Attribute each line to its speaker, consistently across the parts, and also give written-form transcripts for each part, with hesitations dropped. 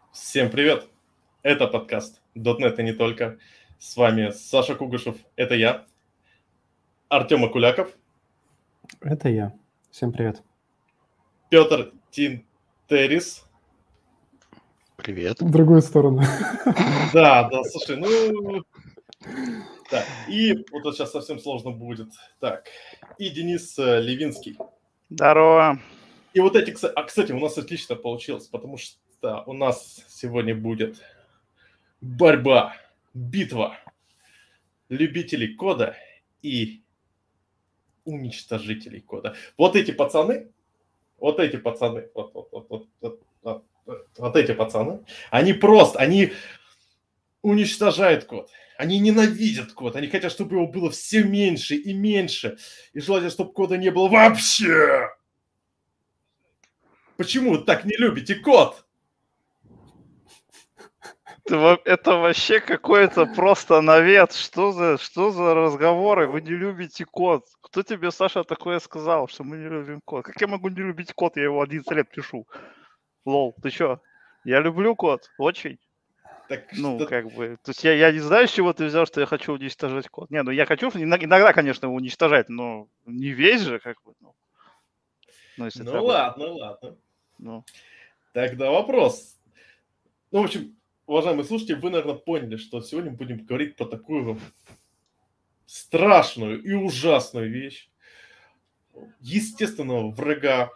Speaker 1: Всем привет! Это подкаст .NET и не только. С вами Саша Кугушев, это я, Артем Акуляков.
Speaker 2: Это я. Всем привет.
Speaker 1: Петр Тинтерис.
Speaker 3: Привет.
Speaker 2: В другую сторону.
Speaker 1: Да, слушай, Да, и вот это сейчас совсем сложно будет. Так, и Денис Левинский.
Speaker 4: Здорово.
Speaker 1: И вот эти, кстати, у нас отлично получилось, потому что у нас сегодня будет борьба, битва любителей кода и уничтожителей кода. Вот эти пацаны, вот эти пацаны, они уничтожают код. Они ненавидят код. Они хотят, чтобы его было все меньше и меньше. И желательно, чтобы кода не было вообще. Почему вы так не любите код?
Speaker 4: Это вообще какой-то просто навет. Что за разговоры? Вы не любите код. Кто тебе, Саша, такое сказал, что мы не любим код? Как я могу не любить код? Я его 11 лет пишу. Лол, ты чё? Я люблю код. Очень.
Speaker 1: Так
Speaker 4: То есть я не знаю, с чего ты взял, что я хочу уничтожать код. Не, я хочу иногда, конечно, его уничтожать, но не весь же,
Speaker 1: Ладно. Тогда вопрос. В общем, уважаемые слушатели, вы, наверное, поняли, что сегодня будем говорить про такую страшную и ужасную вещь. Естественного врага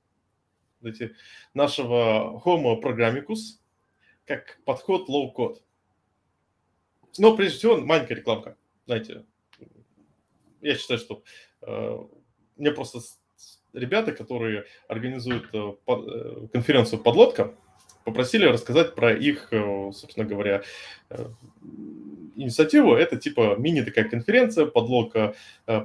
Speaker 1: нашего Homo Programmicus, как подход low-code. Но прежде всего, маленькая рекламка. Знаете, я считаю, что мне просто ребята, которые организуют конференцию «Подлодка», попросили рассказать про их, собственно говоря, инициативу. Это типа мини такая конференция, подлодка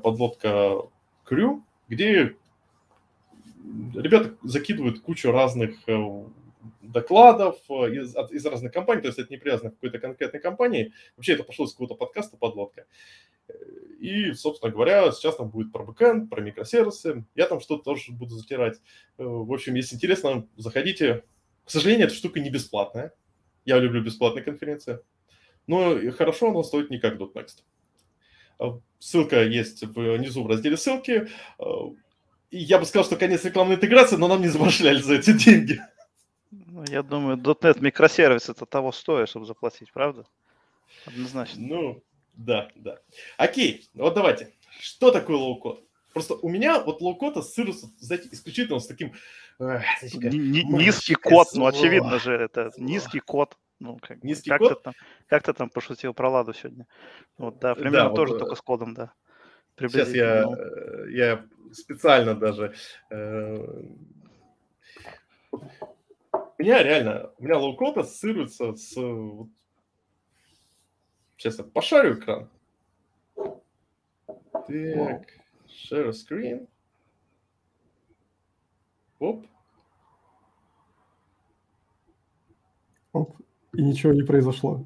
Speaker 1: Крю, где ребята закидывают кучу разных докладов из разных компаний, то есть это не привязано к какой-то конкретной компании. Вообще это пошло из какого-то подкаста «Подлодка». И, собственно говоря, сейчас там будет про бэкэнд, про микросервисы. Я там что-то тоже буду затирать. В общем, если интересно, заходите. К сожалению, эта штука не бесплатная. Я люблю бесплатные конференции. Но хорошо она стоит не как .next. Ссылка есть внизу в разделе ссылки. И я бы сказал, что конец рекламной интеграции, но нам не забашляли за эти деньги.
Speaker 4: Я думаю, .NET микросервис это того стоит, чтобы заплатить, правда? Однозначно.
Speaker 1: Да. Окей, вот давайте. Что такое лоу-код? Просто у меня вот лоу-код ассоциируется, знаете, исключительно с таким...
Speaker 4: Низкий код, очевидно же, это низкий код.
Speaker 1: Низкий код?
Speaker 4: Как ты там пошутил про Ладу сегодня? Вот, да, примерно тоже только с кодом, да.
Speaker 1: Сейчас я специально даже... У меня лоу-код ассоциируется с... Сейчас я пошарю экран. Так, share screen. Оп.
Speaker 2: И ничего не произошло.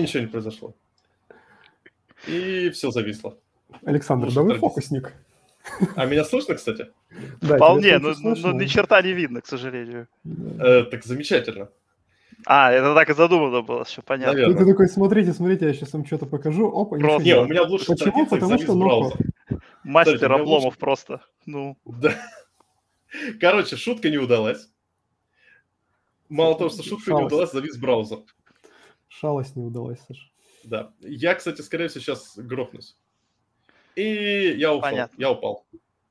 Speaker 1: И все зависло.
Speaker 2: Александр, да вы фокусник.
Speaker 1: А меня слышно, кстати?
Speaker 2: Да,
Speaker 4: вполне, но ни черта не видно, к сожалению.
Speaker 1: Так замечательно.
Speaker 4: Это так и задумано было, все понятно.
Speaker 2: Наверное. Ты такой, смотрите, я сейчас вам что-то покажу. Опа, ничего
Speaker 1: не, у меня лучше.
Speaker 2: Почему? Потому что
Speaker 1: браузер.
Speaker 4: Мастер обломов просто.
Speaker 1: Да. Короче, шутка не удалась. Мало того, что шутка не удалась, завис браузер.
Speaker 2: Шалость не удалась, Саша.
Speaker 1: Да. Я, кстати, скорее всего, сейчас грохнусь. И я ушел.
Speaker 4: Понятно.
Speaker 1: Я упал.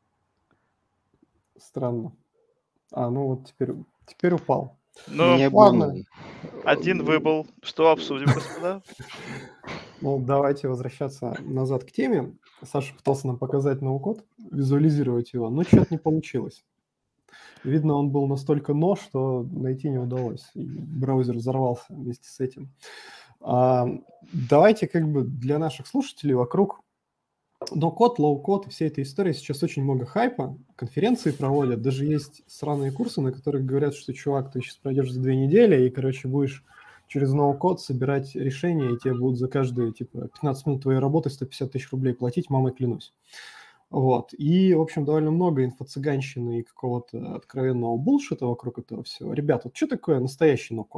Speaker 2: Странно. Вот теперь упал.
Speaker 4: Ладно. Один выбыл. Что обсудим, господа?
Speaker 2: Давайте возвращаться назад к теме. Саша пытался нам показать ноу-код, визуализировать его, но что-то не получилось. Видно, он был настолько что найти не удалось. И браузер взорвался вместе с этим. Давайте для наших слушателей вокруг ноу-код, лоу-код и всей этой истории сейчас очень много хайпа. Конференции проводят. Даже есть сраные курсы, на которых говорят, что, чувак, ты сейчас пройдешь за 2 недели и, будешь через ноу-код собирать решения, и тебе будут за каждые 15 минут твоей работы 150 тысяч рублей платить, мамой клянусь. Вот. И, в общем, довольно много инфо-цыганщины и какого-то откровенного булшита вокруг этого всего. Ребята, что такое настоящий ноу-код?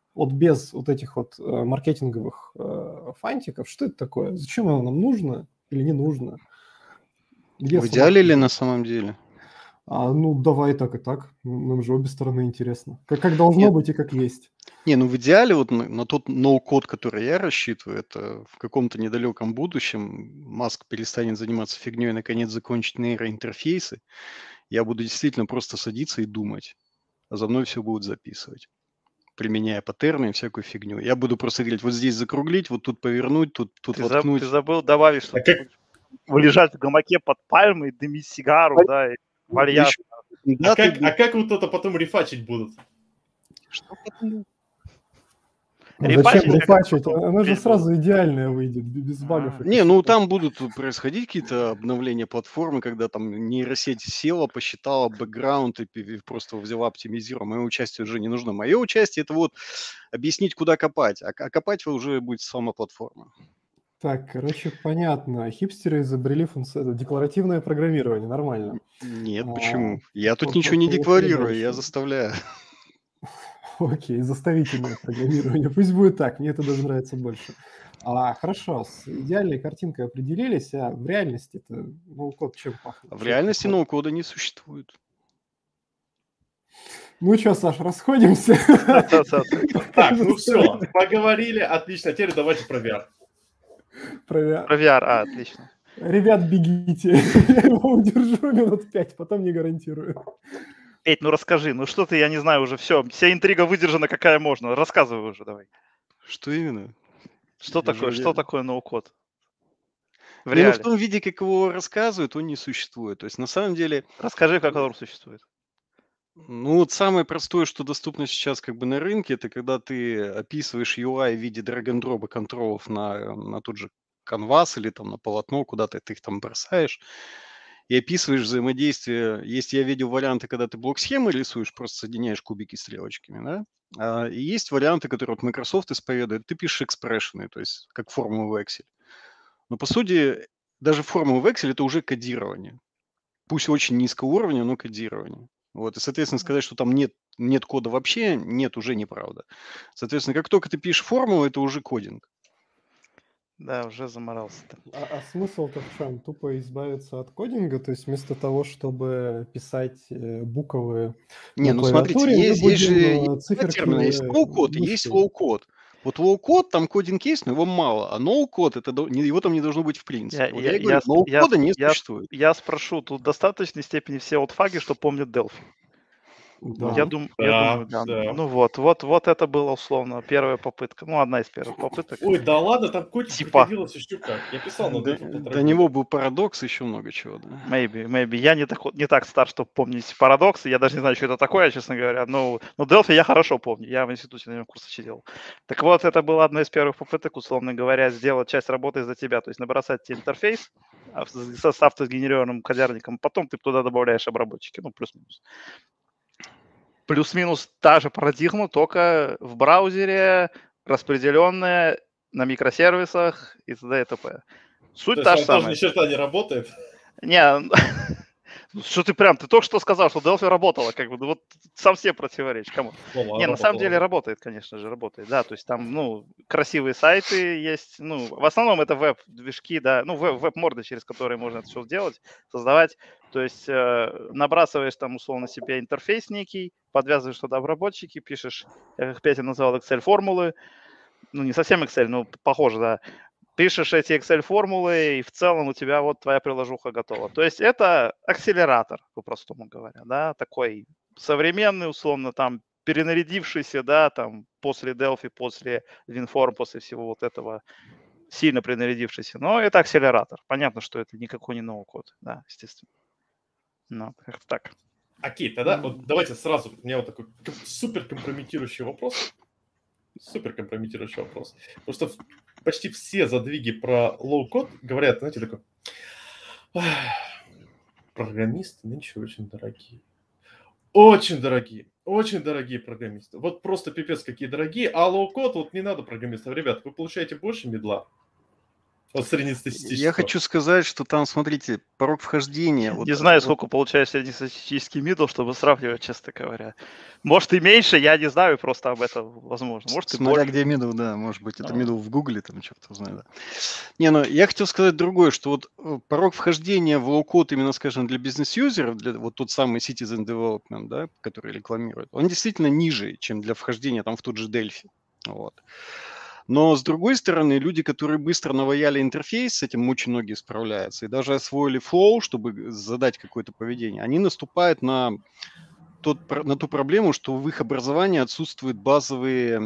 Speaker 2: Вот без вот этих вот маркетинговых фантиков, что это такое? Зачем оно нам нужно или не нужно? Где
Speaker 3: В идеале или
Speaker 2: самоохват?
Speaker 3: на самом деле?
Speaker 2: Ну, давай так и так. Нам же обе стороны интересно. Как должно
Speaker 3: Нет,
Speaker 2: быть и как есть.
Speaker 3: ну в идеале вот на тот ноу-код, который я рассчитываю, это в каком-то недалеком будущем Маск перестанет заниматься фигней и наконец закончит нейроинтерфейсы. Я буду действительно просто садиться и думать, а за мной все будут записывать, применяя паттерны и всякую фигню. Я буду просто говорить, вот здесь закруглить, вот тут повернуть, тут
Speaker 4: Ты
Speaker 3: воткнуть.
Speaker 4: забыл добавить, что
Speaker 1: А
Speaker 4: ты
Speaker 1: как,
Speaker 4: будешь лежать в гамаке под пальмой, дымить сигару, да, и вальяжно.
Speaker 1: а как вот это потом рефачить будут?
Speaker 3: Что потом?
Speaker 4: Рефачить
Speaker 2: Зачем
Speaker 4: как
Speaker 2: рефачить?
Speaker 4: потом
Speaker 2: Она же
Speaker 4: петь
Speaker 2: сразу идеальная выйдет, без багов.
Speaker 3: Не, ну там будут происходить какие-то обновления платформы, когда там нейросеть села, посчитала бэкграунд и просто взяла, оптимизировала. Мое участие уже не нужно. Мое участие – это вот объяснить, куда копать. А копать уже будет сама платформа.
Speaker 2: Так, короче, понятно. Хипстеры изобрели декларативное программирование. Нормально.
Speaker 3: Нет, почему? Я тут ничего не
Speaker 2: Поехали
Speaker 3: декларирую, я
Speaker 2: дальше.
Speaker 3: заставляю.
Speaker 2: Окей, заставительное программирование. Пусть будет так, мне это даже нравится больше. Хорошо, с идеальной картинкой определились, а в реальности это ноу-код чем пахнет?
Speaker 3: В реальности ноу-кода не существует.
Speaker 2: Ну что, Саш, расходимся?
Speaker 1: Так, ну все, поговорили, отлично. Теперь давайте про VR.
Speaker 2: Про
Speaker 4: VR, отлично.
Speaker 2: Ребят, бегите. Я его удержу минут 5, потом не гарантирую.
Speaker 4: Петь, ну расскажи, ну что ты, я не знаю, уже все, вся интрига выдержана, какая можно. Рассказывай уже, давай.
Speaker 3: Что именно?
Speaker 4: Что такое ноу-код?
Speaker 3: Не, ну в том виде, как его рассказывают, он не существует. То есть на самом деле...
Speaker 4: Расскажи, как он существует.
Speaker 3: Ну вот самое простое, что доступно сейчас как бы на рынке, это когда ты описываешь UI в виде drag-and-drop контролов на тот же канвас или там на полотно, куда-то ты их там бросаешь, и описываешь взаимодействие. Есть, я видел варианты, когда ты блок-схемы рисуешь, просто соединяешь кубики стрелочками, да? И есть варианты, которые вот Microsoft исповедует, ты пишешь экспрессионы, то есть как формулы в Excel. Но по сути, даже формулы в Excel это уже кодирование. Пусть очень низкого уровня, но кодирование. Вот, и, соответственно, сказать, что там нет кода вообще, нет, уже неправда. Соответственно, как только ты пишешь формулу, это уже кодинг.
Speaker 4: Да, уже заморался.
Speaker 2: А смысл-то в чем? Тупо избавиться от кодинга? То есть вместо того, чтобы писать буквы
Speaker 3: Не,
Speaker 2: на
Speaker 3: ну смотрите,
Speaker 2: клавиатуре, мы
Speaker 3: есть же
Speaker 2: будем
Speaker 3: два
Speaker 2: циферки
Speaker 3: термина. Есть low-код и есть
Speaker 2: мышкой.
Speaker 3: low-код. Вот low-код, там кодинг есть, но его мало. А no-код, его там не должно быть в принципе. Вот я и говорю, no-кода не существует.
Speaker 4: Я спрошу, тут в достаточной степени все отфаги, что помнят Delphi.
Speaker 2: Да.
Speaker 4: Я думаю, да.
Speaker 1: Да.
Speaker 4: Ну вот это была условно первая попытка. Ну, одна из первых попыток.
Speaker 1: Ой, да ладно, там котик
Speaker 4: Типа.
Speaker 1: приходилось еще как. Я писал на Delphi
Speaker 3: До него был парадокс, еще много чего, да.
Speaker 4: Maybe. Я не так стар, чтобы помнить парадоксы. Я даже не знаю, что это такое, честно говоря. Но Delphi я хорошо помню. Я в институте на нем курсы сидел. Так вот, это была одна из первых попыток, условно говоря, сделать часть работы за тебя. То есть набросать тебе интерфейс с автогенерированным кодярником. Потом ты туда добавляешь обработчики. Ну, плюс-минус. Плюс-минус та же парадигма, только в браузере, распределенная на микросервисах и т.д. и т.п. Суть та же самая.
Speaker 1: Тоже ни черта не работает.
Speaker 4: Не, что ты только что сказал, что Delphi работала, как бы, ну вот сам себе противоречишь, кому? Не, на самом деле работает, конечно же, работает, да, то есть там, ну, красивые сайты есть, ну, в основном это веб-движки, да, ну, веб-морды, через которые можно это все сделать, создавать, то есть набрасываешь там, условно, себе интерфейс некий, подвязываешь туда обработчики, пишешь, я как Петя назвал Excel-формулы, ну, не совсем Excel, но похоже, да, пишешь эти Excel-формулы, и в целом у тебя вот твоя приложуха готова. То есть это акселератор, по-простому говоря, да, такой современный, условно, там, перенарядившийся, да, там, после Delphi, после WinForm, после всего вот этого, сильно перенарядившийся. Но это акселератор. Понятно, что это никакой не ноу-код, да, естественно. Ну, как-то так.
Speaker 1: Окей, тогда вот давайте сразу, у меня вот такой супер компрометирующий вопрос. Потому что почти все задвиги про лоу-код говорят, знаете, такой, программисты нынче очень дорогие. Очень дорогие программисты. Вот просто пипец какие дорогие. А лоу-код, вот не надо программистов. Ребят, вы получаете больше медла. Вот среднестатистического.
Speaker 3: Я хочу сказать, что там, смотрите, порог вхождения.
Speaker 4: Не знаю, сколько получает среднестатистический мидл, чтобы сравнивать, честно говоря. Может и меньше, я не знаю просто об этом, возможно. Может и
Speaker 3: Смотря
Speaker 4: больше.
Speaker 3: где middle, да, может быть, это
Speaker 4: Ну.
Speaker 3: middle в Гугле, там черт знает. Да. Не, ну я хотел сказать другое, что вот порог вхождения в лоу-код именно, скажем, для бизнес-юзеров, для вот тот самый Citizen Development, да, который рекламирует, он действительно ниже, чем для вхождения там в тот же Delphi. Вот. Но, с другой стороны, люди, которые быстро наваяли интерфейс, с этим очень многие справляются, и даже освоили Flow, чтобы задать какое-то поведение, они наступают на ту проблему, что в их образовании отсутствуют базовые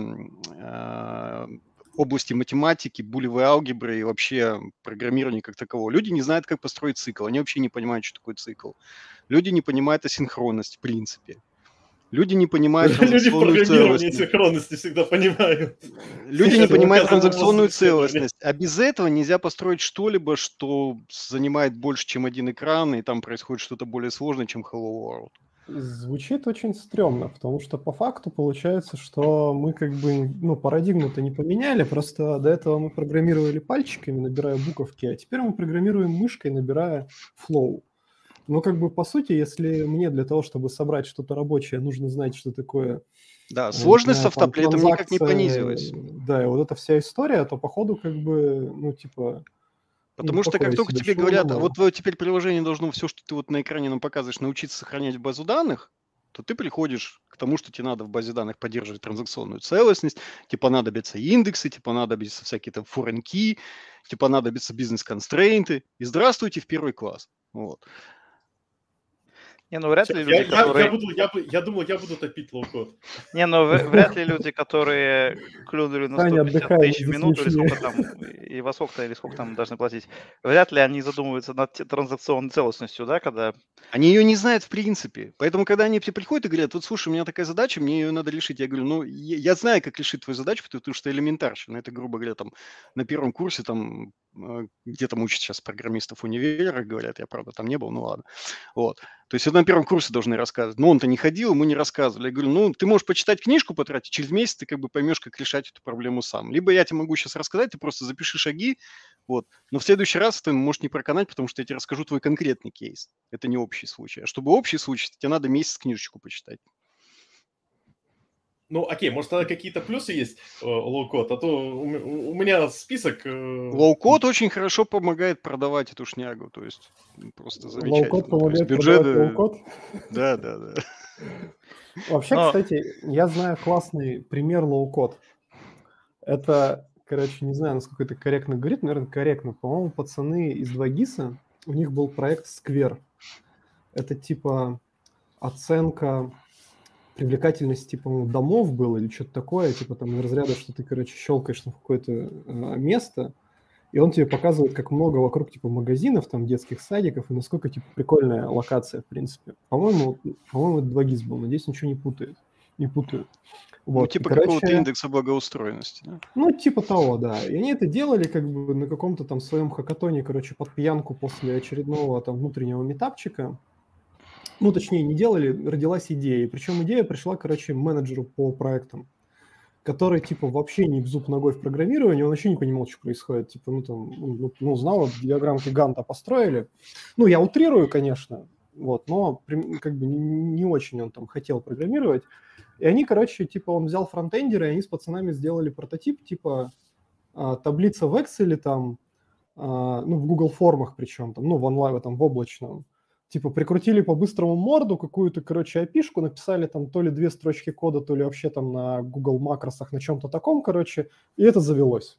Speaker 3: области математики, булевой алгебры и вообще программирования как такового. Люди не знают, как построить цикл, они вообще не понимают, что такое цикл. Люди не понимают асинхронность в принципе. Люди не понимают
Speaker 1: Люди в
Speaker 3: транзакционную
Speaker 1: программировании
Speaker 3: целостность.
Speaker 1: синхронности всегда понимают.
Speaker 3: Люди не
Speaker 1: Это
Speaker 3: понимают
Speaker 1: показано
Speaker 3: транзакционную
Speaker 1: в исследовании.
Speaker 3: целостность. А без этого нельзя построить что-либо, что занимает больше, чем один экран, и там происходит что-то более сложное, чем Hello World.
Speaker 2: Звучит очень стрёмно, потому что по факту получается, что мы как бы, ну, парадигму-то не поменяли, просто до этого мы программировали пальчиками, набирая буковки, а теперь мы программируем мышкой, набирая flow. Но как бы по сути, если мне для того, чтобы собрать что-то рабочее, нужно знать, что такое...
Speaker 3: Да, сложность с
Speaker 2: там,
Speaker 3: автоплетом никак не
Speaker 2: транзакция,
Speaker 3: понизилась.
Speaker 2: Да, и вот эта вся история, то походу как бы, ну, типа...
Speaker 3: Потому что как
Speaker 2: такое
Speaker 3: только
Speaker 2: себе,
Speaker 3: тебе
Speaker 2: чего
Speaker 3: говорят,
Speaker 2: нам
Speaker 3: а
Speaker 2: надо?
Speaker 3: вот твое теперь приложение должно все, что ты вот на экране нам показываешь, научиться сохранять в базу данных, то ты приходишь к тому, что тебе надо в базе данных поддерживать транзакционную целостность, тебе понадобятся индексы, тебе понадобятся всякие там foreign key, тебе понадобятся бизнес-констрейнты, и здравствуйте в первый класс. Вот.
Speaker 4: Не, ну вряд ли люди, которые...
Speaker 1: Я думал, я буду топить лоу-код.
Speaker 4: Не, ну вряд ли люди, которые клюнули на
Speaker 2: Таня,
Speaker 4: 150
Speaker 2: отдыхай,
Speaker 4: тысяч в
Speaker 2: здесь
Speaker 4: минуту, или
Speaker 2: смешнее.
Speaker 4: сколько там, и во сколько-то, или сколько там должны платить, вряд ли они задумываются над транзакционной целостностью, да, когда...
Speaker 3: Они ее не знают в принципе. Поэтому, когда они приходят и говорят, вот слушай, у меня такая задача, мне ее надо решить. Я говорю, ну, я знаю, как решить твою задачу, потому что элементарщина. Это, грубо говоря, там на первом курсе, там, где там учат сейчас программистов в универах, говорят, я, правда, там не был, ну ладно. Вот. То есть это на первом курсе должны рассказывать. Но он-то не ходил, ему не рассказывали. Я говорю, ну, ты можешь почитать книжку, потратить, через месяц ты как бы поймешь, как решать эту проблему сам. Либо я тебе могу сейчас рассказать, ты просто запиши шаги, вот. Но в следующий раз ты можешь не проканать, потому что я тебе расскажу твой конкретный кейс. Это не общий случай. А чтобы общий случай, тебе надо месяц книжечку почитать.
Speaker 1: Ну, окей, может, тогда какие-то плюсы есть лоу-код, а то у меня список...
Speaker 3: Лоу-код очень хорошо помогает продавать эту шнягу, то есть просто замечательно.
Speaker 2: Лоу-код помогает
Speaker 3: То есть
Speaker 2: продавать
Speaker 3: бюджеты...
Speaker 2: лоу-код?
Speaker 3: Да.
Speaker 2: Вообще,
Speaker 4: Но-
Speaker 2: кстати, я знаю классный пример лоу-код. Это, короче, не знаю, насколько это корректно говорит, наверное, корректно. По-моему, пацаны из 2GIS, у них был проект Square. Это типа оценка привлекательности, по-моему, домов было или что-то такое, типа там из разряда, что ты, короче, щелкаешь на какое-то место, и он тебе показывает, как много вокруг, типа, магазинов, там, детских садиков, и насколько, типа, прикольная локация, в принципе. По-моему, это 2GIS был, надеюсь, ничего не путают.
Speaker 3: Ну,
Speaker 2: Вот.
Speaker 3: типа
Speaker 2: И, короче,
Speaker 3: какого-то индекса благоустроенности. Да?
Speaker 2: ну, типа того, да. И они это делали как бы на каком-то там своем хакатоне, короче, под пьянку после очередного там внутреннего метапчика. Ну, точнее, не делали, родилась идея. Причем идея пришла, короче, менеджеру по проектам, который, типа, вообще не в зуб ногой в программировании, он вообще не понимал, что происходит. Типа, знал, вот диаграммки Ганта построили. Ну, я утрирую, конечно, вот, но как бы не очень он там хотел программировать. И они, короче, типа, он взял фронтендеры, и они с пацанами сделали прототип, типа, таблица в Excel там, в Google формах причем, там, в онлайн, там, в облачном. Типа, прикрутили по-быстрому морду, какую-то, короче, API-шку, написали там то ли 2 строчки кода, то ли вообще там на Google макросах, на чем-то таком, короче, и это завелось.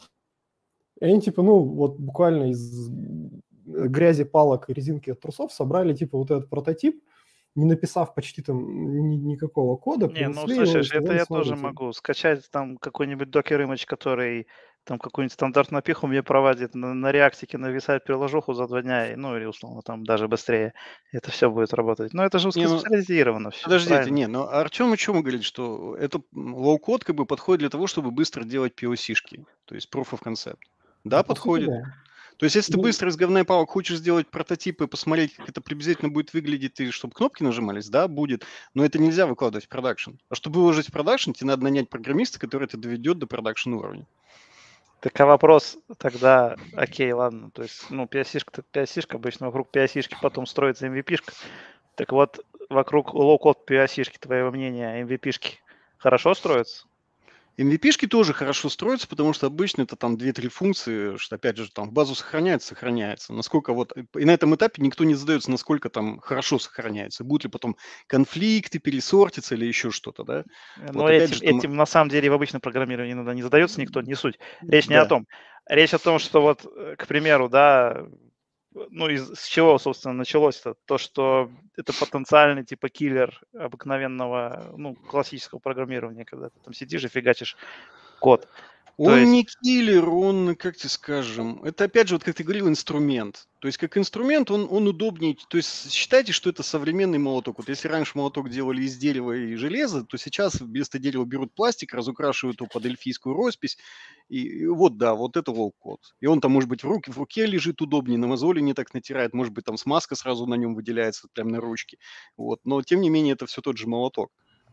Speaker 2: И они, типа, вот буквально из грязи, палок и резинки от трусов собрали, типа, вот этот прототип, не написав почти там никакого кода.
Speaker 4: Не, ну слышишь, это я тоже могу скачать там какой-нибудь докер-имидж, который там какую-нибудь стандартную опиху мне проводит на реактике, нависает приложуху за 2 дня, или условно там даже быстрее. Это все будет работать. Но это же узкоспециализировано все.
Speaker 3: Подождите, но Артем о чем говорит, что это лоу-код как бы подходит для того, чтобы быстро делать POC-шки, то есть Proof of Concept. Да, подходит.
Speaker 2: Да.
Speaker 3: То есть, если ты быстро из говна и палок хочешь сделать прототипы, посмотреть, как это приблизительно будет выглядеть, и чтобы кнопки нажимались, да, будет, но это нельзя выкладывать в продакшн. А чтобы выложить в продакшн, тебе надо нанять программиста, который это доведет до продакшн уровня.
Speaker 4: Так, а вопрос тогда, окей, ладно, то есть, ну, POC-шка обычно вокруг POC-шки потом строится MVP-шка. Так вот, вокруг лоу-код POC-шки, твоего мнения, MVP-шки хорошо строятся?
Speaker 3: MVP-шки тоже хорошо строятся, потому что обычно это там 2-3 функции, что опять же там в базу сохраняется. Насколько вот, и на этом этапе никто не задается, насколько там хорошо сохраняется. Будут ли потом конфликты, пересортиться или еще что-то, да?
Speaker 4: Но
Speaker 3: Вот опять же, там,
Speaker 4: этим на самом деле в обычном программировании иногда не задается никто, не суть. Речь не о
Speaker 1: Да.
Speaker 4: том. Речь о том, что вот, к примеру, да, ну, с чего, собственно, началось-то? То, что это потенциальный типа киллер обыкновенного, ну, классического программирования, когда ты там сидишь и фигачишь код. То
Speaker 3: он
Speaker 4: есть,
Speaker 3: не киллер, он, как тебе скажем, это опять же, вот как ты говорил, инструмент. То есть как инструмент он удобнее. То есть считайте, что это современный молоток. Вот если раньше молоток делали из дерева и железа, то сейчас вместо дерева берут пластик, разукрашивают его под эльфийскую роспись. И вот да, вот это лоу-код. И он там, может быть, в руке лежит удобнее, на мозоли не так натирает, может быть, там смазка сразу на нем выделяется, прямо на ручке. Вот. Но тем не менее, это все тот же молоток.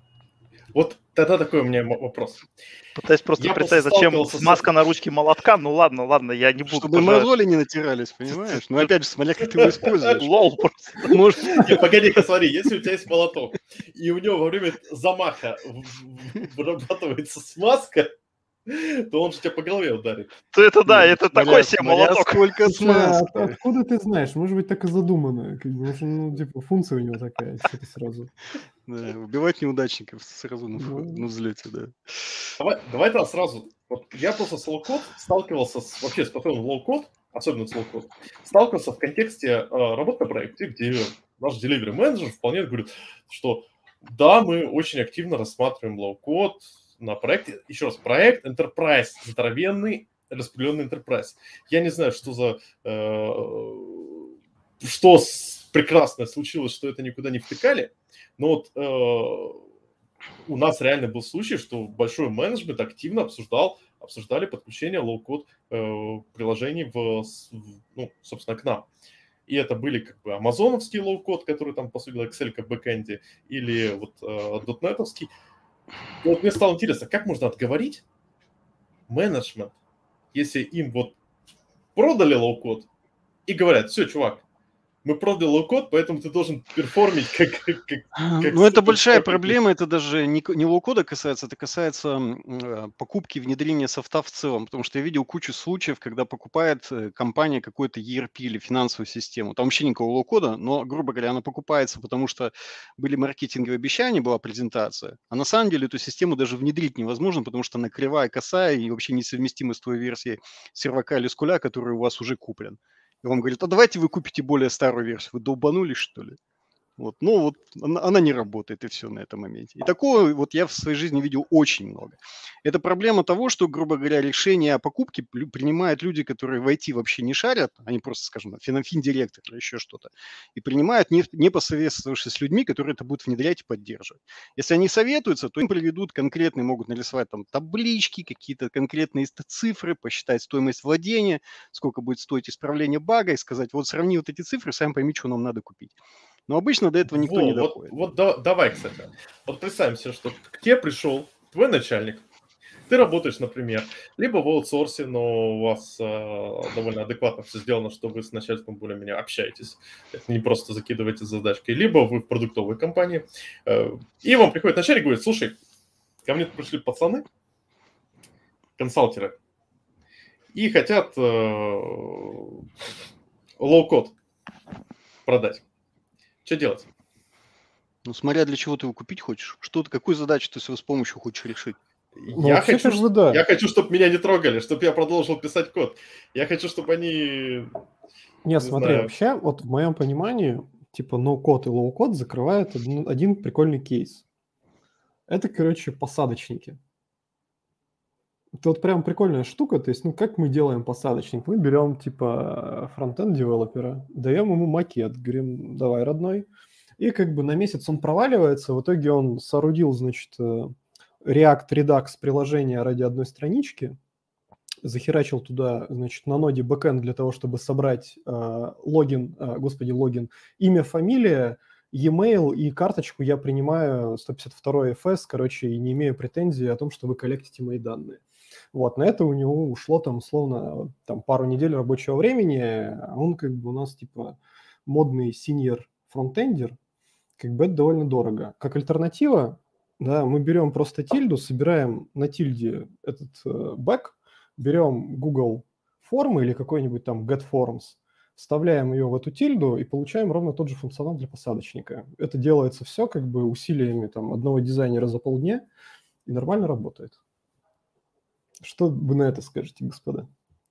Speaker 1: Вот тогда такой у меня вопрос.
Speaker 4: пытаюсь просто
Speaker 1: Я
Speaker 4: представить,
Speaker 1: просто
Speaker 4: зачем
Speaker 1: сталкивался с
Speaker 4: смазка на ручке молотка. Ну ладно, я не буду.
Speaker 3: Чтобы мозоли не натирались, понимаешь? Ну опять же, смотря как ты его используешь.
Speaker 4: Лол просто.
Speaker 3: Может,
Speaker 1: Нет, погоди-ка, смотри, если у тебя есть молоток, и у него во время замаха вырабатывается смазка, то он же тебя по голове ударит.
Speaker 4: То это да,
Speaker 3: ну,
Speaker 4: это
Speaker 3: смотря-
Speaker 4: такой себе
Speaker 3: смотря
Speaker 4: молоток.
Speaker 3: сколько
Speaker 2: Слушай, а
Speaker 3: смазки.
Speaker 2: откуда ты знаешь? Может быть, так и задумано. Как бы, может, ну, типа, функция у него такая, что ты сразу.
Speaker 3: Да, убивать неудачников сразу на
Speaker 2: Ну.
Speaker 3: взлете, да.
Speaker 1: Давай тогда сразу. Вот я просто с лоу-код сталкивался вообще с подходом лоу-код, особенно с лоу-код, сталкивался в контексте работы на проекте, где наш delivery менеджер вполне говорит, что да, мы очень активно рассматриваем лоу-код на проекте. Еще раз, проект Enterprise, здоровенный распределенный Enterprise. Я не знаю, что за... что прекрасное случилось, что это никуда не втыкали, но вот у нас реально был случай, что большой менеджмент активно обсуждали подключение лоу-код приложений ну, собственно, к нам. И это были как бы амазоновский лоу-код, который там, по сути, Excel в бэкэнде, или вот .NET-овский. И вот мне стало интересно, как можно отговорить менеджмент, если им вот продали лоу-код и говорят, все, чувак, мы продали лоу-код, поэтому ты должен перформить как
Speaker 3: Ну, это большая
Speaker 1: супер
Speaker 3: проблема, это даже не лоу-кода касается, это касается покупки, внедрения софта в целом, потому что я видел кучу случаев, когда покупает компания какой-то ERP или финансовую систему, там вообще никакого лоу-кода, но, грубо говоря, она покупается, потому что были маркетинговые обещания, была презентация, а на самом деле эту систему даже внедрить невозможно, потому что она кривая, косая и вообще несовместима с той версией сервака или скуля, который у вас уже куплен. И он говорит, а давайте вы купите более старую версию, вы долбанулись, что ли? Вот, ну вот она не работает, и все на этом моменте. И такого вот я в своей жизни видел очень много. Это проблема того, что, грубо говоря, решение о покупке принимают люди, которые в IT вообще не шарят, они просто, скажем, финдиректор или еще что-то, и принимают, не посоветовавшись с людьми, которые это будут внедрять и поддерживать. Если они советуются, то им приведут конкретные, могут нарисовать там таблички, какие-то конкретные цифры, посчитать стоимость владения, сколько будет стоить исправление бага, и сказать, вот сравни вот эти цифры, сами пойми, что нам надо купить. Но обычно до этого никто не доходит.
Speaker 1: Давай, кстати. Вот представим себе, что к тебе пришел твой начальник. Ты работаешь, например, либо в аутсорсе, но у вас довольно адекватно все сделано, что вы с начальством более-менее общаетесь. Это не просто закидываете задачкой. Либо вы в продуктовой компании. И вам приходит начальник и говорит, слушай, ко мне пришли пацаны, консалтеры, и хотят лоу-код продать. Что делать?
Speaker 3: Ну, смотря для чего ты его купить хочешь. Какую задачу ты с его с помощью хочешь решить?
Speaker 2: Ну,
Speaker 1: Я
Speaker 2: вообще,
Speaker 1: хочу,
Speaker 2: как бы да.
Speaker 1: я хочу, чтобы меня не трогали, чтобы я продолжил писать код. Я хочу, чтобы они...
Speaker 2: Нет, смотри, вообще, вот в моем понимании, типа no-код и low-код закрывают один прикольный кейс. Это, короче, посадочники. Это вот прям прикольная штука, то есть, ну, как мы делаем посадочник? Мы берем, типа, фронтенд-девелопера, даем ему макет, говорим, давай, родной, и как бы на месяц он проваливается, в итоге он соорудил, значит, React Redux приложение ради одной странички, захерачил туда, значит, на ноде бэкэнд для того, чтобы собрать логин, имя, фамилия e-mail и карточку я принимаю 152 FS, короче, и не имею претензий о том, что вы коллектите мои данные. Вот, на это у него ушло там, условно, там пару недель рабочего времени, а он как бы у нас типа модный senior фронтендер, как бы это довольно дорого. Как альтернатива, да, мы берем просто тильду, собираем на тильде этот бэк, берем Google формы или какой-нибудь там get forms, вставляем ее в эту тильду и получаем ровно тот же функционал для посадочника. Это делается все как бы усилиями там одного дизайнера за полдня и нормально работает. Что вы на это скажете, господа?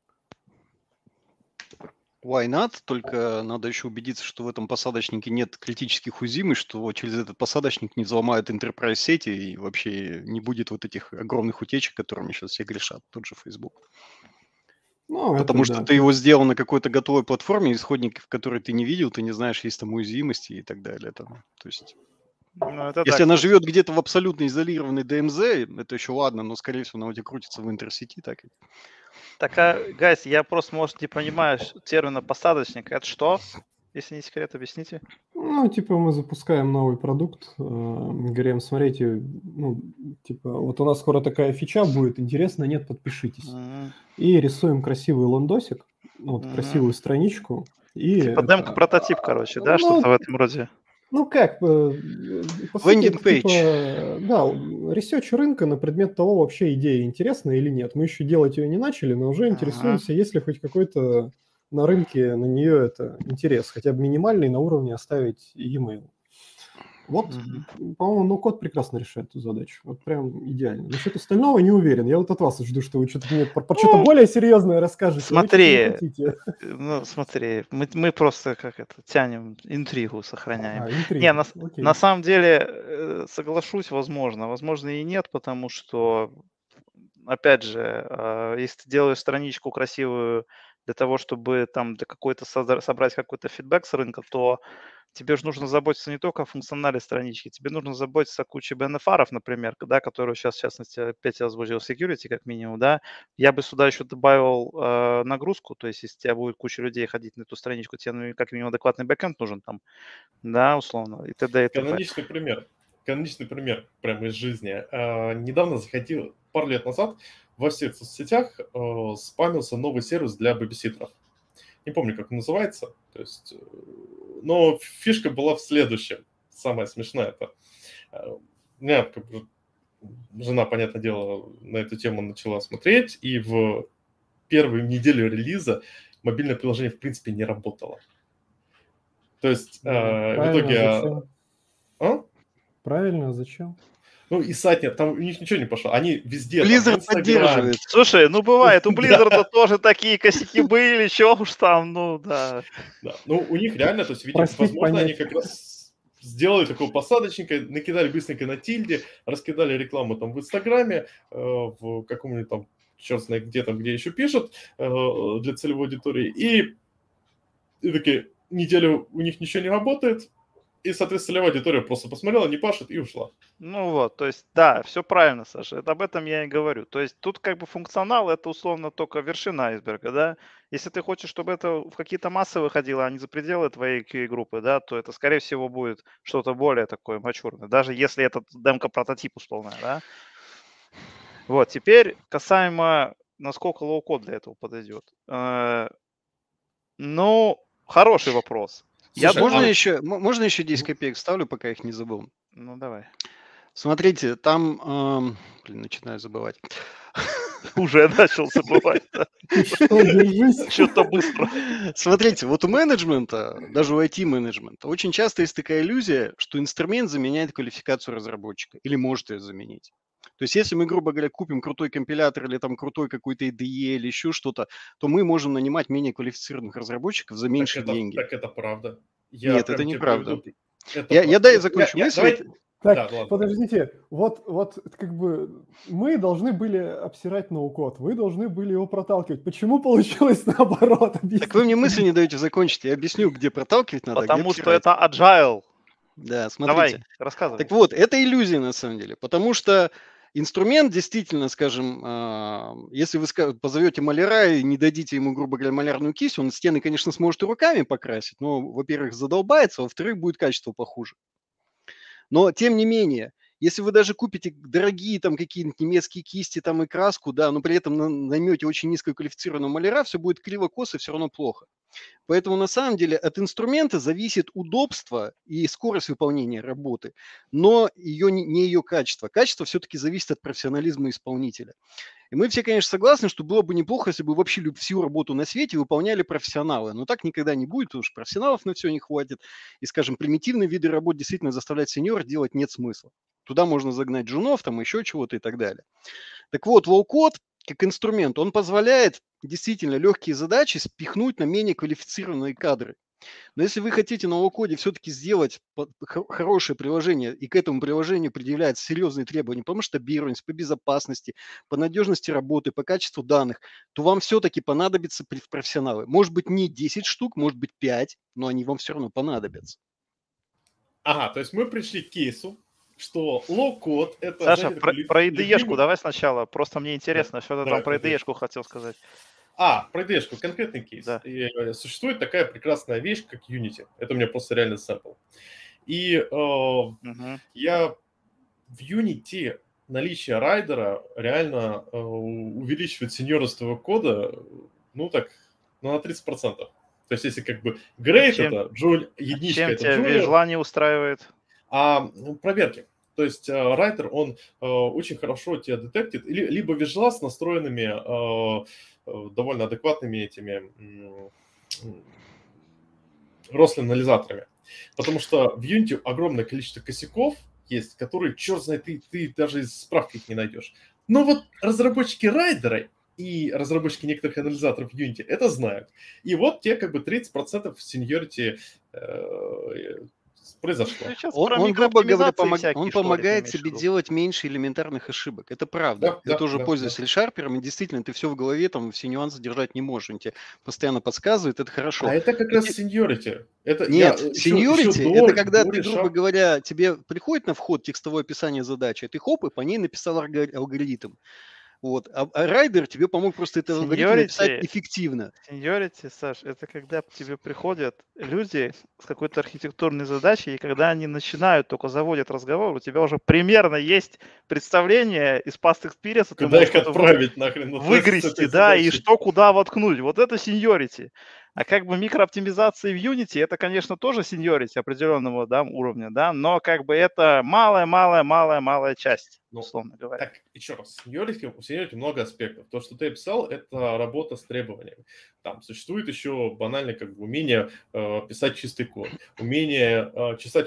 Speaker 3: Why not? Только надо еще убедиться, что в этом посадочнике нет критических уязвимостей, что через этот посадочник не взломают enterprise сети и вообще не будет вот этих огромных утечек, которыми сейчас все грешат, тот же Facebook.
Speaker 2: Ну,
Speaker 3: Потому
Speaker 2: это
Speaker 3: что
Speaker 2: да.
Speaker 3: ты его сделал на какой-то готовой платформе, исходник, в который ты не видел, ты не знаешь, есть там уязвимости и так далее. Там. То есть,
Speaker 4: Ну, это
Speaker 3: если
Speaker 4: да,
Speaker 3: она
Speaker 4: кстати.
Speaker 3: живет где-то в абсолютно изолированной DMZ, это еще ладно, но, скорее всего, она у тебя крутится в интерсети. Так.
Speaker 4: Так, гайс, я просто, может, не понимаю термина посадочник. Это что? Если не секрет, объясните.
Speaker 2: Ну, типа мы запускаем новый продукт, говорим, смотрите, ну, типа вот у нас скоро такая фича будет, интересно, нет, подпишитесь.
Speaker 4: Мгм.
Speaker 2: И рисуем красивый лендосик, вот,
Speaker 4: Мгм.
Speaker 2: красивую страничку. И
Speaker 4: Типа демка-прототип, короче, да,
Speaker 2: ну,
Speaker 4: что-то в этом роде.
Speaker 2: ну как, по сути,
Speaker 3: Landing
Speaker 2: это типа, да, ресерч рынка на предмет того, вообще идея интересна или нет. Мы еще делать ее не начали, но уже
Speaker 4: Ага.
Speaker 2: интересуемся, есть ли хоть какой-то на рынке на нее это интерес, хотя бы минимальный на уровне оставить e-mail. Вот,
Speaker 4: Мгм.
Speaker 2: по-моему, ну-код прекрасно решает эту задачу. Вот прям идеально. Насчет остального не уверен. Я вот от вас жду, что вы что-то мне про что-то
Speaker 4: Ну,
Speaker 2: более серьезное расскажете. Вы что-то не
Speaker 4: смотри,
Speaker 2: хотите.
Speaker 4: ну, смотри, мы просто как это тянем интригу, сохраняем. Не,
Speaker 2: Интрига.
Speaker 4: на
Speaker 2: Окей.
Speaker 4: самом деле соглашусь, возможно и нет, потому что, опять же, если ты делаешь страничку красивую для того, чтобы там для какой-то собрать какой-то фидбэк с рынка, то тебе же нужно заботиться не только о функционале странички, тебе нужно заботиться о куче BNFR, например, да, которые сейчас, в частности, Петя озвучил security как минимум, да. Я бы сюда еще добавил нагрузку, то есть если у тебя будет куча людей ходить на эту страничку, тебе ну, как минимум адекватный бэкэнд нужен там, да, условно, и т.д. и т.п.
Speaker 1: Каноничный пример прямо из жизни. Недавно заходил, пару лет назад, во всех соцсетях спамился новый сервис для бэбиситеров. Не помню, как он называется. То есть, но фишка была в следующем. Самое смешное это. У меня как бы жена, понятное дело, на эту тему начала смотреть, и в первую неделю релиза мобильное приложение в принципе не работало. То есть в итоге...
Speaker 2: Зачем? Правильно, зачем?
Speaker 1: Ну и сайт нет, там у них ничего не пошло. Они везде.
Speaker 3: Blizzard поддерживает.
Speaker 4: Слушай, ну бывает, у Blizzard тоже такие косяки были, чё уж там, ну да.
Speaker 1: Ну у них реально, то есть, видимо, возможно, они как раз сделали такого посадочника, накидали быстренько на тильде, раскидали рекламу там в Инстаграме, в каком-нибудь там, черт знает где там, где еще пишут для целевой аудитории, и такие, неделю у них ничего не работает, и, соответственно, целевая аудитория просто посмотрела, не пашет и ушла.
Speaker 4: Ну вот, то есть, да, все правильно, Саша, это об этом я и говорю. То есть тут как бы функционал, это условно только вершина айсберга, да. Если ты хочешь, чтобы это в какие-то массы выходило, а не за пределы твоей QA-группы, да, то это, скорее всего, будет что-то более такое мачурное, даже если это демка-прототип условная, да. Вот, теперь касаемо, насколько лоу-код для этого подойдет. Ну, хороший вопрос.
Speaker 1: Слушай,
Speaker 3: можно еще 10 копеек вставлю, пока их не забыл?
Speaker 4: Ну, давай.
Speaker 3: Смотрите, там... начинаю забывать.
Speaker 4: Уже начал забывать. Что-то быстро.
Speaker 3: Смотрите, вот у менеджмента, даже у IT-менеджмента, очень часто есть такая иллюзия, что инструмент заменяет квалификацию разработчика или может ее заменить. То есть если мы, грубо говоря, купим крутой компилятор или там крутой какой-то IDE или еще что-то, то мы можем нанимать менее квалифицированных разработчиков за меньшие деньги.
Speaker 1: Так это правда.
Speaker 3: Нет, это неправда. Я закончу мысль.
Speaker 2: Так, да, подождите, вот как бы мы должны были обсирать ноу-код, вы должны были его проталкивать. Почему получилось наоборот? Объясните.
Speaker 3: Так вы мне мысли не даете закончить, я объясню, где проталкивать надо.
Speaker 4: Потому что это agile.
Speaker 3: Да, смотрите.
Speaker 4: Давай, рассказывай.
Speaker 3: Так вот, это иллюзия на самом деле, потому что Инструмент действительно, скажем, если вы позовете маляра и не дадите ему, грубо говоря, малярную кисть, он стены, конечно, сможет и руками покрасить, но, во-первых, задолбается, во-вторых, будет качество похуже. Но, тем не менее, если вы даже купите дорогие там какие-нибудь немецкие кисти там и краску, да, но при этом наймете очень низкоквалифицированного маляра, все будет криво-косо, все равно плохо. Поэтому на самом деле от инструмента зависит удобство и скорость выполнения работы, но не ее качество. Качество все-таки зависит от профессионализма исполнителя. И мы все, конечно, согласны, что было бы неплохо, если бы вообще всю работу на свете выполняли профессионалы. Но так никогда не будет, потому что профессионалов на все не хватит. И, скажем, примитивные виды работ действительно заставлять сеньора делать нет смысла. Туда можно загнать джунов, там еще чего-то и так далее. Так вот, лоу-код как инструмент, он позволяет действительно легкие задачи спихнуть на менее квалифицированные кадры. Но если вы хотите на лоу-коде все-таки сделать хорошее приложение, и к этому приложению предъявляются серьезные требования по масштабированию, по безопасности, по надежности работы, по качеству данных, то вам все-таки понадобятся профессионалы. Может быть, не 10 штук, может быть, 5, но они вам все равно понадобятся.
Speaker 1: Ага, то есть мы пришли к кейсу, что лоу-код это...
Speaker 4: Саша, про IDE-шку давай сначала. Просто мне интересно, что ты там про IDE-шку хотел сказать.
Speaker 1: Про IDE-шку, конкретный кейс. Да. И существует такая прекрасная вещь, как Unity. Это у меня просто реально сэмпл. И я в Unity наличие райдера реально увеличивает сеньорность твоего кода, на 30%. То есть если как бы grade это, единичка
Speaker 4: чем
Speaker 1: это
Speaker 4: тебя вижла не устраивает?
Speaker 1: Проверки. То есть райтер, он очень хорошо тебя детектит, либо вижла с настроенными довольно адекватными этими рослин-анализаторами. Потому что в Unity огромное количество косяков есть, которые, черт знает, ты даже из справки их не найдешь. Но вот разработчики райдера и разработчики некоторых анализаторов Unity это знают. И вот те как бы 30% сеньорити произошло.
Speaker 3: Он грубо говоря, помогает тебе делать меньше элементарных ошибок. Это правда. Я тоже пользуюсь ReSharper, и действительно, ты все в голове, там все нюансы держать не можешь. Он тебе постоянно подсказывает, это хорошо.
Speaker 1: А это как раз seniority.
Speaker 3: Нет, seniority это когда ты, грубо говоря, тебе приходит на вход текстовое описание задачи, ты хоп, и по ней написал алгоритм. Вот. А райдер тебе помог просто это алгоритм написать эффективно.
Speaker 4: Seniority, Саш, это когда к тебе приходят люди с какой-то архитектурной задачей, и когда они начинают, только заводят разговор, у тебя уже примерно есть представление из past experience.
Speaker 1: Куда их отправить нахрен?
Speaker 4: Выгрести, да, и что куда воткнуть. Вот это seniority. А как бы микрооптимизации в Unity, это, конечно, тоже seniority определенного уровня, да, но как бы это малая часть, условно говоря.
Speaker 1: Так, еще раз, у seniority много аспектов. То, что ты описал, это работа с требованиями. Там существует еще банально как бы умение писать чистый код, умение чесать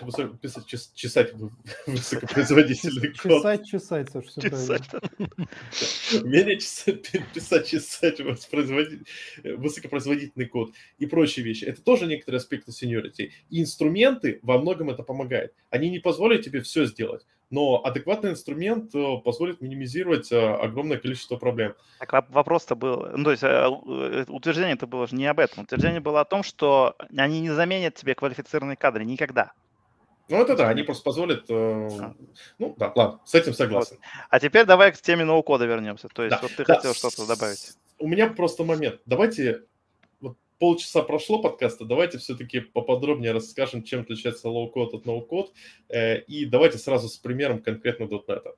Speaker 1: высокопроизводительный код.
Speaker 2: Чесать, Саша, все правильно.
Speaker 1: Умение чесать высокопроизводительный код и прочие вещи. Это тоже некоторые аспекты seniority. И инструменты во многом это помогают. Они не позволят тебе все сделать, но адекватный инструмент позволит минимизировать огромное количество проблем.
Speaker 4: Так вопрос-то был, то есть утверждение-то было же не об этом. Утверждение было о том, что они не заменят тебе квалифицированные кадры никогда.
Speaker 1: Это да, они просто позволят... ладно, с этим согласен.
Speaker 4: Вот. А теперь давай к теме ноу-кода вернемся. То есть ты хотел что-то добавить.
Speaker 1: У меня просто момент. Давайте... Полчаса прошло подкаста, давайте все-таки поподробнее расскажем, чем отличается low-code от no-code, и давайте сразу с примером конкретно .NET.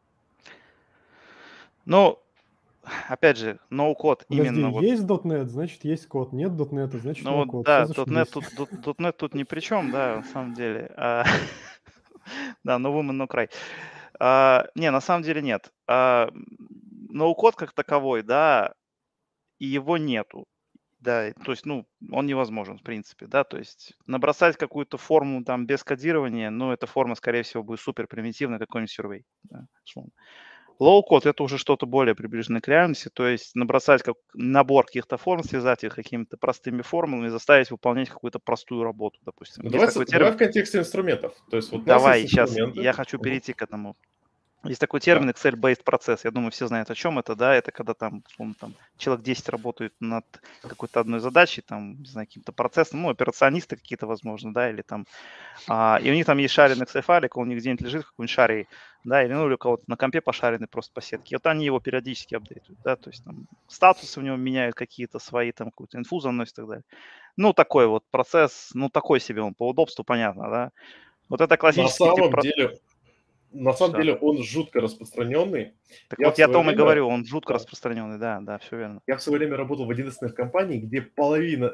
Speaker 4: Опять же, no-code именно...
Speaker 2: Есть .NET, значит есть код, нет .NET, значит no-code.
Speaker 4: Да, .NET тут ни при чем, да, на самом деле. Да, no woman, no cry. На самом деле нет. No-code как таковой, да, и его нету. Да, то есть, он невозможен, в принципе, да, то есть набросать какую-то форму там без кодирования, эта форма, скорее всего, будет супер примитивная, какой-нибудь survey. Да, low-code — это уже что-то более приближенное к реальности, то есть набросать набор каких-то форм, связать их какими-то простыми формулами, заставить выполнять какую-то простую работу, допустим.
Speaker 1: Давай в контексте инструментов. То есть,
Speaker 4: давай, сейчас я хочу перейти к этому. Есть такой термин Excel-based процесс. Я думаю, все знают, о чем это, да. Это когда там, условно, там человек 10 работает над какой-то одной задачей, там, не знаю, каким-то процессом, ну, операционисты какие-то, возможно, да, или там, и у них там есть шаренный Excel-файлик, он у них где-нибудь лежит, какой-нибудь шарий, да, или, ну, или у кого-то на компе пошаренный просто по сетке. И вот они его периодически апдейтуют, да, то есть там статусы в него меняют какие-то свои, там, какую-то инфу заносят и так далее. Ну, такой вот процесс, ну, такой себе он, по удобству, понятно, да. Вот это классический
Speaker 1: На самом деле он жутко распространенный.
Speaker 4: Так вот я о том и говорю, он жутко распространенный, да, все верно.
Speaker 1: Я в свое время работал в 11 компании, где половина,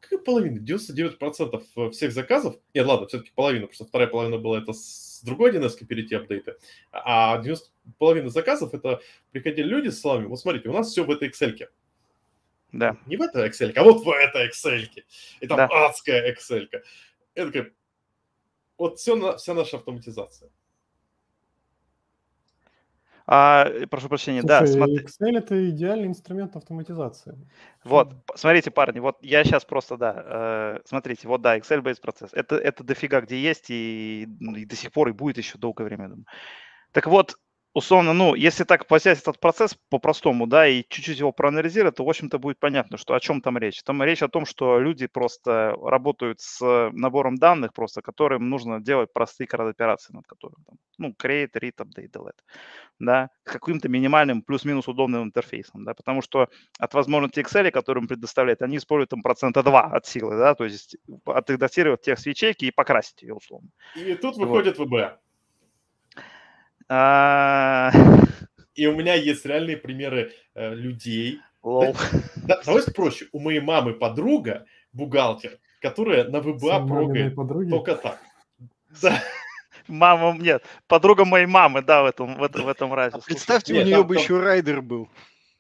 Speaker 1: 99% всех заказов, нет, ладно, все-таки половина, потому что вторая половина была это с другой 11 перейти апдейты, а 90% заказов это приходили люди с словами, вот смотрите, у нас все в этой Excel-ке.
Speaker 4: Да.
Speaker 1: Не в этой Excel-ке, а вот в этой Excel-ке. И там адская Excel-ка. Это как, вот вся наша автоматизация.
Speaker 4: Прошу прощения,
Speaker 2: Слушай,
Speaker 4: да. Смотри.
Speaker 2: Excel — это идеальный инструмент автоматизации.
Speaker 4: Вот, смотрите, парни, вот я сейчас просто, да, смотрите, вот да, Excel-based процесс. Это дофига где есть и до сих пор и будет еще долгое время, я думаю. Так вот, условно, ну, если так взять этот процесс по-простому, да, и чуть-чуть его проанализировать, то, в общем-то, будет понятно, что о чем там речь. Там речь о том, что люди просто работают с набором данных, просто которым нужно делать простые операции, над которыми, там, ну, create, read, update, delete, да, с каким-то минимальным плюс-минус удобным интерфейсом, да, потому что от возможности Excel, который им предоставляет, они используют там 2% от силы, да, то есть отредактировать текст в ячейке и покрасить ее условно.
Speaker 1: И тут выходит VBA. И у меня есть реальные примеры людей. Давай проще. У моей мамы подруга, бухгалтер, которая на VBA прогает только так.
Speaker 3: Да.
Speaker 4: Мама, нет, подруга моей мамы, да, в этом разе.
Speaker 3: Представьте, у нее бы еще райдер был.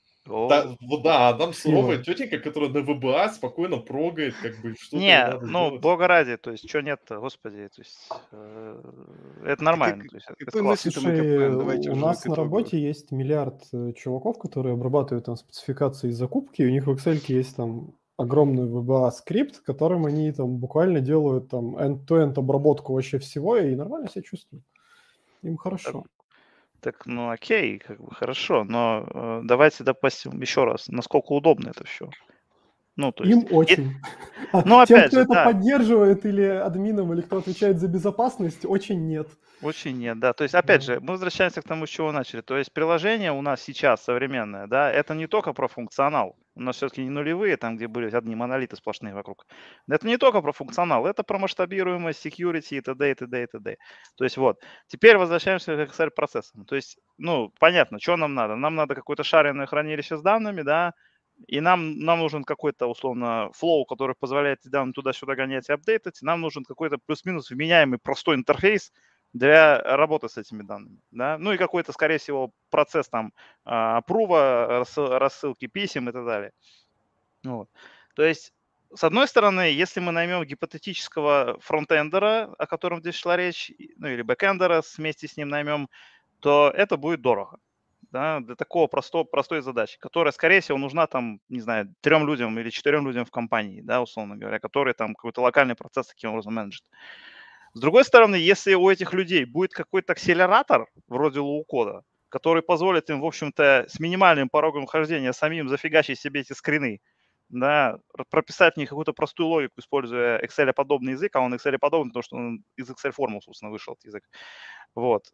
Speaker 1: Да, там суровая тетенька, которая на VBA спокойно прогает, как бы что-то не надо
Speaker 4: ну,
Speaker 1: делать.
Speaker 4: бога ради, то есть, что нет-то, господи, то есть, это нормально.
Speaker 2: Слушай, у нас на работе есть миллиард чуваков, которые обрабатывают там спецификации и закупки, у них в Excel есть там огромный VBA скрипт, которым они там буквально делают там end-to-end обработку вообще всего и нормально себя чувствуют. Им хорошо.
Speaker 4: Так, ну окей, как бы хорошо, но давайте, допустим, еще раз, насколько удобно это все. Ну, то есть,
Speaker 2: им очень.
Speaker 4: Ну,
Speaker 2: тем,
Speaker 4: опять
Speaker 2: кто
Speaker 4: же,
Speaker 2: это поддерживает, или админом, или кто отвечает за безопасность, очень нет.
Speaker 4: Очень нет, да. То есть, опять же, мы возвращаемся к тому, с чего начали. То есть, приложение у нас сейчас современное, да, это не только про функционал. У нас все-таки не нулевые, там, где были одни монолиты сплошные вокруг. Это не только про функционал, это про масштабируемость, security и т.д. и т.д. и т.д. То есть, вот. Теперь возвращаемся к Excel-процессам. То есть, ну, понятно, что нам надо. Нам надо какое-то шаренное хранилище с данными, да, и нам нужен какой-то, условно, флоу, который позволяет эти данные туда-сюда гонять и апдейтить. Нам нужен какой-то плюс-минус вменяемый простой интерфейс для работы с этими данными. Да? Ну и какой-то, скорее всего, процесс там апрува, рассылки писем и так далее. Вот. То есть, с одной стороны, если мы наймем гипотетического фронтендера, о котором здесь шла речь, ну или бэкендера вместе с ним наймем, то это будет дорого. Да, для такого простой задачи, которая, скорее всего, нужна там, не знаю, 3 людям или 4 людям в компании, да, условно говоря, которые там какой-то локальный процесс таким образом менеджат. С другой стороны, если у этих людей будет какой-то акселератор, вроде лоу-кода, который позволит им, в общем-то, с минимальным порогом вхождения самим зафигачить себе эти скрины, да, прописать в них какую-то простую логику, используя Excel-подобный язык, а он Excel-подобный, потому что он из Excel-формул, собственно, вышел этот язык, вот,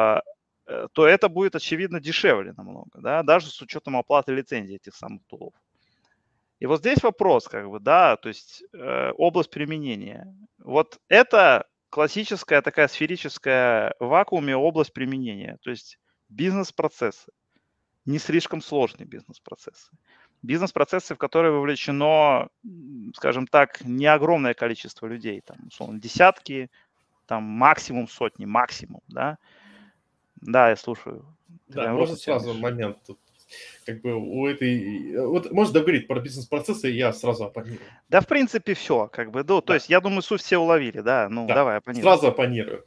Speaker 4: то это будет, очевидно, дешевле намного, да, даже с учетом оплаты лицензии этих самых тулов. И вот здесь вопрос, как бы, да, то есть область применения. Вот это классическая такая сферическая в вакууме область применения, то есть бизнес-процессы, не слишком сложные бизнес-процессы. Бизнес-процессы, в которые вовлечено, скажем так, не огромное количество людей, там, условно, десятки, там, максимум сотни, максимум, да. Да, я слушаю.
Speaker 1: Да, можно сразу момент тут. Как бы у этой... Вот можно договорить про бизнес-процессы, и я сразу оппонирую.
Speaker 4: Да, в принципе, все. Как бы, ну, да. То есть, я думаю, суть все уловили, да? Ну, да, давай, оппонирую.
Speaker 1: Сразу оппонирую.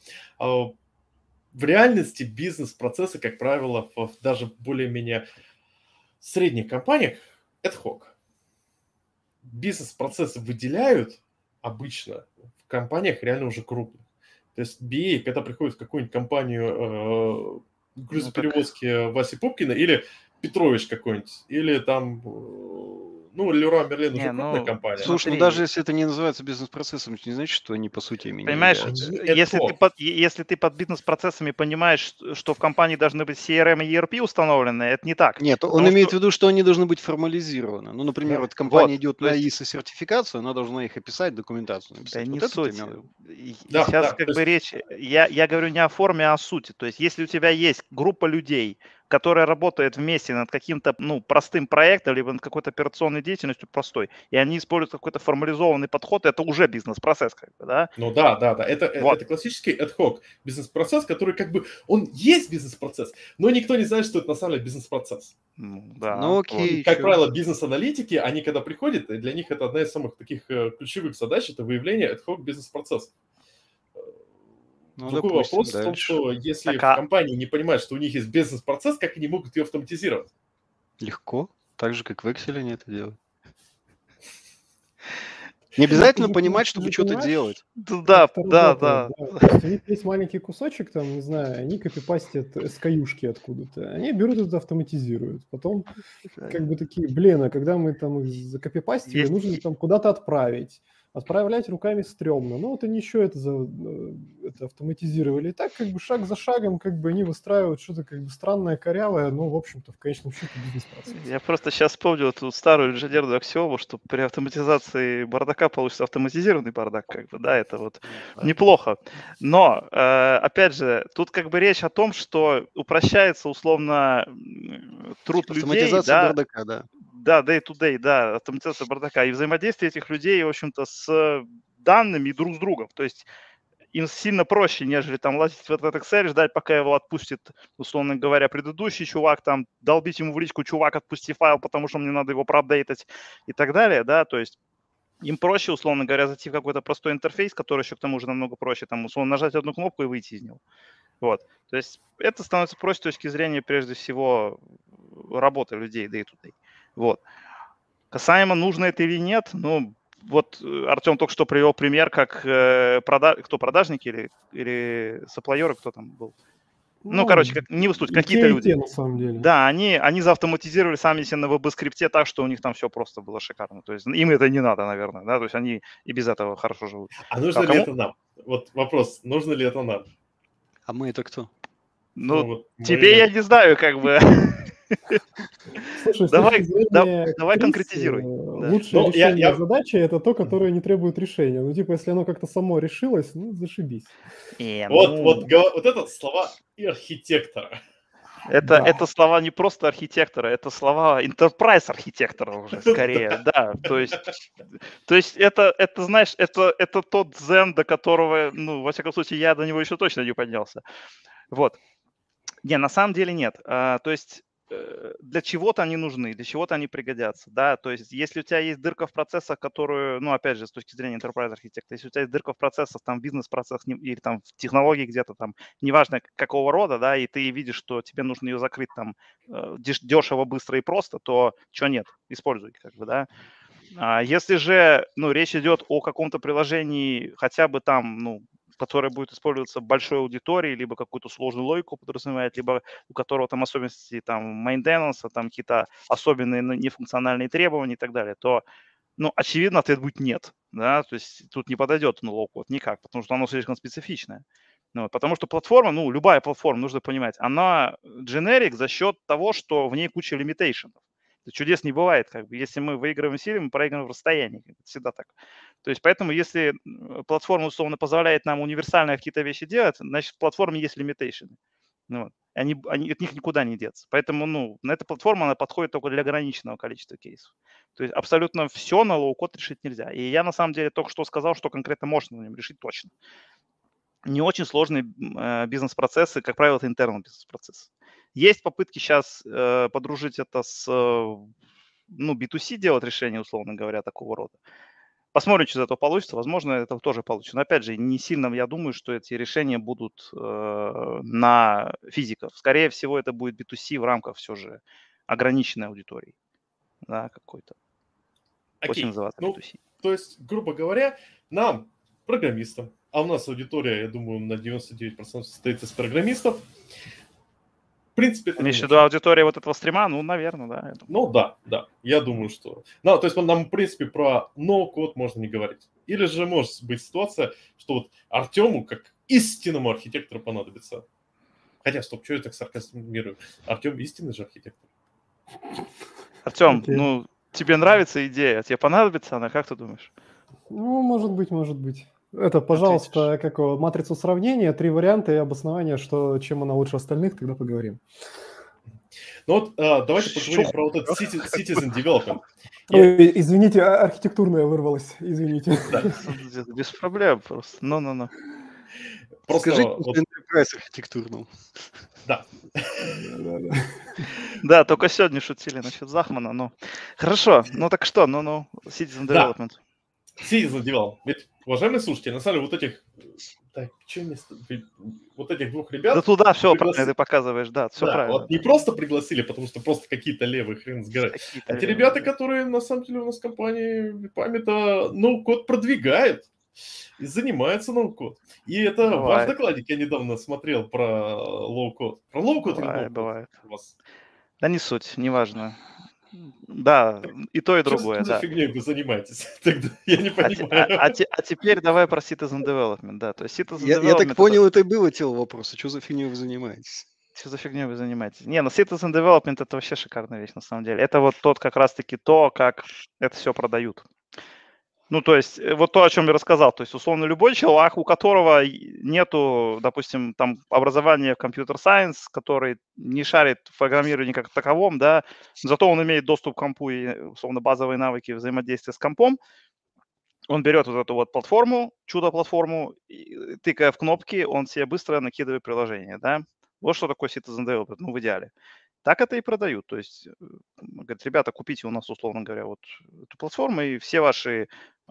Speaker 1: В реальности бизнес-процессы, как правило, в даже более-менее средних компаниях ad hoc. Бизнес-процессы выделяют обычно в компаниях реально уже крупных. То есть BA, когда приходит в какую-нибудь компанию грузоперевозки Васи Пупкина, или Петрович какой-нибудь, или там, ну, Леруа Мерлен уже крупная компания.
Speaker 3: Слушай, ну даже если это не называется бизнес-процессом, это не значит, что они по сути ими не
Speaker 4: Понимаешь,
Speaker 3: являются.
Speaker 4: если ты под бизнес-процессами понимаешь, что в компании должны быть CRM и ERP установлены, это не так.
Speaker 3: Нет, он имеет в виду, что они должны быть формализированы. Ну, например, вот компания идет на ISO-сертификацию, она должна их описать, документацию написать.
Speaker 4: Да
Speaker 3: вот
Speaker 4: не
Speaker 3: это
Speaker 4: суть.
Speaker 1: Да,
Speaker 4: сейчас как бы речь, я говорю не о форме, а о сути. То есть если у тебя есть группа людей, которая работает вместе над каким-то, ну, простым проектом, либо над какой-то операционной деятельностью простой, и они используют какой-то формализованный подход, это уже бизнес-процесс, как бы, да?
Speaker 1: Ну да. Это классический ad-hoc бизнес-процесс, который как бы, он есть бизнес-процесс, но никто не знает, что это на самом деле бизнес-процесс.
Speaker 4: Да.
Speaker 3: Ну окей.
Speaker 1: Как правило, бизнес-аналитики, они когда приходят, для них это одна из самых таких ключевых задач, это выявление ad-hoc бизнес-процесса.
Speaker 3: Ну,
Speaker 1: Другой
Speaker 3: допустим,
Speaker 1: вопрос в том, что если
Speaker 4: Так,
Speaker 1: в компании не понимают, что у них есть бизнес-процесс, как они могут ее автоматизировать?
Speaker 3: Легко. Так же, как в Excel они это делают. Не обязательно понимать, чтобы что-то делать.
Speaker 4: Да.
Speaker 2: То есть у них есть маленький кусочек, там, не знаю, они копипастят SKU-шки откуда-то. Они берут это, автоматизируют. Потом как бы такие, блин, а когда мы там их закопипастили, нужно там куда-то отправить. Отправлять руками стрёмно. Ну вот они еще это автоматизировали. И так как бы шаг за шагом как бы они выстраивают что-то как бы странное, корявое, но в общем-то в конечном счете бизнес-процесс.
Speaker 4: Я просто сейчас вспомнил эту старую инженерную аксиому, что при автоматизации бардака получится автоматизированный бардак, как бы, да, это вот неплохо. Но, опять же, тут как бы речь о том, что упрощается условно труд людей.
Speaker 3: Автоматизация бардака, да.
Speaker 4: Да, day-to-day, да, автоматизация бардака. И взаимодействие этих людей, в общем-то, с данными друг с другом. То есть им сильно проще, нежели там лазить в этот Excel, ждать, пока его отпустит, условно говоря, предыдущий чувак, там, долбить ему в личку, чувак, отпусти файл, потому что мне надо его проапдейтать и так далее, да, то есть им проще, условно говоря, зайти в какой-то простой интерфейс, который еще к тому же намного проще, там, условно, нажать одну кнопку и выйти из него. Вот, то есть это становится проще с точки зрения, прежде всего, работы людей day-to-day. Вот. Касаемо, нужно это или нет, ну, вот Артем только что привел пример, как кто, продажники или сапплайеры, кто там был? Ну, короче, не выступить, какие-то люди.
Speaker 2: На самом деле.
Speaker 4: Да, они заавтоматизировали сами себя на VB-скрипте так, что у них там все просто было шикарно. То есть им это не надо, наверное, да, то есть они и без этого хорошо живут.
Speaker 1: А нужно ли это нам? Вот вопрос, нужно ли это нам?
Speaker 3: А мы это кто?
Speaker 4: Ну вот тебе я не знаю, как бы.
Speaker 2: Слушай,
Speaker 4: давай конкретизируй.
Speaker 2: Лучшее решение задачи – это то, которое не требует решения. Ну, типа, если оно как-то само решилось, ну, зашибись.
Speaker 1: Вот это слова и архитектора.
Speaker 4: Это слова не просто архитектора, это слова enterprise архитектора уже скорее, да. То есть это знаешь, это тот дзен, до которого, ну, во всяком случае, я до него еще точно не поднялся. Вот. Не, на самом деле нет. То есть для чего-то они нужны, для чего-то они пригодятся, да, то есть если у тебя есть дырка в процессах, которую, ну, опять же, с точки зрения enterprise архитектора, если у тебя есть дырка в процессах, там, бизнес-процессах или там в технологии где-то там, неважно какого рода, да, и ты видишь, что тебе нужно ее закрыть там дешево, быстро и просто, то что нет, используй, как бы, да. А если же, ну, речь идет о каком-то приложении, хотя бы там, ну, которое будет использоваться большой аудиторией, либо какую-то сложную логику подразумевает, либо у которого там особенности там maintenance, там какие-то особенные нефункциональные требования и так далее, то, ну, очевидно, ответ будет нет, да, то есть тут не подойдет на лоу-код никак, потому что оно слишком специфичное. Ну, потому что платформа, ну, любая платформа, нужно понимать, она generic за счет того, что в ней куча лимитейшенов. Чудес не бывает, как бы. Если мы выигрываем в силе, мы проигрываем в расстоянии. Это всегда так. То есть поэтому, если платформа условно позволяет нам универсальные какие-то вещи делать, значит, в платформе есть лимитейшены. Ну, вот. Они от них никуда не деться. Поэтому, ну, на эта платформа она подходит только для ограниченного количества кейсов. То есть абсолютно все на лоу-код решить нельзя. И я на самом деле только что сказал, что конкретно можно на нем решить точно. Не очень сложные бизнес-процессы, как правило, это интернал бизнес-процессы. Есть попытки сейчас подружить это с, ну, B2C делать решение, условно говоря, такого рода. Посмотрим, что из этого получится. Возможно, это тоже получится. Но, опять же, не сильно я думаю, что эти решения будут на физиков. Скорее всего, это будет B2C в рамках все же ограниченной аудитории. Да, какой-то. Очень называться B2C.
Speaker 1: То есть, грубо говоря, нам, программистам, а у нас аудитория, я думаю, на 99% состоит из программистов, принципе, это не
Speaker 4: Имеешь в
Speaker 1: мешает.
Speaker 4: виду аудитория вот этого стрима? Ну, наверное, да.
Speaker 1: Ну да, я думаю, что... Ну, то есть нам, в принципе, про ноу-код можно не говорить. Или же может быть ситуация, что вот Артему, как истинному архитектору, понадобится... Хотя, стоп, что я так сарказмирую? Артем истинный же архитектор.
Speaker 4: Артем,
Speaker 2: Окей.
Speaker 4: ну, тебе нравится идея, тебе понадобится она, как ты думаешь?
Speaker 2: Ну, может быть. Это, пожалуйста, матрицу сравнения, 3 варианта и обоснование, чем она лучше остальных, тогда поговорим.
Speaker 1: Ну вот давайте поговорим про вот этот citizen development.
Speaker 2: Ой, извините, архитектурная вырвалась, извините.
Speaker 1: Да.
Speaker 4: Без проблем просто. Ну.
Speaker 1: Просто
Speaker 3: Скажите,
Speaker 1: вот,
Speaker 3: что enterprise архитектурным.
Speaker 1: да.
Speaker 2: Да-да-да.
Speaker 4: Да, только сегодня шутили насчет Захмана, но... Хорошо, ну так что, Citizen
Speaker 1: Да.
Speaker 4: Development.
Speaker 1: Citizen development. Ведь, уважаемые слушатели, на самом деле вот этих... Так, вот этих двух ребят...
Speaker 4: Да туда все правильно ты показываешь, да, все правильно.
Speaker 1: Вот не просто пригласили, потому что просто какие-то левые хрен сгорают. А те ребята, которые на самом деле у нас в компании памята ноу-код продвигают и занимаются ноу-код. И это ваш докладик, я недавно смотрел про лоу-код. Про лоу-код или ноу-код?
Speaker 4: Бывает.
Speaker 1: У вас?
Speaker 4: Да не суть, неважно. Да, и то, и другое,
Speaker 1: Что за
Speaker 4: да.
Speaker 1: фигней вы занимаетесь? Тогда я не понимаю.
Speaker 4: А теперь давай про Citizen Development, да. То есть Citizen Development...
Speaker 3: Я так понял, это и было тело вопроса. Что за фигней вы занимаетесь?
Speaker 4: Что за фигней вы занимаетесь? Не, Citizen Development — это вообще шикарная вещь, на самом деле. Это вот тот как раз-таки то, как это все продают. Ну, то есть, вот то, о чем я рассказал. То есть, условно, любой человек, у которого нету, допустим, там, образования в компьютер-сайенс, который не шарит в программировании как таковом, да, зато он имеет доступ к компу и, условно, базовые навыки взаимодействия с компом, он берет вот эту вот платформу, чудо-платформу, тыкая в кнопки, он себе быстро накидывает приложение, да. Вот что такое Citizen Development, ну, в идеале. Так это и продают. То есть, говорят, ребята, купите у нас, условно говоря, вот эту платформу, и все ваши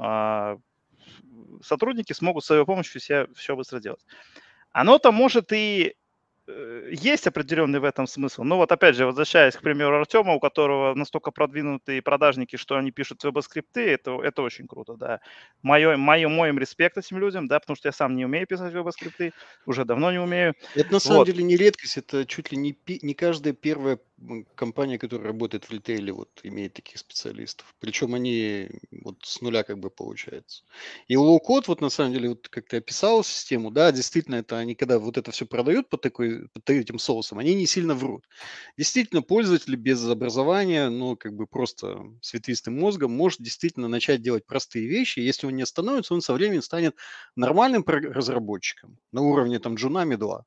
Speaker 4: сотрудники смогут с своей помощью все быстро делать. Оно-то может и есть определенный в этом смысл. Но вот опять же, возвращаясь к примеру Артема, у которого настолько продвинутые продажники, что они пишут веб-скрипты, это очень круто, да. Мой им респект этим людям, да, потому что я сам не умею писать веб-скрипты, уже давно не умею.
Speaker 3: Это на самом деле не редкость, это чуть ли не каждая первая компания, которая работает в ритейле, вот имеет таких специалистов. Причем они вот с нуля как бы получается. И лоу-код, вот на самом деле, вот как ты описал систему, да, действительно, это они когда вот это все продают под этим соусом, они не сильно врут. Действительно, пользователь без образования, ну, как бы просто с ветвистым мозгом, может действительно начать делать простые вещи. Если он не остановится, он со временем станет нормальным разработчиком на уровне там джуна, медла.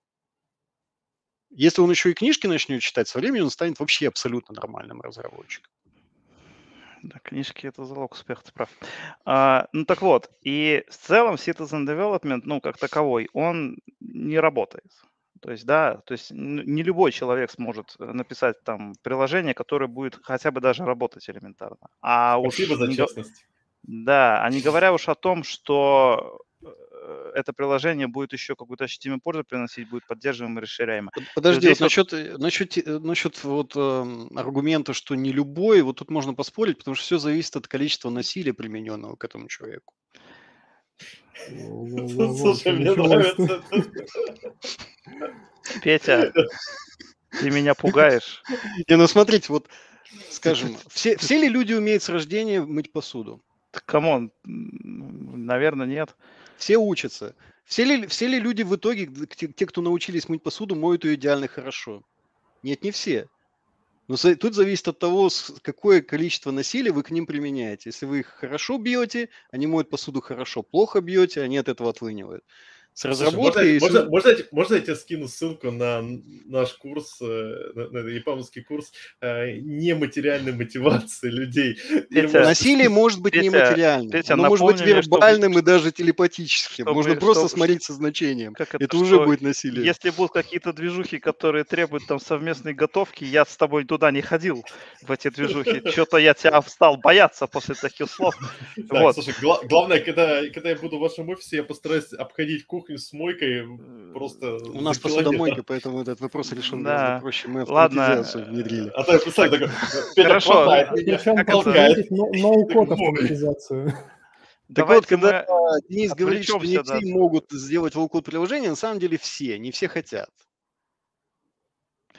Speaker 3: Если он еще и книжки начнет читать, со временем он станет вообще абсолютно нормальным разработчиком.
Speaker 4: Да, книжки — это залог успеха, ты прав. Ну так вот, и в целом Citizen Development, ну, как таковой, он не работает. То есть, да, то есть не любой человек сможет написать там приложение, которое будет хотя бы даже работать элементарно.
Speaker 1: Спасибо за честность.
Speaker 4: Да, а не говоря уж о том, что это приложение будет еще какую-то ощутимую пользу приносить, будет поддерживаемо и расширяемо.
Speaker 3: Подожди, вот насчет вот аргумента, что не любой, вот тут можно поспорить, потому что все зависит от количества насилия, примененного к этому человеку.
Speaker 1: Слушай, мне нравится.
Speaker 4: Петя, ты меня пугаешь.
Speaker 3: Не, ну смотрите, вот, скажем, все ли люди умеют с рождения мыть посуду?
Speaker 4: Камон, наверное, нет.
Speaker 3: Все учатся. Все ли люди в итоге, те, кто научились мыть посуду, моют ее идеально хорошо? Нет, не все. Но тут зависит от того, какое количество насилия вы к ним применяете. Если вы их хорошо бьете, они моют посуду хорошо. Плохо бьете, они от этого отлынивают. С разработкой...
Speaker 1: Можно я тебе скину ссылку на наш курс, на японский курс нематериальной мотивации людей?
Speaker 3: Насилие может быть нематериальным. Оно может быть вербальным и даже телепатическим. Можно просто смотреть со значением. Это уже будет насилие.
Speaker 4: Если будут какие-то движухи, которые требуют там совместной готовки, я с тобой туда не ходил, в эти движухи. Что-то я тебя стал бояться после таких слов.
Speaker 1: Так, слушай, главное, когда я буду в вашем офисе, я постараюсь обходить кухню с мойкой просто.
Speaker 3: У нас посудомойка, поэтому этот вопрос решен гораздо проще. Мы
Speaker 4: автоматизацию
Speaker 3: внедрили.
Speaker 1: А то я представляю такой,
Speaker 4: хорошо.
Speaker 2: Причем толкает ноу-код автоматизацию.
Speaker 3: Так вот, когда Денис говорит, что не все могут сделать лоу-код приложение, на самом деле все, не все хотят.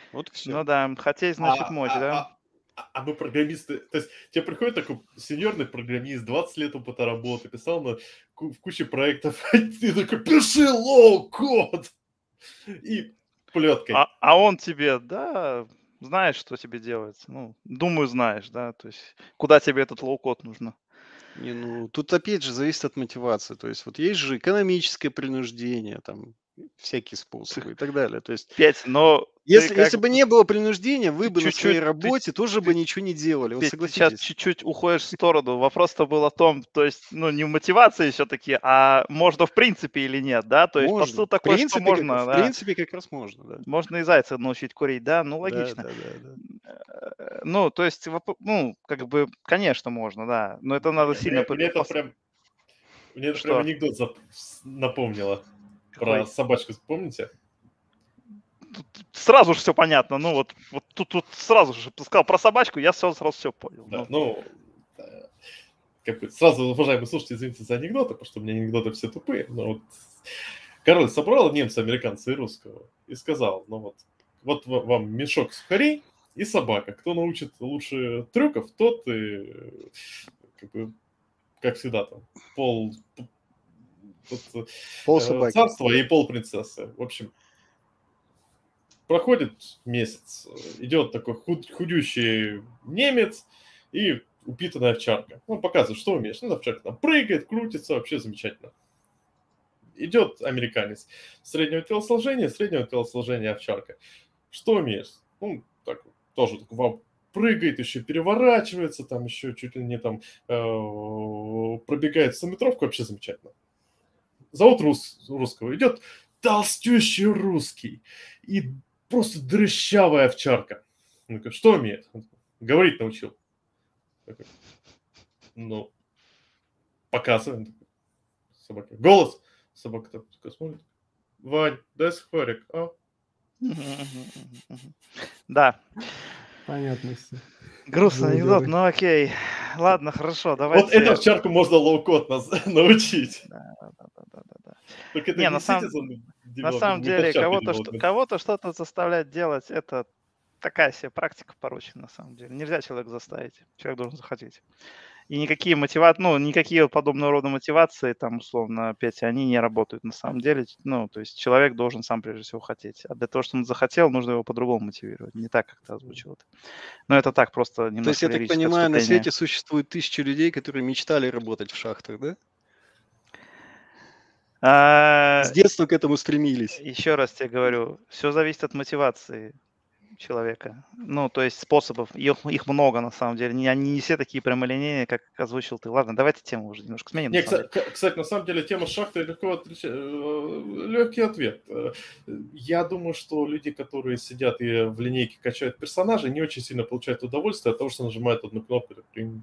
Speaker 3: Вот и все.
Speaker 4: Ну да, хотеть значит мочь, да?
Speaker 1: А мы программисты, то есть тебе приходит такой сеньорный программист, 20 лет опыта работы, писал в куче проектов, и ты такой, пиши лоу-код! И плеткой.
Speaker 4: А он тебе, да, знаешь, что тебе делать. Ну, думаю, знаешь, да, то есть куда тебе этот лоу-код нужно.
Speaker 3: Не, ну, тут опять же зависит от мотивации. То есть вот есть же экономическое принуждение, там всякие способы и так далее. То есть
Speaker 4: Петь, но ты
Speaker 3: если
Speaker 4: как
Speaker 3: бы не было принуждения, вы
Speaker 4: ты
Speaker 3: бы на своей
Speaker 4: чуть-чуть,
Speaker 3: работе тоже бы ничего не делали. Вот
Speaker 4: Петь, ты сейчас
Speaker 3: согласитесь.
Speaker 4: чуть-чуть уходишь в сторону. Вопрос-то был о том, то есть, ну, не в мотивации все-таки, а можно в принципе или нет, да? То есть
Speaker 3: Можно.
Speaker 4: посыл такой, что
Speaker 3: В
Speaker 4: можно, да.
Speaker 3: принципе, как раз можно, да.
Speaker 4: Можно и зайца научить курить, да? Ну,
Speaker 3: Да,
Speaker 4: логично.
Speaker 3: да, да, да.
Speaker 4: Ну, то есть, ну, как бы, конечно, можно, да. Но это надо сильно...
Speaker 1: Мне это прям
Speaker 4: Что?
Speaker 1: анекдот напомнило.
Speaker 4: Какой?
Speaker 1: Про собачку, помните?
Speaker 4: Тут сразу же все понятно. Ну, вот тут сразу же ты сказал про собачку, я сразу все понял.
Speaker 1: Да,
Speaker 4: Ну,
Speaker 1: как бы сразу, уважаемые слушатели, извините за анекдоты, потому что у меня анекдоты все тупые. Но вот король собрал немца, американца и русского и сказал, ну вот вам мешок сухарей и собака. Кто научит лучше трюков, тот и, как всегда, там, пол
Speaker 3: собаки.
Speaker 1: царства и пол принцессы. В общем, проходит месяц, идет такой худющий немец и упитанная овчарка. Он показывает, что умеешь. Ну, овчарка там прыгает, крутится, вообще замечательно. Идет американец среднего телосложения овчарка. Что умеешь? Ну, так, тоже так, прыгает, еще переворачивается, там еще чуть ли не там пробегает 100-метровку, вообще замечательно. Зовут русского. Идет толстющий русский и просто дрыщавая овчарка. Он такой, что умеет? Говорить научил. Такой, ну, показываем. Собака. Голос. Собака такая смотрит. Вань, дай сухарик. А?
Speaker 4: да.
Speaker 2: Понятно все.
Speaker 4: Грустный анекдот, ну окей. Ладно, хорошо, давайте.
Speaker 1: Вот эту овчарку можно лоу-код научить.
Speaker 4: Да.
Speaker 1: Только это
Speaker 4: Не,
Speaker 1: не
Speaker 4: на самом деле, кого-то что-то заставлять делать, это такая себе практика порочная, на самом деле. Нельзя человека заставить, человек должен захотеть. И никакие подобного рода мотивации, там, условно, Петя, они не работают на самом деле. Ну, то есть человек должен сам, прежде всего, хотеть. А для того, чтобы он захотел, нужно его по-другому мотивировать. Не так, как ты озвучил это. Но это так, просто немножко
Speaker 3: То есть, я так
Speaker 4: лирическое
Speaker 3: понимаю, на
Speaker 4: отступление.
Speaker 3: свете существует 1000 людей, которые мечтали работать в шахтах, да? С детства к этому стремились.
Speaker 4: Еще раз тебе говорю, все зависит от мотивации человека. Ну, то есть способов, их много на самом деле. Они не все такие прямолинейные, как озвучил ты. Ладно, давайте тему уже немножко сменим.
Speaker 1: Не, кстати, на самом деле тема шахты легкий ответ. Я думаю, что люди, которые сидят и в линейке качают персонажей, не очень сильно получают удовольствие от того, что нажимают одну кнопку.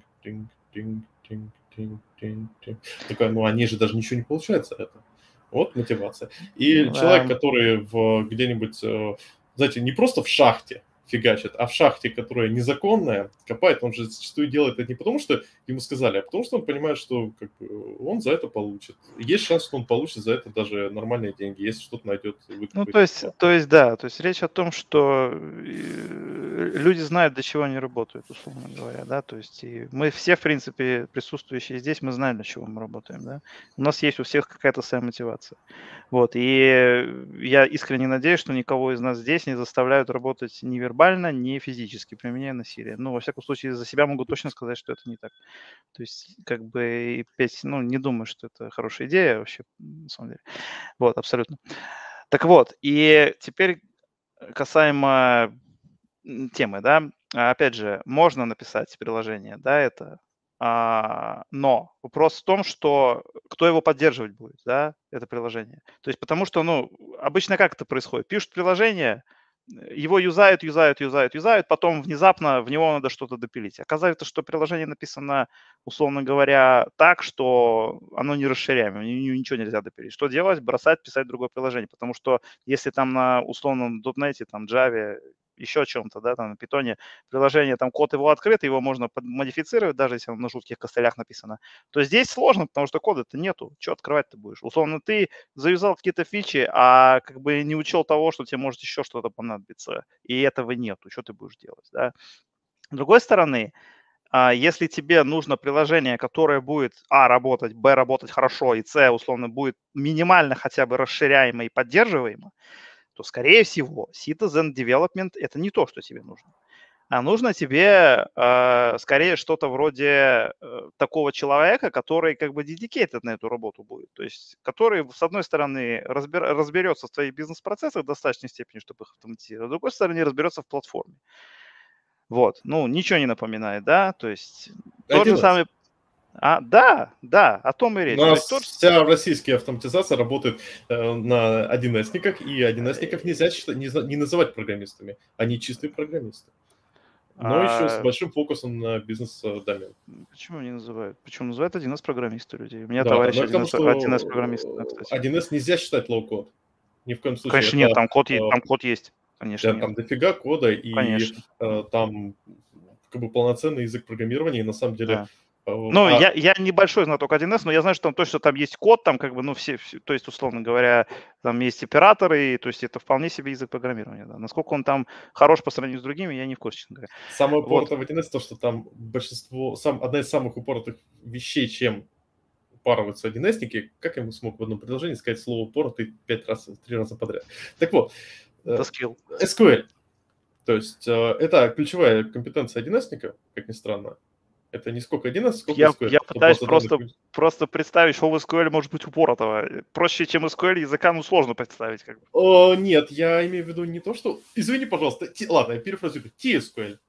Speaker 1: Такая, ну они же даже ничего не получают за это. Вот мотивация. И человек, который где-нибудь, знаете, не просто в шахте фигачит, а в шахте, которая незаконная, копает, он же зачастую делает это не потому, что ему сказали, а потому что он понимает, что как бы, он за это получит. Есть шанс, что он получит за это даже нормальные деньги, если что-то найдет.
Speaker 4: Ну, то есть речь о том, что люди знают, для чего они работают, условно говоря, да, то есть и мы все, в принципе, присутствующие здесь, мы знаем, для чего мы работаем, да. У нас есть у всех какая-то своя мотивация. Вот, и я искренне надеюсь, что никого из нас здесь не заставляют работать ни вербально, ни физически, применяя насилие. Ну, во всяком случае, за себя могу точно сказать, что это не так. То есть, как бы, не думаю, что это хорошая идея вообще, на самом деле. Вот, абсолютно. Так вот, и теперь касаемо темы, да, опять же, можно написать приложение, да, это, но вопрос в том, что кто его поддерживать будет, да, это приложение. То есть потому что, ну, обычно как это происходит? Пишут приложение, его юзают, потом внезапно в него надо что-то допилить. Оказывается, что приложение написано, условно говоря, так, что оно не расширяемо, ничего нельзя допилить. Что делать? Бросать, писать другое приложение, потому что если там на условном .NET, там Java еще о чем-то, да, там на питоне приложение, там код его открыт, его можно модифицировать, даже если он на жутких костылях написано, то здесь сложно, потому что кода-то нету. Что открывать ты будешь? Условно, ты завязал какие-то фичи, а как бы не учел того, что тебе может еще что-то понадобиться, и этого нету. Что ты будешь делать, да? С другой стороны, если тебе нужно приложение, которое будет, работать, работать хорошо, и условно, будет минимально хотя бы расширяемо и поддерживаемо, то, скорее всего, Citizen Development – это не то, что тебе нужно. А нужно тебе скорее что-то вроде такого человека, который как бы dedicated на эту работу будет. То есть который, с одной стороны, разберется в твоих бизнес-процессах в достаточной степени, чтобы их автоматизировать, с другой стороны, разберется в платформе. Вот, ничего не напоминает, да, то есть тот же
Speaker 1: 1С.
Speaker 4: самый... Да, о том и
Speaker 1: У
Speaker 4: речь. То
Speaker 1: нас
Speaker 4: есть
Speaker 1: вся российская автоматизация работает на 1С-никах, и 1С-ников нельзя не называть программистами. Они чистые программисты. Но еще с большим фокусом на бизнес-домен.
Speaker 4: Почему не называют? Почему называют 1С программисты людей? У меня
Speaker 1: Да,
Speaker 4: товарищ
Speaker 1: но к тому,
Speaker 4: 1С программист, кстати.
Speaker 1: 1С нельзя считать лоу-код. Ни в коем случае.
Speaker 4: Конечно, нет, там код есть. Конечно, нет.
Speaker 1: Там дофига кода, и
Speaker 4: Конечно.
Speaker 1: там как бы полноценный язык программирования, и на самом деле...
Speaker 4: Да. Я небольшой знаток 1С, но я знаю, что там точно там есть код, там как бы, все, то есть, условно говоря, там есть операторы, то есть это вполне себе язык программирования. Да. Насколько он там хорош по сравнению с другими, я не в курсе, честно говоря.
Speaker 1: Самое упоротое в 1С то, что там одна из самых упоротых вещей, чем упарываются 1С-ники, как я смог в одном предложении сказать слово упоротый 3 раза подряд. Так вот, SQL. То есть это ключевая компетенция 1С-ника, как ни странно. Это не сколько 1С, сколько SQL.
Speaker 4: Я пытаюсь просто представить, что в SQL может быть упоротого. Проще, чем SQL, языка, сложно представить. Как бы.
Speaker 1: Нет, я имею в виду не то, что... Извини, пожалуйста. Ладно, я перефразирую. TSQL.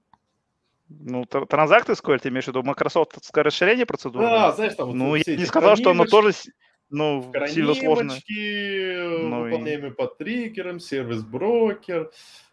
Speaker 4: Транзакт SQL, ты имеешь в виду Microsoft расширение процедуры?
Speaker 1: Да, знаешь, там
Speaker 4: я не сказал, что оно тоже сильно сложно.
Speaker 1: Выполняемые по триггерам, сервис-брокер,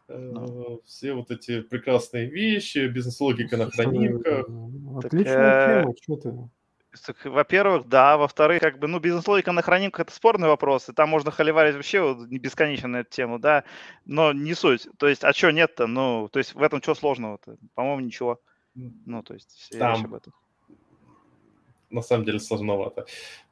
Speaker 1: все вот эти прекрасные вещи, бизнес-логика на хранимках.
Speaker 2: Отличная тема, что ты...
Speaker 4: Во-первых, да. Во-вторых, как бы, бизнес-логика на хранимках – это спорный вопрос, и там можно холиварить вообще бесконечно на эту тему, да, но не суть. То есть, а что нет-то? То есть, в этом что сложного-то? По-моему, ничего. То есть, вся речь об этом.
Speaker 1: На самом деле сложновато.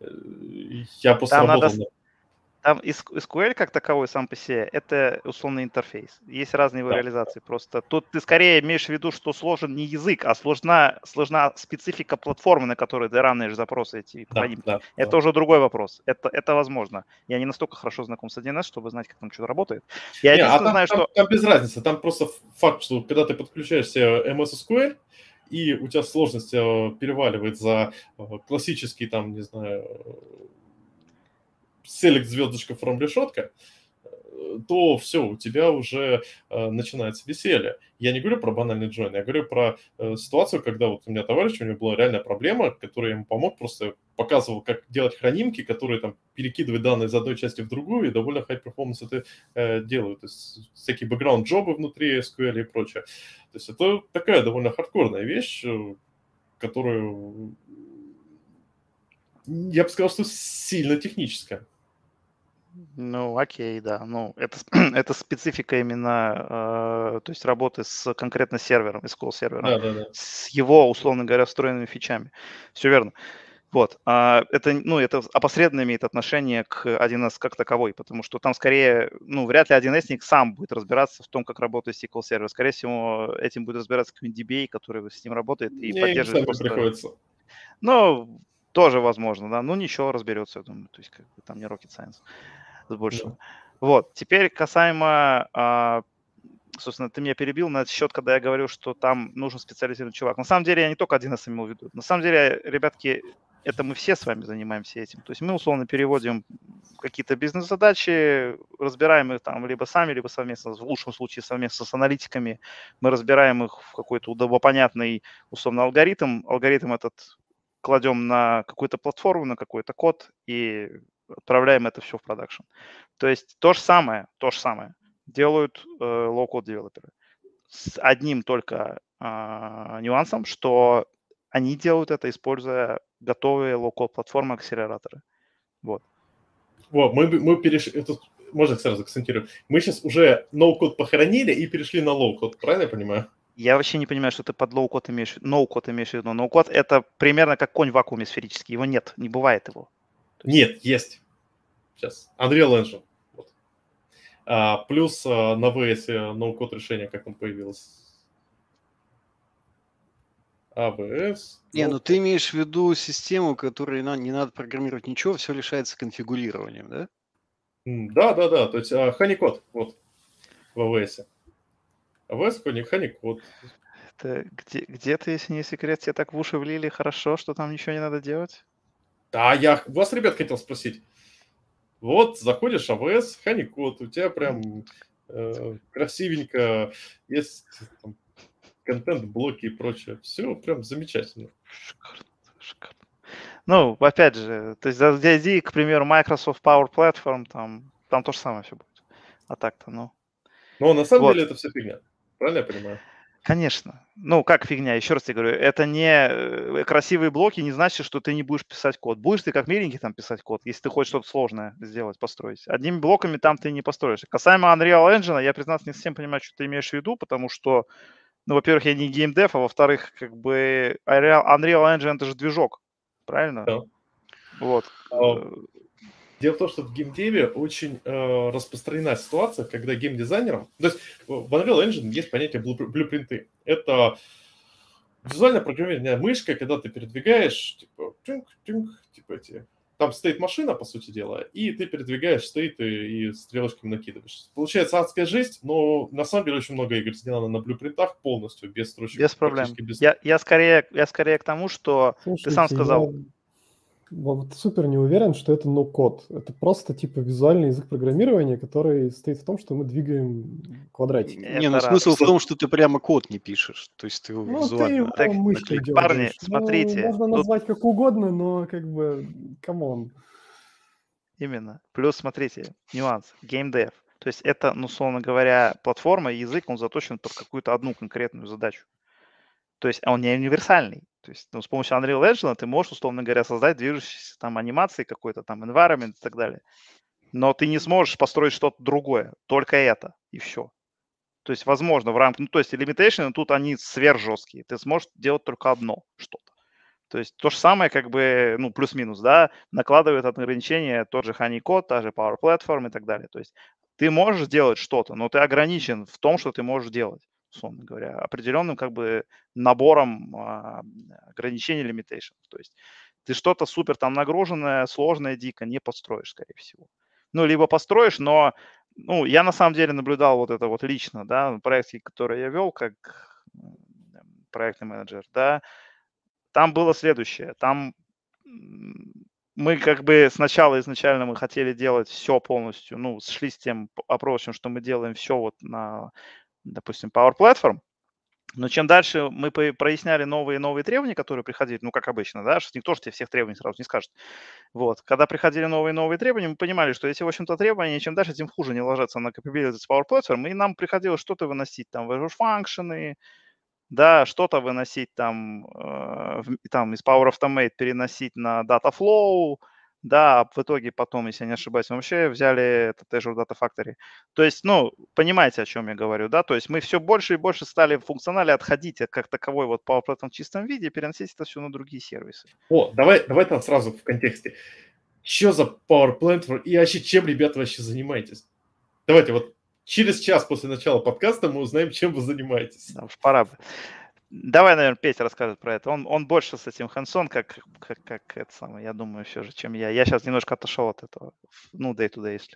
Speaker 1: Я просто работал...
Speaker 4: Там SQL как таковой сам по себе – это условный интерфейс. Есть разные его реализации. Просто тут ты скорее имеешь в виду, что сложен не язык, а сложна специфика платформы, на которой ты ранишь запросы эти. Это уже другой вопрос. Это возможно. Я не настолько хорошо знаком с 1С, чтобы знать, как там что-то работает. Я единственное знаю, что...
Speaker 1: Там без разницы. Там просто факт, что когда ты подключаешься MS SQL, и у тебя сложность переваливает за классический, там, не знаю... select звездочка from решетка, то все, у тебя уже начинается веселье. Я не говорю про банальный join, я говорю про ситуацию, когда вот у меня товарищ, у него была реальная проблема, которая ему помог, просто показывал, как делать хранимки, которые там перекидывают данные из одной части в другую, и довольно high performance это делают. То есть всякие бэкграунд-джобы внутри SQL и прочее. То есть это такая довольно хардкорная вещь, которую, я бы сказал, что сильно техническая.
Speaker 4: Окей, да. Это специфика именно, то есть работы с конкретно сервером, SQL сервером,
Speaker 1: Да.
Speaker 4: с его, условно говоря, встроенными фичами. Все верно. Вот. Это опосредованно имеет отношение к 1С как таковой, потому что там скорее, вряд ли 1С-ник сам будет разбираться в том, как работает SQL сервер. Скорее всего, этим будет разбираться какой-нибудь DBA, который с ним работает и поддерживает просто...
Speaker 1: приходится.
Speaker 4: Тоже возможно, да. Ничего, разберется, я думаю. То есть, как бы там не rocket science с большего. Вот. Теперь касаемо, собственно, ты меня перебил на этот счет, когда я говорю, что там нужен специализированный чувак. На самом деле я не только 1С имел в виду. На самом деле, ребятки, это мы все с вами занимаемся этим. То есть мы условно переводим какие-то бизнес-задачи, разбираем их там либо сами, либо совместно, в лучшем случае совместно с аналитиками. Мы разбираем их в какой-то удобопонятный, условно, алгоритм. Алгоритм этот кладем на какую-то платформу, на какой-то код и отправляем это все в продакшн. То есть то же самое делают low-code девелоперы. С одним только нюансом, что они делают это, используя готовые low-code платформы, акселераторы. Вот.
Speaker 1: Мы перешли... можно сразу акцентирую, мы сейчас уже ноу-код похоронили и перешли на лоу-код, правильно я понимаю?
Speaker 4: Я вообще не понимаю, что ты под лоу-код имеешь, ноу-код имеешь в виду. Ноу-код — это примерно как конь в вакууме сферический. Его нет, не бывает его.
Speaker 1: Нет, есть. Сейчас. Unreal Engine. Вот. Плюс на VS ноу-код решение, как он появился. AWS.
Speaker 3: Не, ну ты имеешь в виду систему, которой не надо программировать ничего, все решается конфигурированием, да?
Speaker 1: Да. То есть Honeycode, вот, в AWS. AWS Honeycode.
Speaker 4: Это где ты, если не секрет, тебе так в уши влили хорошо, что там ничего не надо делать?
Speaker 1: Да, я вас, ребят, хотел спросить. Вот, заходишь AWS, Honeycode, у тебя прям красивенько, есть там, контент-блоки и прочее. Все прям замечательно.
Speaker 4: Шикарно. Ну, опять же, то есть зайди, к примеру, Microsoft Power Platform, там то же самое все будет. А так-то, ну.
Speaker 1: Но на самом
Speaker 4: Вот.
Speaker 1: деле это все фигня. Правильно я понимаю?
Speaker 4: Конечно. Ну, как фигня, еще раз тебе говорю, это не красивые блоки, не значит, что ты не будешь писать код. Будешь ты как миленький там писать код, если ты хочешь что-то сложное сделать, построить. Одними блоками там ты не построишь. Касаемо Unreal Engine, я, признаться, не совсем понимаю, что ты имеешь в виду, потому что, ну, во-первых, я не геймдев, а во-вторых, как бы Unreal Engine — это же движок, правильно?
Speaker 1: Да.
Speaker 4: Вот.
Speaker 1: Дело в том, что в геймдеве очень распространена ситуация, когда геймдизайнерам... То есть в Unreal Engine есть понятие блюпринты. Это визуальное программирование мышкой, когда ты передвигаешь, типа, типа эти... Там стоит машина, по сути дела, и ты передвигаешь стейты и стрелочками накидываешь. Получается адская жесть, но на самом деле очень много игр сделано на блюпринтах полностью, без строчек.
Speaker 4: Без проблем. Я скорее к тому, что ты сам сказал...
Speaker 2: Вот супер не уверен, что это ноу-код. Это просто типа визуальный язык программирования, который стоит в том, что мы двигаем квадратики.
Speaker 3: Не, ну смысл в том, что ты прямо код не пишешь. То есть ты его визуально...
Speaker 2: ты его мышкой делаешь.
Speaker 4: Парни, смотрите.
Speaker 2: Можно назвать как угодно, но как бы, камон.
Speaker 4: Именно. Плюс, смотрите, нюанс. Геймдев. То есть это, ну, условно говоря, платформа, язык, он заточен под какую-то одну конкретную задачу. То есть он не универсальный. То есть, ну, с помощью Unreal Engine ты можешь, условно говоря, создать движущиеся там анимации, какой-то там environment и так далее. Но ты не сможешь построить что-то другое. Только это. И все. То есть, возможно, в рамках... Ну, то есть, limitation тут они сверхжесткие. Ты сможешь делать только одно что-то. То есть то же самое, как бы, ну, плюс-минус, да, накладывает ограничения тот же Honeycode, та же Power Platform и так далее. То есть ты можешь делать что-то, но ты ограничен в том, что ты можешь делать, условно говоря, определенным как бы набором ограничений, limitation. То есть ты что-то супер там нагруженное, сложное, дико не построишь, скорее всего. Ну, либо построишь, но, ну, я на самом деле наблюдал вот это вот лично, да, проекты, которые я вел как проектный менеджер, да, там было следующее. Там мы как бы сначала изначально мы хотели делать все полностью, ну, шли с тем approach, что мы делаем все вот на, допустим, Power Platform. Но чем дальше мы проясняли новые и новые требования, которые приходили, ну, как обычно, да, что никто же тебе всех требований сразу не скажет. Вот. Когда приходили новые и новые требования, мы понимали, что эти, в общем-то, требования, чем дальше, тем хуже не ложатся на capabilities Power Platform, и нам приходилось что-то выносить, там, Azure Functions, да, что-то выносить там, там из Power Automate переносить на Dataflow, да, в итоге потом, если я не ошибаюсь, мы вообще взяли этот Azure Data Factory. То есть, ну, понимаете, о чем я говорю, да, то есть мы все больше и больше стали в функционале отходить от как таковой вот Power Platform в чистом виде и переносить это все на другие сервисы.
Speaker 1: О, давай там сразу в контексте. Что за Power Platform и вообще чем, ребята, вообще занимаетесь? Давайте вот через час после начала подкаста мы узнаем, чем вы занимаетесь.
Speaker 4: Да уж пора бы. Давай, наверное, Петя расскажет про это. Он больше с этим hands-on, как это самое, я думаю, все же, чем я. Я сейчас немножко отошел от этого. Ну, day-to-day, если.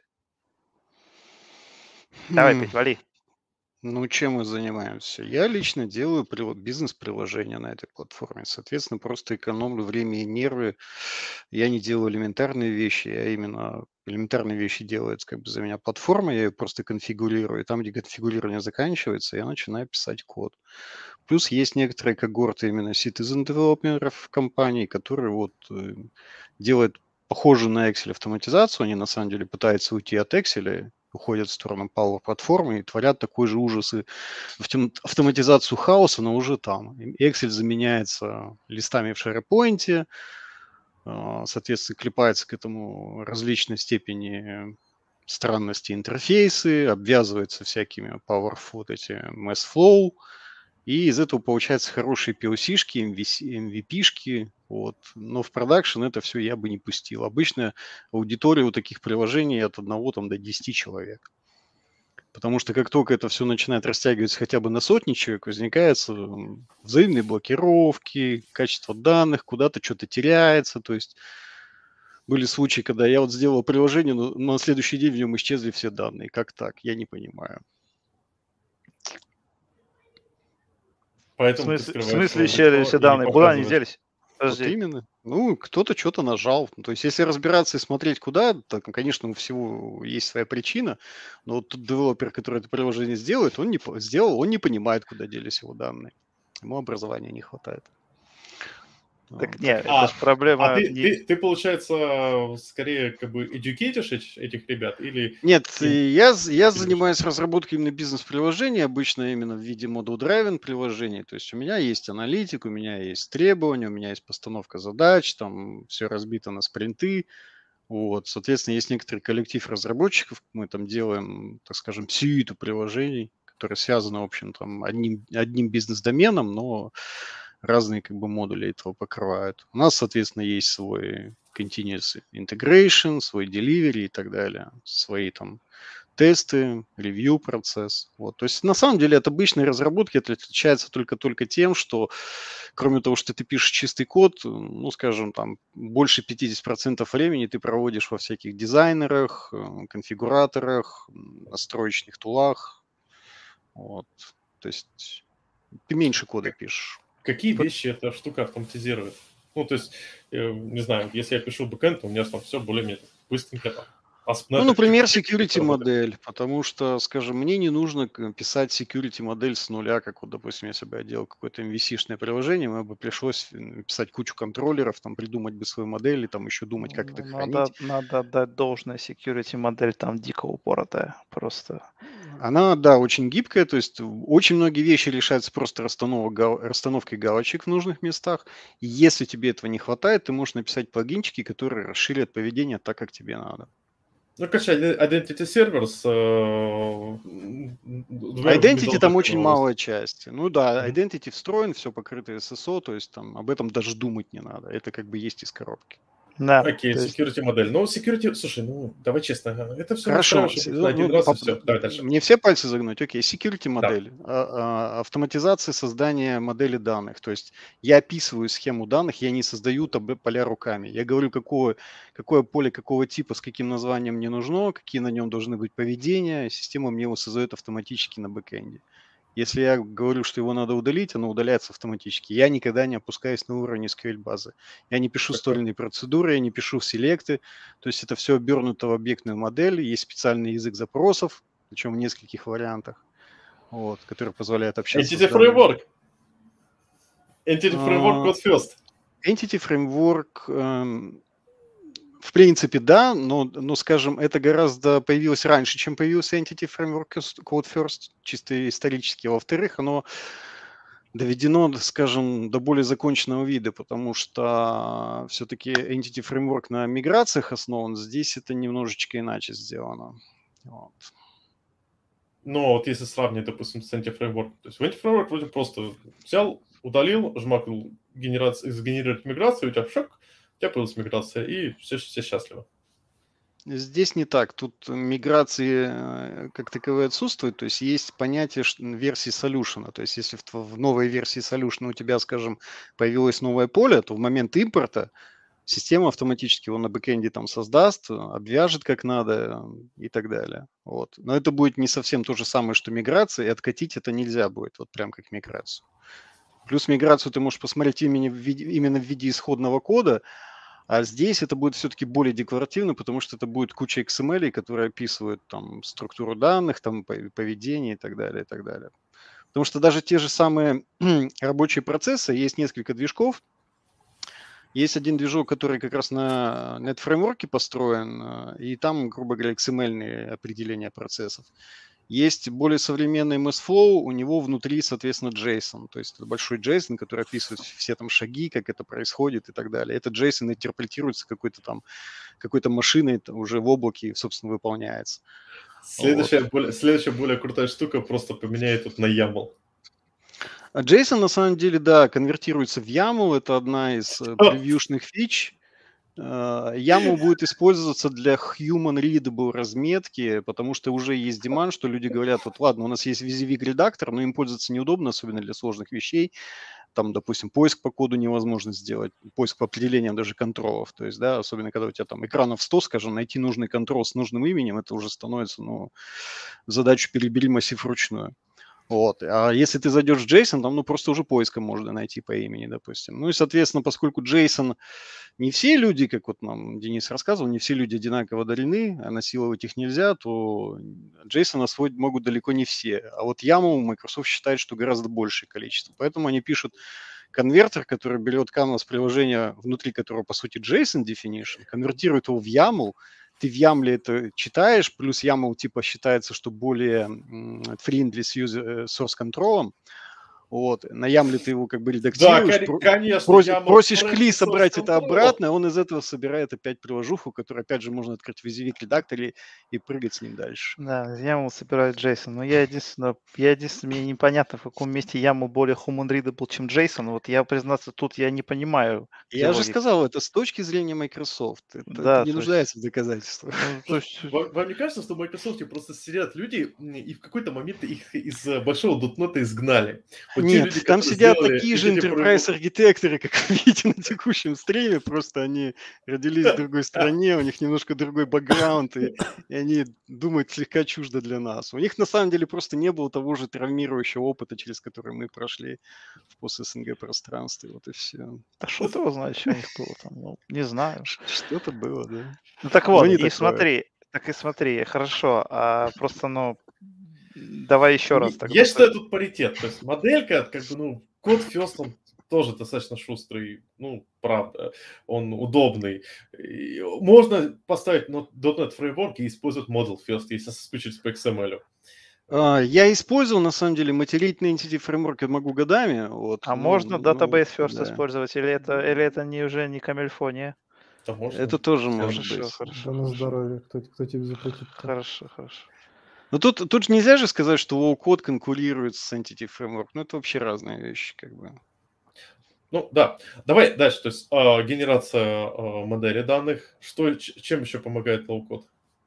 Speaker 4: Давай, Петь, вали.
Speaker 3: Ну, чем мы занимаемся? Я лично делаю бизнес-приложение на этой платформе. Соответственно, просто экономлю время и нервы. Я не делаю элементарные вещи, а именно элементарные вещи делает как бы за меня платформа, я ее просто конфигурирую. И там, где конфигурирование заканчивается, я начинаю писать код. Плюс есть некоторые когорты именно citizen девелоперов в компании, которые вот делают похожую на Excel автоматизацию. Они на самом деле пытаются уйти от Excel, уходят в сторону Power платформы и творят такой же ужас и автоматизацию хаоса, но уже там. Excel заменяется листами в SharePoint, соответственно, клепается к этому различной степени странности интерфейсы, обвязывается всякими вот эти mass-flow, и из этого получаются хорошие POC-шки, MVP-шки, вот. Но в продакшн это все я бы не пустил. Обычно аудитория у таких приложений от 1 там, до 10 человек. Потому что как только это все начинает растягиваться хотя бы на сотни человек, возникают взаимные блокировки, качество данных, куда-то что-то теряется. То есть были случаи, когда я вот сделал приложение, но на следующий день в нем исчезли все данные. Как так? Я не понимаю.
Speaker 4: В
Speaker 1: Поэтому ты
Speaker 4: смысле
Speaker 1: скрываешь свое
Speaker 4: исчезли
Speaker 1: лицо
Speaker 4: все
Speaker 1: и не
Speaker 4: данные? Куда они
Speaker 1: показываешь.
Speaker 4: делись?
Speaker 3: Вот
Speaker 4: Подожди.
Speaker 3: именно. Ну, кто-то что-то нажал. Ну, то есть, если разбираться и смотреть куда, то, конечно, у всего есть своя причина, но вот тот девелопер, который это приложение сделает, он не понимает, куда делись его данные. Ему образования не хватает.
Speaker 4: Так
Speaker 3: Вот.
Speaker 4: нет, это
Speaker 1: А,
Speaker 4: ж проблема
Speaker 1: ты,
Speaker 4: не...
Speaker 1: ты, ты, получается, скорее как бы educatишь этих ребят или
Speaker 3: Нет,
Speaker 1: им
Speaker 3: я
Speaker 1: делаешь?
Speaker 3: занимаюсь разработкой именно бизнес-приложений, обычно именно в виде model-driven приложений. То есть у меня есть аналитик, у меня есть требования, у меня есть постановка задач, там все разбито на спринты. Вот, соответственно, есть некоторый коллектив разработчиков, мы там делаем, так скажем, сюиту приложений, которые связаны, в общем, там одним бизнес-доменом, но разные как бы модули этого покрывают. У нас, соответственно, есть свой continuous integration, свой delivery и так далее, свои там тесты, ревью процесс. Вот. То есть на самом деле от обычной разработки это отличается только тем, что кроме того, что ты пишешь чистый код, ну, скажем, там больше 50% времени ты проводишь во всяких дизайнерах, конфигураторах, настроечных тулах. Вот. То есть ты меньше кода пишешь.
Speaker 1: Какие вещи эта штука автоматизирует? Ну, то есть, не знаю, если я пишу бэкэнд, то у меня там все более-менее быстренько там.
Speaker 3: Ну, например, security модель, потому что, скажем, мне не нужно писать security модель с нуля, как вот, допустим, если бы я делал какое-то MVC-шное приложение, мне бы пришлось писать кучу контроллеров, там, придумать бы свою модель, и там еще думать, как это хранить.
Speaker 4: Надо отдать должное, security модель там дико упоротая, просто.
Speaker 3: Она, да, очень гибкая, то есть очень многие вещи решаются просто расстановкой галочек в нужных местах. И если тебе этого не хватает, ты можешь написать плагинчики, которые расширят поведение так, как тебе надо.
Speaker 1: Ну, короче, Identity Servers...
Speaker 3: Identity там очень малая часть. Ну да, Identity встроен, все покрыто SSO, то есть там об этом даже думать не надо. Это как бы есть из коробки.
Speaker 4: Да,
Speaker 1: Окей, security модель. Ну, security, слушай, ну, давай честно, это все
Speaker 3: Хорошо.
Speaker 1: настраиваешь один раз и все. Давай дальше.
Speaker 3: Мне все пальцы загнуть. Окей, security модель. Автоматизация создания модели данных. То есть я описываю схему данных, я не создаю поля руками. Я говорю, какое поле, какого типа, с каким названием мне нужно, какие на нем должны быть поведения. Система мне его создает автоматически на бэкэнде. Если я говорю, что его надо удалить, оно удаляется автоматически. Я никогда не опускаюсь на уровень SQL-базы. Я не пишу стольные процедуры, я не пишу селекты. То есть это все обернуто в объектную модель. Есть специальный язык запросов, причем в нескольких вариантах, вот, который позволяет общаться
Speaker 1: Entity
Speaker 3: с данными.
Speaker 1: Framework. Entity Framework Code First.
Speaker 3: Entity Framework... В принципе, да, но, скажем, это гораздо появилось раньше, чем появился Entity Framework Code First, чисто исторически. Во-вторых, оно доведено, скажем, до более законченного вида, потому что все-таки Entity Framework на миграциях основан, здесь это немножечко иначе сделано. Вот.
Speaker 1: Но вот если сравнить, допустим, с Entity Framework, то есть в Entity Framework вроде просто взял, удалил, жмакнул сгенерировать миграцию, у тебя шок, у тебя появилась миграция, и все счастливы.
Speaker 3: Здесь не так. Тут миграции как таковые отсутствуют. То есть есть понятие версии solution. То есть если в новой версии solution у тебя, скажем, появилось новое поле, то в момент импорта система автоматически его на бэкэнде там создаст, обвяжет как надо и так далее. Вот. Но это будет не совсем то же самое, что миграция, и откатить это нельзя будет, вот прям как миграцию. Плюс миграцию ты можешь посмотреть именно в виде исходного кода, а здесь это будет все-таки более декларативно, потому что это будет куча XML, которые описывают там структуру данных, там поведение и так далее, и так далее. Потому что даже те же самые рабочие процессы, есть несколько движков. Есть один движок, который как раз на NetFramework построен, и там, грубо говоря, XML-ные определения процессов. Есть более современный MS-Flow, у него внутри, соответственно, JSON. То есть это большой JSON, который описывает все там шаги, как это происходит и так далее. Этот JSON интерпретируется какой-то машиной уже в облаке, собственно, выполняется.
Speaker 1: Следующая более крутая штука просто поменяет тут на YAML.
Speaker 3: А JSON, на самом деле, да, конвертируется в YAML. Это одна из превьюшных фич. YAML будет использоваться для human readable разметки, потому что уже есть демант, что люди говорят, вот ладно, у нас есть WYSIWYG редактор, но им пользоваться неудобно, особенно для сложных вещей. Там, допустим, поиск по коду невозможно сделать, поиск по определениям даже контролов. То есть, да, особенно когда у тебя там экранов 100, скажем, найти нужный контрол с нужным именем, это уже становится, задачу перебери массив вручную. Вот. А если ты зайдешь в JSON, там, просто уже поиском можно найти по имени, допустим. Ну и, соответственно, поскольку JSON не все люди, как вот нам Денис рассказывал, не все люди одинаково одарены, а насиловать их нельзя, то JSON освоить могут далеко не все. А вот YAML Microsoft считает, что гораздо большее количество. Поэтому они пишут конвертер, который берет Canvas приложение, внутри которого, по сути, JSON definition, конвертирует его в YAML. Ты в YAML это читаешь, плюс YAML типа считается, что более friendly с source control. Вот. На YAML ты его как бы редактируешь,
Speaker 1: Да, конечно.
Speaker 3: просишь Кли собрать это обратно, он из этого собирает опять приложуху, которую опять же можно открыть в WYSIWYG редакторе и прыгать с ним дальше.
Speaker 4: Да, YAML собирает JSON. Но я единственное, мне непонятно, в каком месте YAML более human readable, чем JSON. Вот я, признаться, тут я не понимаю.
Speaker 3: Я же сказал, это с точки зрения Microsoft.
Speaker 4: Да,
Speaker 3: это не нуждается в доказательствах.
Speaker 1: Вам не кажется, что в Microsoft просто сидят люди, и в какой-то момент их из большого дотнета изгнали? Вот
Speaker 3: Нет,
Speaker 1: люди,
Speaker 3: там сидят
Speaker 1: сделали
Speaker 3: такие же enterprise-архитекторы, как вы видите на текущем стриме, просто они родились в другой стране, у них немножко другой бэкграунд, и они думают слегка чуждо для нас. У них на самом деле просто не было того же травмирующего опыта, через который мы прошли в пост-СНГ пространстве, вот и все.
Speaker 4: Да что ты знаешь, что у них было там? Не знаю.
Speaker 3: Что-то было, да.
Speaker 4: Ну так вот,
Speaker 3: не
Speaker 4: и смотри, хорошо, просто, давай еще раз.
Speaker 1: Я считаю, тут паритет. То есть моделька, код first, он тоже достаточно шустрый, правда, он удобный. Можно поставить .NET Framework и использовать Model First, если соскучились по XML.
Speaker 3: Я использовал, на самом деле, матерительный Entity Framework, я могу годами. Вот,
Speaker 4: можно Database First использовать, или это уже не камельфония?
Speaker 3: Это тоже может быть.
Speaker 2: Хорошо. На здоровье, кто тебе запретит?
Speaker 4: Хорошо.
Speaker 3: Но тут нельзя же сказать, что low-code конкурирует с Entity Framework. Это вообще разные вещи, как бы.
Speaker 1: Да. Давай дальше. То есть генерация модели данных. Чем еще помогает low-code?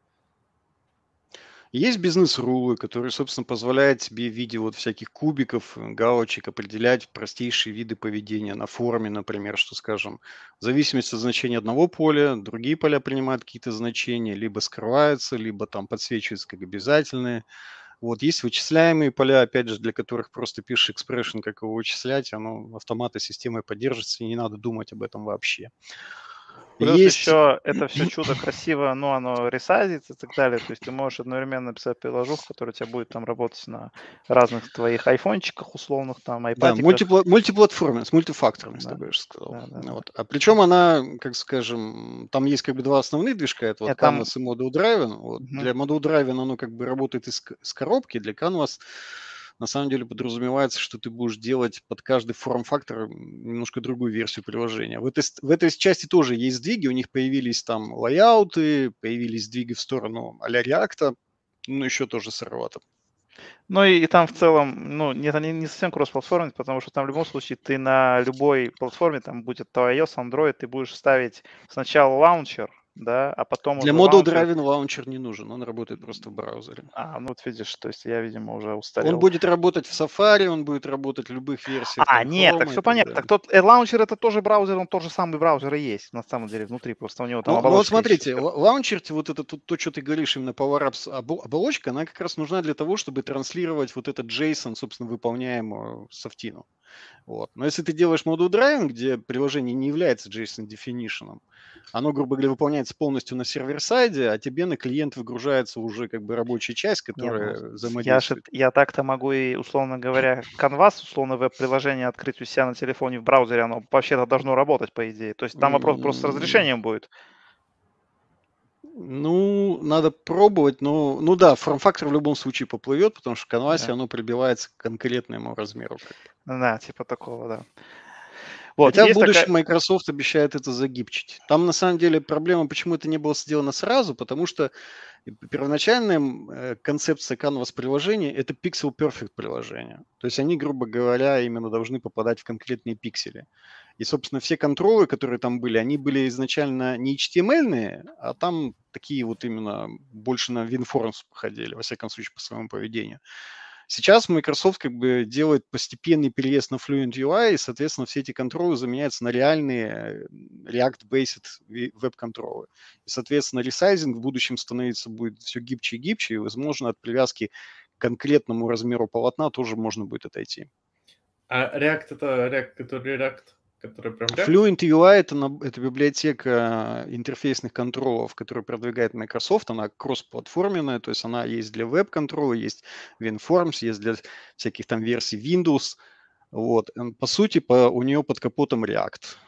Speaker 3: Есть бизнес-рулы, которые, собственно, позволяют тебе в виде вот всяких кубиков, галочек определять простейшие виды поведения на форуме, например, что, скажем, в зависимости от значения одного поля, другие поля принимают какие-то значения, либо скрываются, либо там подсвечиваются как обязательные. Вот есть вычисляемые поля, опять же, для которых просто пишешь expression, как его вычислять, оно автоматом системой поддерживается, и не надо думать об этом вообще.
Speaker 4: Плюс еще это все чудо красиво, оно ресайзится и так далее. То есть ты можешь одновременно написать приложуху, которая у тебя будет там работать на разных твоих айфончиках условных, там, айпадиках.
Speaker 3: Да, мультиплатформенность, мультифакторность, ты бы сказал.
Speaker 4: Да.
Speaker 3: Вот. А причем она, как скажем, там есть как бы два основных движка, это вот Canvas и Model Driven. Вот. Для Model Driven оно как бы работает из коробки, для Canvas на самом деле подразумевается, что ты будешь делать под каждый форм-фактор немножко другую версию приложения. В этой части тоже есть сдвиги, у них появились там лайауты, появились сдвиги в сторону а-ля React, еще тоже сыровато.
Speaker 4: И там в целом, это не совсем кросс-платформенность, потому что там в любом случае ты на любой платформе, там будет то iOS, Android, ты будешь ставить сначала лаунчер, да, а потом
Speaker 3: для Model Driven лаунчер не нужен, он работает просто в браузере.
Speaker 4: Вот видишь, то есть я, видимо, уже устарел.
Speaker 3: Он будет работать в Safari, он будет работать в любых версиях.
Speaker 4: Нет, так все понятно. Так тот лаунчер это тоже браузер, он тот же самый браузер и есть, на самом деле, внутри, просто у него там оболочка.
Speaker 3: Вот смотрите, лаунчер, вот это то, что ты говоришь, именно PowerApps оболочка, она как раз нужна для того, чтобы транслировать вот этот JSON, собственно, выполняемую софтину. Вот. Но если ты делаешь Model Driven, где приложение не является JSON definition, оно, грубо говоря, выполняется полностью на сервер-сайде, а тебе на клиент выгружается уже как бы рабочая часть, которая взаимодействует.
Speaker 4: Я так-то могу и, условно говоря, Canvas, условно веб-приложение открыть у себя на телефоне в браузере, оно вообще-то должно работать, по идее. То есть там вопрос просто с разрешением будет.
Speaker 3: Ну, надо пробовать, но, ну да, форм-фактор в любом случае поплывет, потому что в канвасе
Speaker 4: Да.
Speaker 3: оно прибивается к конкретному размеру.
Speaker 4: Да, типа такого, да. Вот,
Speaker 3: Хотя в
Speaker 4: есть
Speaker 3: будущем
Speaker 4: такая...
Speaker 3: Microsoft обещает это загибчить. Там на самом деле проблема, почему это не было сделано сразу, потому что первоначальная концепция Canvas приложения – это Pixel Perfect приложение. То есть они, грубо говоря, именно должны попадать в конкретные пиксели. И, собственно, все контролы, которые там были, они были изначально не HTML-ные, а там такие вот именно больше на WinForms походили, во всяком случае, по своему поведению. Сейчас Microsoft как бы делает постепенный переезд на Fluent UI, и, соответственно, все эти контролы заменяются на реальные React-based веб-контролы. И, соответственно, ресайзинг в будущем становится будет все гибче и гибче, и, возможно, от привязки к конкретному размеру полотна тоже можно будет отойти.
Speaker 1: А React это React, который прям React?
Speaker 3: Fluent UI это библиотека интерфейсных контролов, которую продвигает Microsoft. Она кроссплатформенная, то есть она есть для веб-контрола, есть WinForms, есть для всяких там версий Windows. Вот. По сути, у нее под капотом React.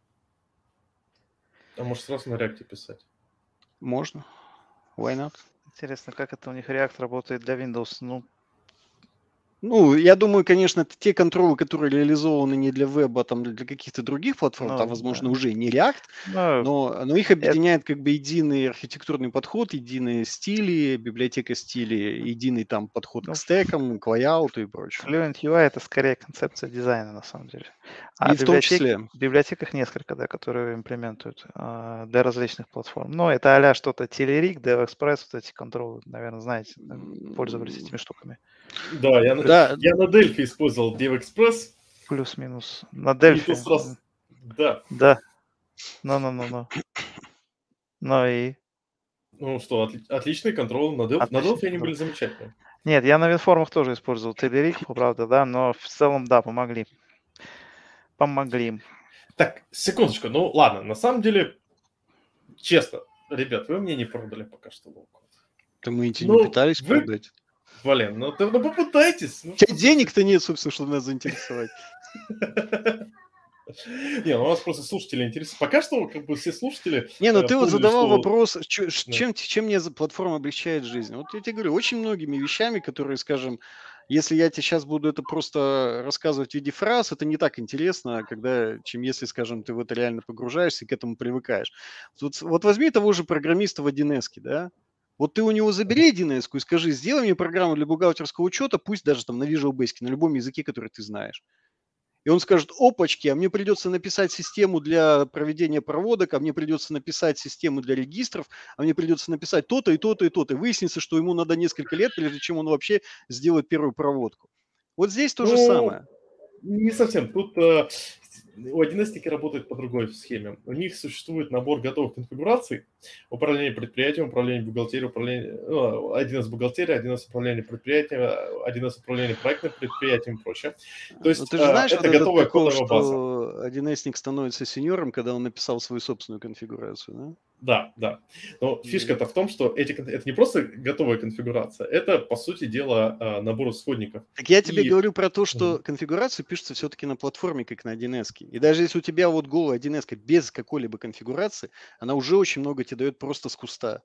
Speaker 1: А может сразу на React писать?
Speaker 3: Можно. Why not?
Speaker 4: Интересно, как это у них React работает для Windows?
Speaker 3: Ну, я думаю, конечно, это те контролы, которые реализованы не для веба, а там для каких-то других платформ,
Speaker 4: Ну,
Speaker 3: там, возможно,
Speaker 4: да.
Speaker 3: уже не React,
Speaker 4: Ну,
Speaker 3: но их объединяет как бы единый архитектурный подход, единые стили, библиотека стилей, единый там подход к стекам, к лайауту и прочему.
Speaker 4: Fluent UI это скорее концепция дизайна, на самом деле. А
Speaker 3: И в том числе.
Speaker 4: в библиотеках несколько, да, которые имплементуют для различных платформ. Но это а-ля что-то Telerik, DevExpress, вот эти контролы, наверное, знаете, пользовались этими штуками.
Speaker 1: Да, я на Delphi использовал DevExpress.
Speaker 4: Плюс-минус. На Delphi.
Speaker 1: Да.
Speaker 4: Да. Ну. Ну и?
Speaker 1: Ну что, отличный контроль. На Delphi они были замечательные.
Speaker 4: Нет, я на WinForm'ах тоже использовал Telerik, правда, да, но в целом, да, помогли.
Speaker 1: Так, секундочку. Ну, ладно, на самом деле, честно, ребят, вы мне не продали пока что лоу-код.
Speaker 3: Да мы эти не пытались продать.
Speaker 1: Блин, ну попытайтесь.
Speaker 3: У тебя денег-то нет, собственно, чтобы нас заинтересовать.
Speaker 1: Не, ну у нас просто слушатели интересуют. Пока что, как бы, все слушатели...
Speaker 3: Не, ну ты вот задавал вопрос, чем мне платформа облегчает жизнь. Вот я тебе говорю, очень многими вещами, которые, скажем, если я тебе сейчас буду это просто рассказывать в виде фраз, это не так интересно, чем если, скажем, ты в это реально погружаешься и к этому привыкаешь. Вот возьми того же программиста в 1С, да? Вот ты у него забери 1С и скажи, сделай мне программу для бухгалтерского учета, пусть даже там на Visual Basic, на любом языке, который ты знаешь. И он скажет, опачки, а мне придется написать систему для проведения проводок, а мне придется написать систему для регистров, а мне придется написать то-то и то-то и то-то. И выяснится, что ему надо несколько лет, прежде чем он вообще сделает первую проводку. Вот здесь то же самое.
Speaker 1: Не совсем. Тут у 1С работают по другой схеме. У них существует набор готовых конфигураций. Управление предприятием, управление бухгалтерией, 1С бухгалтерия, 1С управление предприятием, 1С управление проектным предприятием и прочее. То есть
Speaker 3: ты же знаешь,
Speaker 1: это готовая кодовая база.
Speaker 3: Что 1С-ник становится сеньором, когда он написал свою собственную конфигурацию, да?
Speaker 1: Да. Но фишка-то в том, что это не просто готовая конфигурация, это, по сути дела, набор исходников.
Speaker 3: Так я тебе говорю про то, что конфигурация пишется все-таки на платформе, как на 1С. И даже если у тебя вот голая 1С без какой-либо конфигурации, она уже очень много тебе дает просто с куста.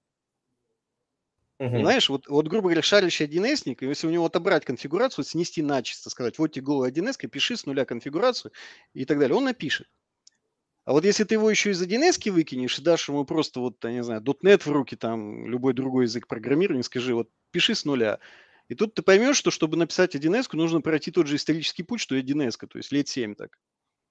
Speaker 3: Понимаешь, вот, грубо говоря, шарящий 1С-ник, если у него отобрать конфигурацию, снести начисто, сказать, вот тебе голая 1С, пиши с нуля конфигурацию и так далее, он напишет. А вот если ты его еще из 1С выкинешь и дашь ему просто, вот, я не знаю, .NET в руки, там, любой другой язык программирования, скажи, вот, пиши с нуля. И тут ты поймешь, что, чтобы написать 1С, нужно пройти тот же исторический путь, что и 1С, то есть лет 7 так.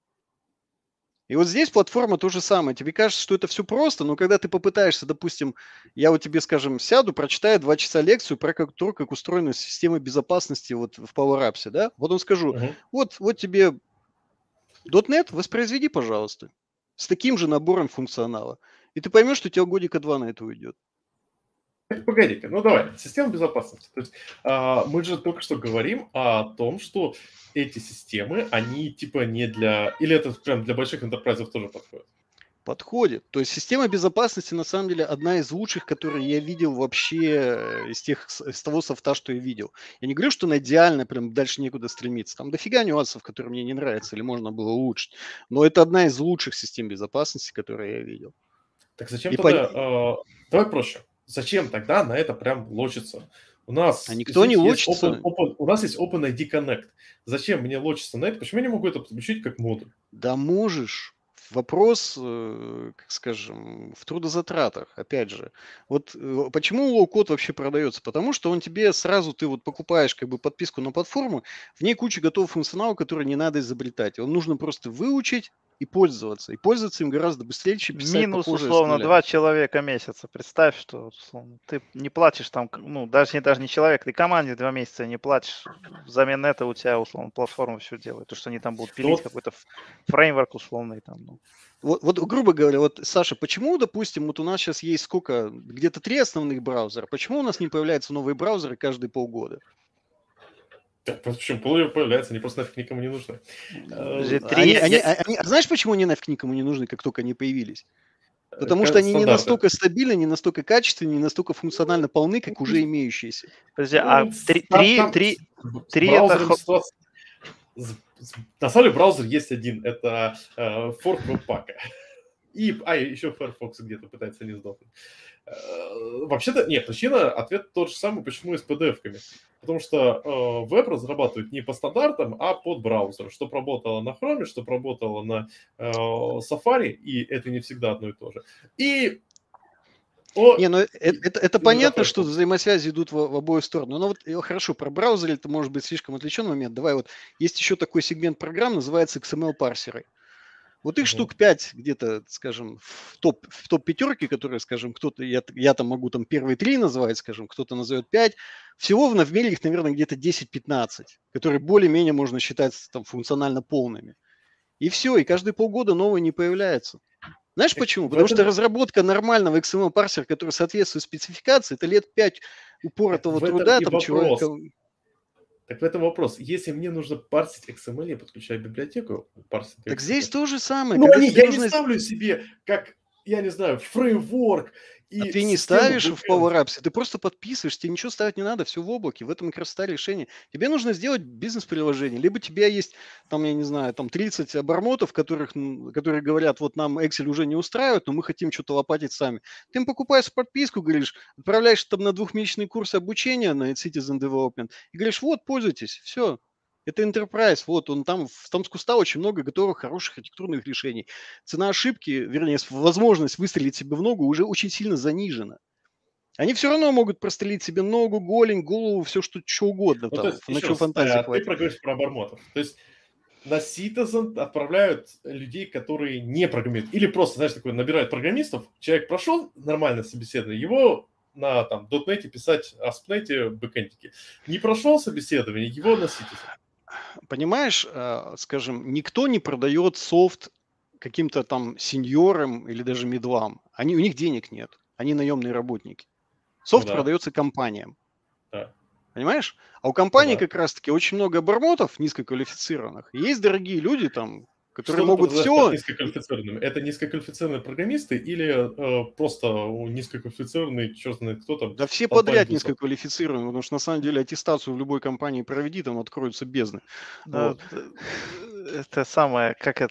Speaker 3: И вот здесь платформа то же самое. Тебе кажется, что это все просто, но когда ты попытаешься, допустим, я вот тебе, скажем, сяду, прочитаю 2 часа лекцию про то, как устроена система безопасности вот в Power Apps, да? Потом скажу, вот тебе .NET воспроизведи, пожалуйста, с таким же набором функционала. И ты поймешь, что у тебя годика 2 на это уйдет.
Speaker 1: Погоди-ка, ну давай, система безопасности. То есть мы же только что говорим о том, что эти системы, они типа не для... Или это прям для больших энтерпрайзов тоже подходит?
Speaker 3: Подходит. То есть система безопасности на самом деле одна из лучших, которые я видел вообще из того софта, что я видел. Я не говорю, что она идеальная, прям дальше некуда стремиться. Там дофига нюансов, которые мне не нравятся или можно было улучшить. Но это одна из лучших систем безопасности, которые я видел.
Speaker 1: Так зачем
Speaker 3: И
Speaker 1: тогда... давай проще. Зачем тогда на это прям лочиться? У нас,
Speaker 3: А никто не
Speaker 1: извините, есть
Speaker 3: лочится.
Speaker 1: у нас есть OpenID Connect. Зачем мне лочиться на это? Почему я не могу это подключить как модуль?
Speaker 3: Да можешь. Вопрос, как скажем, в трудозатратах, опять же. Вот почему лоу-код вообще продается? Потому что он тебе сразу, ты вот покупаешь как бы подписку на платформу, в ней куча готового функционала, который не надо изобретать. Его нужно просто выучить и пользоваться. И пользоваться им гораздо быстрее, чем писать
Speaker 4: Минус,
Speaker 3: похожее с
Speaker 4: условно,
Speaker 3: нуля.
Speaker 4: 2 человека месяца. Представь, что условно, ты не платишь там, ну, даже не человек, ты команде 2 месяца не платишь. Взамен этого у тебя, условно, платформа все делает. То, что они там будут пилить
Speaker 1: Вот.
Speaker 4: какой-то фреймворк условный там. Ну.
Speaker 3: Вот, грубо говоря, вот, Саша, почему, допустим, вот у нас сейчас есть сколько, где-то 3 основных браузера, почему у нас не появляются новые браузеры каждые полгода?
Speaker 1: Так, почему появляется, они просто нафиг никому не нужны.
Speaker 4: Подожди,
Speaker 3: Знаешь, почему они нафиг никому не нужны, как только они появились? Потому что они не
Speaker 1: Стандарты.
Speaker 3: настолько стабильны, не настолько качественны, не настолько функционально полны, как уже имеющиеся.
Speaker 4: Подожди, а
Speaker 1: Ну,
Speaker 4: 3
Speaker 1: браузерами
Speaker 4: это...
Speaker 1: ситуация- На самом деле браузер есть один, это форк веб-пака. И еще Firefox где-то пытается не сдохнуть. Вообще-то, нет, причина, ответ тот же самый, почему и с PDF-ками. Потому что веб разрабатывают не по стандартам, а под браузер. Что работало на Chrome, что работало на Safari, и это не всегда одно и то же. И...
Speaker 3: Не, ну это понятно, что взаимосвязи идут в обоих сторон. Но вот хорошо, про браузер это может быть слишком отвлеченный момент. Давай вот, есть еще такой сегмент программ, называется XML-парсеры. Вот их штук 5 где-то, скажем, в топ-5, которые, скажем, кто-то, я там могу там первые 3 называть, скажем, кто-то назовет 5. Всего в мире их, наверное, где-то 10-15, которые более-менее можно считать там функционально полными. И все, и каждые полгода новые не появляются. Знаешь почему? Потому что разработка нормального XML-парсера, который соответствует спецификации, это лет 5 упоротого труда там человека.
Speaker 1: Так в этом вопрос. Если мне нужно парсить XML, я подключаю библиотеку.
Speaker 3: Так здесь то же самое.
Speaker 1: Ну, я не ставлю себе, как, я не знаю, фреймворк.
Speaker 3: А ты не ставишь в Power Apps, ты просто подписываешь, тебе ничего ставить не надо, все в облаке, в этом красота решения. Тебе нужно сделать бизнес-приложение, либо у тебя есть, там, я не знаю, там 30 обормотов, которые говорят, вот нам Excel уже не устраивает, но мы хотим что-то лопатить сами. Ты им покупаешь подписку, говоришь, отправляешь там на 2-месячный курс обучения на Citizen Development и говоришь, вот, пользуйтесь, все. Это Enterprise, вот он там с куста очень много готовых, хороших архитектурных решений. Цена ошибки, вернее, возможность выстрелить себе в ногу уже очень сильно занижена. Они все равно могут прострелить себе ногу, голень, голову, все что угодно.
Speaker 1: Ну,
Speaker 3: там,
Speaker 1: есть,
Speaker 3: на чем фантазия
Speaker 1: ты проговоришь про обормотов. То есть на Citizen отправляют людей, которые не программируют. Или просто, знаешь, такой набирают программистов. Человек прошел нормальное собеседование, его на там .NET писать, ASP.NET бэкэндики. Не прошел собеседование, его на Citizen.
Speaker 3: Понимаешь, скажем, никто не продает софт каким-то там сеньорам или даже медлам. У них денег нет. Они наемные работники. Софт продается компаниям.
Speaker 1: Да.
Speaker 3: Понимаешь? А у компаний как раз-таки очень много обормотов низкоквалифицированных. И есть дорогие люди там, которые могут все...
Speaker 1: Низкоквалифицированными? Это низкоквалифицированные программисты или просто низкоквалифицированные, черт знает кто там?
Speaker 3: Да все подряд низкоквалифицированные, потому что на самом деле аттестацию в любой компании проведи, там откроются бездны.
Speaker 4: Да, вот. Это самое,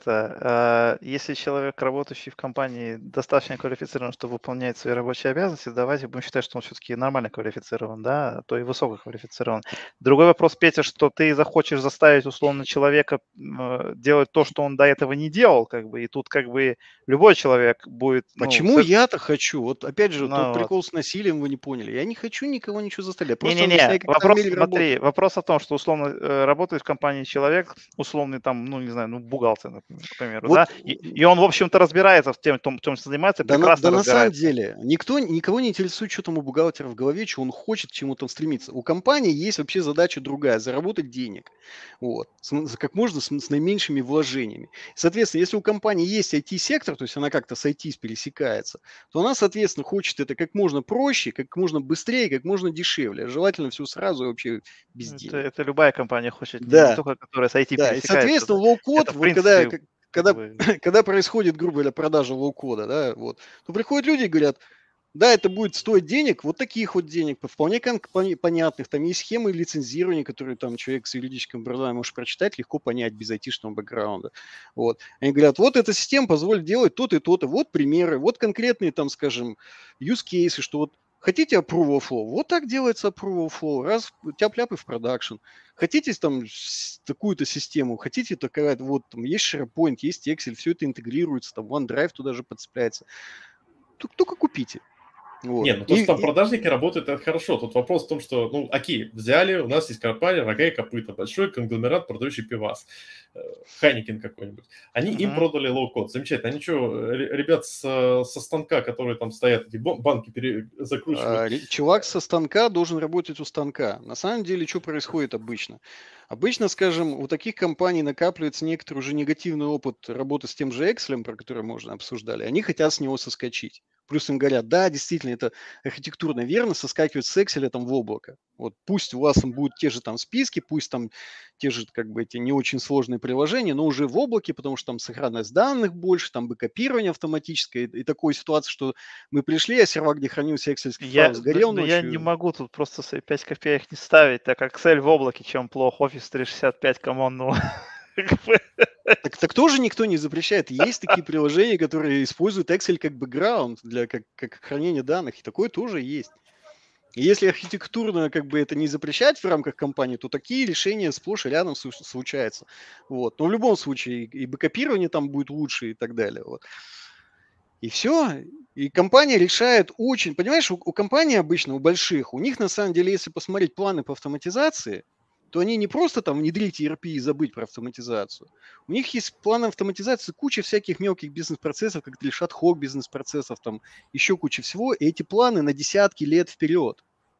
Speaker 4: если человек, работающий в компании, достаточно квалифицирован, чтобы выполнять свои рабочие обязанности, давайте будем считать, что он все-таки нормально квалифицирован, да, а то и высококвалифицирован. Другой вопрос, Петя, что ты захочешь заставить условно человека делать то, что он до этого не делал, как бы, и тут как бы любой человек будет...
Speaker 3: Почему я-то хочу? Вот опять же, тот прикол с насилием вы не поняли. Я не хочу никого ничего заставлять.
Speaker 4: Не-не-не, вопрос о том, что условно работает в компании человек, условный там, ну, не знаю, бухгалтер, например, к примеру, вот, да, и он, в общем-то, разбирается в том, чем занимается, прекрасно
Speaker 3: разбирается. На самом деле, никого не интересует, что там у бухгалтера в голове, что он хочет, к чему там стремиться. У компании есть вообще задача другая – заработать денег. Вот. Как можно с наименьшими вложениями. Соответственно, если у компании есть IT-сектор, то есть она как-то с IT пересекается, то она, соответственно, хочет это как можно проще, как можно быстрее, как можно дешевле. Желательно все сразу и вообще без денег.
Speaker 4: Это любая компания хочет, не только которая с IT пересекается.
Speaker 3: И, соответственно, лоу-код, вот когда происходит, грубо говоря, продажа лоу-кода, да, вот, то приходят люди и говорят, Да, это будет стоить денег, вот таких вот денег, вполне понятных. Там есть схемы лицензирования, которые там человек с юридическим образованием может прочитать, легко понять без айтишного бэкграунда. Вот. Они говорят, вот эта система позволит делать то-то и то-то, вот примеры, вот конкретные там, скажем, use cases, что вот хотите approval flow, вот так делается approval flow, раз тяп-ляп и в продакшн. Хотите там такую-то систему, хотите такая, вот там есть SharePoint, есть Excel, все это интегрируется, там OneDrive туда же подцепляется. Только купите. Вот.
Speaker 1: Нет, ну то, что там продажники работают, это хорошо. Тут вопрос в том, что, ну, окей, взяли, у нас есть компания «Рога и копыта», большой конгломерат, продающий пивас, Хайникен какой-нибудь. Они им продали лоу-код. Замечательно. Они что, ребят со станка, которые там стоят, эти банки закручивают?
Speaker 3: Чувак со станка должен работать у станка. На самом деле, что происходит обычно? Обычно, скажем, у таких компаний накапливается некоторый уже негативный опыт работы с тем же Excel, про который мы уже обсуждали. Они хотят с него соскочить. Плюс им говорят, да, действительно, это архитектурно верно, соскакивать с Excel там в облако. Вот пусть у вас там будут те же там списки, пусть там те же как бы эти не очень сложные приложения, но уже в облаке, потому что там сохранность данных больше, там бэкапирование автоматическое. И такой ситуации, что мы пришли, а сервак, где хранился Excel файл, сгорел ночью.
Speaker 4: Я не могу тут просто свои 5 копеек не ставить, так как Excel в облаке, чем плохо. Office 365, камон, ну...
Speaker 3: Так тоже никто не запрещает. Есть такие приложения, которые используют Excel как бэкграунд для как хранения данных, и такое тоже есть. И если архитектурно как бы это не запрещать в рамках компании, то такие решения сплошь и рядом случаются. Вот. Но в любом случае и бэкапирование там будет лучше и так далее. Вот. И все. И компания решает очень... Понимаешь, у компаний обычно, у больших, у них на самом деле, если посмотреть планы по автоматизации, то они не просто там внедрить ERP и забыть про автоматизацию. У них есть план автоматизации, куча всяких мелких бизнес-процессов, как лишь ad-hoc бизнес-процессов, там еще куча всего. И эти планы на десятки лет вперед.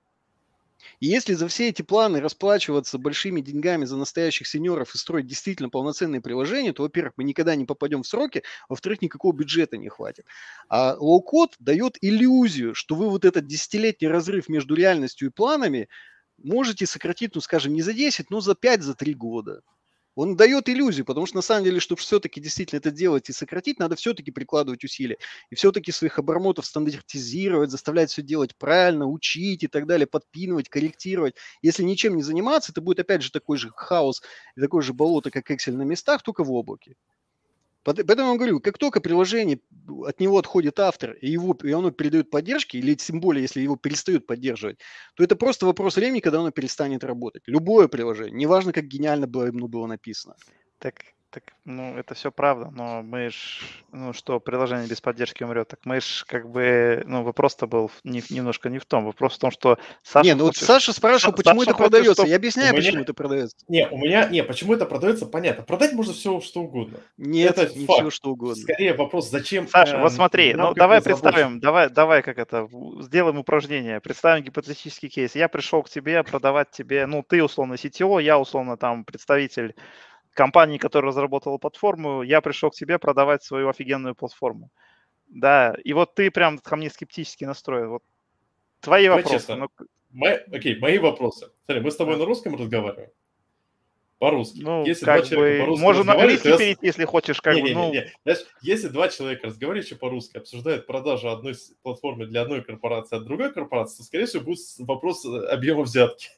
Speaker 3: И если за все эти планы расплачиваться большими деньгами за настоящих сеньоров и строить действительно полноценные приложения, то, во-первых, мы никогда не попадем в сроки, во-вторых, никакого бюджета не хватит. А лоу-код дает иллюзию, что вы вот этот десятилетний разрыв между реальностью и планами можете сократить, ну, скажем, не за 10, но за 5, за 3 года. Он дает иллюзию, потому что на самом деле, чтобы все-таки действительно это делать и сократить, надо все-таки прикладывать усилия. И все-таки своих обормотов стандартизировать, заставлять все делать правильно, учить и так далее, подпинывать, корректировать. Если ничем не заниматься, это будет опять же такой же хаос и такое же болото, как Excel на местах, только в облаке. Поэтому я говорю, как только приложение, от него отходит автор, и оно передает поддержки, или тем более, если его перестают поддерживать, то это просто вопрос времени, когда оно перестанет работать. Любое приложение, неважно, как гениально было написано.
Speaker 4: Так, ну, это все правда, но мы ж, ну, что приложение без поддержки умрет, так мы ж, как бы, ну, вопрос-то был немножко не в том. Вопрос в том, что Саша...
Speaker 3: вот Саша спрашивал, почему это продается. Я объясняю, почему это продается.
Speaker 1: Почему это продается, понятно. Продать можно все, что угодно.
Speaker 3: Нет,
Speaker 1: это
Speaker 3: не
Speaker 1: факт.
Speaker 3: все, что угодно.
Speaker 1: Скорее вопрос, зачем...
Speaker 4: Саша, вот смотри, ну, давай представим, давай как это, сделаем упражнение, представим гипотетический кейс. Я пришел к тебе продавать тебе, ну, ты условно CTO, я условно там представитель компании, которая разработала платформу, я пришел к тебе продавать свою офигенную платформу. Да, и вот ты прям ко мне скептически настроен. Вот твои вопросы.
Speaker 1: Ну... мои вопросы. Смотри, мы с тобой на русском разговариваем? По-русски.
Speaker 4: Ну,
Speaker 1: если
Speaker 4: как
Speaker 1: два человека
Speaker 4: бы,
Speaker 1: по-русски
Speaker 4: можно на английский перейти, если хочешь.
Speaker 1: Знаешь, если два человека разговаривающие по-русски обсуждают продажу одной платформы для одной корпорации от другой корпорации, то, скорее всего, будет вопрос объема взятки.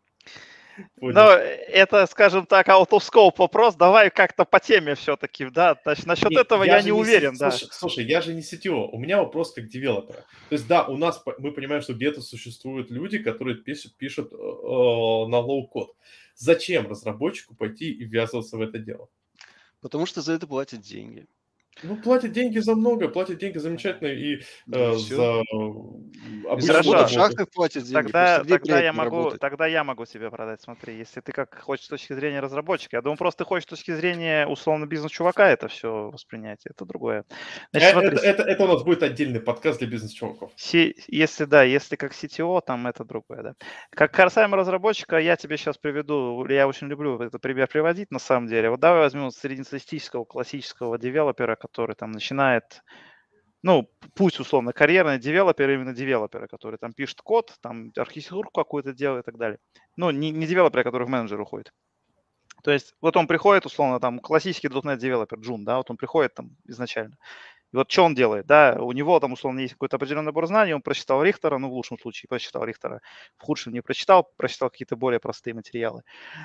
Speaker 4: Но это, скажем так, out of scope вопрос. Давай как-то по теме все-таки, да. Значит, насчет этого я не уверен, да.
Speaker 1: Слушай, я же не CTO. У меня вопрос как девелопера. То есть, да, мы понимаем, что где-то существуют люди, которые пишут на лоу-код. Зачем разработчику пойти и ввязываться в это дело?
Speaker 3: Потому что за это платят деньги.
Speaker 1: Ну, платят деньги за много, платят деньги замечательно и за
Speaker 3: обычную шахты платят деньги.
Speaker 4: Тогда я могу тебе продать, смотри, если ты как хочешь с точки зрения разработчика. Я думаю, просто ты хочешь с точки зрения условно бизнес-чувака это все воспринять, это другое.
Speaker 1: Значит, это у нас будет отдельный подкаст для бизнес-чуваков.
Speaker 4: Если как CTO, там это другое, да. Как касаемо разработчика, я тебе сейчас приведу, я очень люблю этот пример приводить на самом деле. Вот давай возьмем среднестатистического классического девелопера, который там начинает, ну, пусть условно карьерный девелопер, именно девелопера, который там пишет код, там архитектуру какую-то делает и так далее. Ну, не девелопера, который в менеджер уходит. То есть вот он приходит, условно, там, классический .NET девелопер, Джун, да, вот он приходит там изначально. И вот что он делает, да, у него там, условно, есть какой-то определенный набор знаний, он прочитал Рихтера, ну, в лучшем случае прочитал Рихтера, в худшем не прочитал какие-то более простые материалы.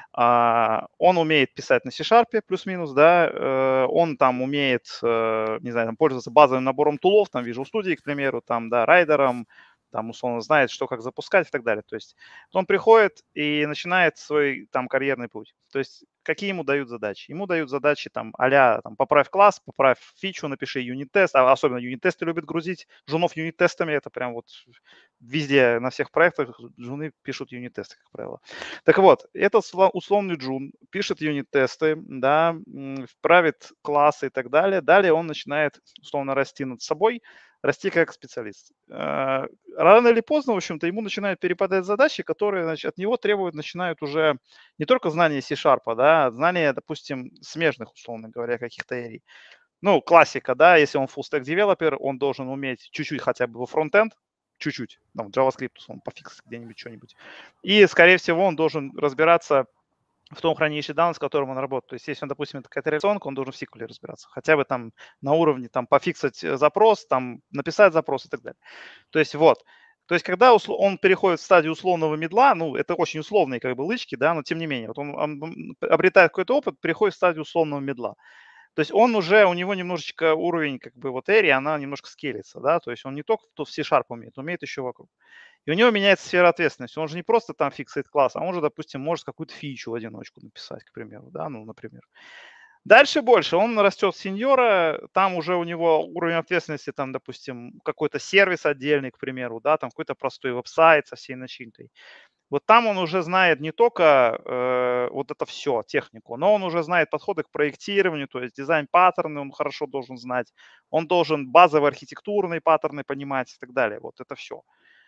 Speaker 4: Он умеет писать на C-Sharp, плюс-минус, да, он там умеет, не знаю, там, пользоваться базовым набором тулов, там, Visual Studio, к примеру, там, да, райдером, там, условно, знает, что, как запускать и так далее. То есть он приходит и начинает свой там карьерный путь. То есть какие ему дают задачи? Ему дают задачи там а-ля там, поправь класс, поправь фичу, напиши юнит-тест. А особенно юнит-тесты любят грузить. Джунов юнит-тестами это прям вот везде, на всех проектах джуны пишут юнит-тесты, как правило. Так вот, этот условный джун пишет юнит-тесты, да, правит классы и так далее. Далее он начинает условно расти над собой, расти как специалист. Рано или поздно, в общем-то, ему начинают перепадать задачи, которые, значит, от него начинают уже не только знания C-Sharp, да, а знания, допустим, смежных, условно говоря, каких-то эрий. Ну, классика, да, если он full-stack девелопер, он должен уметь чуть-чуть хотя бы во фронтенд, чуть-чуть, там, JavaScript, он пофиксит где-нибудь что-нибудь. И, скорее всего, он должен разбираться в том хранилище данных, с которым он работает. То есть, если он, допустим, это какая-то реляционка, он должен в SQL разбираться. Хотя бы там на уровне там пофиксать запрос, там написать запрос и так далее. То есть, вот. То есть, когда он переходит в стадию условного медла, ну, это очень условные как бы лычки, да, но тем не менее, вот он обретает какой-то опыт, переходит в стадию условного медла. То есть он уже, у него немножечко уровень как бы вот эри, она немножко скелится, да, то есть он не только в C-Sharp умеет еще вокруг. И у него меняется сфера ответственности. Он же не просто там фиксит класс, а он же, допустим, может какую-то фичу в одиночку написать, к примеру, да, ну, например. Дальше больше, он растет сеньора, там уже у него уровень ответственности, там, допустим, какой-то сервис отдельный, к примеру, да, там какой-то простой веб-сайт со всей начинкой. Вот там он уже знает не только вот это все, технику, но он уже знает подходы к проектированию, то есть дизайн-паттерны он хорошо должен знать, он должен базовые архитектурные паттерны понимать и так далее. Вот это все.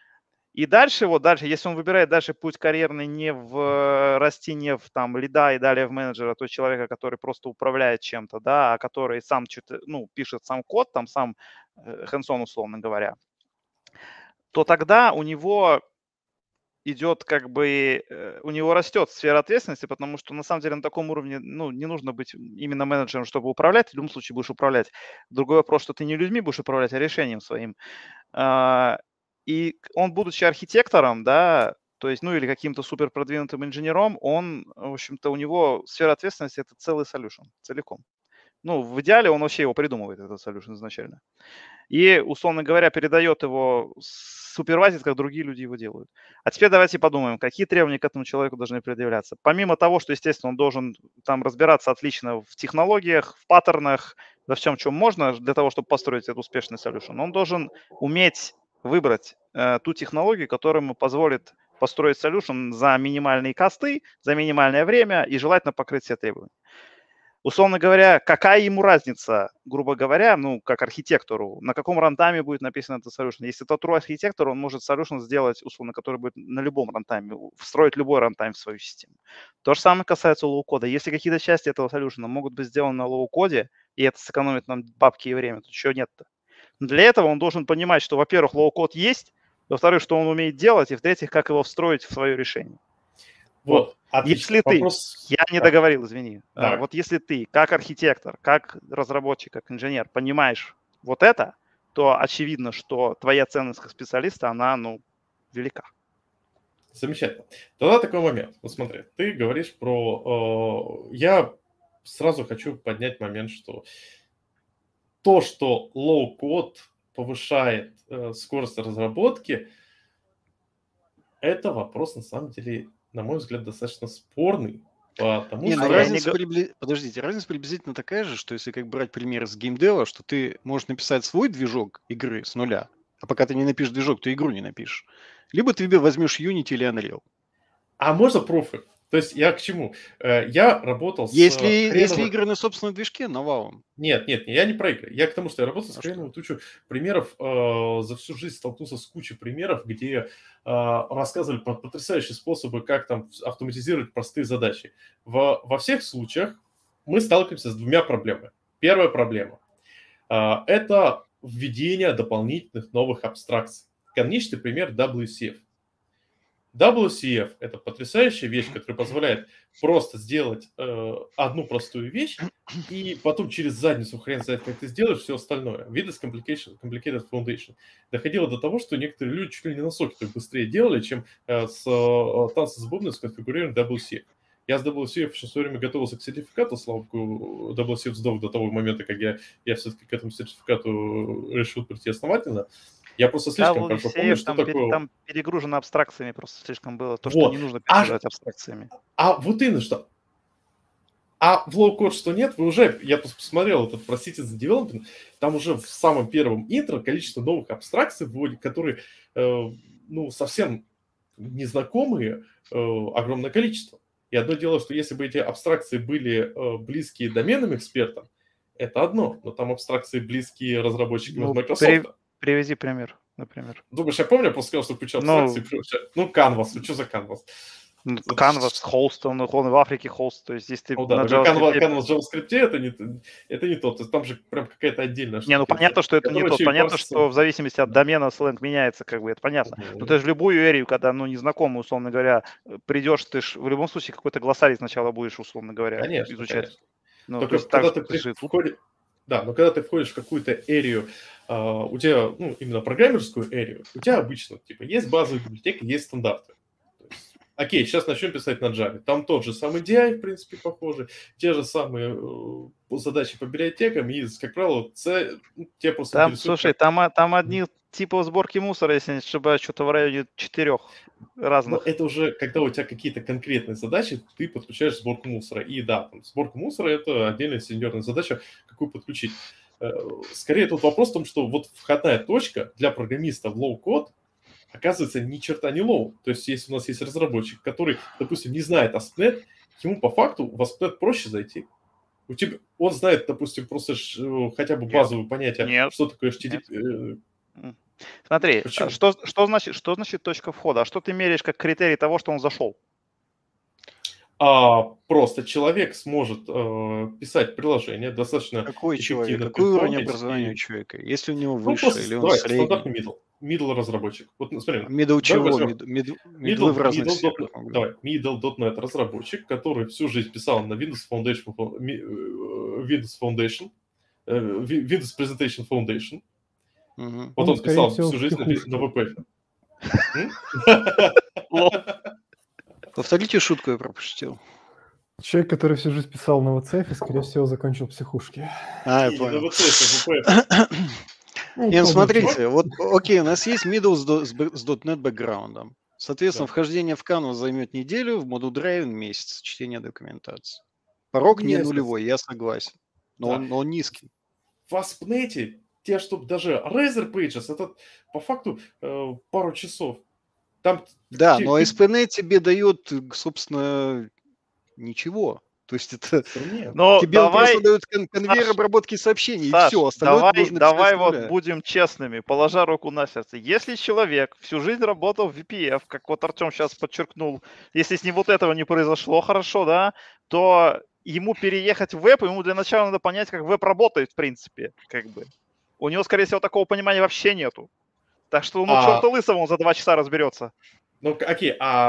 Speaker 4: И дальше, вот дальше, если он выбирает дальше путь карьерный не в расти, не в там лида и далее в менеджера, то есть человека, который просто управляет чем-то, да, а который сам что-то, ну, пишет сам код, там сам hands-on, условно говоря, то тогда у него идет как бы, у него растет сфера ответственности, потому что на самом деле на таком уровне, ну, не нужно быть именно менеджером, чтобы управлять, в любом случае будешь управлять. Другой вопрос, что ты не людьми будешь управлять, а решением своим. И он, будучи архитектором, да, то есть, ну, или каким-то супер продвинутым инженером, он, в общем-то, у него сфера ответственности – это целый solution, целиком. Ну, в идеале он вообще его придумывает, этот solution изначально. И, условно говоря, передает его, супервайзит, как другие люди его делают. А теперь давайте подумаем, какие требования к этому человеку должны предъявляться. Помимо того, что, естественно, он должен там разбираться отлично в технологиях, в паттернах, во всем, чем можно для того, чтобы построить этот успешный solution, он должен уметь выбрать ту технологию, которая ему позволит построить solution за минимальные косты, за минимальное время и желательно покрыть все требования. Условно говоря, какая ему разница, грубо говоря, ну, как архитектору, на каком рантайме будет написан этот solution. Если это true архитектор, он может solution сделать, условно, который будет на любом рантайме, встроить любой рантайм в свою систему. То же самое касается лоу-кода. Если какие-то части этого solution могут быть сделаны на лоу-коде, и это сэкономит нам бабки и время, то чего нет-то? Для этого он должен понимать, что, во-первых, лоу-код есть, во-вторых, что он умеет делать, и, в-третьих, как его встроить в свое решение.
Speaker 1: Вот, отлично.
Speaker 4: Если ты, я не договорил, извини.
Speaker 1: Давай.
Speaker 4: Вот если ты как архитектор, как разработчик, как инженер понимаешь вот это, то очевидно, что твоя ценность как специалиста, она, ну, велика.
Speaker 1: Замечательно. Тогда такой момент. Вот смотри, ты говоришь про... Я сразу хочу поднять момент, что то, что low-code повышает скорость разработки, это вопрос, на самом деле, на мой взгляд, достаточно спорный. Потому
Speaker 3: Не,
Speaker 1: что...
Speaker 3: ну разница подождите, разница приблизительно такая же, что если как брать пример из геймдева, что ты можешь написать свой движок игры с нуля, а пока ты не напишешь движок, ты игру не напишешь. Либо ты возьмешь Unity или Unreal.
Speaker 1: А можно профи? То есть я к чему? Я работал с...
Speaker 3: Если игры на собственном движке, навалом.
Speaker 1: Нет, я не про игры. Я к тому, что я работал с хреновой тучу примеров. За всю жизнь столкнулся с кучей примеров, где рассказывали про потрясающие способы, как там автоматизировать простые задачи. Во всех случаях мы сталкиваемся с двумя проблемами. Первая проблема – это введение дополнительных новых абстракций. Каноничный пример WCF. WCF – это потрясающая вещь, которая позволяет просто сделать одну простую вещь, и потом через задницу хрен знает, как ты сделаешь все остальное. Windows Complicated Foundation. Доходило до того, что некоторые люди чуть ли не на соке быстрее делали, чем с танцем с бубном сконфигурирован WCF. Я с WCF еще в свое время готовился к сертификату, слава богу, WCF сдох до того момента, как я все-таки к этому сертификату решил прийти основательно. Я просто слишком хорошо помню, что такое...
Speaker 4: Там перегружено абстракциями просто слишком было. То,
Speaker 1: Вот.
Speaker 4: что не нужно перегружать абстракциями.
Speaker 1: А вот именно что. А в low-code что нет, вы уже... Я посмотрел этот, простите за development, там уже в самом первом интро количество новых абстракций вводят, которые, совсем незнакомые, огромное количество. И одно дело, что если бы эти абстракции были близкие доменным экспертам, это одно, но там абстракции близкие разработчикам из Microsoft.
Speaker 4: Привези пример, например.
Speaker 1: Думаешь, я помню, я просто сказал, что куча абстракций. Canvas, что за Canvas?
Speaker 4: Canvas, хост, он в Африке хост, то есть здесь ты
Speaker 1: на JavaScript... Canvas в JavaScript это не то, то есть там же прям какая-то отдельная штука.
Speaker 4: Понятно, что это не то, понятно, что в зависимости от домена сленг меняется, как бы, это понятно. Но ты же в любую эрию, когда, незнакомый, условно говоря, придешь, ты же в любом случае какой-то глоссарий сначала будешь, условно говоря, изучать.
Speaker 1: Конечно. Только когда ты входишь... Да, но когда ты входишь в какую-то эрию, у тебя, именно программерскую эрию, у тебя обычно, есть базовые библиотеки, есть стандарты. Окей, сейчас начнем писать на Java. Там тот же самый DI, в принципе, похожий, те же самые задачи по библиотекам, и, как правило, те просто
Speaker 4: там, слушай, там одни типа сборки мусора, если не ошибаюсь, что-то в районе 4 разных.
Speaker 1: Но это уже, когда у тебя какие-то конкретные задачи, ты подключаешь сборку мусора. И да, сборка мусора – это отдельная сеньорная задача, какую подключить. Скорее, тут вопрос в том, что вот входная точка для программиста в low-code оказывается ни черта не low. То есть, если у нас есть разработчик, который, допустим, не знает ASP.NET, ему по факту в ASP.NET проще зайти. Он знает, допустим, просто хотя бы базовые понятия, что такое HTTP.
Speaker 4: Смотри, что значит точка входа? А что ты меряешь как критерий того, что он зашел?
Speaker 1: Просто человек сможет писать приложение достаточно
Speaker 3: Какой человек?
Speaker 1: эффективно.
Speaker 3: Какой уровень образования у человека? Если у него выше или он средний?
Speaker 1: Стандартный middle разработчик. Вот смотри.
Speaker 3: Middle чего? Middle в разных сферах.
Speaker 1: Давай, middle.NET разработчик, который всю жизнь писал на Windows Presentation Foundation. Вот он писал всю жизнь на WP.
Speaker 3: Повторите шутку, я пропустил.
Speaker 2: Человек, который всю жизнь писал на WCF, скорее всего, закончил психушки.
Speaker 3: Я понял. Смотрите, вот, окей, у нас есть middle с .NET бэкграундом. Соответственно, вхождение в Canvas займет неделю, в Module Drive месяц, чтение документации. Порог не нулевой, я согласен, но он низкий.
Speaker 1: В ASP.NET те, что даже Razor Pages, это по факту пару часов. Там,
Speaker 3: но ASP.NET тебе дает, собственно, ничего. То есть это тебе просто дают конвейер обработки сообщений,
Speaker 4: Саш,
Speaker 3: и все. Остальное
Speaker 4: давай вот будем честными, положа руку на сердце. Если человек всю жизнь работал в VPF, как вот Артем сейчас подчеркнул, если с ним вот этого не произошло хорошо, да, то ему переехать в веб, ему для начала надо понять, как веб работает, в принципе, как бы. У него, скорее всего, такого понимания вообще нету. Так что, черта лысого, он за 2 часа разберется.
Speaker 1: Окей,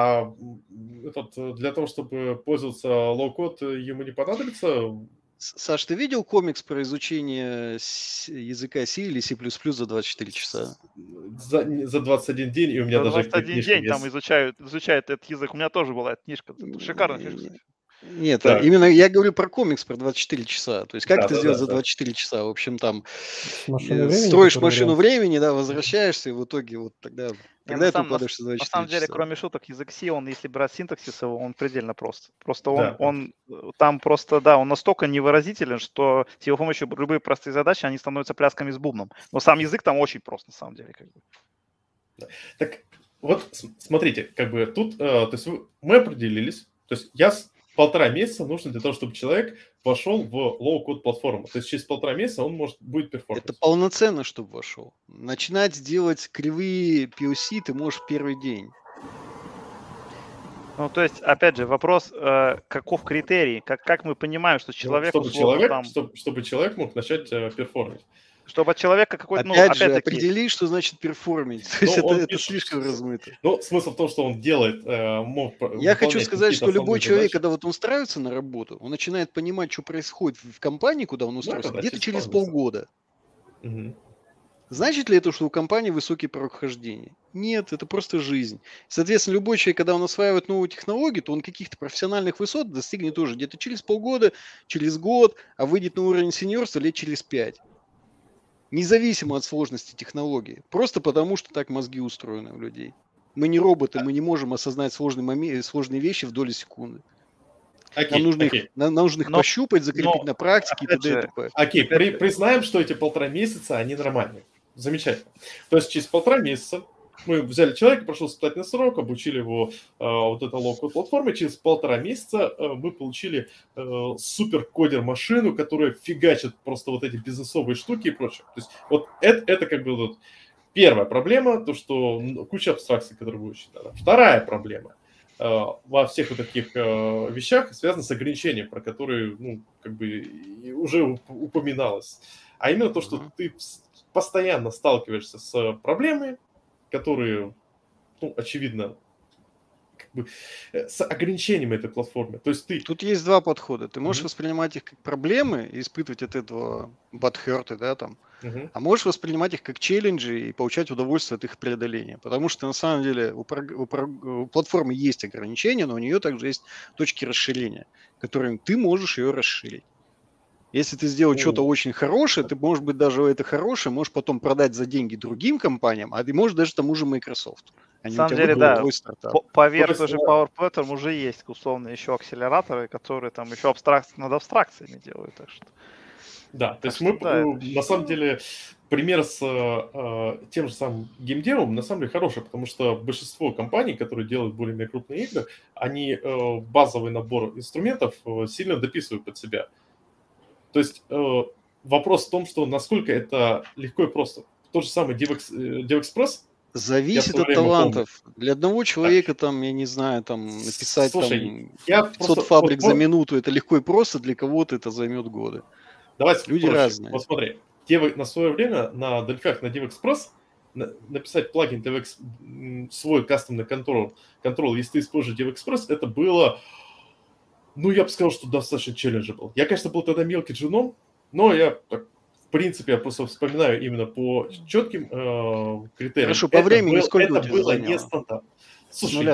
Speaker 1: для того, чтобы пользоваться лоу-код, ему не понадобится?
Speaker 3: Саш, ты видел комикс про изучение языка C или C++ за 24 часа?
Speaker 1: За 21 день, и у меня даже...
Speaker 4: За 21 день там изучают этот язык. У меня тоже была эта книжка. Шикарная книжка.
Speaker 3: Нет, именно я говорю про комикс про 24 часа. То есть как это сделать за 24 часа? В общем, там строишь машину времени, возвращаешься, и в итоге вот тогда ты укладываешься за 24 часа.
Speaker 4: На самом деле, кроме шуток, язык C, он, если брать синтаксис его, он предельно прост. Просто он настолько невыразителен, что с его помощью любые простые задачи, они становятся плясками с бубном. Но сам язык там очень прост, на самом деле.
Speaker 1: Так, вот, смотрите, тут, то есть мы определились, то есть я 1,5 месяца нужно для того, чтобы человек вошел в low-code платформу. То есть через 1,5 месяца он будет перформить.
Speaker 3: Это полноценно, чтобы вошел. Начинать делать кривые POC ты можешь в первый день.
Speaker 4: То есть, опять же, вопрос, каков критерий, как мы понимаем, что человек...
Speaker 1: Чтобы человек мог начать перформить.
Speaker 4: Чтобы от человека какой-то,
Speaker 3: Опять же,
Speaker 4: опять-таки...
Speaker 3: определи, что значит перформить. То есть это слишком размыто.
Speaker 1: Ну, смысл в том, что он делает...
Speaker 3: Я хочу сказать, что любой человек,
Speaker 1: задачи.
Speaker 3: когда вот он устраивается на работу, он начинает понимать, что происходит в компании, куда он устроился, где-то через полгода.
Speaker 1: Угу.
Speaker 3: Значит ли это, что у компании высокий порог вхождения? Нет, это просто жизнь. Соответственно, любой человек, когда он осваивает новую технологию, то он каких-то профессиональных высот достигнет тоже где-то через полгода, через год, а выйдет на уровень сеньорства лет через 5. Независимо от сложности технологии. Просто потому, что так мозги устроены у людей. Мы не роботы, мы не можем осознать сложные вещи в доли секунды. Нам нужно их пощупать, закрепить на практике и т.д. и т.п.
Speaker 1: Окей, признаем, что эти 1,5 месяца, они нормальные. Замечательно. То есть через 1,5 месяца мы взяли человека, прошел испытательный срок, обучили его вот этой лоу-код платформе. Через 1,5 месяца мы получили супер-кодер-машину, которая фигачит просто вот эти бизнесовые штуки и прочее. То есть вот это как бы вот первая проблема, то, что куча абстракций, которые выучить надо. Вторая проблема во всех вот таких вещах связана с ограничением, про которые, ну, как бы уже упоминалось. А именно то, что ты постоянно сталкиваешься с проблемами, которые, ну, очевидно, как бы, с ограничениями этой платформы. То есть ты...
Speaker 3: Тут есть два подхода. Ты можешь воспринимать их как проблемы и испытывать от этого butthurt, да, там. А можешь воспринимать их как челленджи и получать удовольствие от их преодоления. Потому что на самом деле у платформы есть ограничения, но у нее также есть точки расширения, которыми ты можешь ее расширить. Если ты сделал что-то очень хорошее, ты, может быть, даже это хорошее можешь потом продать за деньги другим компаниям, а ты можешь даже тому же Microsoft.
Speaker 4: На самом деле, да, поверх тоже Power Platform уже есть, условно, еще акселераторы, которые там еще над абстракциями делают. Так что...
Speaker 1: Да, то есть мы, на самом деле, пример с тем же самым геймдевом на самом деле хороший, потому что большинство компаний, которые делают более крупные игры, они базовый набор инструментов сильно дописывают под себя. То есть вопрос в том, что насколько это легко и просто. Тот же самый DevExpress.
Speaker 3: Зависит от талантов. Помню. Для одного человека, там, я не знаю, там, написать 500 фабрик за минуту, это легко и просто, для кого-то это займет годы.
Speaker 1: Давайте
Speaker 3: люди разные.
Speaker 1: Вот смотри, на свое время на Delphi, на DevExpress написать плагин свой кастомный контрол, если ты используешь DevExpress, это было... Ну, я бы сказал, что достаточно челленджабл. Я, конечно, был тогда мелкий джуном, но я, в принципе, я просто вспоминаю именно по четким критериям.
Speaker 3: Хорошо, по времени сколько
Speaker 1: это было нестандартно. Слушай,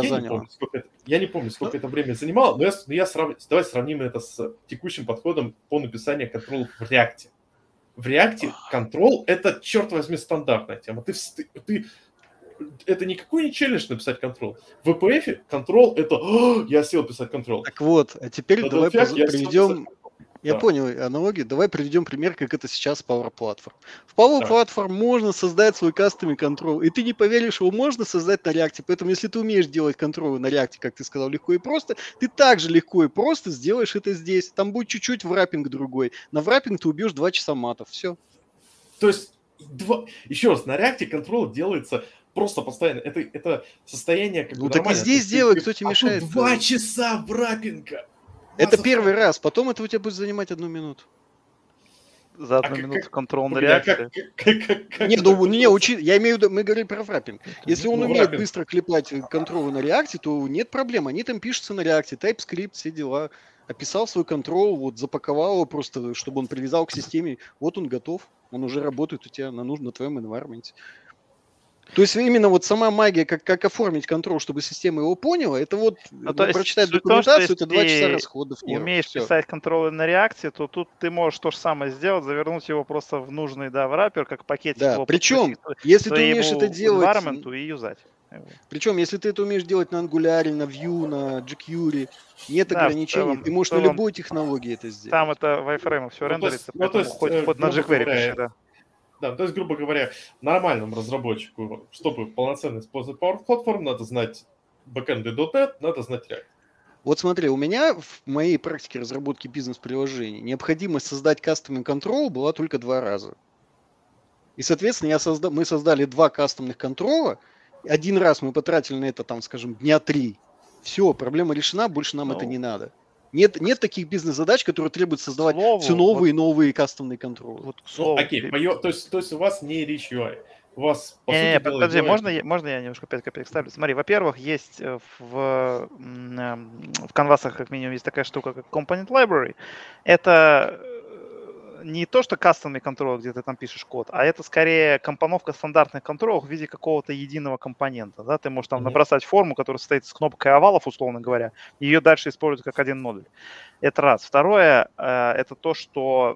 Speaker 1: я не помню, сколько это время занимало, но давай сравним это с текущим подходом по написанию контролов в React. В React контрол – это, черт возьми, стандартная тема. Это никакой не челлендж написать контрол. В WPF контрол – это я сел писать контрол.
Speaker 3: Так вот, а теперь давай приведем... Я понял аналогию. Давай приведем пример, как это сейчас в Power Platform. В Power Platform можно создать свой кастомный контрол. И ты не поверишь, его можно создать на React. Поэтому, если ты умеешь делать контролы на React, как ты сказал, легко и просто, ты также легко и просто сделаешь это здесь. Там будет чуть-чуть враппинг другой. На враппинг ты убьешь 2 часа матов. Все.
Speaker 1: То есть, еще раз, на React контрол делается просто постоянно. Это состояние как бы
Speaker 3: так и здесь делай, кто тебе мешает.
Speaker 1: 2 часа враппинга.
Speaker 3: Это первый раз, потом это у тебя будет занимать 1 минуту.
Speaker 4: За 1 минуту контрол на реакции.
Speaker 3: Я имею в виду, мы говорили про враппинг. Если он умеет быстро клепать контролы на реакте, то нет проблем. Они там пишутся на реакте, TypeScript, все дела. Описал свой контрол, вот запаковал его просто, чтобы он привязал к системе. Вот он готов, он уже работает у тебя на твоем environment. То есть именно вот сама магия, как оформить контрол, чтобы система его поняла, это вот прочитать документацию, это 2 часа расходов.
Speaker 4: Умеешь писать контролы на реакции, то тут ты можешь то же самое сделать, завернуть его просто в нужный враппер, как пакетик.
Speaker 3: Да, причем, если ты умеешь это делать...
Speaker 4: и юзать.
Speaker 3: Причем, если ты это умеешь делать на Angular, на Vue, на jQuery, нет ограничений, ты можешь на любой технологии это сделать.
Speaker 4: Там это в iframe все рендерится, поэтому хоть на jQuery пиши, да.
Speaker 1: Да, то есть, грубо говоря, нормальному разработчику, чтобы полноценно использовать Power Platform, надо знать backend и .NET, надо знать React.
Speaker 3: Вот смотри, у меня в моей практике разработки бизнес-приложений необходимость создать кастомный контрол была только 2 раза. И, соответственно, мы создали 2 кастомных контрола. 1 раз мы потратили на это, там, скажем, дня 3. Все, проблема решена, больше нам это не надо. Нет таких бизнес-задач, которые требуют создавать все новые и новые кастомные контролы.
Speaker 4: Вот, к слову,
Speaker 1: окей, то есть у вас не Rich UI. У вас, по сути
Speaker 4: не,
Speaker 1: дела,
Speaker 4: подожди,
Speaker 1: UI.
Speaker 4: можно я немножко 5 копеек ставлю? Смотри, во-первых, есть в канвасах как минимум есть такая штука, как Component Library. Это не то, что кастомный контроль, где ты там пишешь код, а это скорее компоновка стандартных контролов в виде какого-то единого компонента. Да? Ты можешь там набросать форму, которая состоит из кнопок и овалов, условно говоря, и ее дальше использовать как один модуль. Это раз. Второе, это то, что,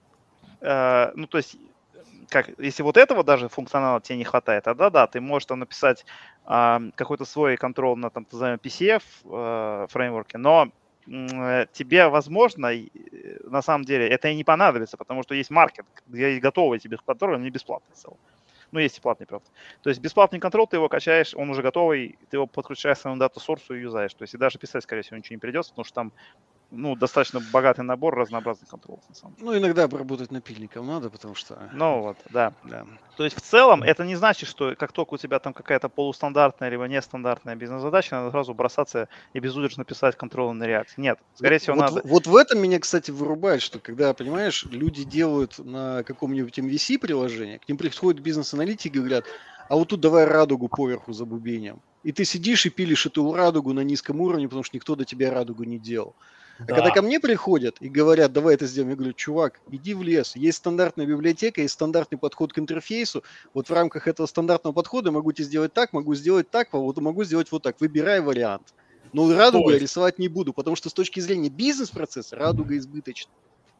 Speaker 4: ну, то есть, если вот этого даже функционала тебе не хватает, тогда да, ты можешь там написать какой-то свой контроль на, там, назовем, PCF фреймворке, но тебе, возможно, на самом деле это и не понадобится, потому что есть маркет, где есть готовые тебе контроль, они бесплатные в целом. Ну, есть и платный, правда. То есть бесплатный контроль, ты его качаешь, он уже готовый, ты его подключаешь к своему дата-сорсу и юзаешь. То есть и даже писать, скорее всего, ничего не придется, потому что там достаточно богатый набор разнообразных контролов, на самом деле.
Speaker 3: Ну, иногда обработать напильником надо, потому что...
Speaker 4: Ну, вот, да. То есть в целом это не значит, что как только у тебя там какая-то полустандартная либо нестандартная бизнес-задача, надо сразу бросаться и безудержно писать контролы на React. Нет, скорее всего, надо...
Speaker 3: Вот в этом меня, кстати, вырубает, что когда, понимаешь, люди делают на каком-нибудь MVC-приложении, к ним приходят бизнес-аналитики и говорят, а вот тут давай радугу поверху забубеним. И ты сидишь и пилишь эту радугу на низком уровне, потому что никто до тебя радугу не делал. А когда ко мне приходят и говорят, давай это сделаем, я говорю, чувак, иди в лес. Есть стандартная библиотека, есть стандартный подход к интерфейсу. Вот в рамках этого стандартного подхода могу тебе сделать так, могу сделать так, вот могу сделать вот так. Выбирай вариант. Но радугу я рисовать не буду, потому что с точки зрения бизнес-процесса радуга избыточна.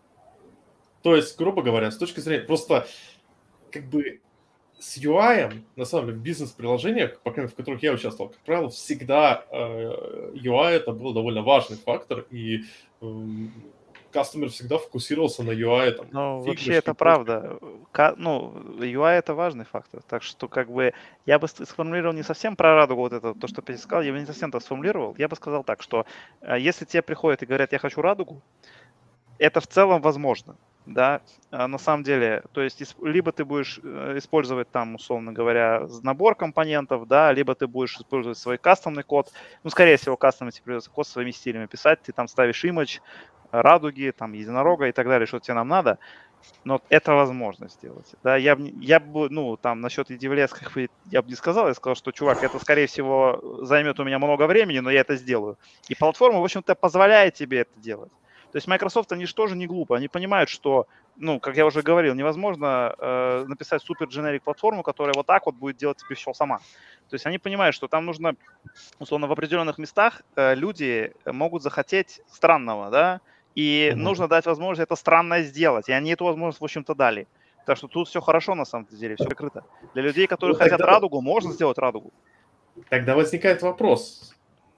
Speaker 1: То есть, грубо говоря, с точки зрения просто как бы с UI, на самом деле, в бизнес-приложениях, по крайней мере, в которых я участвовал, как правило, всегда UI это был довольно важный фактор, и кастомер всегда фокусировался на UI. Там,
Speaker 4: ну, вообще это правда. Ну, UI это важный фактор. Так что, как бы, я бы сформулировал не совсем про радугу вот это, то, что ты сказал, я бы не совсем так сформулировал. Я бы сказал так, что если тебе приходят и говорят, я хочу радугу, это в целом возможно. Да, на самом деле, то есть либо ты будешь использовать там, условно говоря, набор компонентов, да, либо ты будешь использовать свой кастомный код. Ну, скорее всего, кастомный тебе придется код своими стилями писать, ты там ставишь image, радуги, там, единорога и так далее, что тебе нам надо. Но это возможно сделать. Да, я бы, ну, там, насчет EDVLS, как бы, я бы не сказал, я сказал, что, чувак, это, скорее всего, займет у меня много времени, но я это сделаю. И платформа, в общем-то, позволяет тебе это делать. То есть Microsoft, они же тоже не глупы. Они понимают, что, ну, как я уже говорил, невозможно написать супер-дженерик платформу, которая вот так вот будет делать тебе все сама. То есть они понимают, что там нужно, условно, в определенных местах люди могут захотеть странного, да, и нужно дать возможность это странное сделать. И они эту возможность, в общем-то, дали. Так что тут все хорошо, на самом деле, все закрыто. Для людей, которые хотят радугу, можно сделать радугу.
Speaker 1: Тогда возникает вопрос.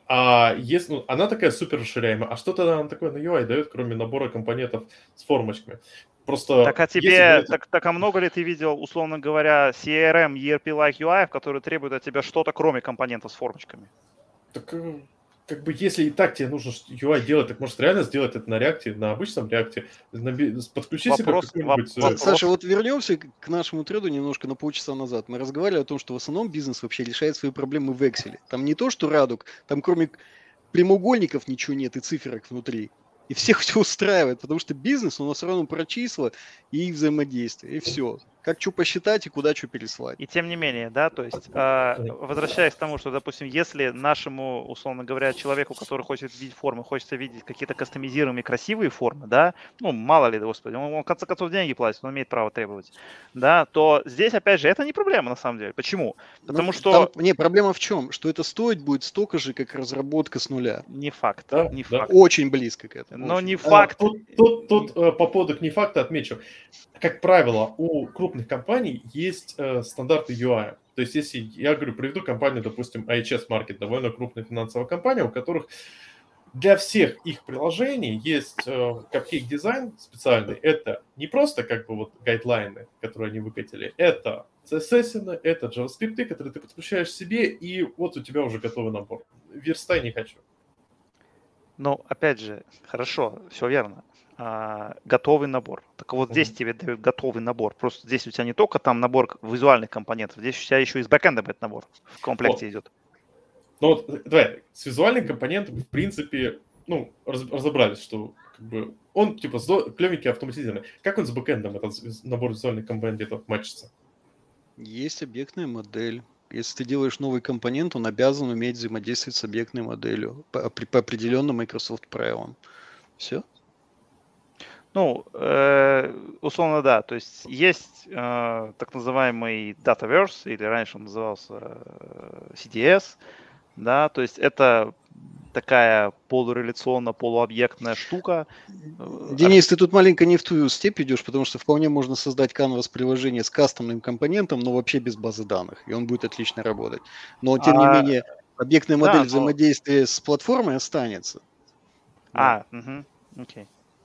Speaker 1: А если она такая супер расширяемая, а что тогда она такое на UI дает, кроме набора компонентов с формочками? Просто
Speaker 4: так а тебе, так а много ли ты видел, условно говоря, CRM, ERP-like UI, которые требуют от тебя что-то, кроме компонентов с формочками?
Speaker 1: Так, как бы, если и так тебе нужно UI делать, так может реально сделать это на React, на обычном React, подключи себе какой-нибудь...
Speaker 3: Саша, вот вернемся к нашему треду немножко на полчаса назад. Мы разговаривали о том, что в основном бизнес вообще решает свои проблемы в Excel. Там не то, что радуг, там кроме прямоугольников ничего нет и циферок внутри. И всех все устраивает, потому что бизнес, у нас все равно про числа и их взаимодействие, и все. Как что посчитать и куда что переслать.
Speaker 4: И тем не менее, да, то есть, возвращаясь к тому, что, допустим, если нашему, условно говоря, человеку, который хочет видеть формы, хочется видеть какие-то кастомизируемые красивые формы, да, ну, мало ли, господи, он в конце концов деньги платит, он имеет право требовать, да, то здесь, опять же, это не проблема, на самом деле. Почему? Потому что...
Speaker 3: Там, не, проблема в чем? Что это стоить будет столько же, как разработка с нуля.
Speaker 4: Не факт,
Speaker 1: да,
Speaker 4: не
Speaker 1: да.
Speaker 4: факт.
Speaker 3: Очень близко к этому.
Speaker 4: Но
Speaker 3: очень.
Speaker 4: не факт.
Speaker 1: Тут по поводу не факта отмечу. Как правило, у крупных компаний есть стандарты UI. То есть, если я говорю, приведу компанию, допустим, IHS Markit, довольно крупная финансовая компания, у которых для всех их приложений есть cupcake дизайн специальный. Это не просто как бы вот гайдлайны, которые они выкатили, это CSS, это JavaScript, которые ты подключаешь себе, и вот у тебя уже готовый набор. Верстай не хочу.
Speaker 4: Ну, опять же, хорошо, все верно. Готовый набор. Так вот здесь тебе дают готовый набор. Просто здесь у тебя не только там набор визуальных компонентов, здесь у тебя еще и с бэкэндом этот набор в комплекте идет.
Speaker 1: Ну вот, давай, с визуальными компонентами, в принципе, ну, разобрались, что как бы он типа клевенький, автоматизированный. Как он с бэкэндом, этот набор визуальных компонентов матчится?
Speaker 3: Есть объектная модель. Если ты делаешь новый компонент, он обязан уметь взаимодействовать с объектной моделью по определенным Microsoft правилам. Все.
Speaker 4: Ну, условно, да. То есть так называемый Dataverse, или раньше он назывался CDS, да, то есть это такая полуреляционно-полуобъектная штука.
Speaker 3: Денис, ты тут маленько не в ту степь идешь, потому что вполне можно создать Canvas-приложение с кастомным компонентом, но вообще без базы данных, и он будет отлично работать. Но, тем не менее, объектная модель взаимодействия с платформой останется.
Speaker 4: Окей.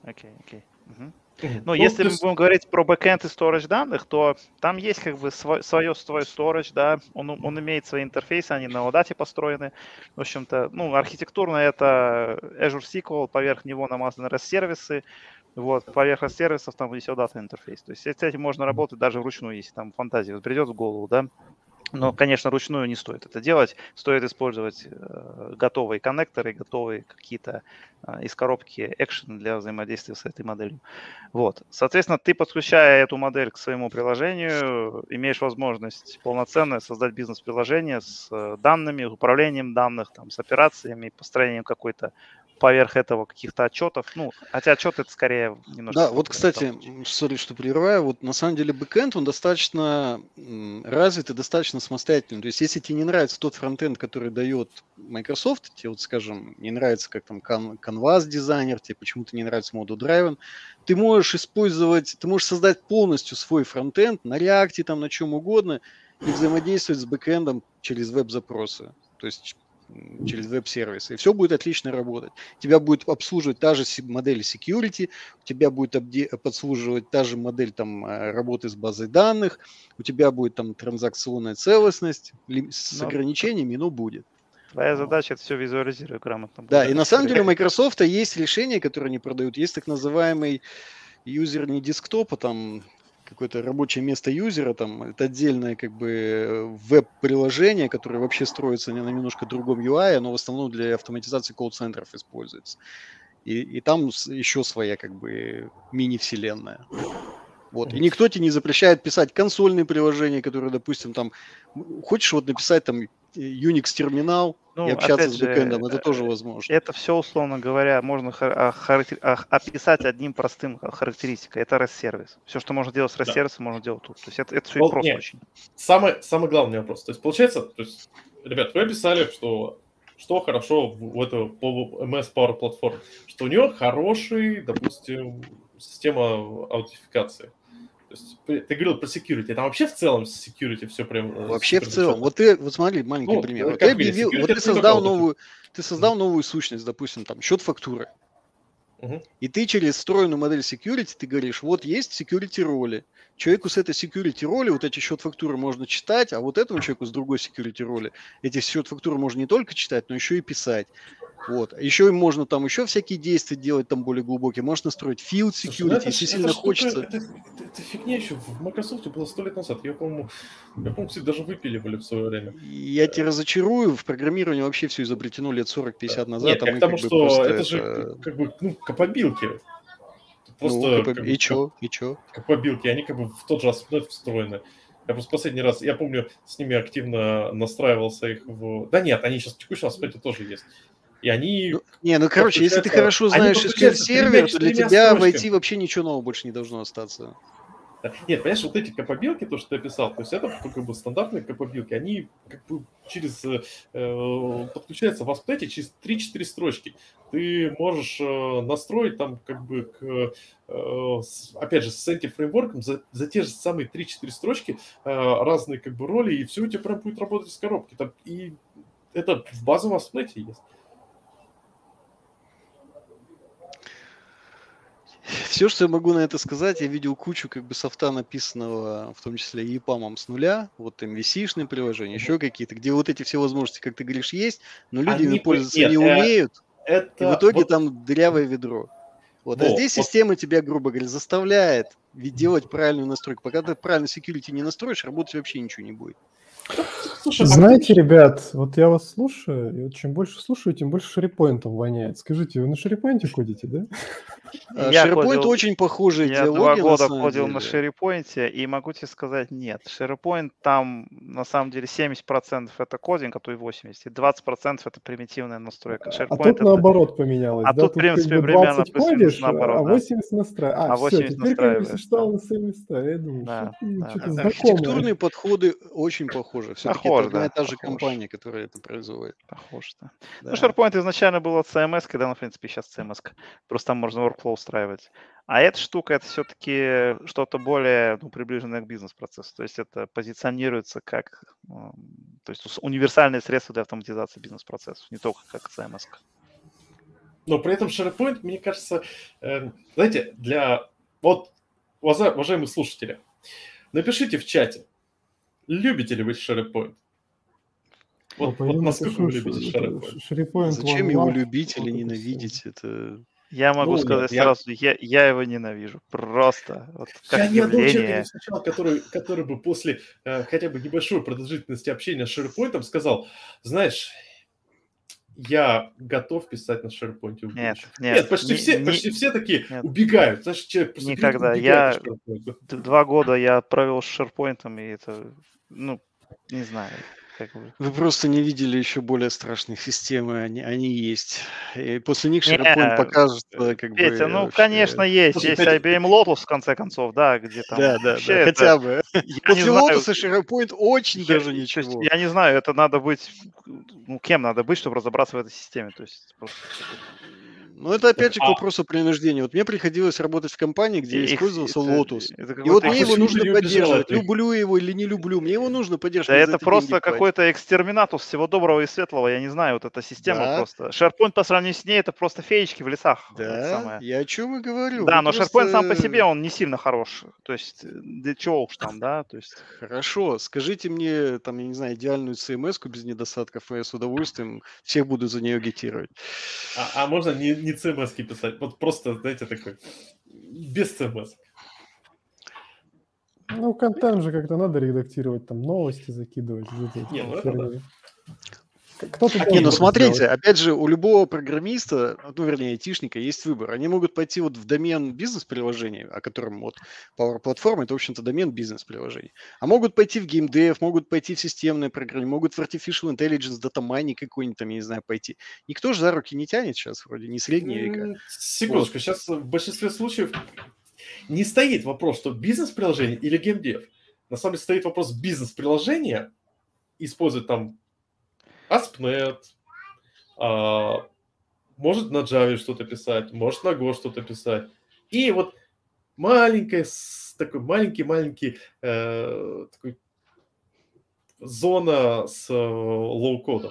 Speaker 4: Но если мы будем говорить про бэкэнд и storage данных, то там есть как бы свой storage, да, он имеет свои интерфейсы, они на OData построены. В общем-то, ну, архитектурно это Azure SQL, поверх него намазаны REST-сервисы, вот, поверх REST-сервисов там есть OData интерфейс. То есть с этим можно работать даже вручную, если там фантазия придет в голову, да. Но, конечно, ручную не стоит это делать. Стоит использовать готовые коннекторы, готовые какие-то из коробки экшены для взаимодействия с этой моделью. Вот. Соответственно, ты, подключая эту модель к своему приложению, имеешь возможность полноценно создать бизнес-приложение с данными, управлением данных, там, с операциями, построением какой-то поверх этого каких-то отчетов. Ну, хотя отчет это скорее немножко...
Speaker 3: Да, вот, кстати, сори, что прерываю, вот на самом деле бэкэнд, он достаточно развит и достаточно самостоятельный. То есть, если тебе не нравится тот фронтенд, который дает Microsoft, тебе, вот, скажем, не нравится, как там Canvas дизайнер, тебе почему-то не нравится Model Driven, ты можешь использовать, ты можешь создать полностью свой фронтенд на React, там, на чем угодно, и взаимодействовать с бэкэндом через веб-запросы. То есть через веб-сервисы, и все будет отлично работать. Тебя будет обслуживать та же модель security, у тебя будет подслуживать та же модель там работы с базой данных, у тебя будет там транзакционная целостность с ограничениями, но будет.
Speaker 4: Твоя задача это все визуализировать грамотно.
Speaker 3: Да, и на самом деле у Microsoft есть решения, которые они продают. Есть так называемый юзер не десктопа, там какое-то рабочее место юзера, там, это отдельное как бы веб-приложение, которое вообще строится на немножко другом UI, но в основном для автоматизации колл-центров используется. И там еще своя как бы мини-вселенная. Вот. И никто тебе не запрещает писать консольные приложения, которые, допустим, там, хочешь вот написать там Unix-терминал, и общаться с бэкэндом, это тоже возможно.
Speaker 4: Это все, условно говоря, можно описать одним простым характеристикой. Это REST-сервис. Все, что можно делать с REST-сервисом, можно делать тут. То есть это все и просто очень.
Speaker 1: Самый главный вопрос. То есть получается, то есть, ребят, вы описали, что хорошо в эту MS Power Platform, что у нее хороший, допустим, система аутентификации. То есть ты говорил про security. Там вообще в целом с security все прям...
Speaker 3: Вообще в целом. Вот ты, вот смотри, маленький пример. Вот ты объявил, вот ты создал новую сущность, допустим, там, счет фактуры. И ты через встроенную модель security, ты говоришь, вот есть security роли. Человеку с этой security роли вот эти счет фактуры можно читать, а вот этому человеку с другой security роли эти счет фактуры можно не только читать, но еще и писать. Вот. Еще им можно там еще всякие действия делать там более глубокие. Можно настроить field security, если сильно хочется.
Speaker 1: Это фигня еще в Microsoft было 100 лет назад. Я помню, кстати, даже выпиливали в свое время.
Speaker 3: Я тебя разочарую, в программировании вообще все изобретено лет 40-50 назад.
Speaker 1: Нет, потому что это же как бы капабилки. Просто
Speaker 3: и чё?
Speaker 1: Капабилки, они как бы в тот же ASP.NET встроены. Я просто последний раз, я помню, с ними активно настраивался их в... Да нет, они сейчас в текущем ASP.NET тоже есть. И они...
Speaker 3: короче, если ты хорошо знаешь SQL-сервер, то для тебя в IT вообще ничего нового больше не должно остаться.
Speaker 1: Нет, понимаешь, вот эти капабилки, то, что ты описал, то есть это как бы стандартные капабилки, они как бы через... подключаются в ASP.NET через 3-4 строчки. Ты можешь настроить там как бы, опять же, с этим фреймворком за те же самые 3-4 строчки разные как бы роли, и все у тебя прям будет работать из коробки. И это в базовом ASP.NET есть.
Speaker 3: Все, что я могу на это сказать, я видел кучу как бы софта, написанного, в том числе и EPAM с нуля, вот MVC-шные приложения, еще какие-то, где вот эти все возможности, как ты говоришь, есть, но люди ими пользоваться не умеют, и в итоге там дырявое ведро. Вот. А здесь система тебя, грубо говоря, заставляет делать правильную настройку. Пока ты правильно security не настроишь, работать вообще ничего не будет.
Speaker 1: Слушай,
Speaker 2: Знаете, ребят, вот я вас слушаю, и вот чем больше слушаю, тем больше шерепоинтом воняет. Скажите, вы на шерепоинте ходите, да?
Speaker 4: Я
Speaker 3: SharePoint
Speaker 4: кодил,
Speaker 3: очень похожая
Speaker 4: я 2
Speaker 3: идеология на
Speaker 4: года
Speaker 3: самом
Speaker 4: кодил на
Speaker 3: деле.
Speaker 4: SharePoint, и могу тебе сказать, нет. SharePoint там на самом деле 70% это кодинг, а то и 80%, и 20% это примитивная настройка.
Speaker 2: А
Speaker 4: SharePoint
Speaker 2: тут
Speaker 4: это...
Speaker 2: наоборот поменялось,
Speaker 4: А
Speaker 2: да?
Speaker 4: тут, в
Speaker 2: Тут как
Speaker 4: принципе,
Speaker 2: бы
Speaker 4: примерно
Speaker 2: 20
Speaker 4: плюс-минус
Speaker 2: кодишь,
Speaker 4: наоборот,
Speaker 2: а
Speaker 4: да.
Speaker 2: 80 настраиваешь. А,
Speaker 4: А
Speaker 2: все,
Speaker 4: 80
Speaker 2: теперь как бы все
Speaker 4: настраиваешь, да.
Speaker 2: встало на свои места. Я думаю,
Speaker 4: Да, да,
Speaker 2: что-то
Speaker 4: да.
Speaker 2: знакомое.
Speaker 3: Архитектурные подходы очень похожи. Все-таки это
Speaker 4: Похож,
Speaker 3: одна и
Speaker 4: да,
Speaker 3: та же
Speaker 4: похож.
Speaker 3: компания, которая это производит.
Speaker 4: Похож, да. Ну,
Speaker 3: Да.
Speaker 4: SharePoint изначально был от CMS, когда, в принципе, сейчас CMS. Просто там можно workflow устраивать. А эта штука, это все-таки что-то более приближенное к бизнес-процессу. То есть это позиционируется как то есть универсальное средство для автоматизации бизнес-процессов, не только как CMS.
Speaker 1: Но при этом SharePoint, мне кажется, знаете, для... Вот, уважаемые слушатели, напишите в чате, любите ли вы SharePoint? Вот насколько вы любите SharePoint?
Speaker 2: SharePoint
Speaker 3: Зачем
Speaker 2: One
Speaker 3: его
Speaker 2: Love,
Speaker 3: любить
Speaker 2: вот
Speaker 3: или
Speaker 2: это всё.
Speaker 3: ненавидеть? Это...
Speaker 4: Я могу
Speaker 1: Ну,
Speaker 4: сказать
Speaker 1: нет,
Speaker 4: сразу, я его ненавижу. Просто. Вот как
Speaker 1: Я ни одного человека не
Speaker 4: явление.
Speaker 1: встречал, который бы после хотя бы небольшой продолжительности общения с SharePoint сказал, знаешь, я готов писать на SharePoint в
Speaker 4: Нет,
Speaker 1: будущем.
Speaker 4: нет,
Speaker 1: Нет, почти все такие
Speaker 4: нет,
Speaker 1: убегают. Знаешь, человек просто берет и
Speaker 4: никогда.
Speaker 1: убегает
Speaker 4: Я
Speaker 1: от SharePoint.
Speaker 4: 2 года я провел с SharePoint, и это, не знаю, как бы.
Speaker 3: Вы просто не видели еще более страшных систем, и они есть. И после них
Speaker 4: Не,
Speaker 3: SharePoint покажется как бы
Speaker 4: Петя,
Speaker 3: вообще...
Speaker 4: конечно, есть.
Speaker 1: Слушай,
Speaker 4: Есть
Speaker 1: Петя,
Speaker 4: IBM Lotus, в конце концов, да, где там
Speaker 3: Да,
Speaker 4: вообще это,
Speaker 3: хотя бы.
Speaker 4: я не
Speaker 3: После
Speaker 4: знаю,
Speaker 3: Lotus SharePoint очень даже
Speaker 4: то есть
Speaker 3: ничего.
Speaker 4: я не знаю, это надо быть, кем надо быть, чтобы разобраться в этой системе, то есть просто
Speaker 3: Ну, это опять же к
Speaker 1: а
Speaker 3: вопросу принуждения. Вот мне приходилось работать в компании, где использовался Lotus.
Speaker 4: это
Speaker 3: И вот
Speaker 4: какой-то
Speaker 3: мне его
Speaker 1: почему ты
Speaker 3: нужно
Speaker 1: не убежал
Speaker 3: поддерживать.
Speaker 1: от них?
Speaker 3: Люблю его или не люблю. Мне его нужно
Speaker 4: Да
Speaker 3: поддерживать, за
Speaker 4: это
Speaker 3: это деньги
Speaker 4: просто
Speaker 3: платят.
Speaker 4: какой-то экстерминатус всего доброго и светлого, я не знаю, вот эта система
Speaker 3: Да,
Speaker 4: просто. SharePoint по сравнению с ней это просто феечки в лесах, это
Speaker 3: да,
Speaker 4: самое.
Speaker 3: я о чем и говорю.
Speaker 4: Да,
Speaker 3: Вы
Speaker 4: но SharePoint сам по себе,
Speaker 3: просто...
Speaker 4: он не сильно хорош. То есть, для чего уж там, да, то есть.
Speaker 3: Хорошо, скажите мне, там, я не знаю, идеальную CMS-ку без недостатков, и я с удовольствием всех буду за нее агитировать.
Speaker 1: А можно не CMS-ки писать? Вот просто, знаете, такой, без CMS.
Speaker 2: Ну, контент же как-то надо редактировать, там новости закидывать, вот эту
Speaker 1: Не,
Speaker 2: вот
Speaker 1: ну это да.
Speaker 2: херню. Кто-то
Speaker 3: Не,
Speaker 1: Окей,
Speaker 3: ну
Speaker 2: должен это
Speaker 3: смотрите,
Speaker 2: сделать.
Speaker 3: опять же, у любого программиста, ну, вернее, айтишника, есть выбор. Они могут пойти вот в домен бизнес-приложений, о котором вот Power Platform, это, в общем-то, домен бизнес-приложений. А могут пойти в геймдев, могут пойти в системное программирование, могут в Artificial Intelligence, Data Mining какой-нибудь там, я не знаю, пойти. Никто же за руки не тянет сейчас, вроде, не средние века. Вот.
Speaker 1: Секундочку, сейчас в большинстве случаев не стоит вопрос, что бизнес-приложение или геймдев. На самом деле стоит вопрос бизнес-приложения, использует там ASP.NET, может на Java что-то писать, может на Go что-то писать. И вот такой маленький такой зона с лоу-кодом.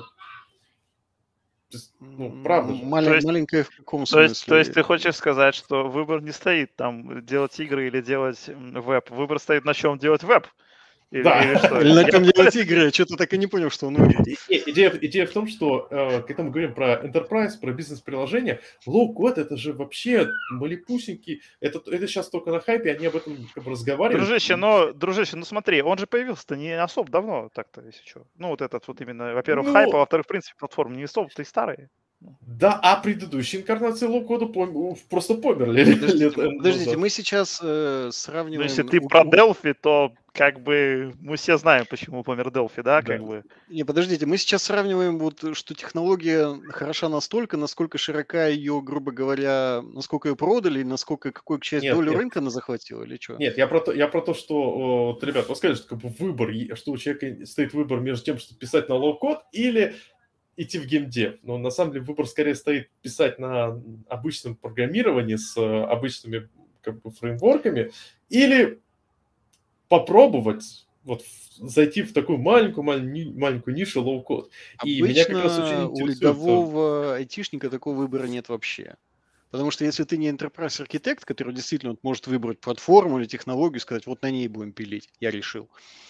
Speaker 1: Правда же.
Speaker 3: Маленькая в каком
Speaker 4: То есть
Speaker 3: смысле?
Speaker 4: ты хочешь сказать, что выбор не стоит там делать игры или делать веб. Выбор стоит на чем делать веб?
Speaker 1: Да.
Speaker 4: Или что?
Speaker 3: Или на чем делать игры? Я что-то так и не понял, что он выглядит.
Speaker 1: Идея в том, что когда мы говорим про enterprise, про бизнес-приложение, low-code это же вообще малепусенький. Это сейчас только на хайпе, они об этом как бы разговаривают.
Speaker 4: Дружище, ну смотри, он же появился-то не особо давно, так-то, если что. Ну, вот этот вот именно, во-первых,
Speaker 1: Ну,
Speaker 4: хайп, а во-вторых, в принципе, платформы не особо-то и старые.
Speaker 1: Да, а предыдущие инкарнации лоу-кода просто померли.
Speaker 3: Подождите, мы сейчас
Speaker 4: Ну,
Speaker 3: сравниваем...
Speaker 4: если ты про Delphi, то как бы мы все знаем, почему помер Delphi, да, как бы.
Speaker 3: Не, подождите, мы сейчас сравниваем, вот, что технология хороша настолько, насколько широка ее, грубо говоря, насколько ее продали, насколько какую часть долю рынка она захватила, или что?
Speaker 1: Нет, я про то, что, вот, ребят, вы сказали, что как бы выбор, что у человека стоит выбор между тем, что писать на лоу-код или идти в геймдев. Но на самом деле выбор скорее стоит писать на обычном программировании с обычными как бы фреймворками или попробовать вот зайти в такую маленькую нишу лоу-код. И меня как раз очень
Speaker 3: Обычно у
Speaker 1: интересует...
Speaker 3: рядового айтишника такого выбора нет вообще. Потому что если ты не enterprise архитект, который действительно вот может выбрать платформу или технологию, сказать, вот на ней будем пилить, я решил,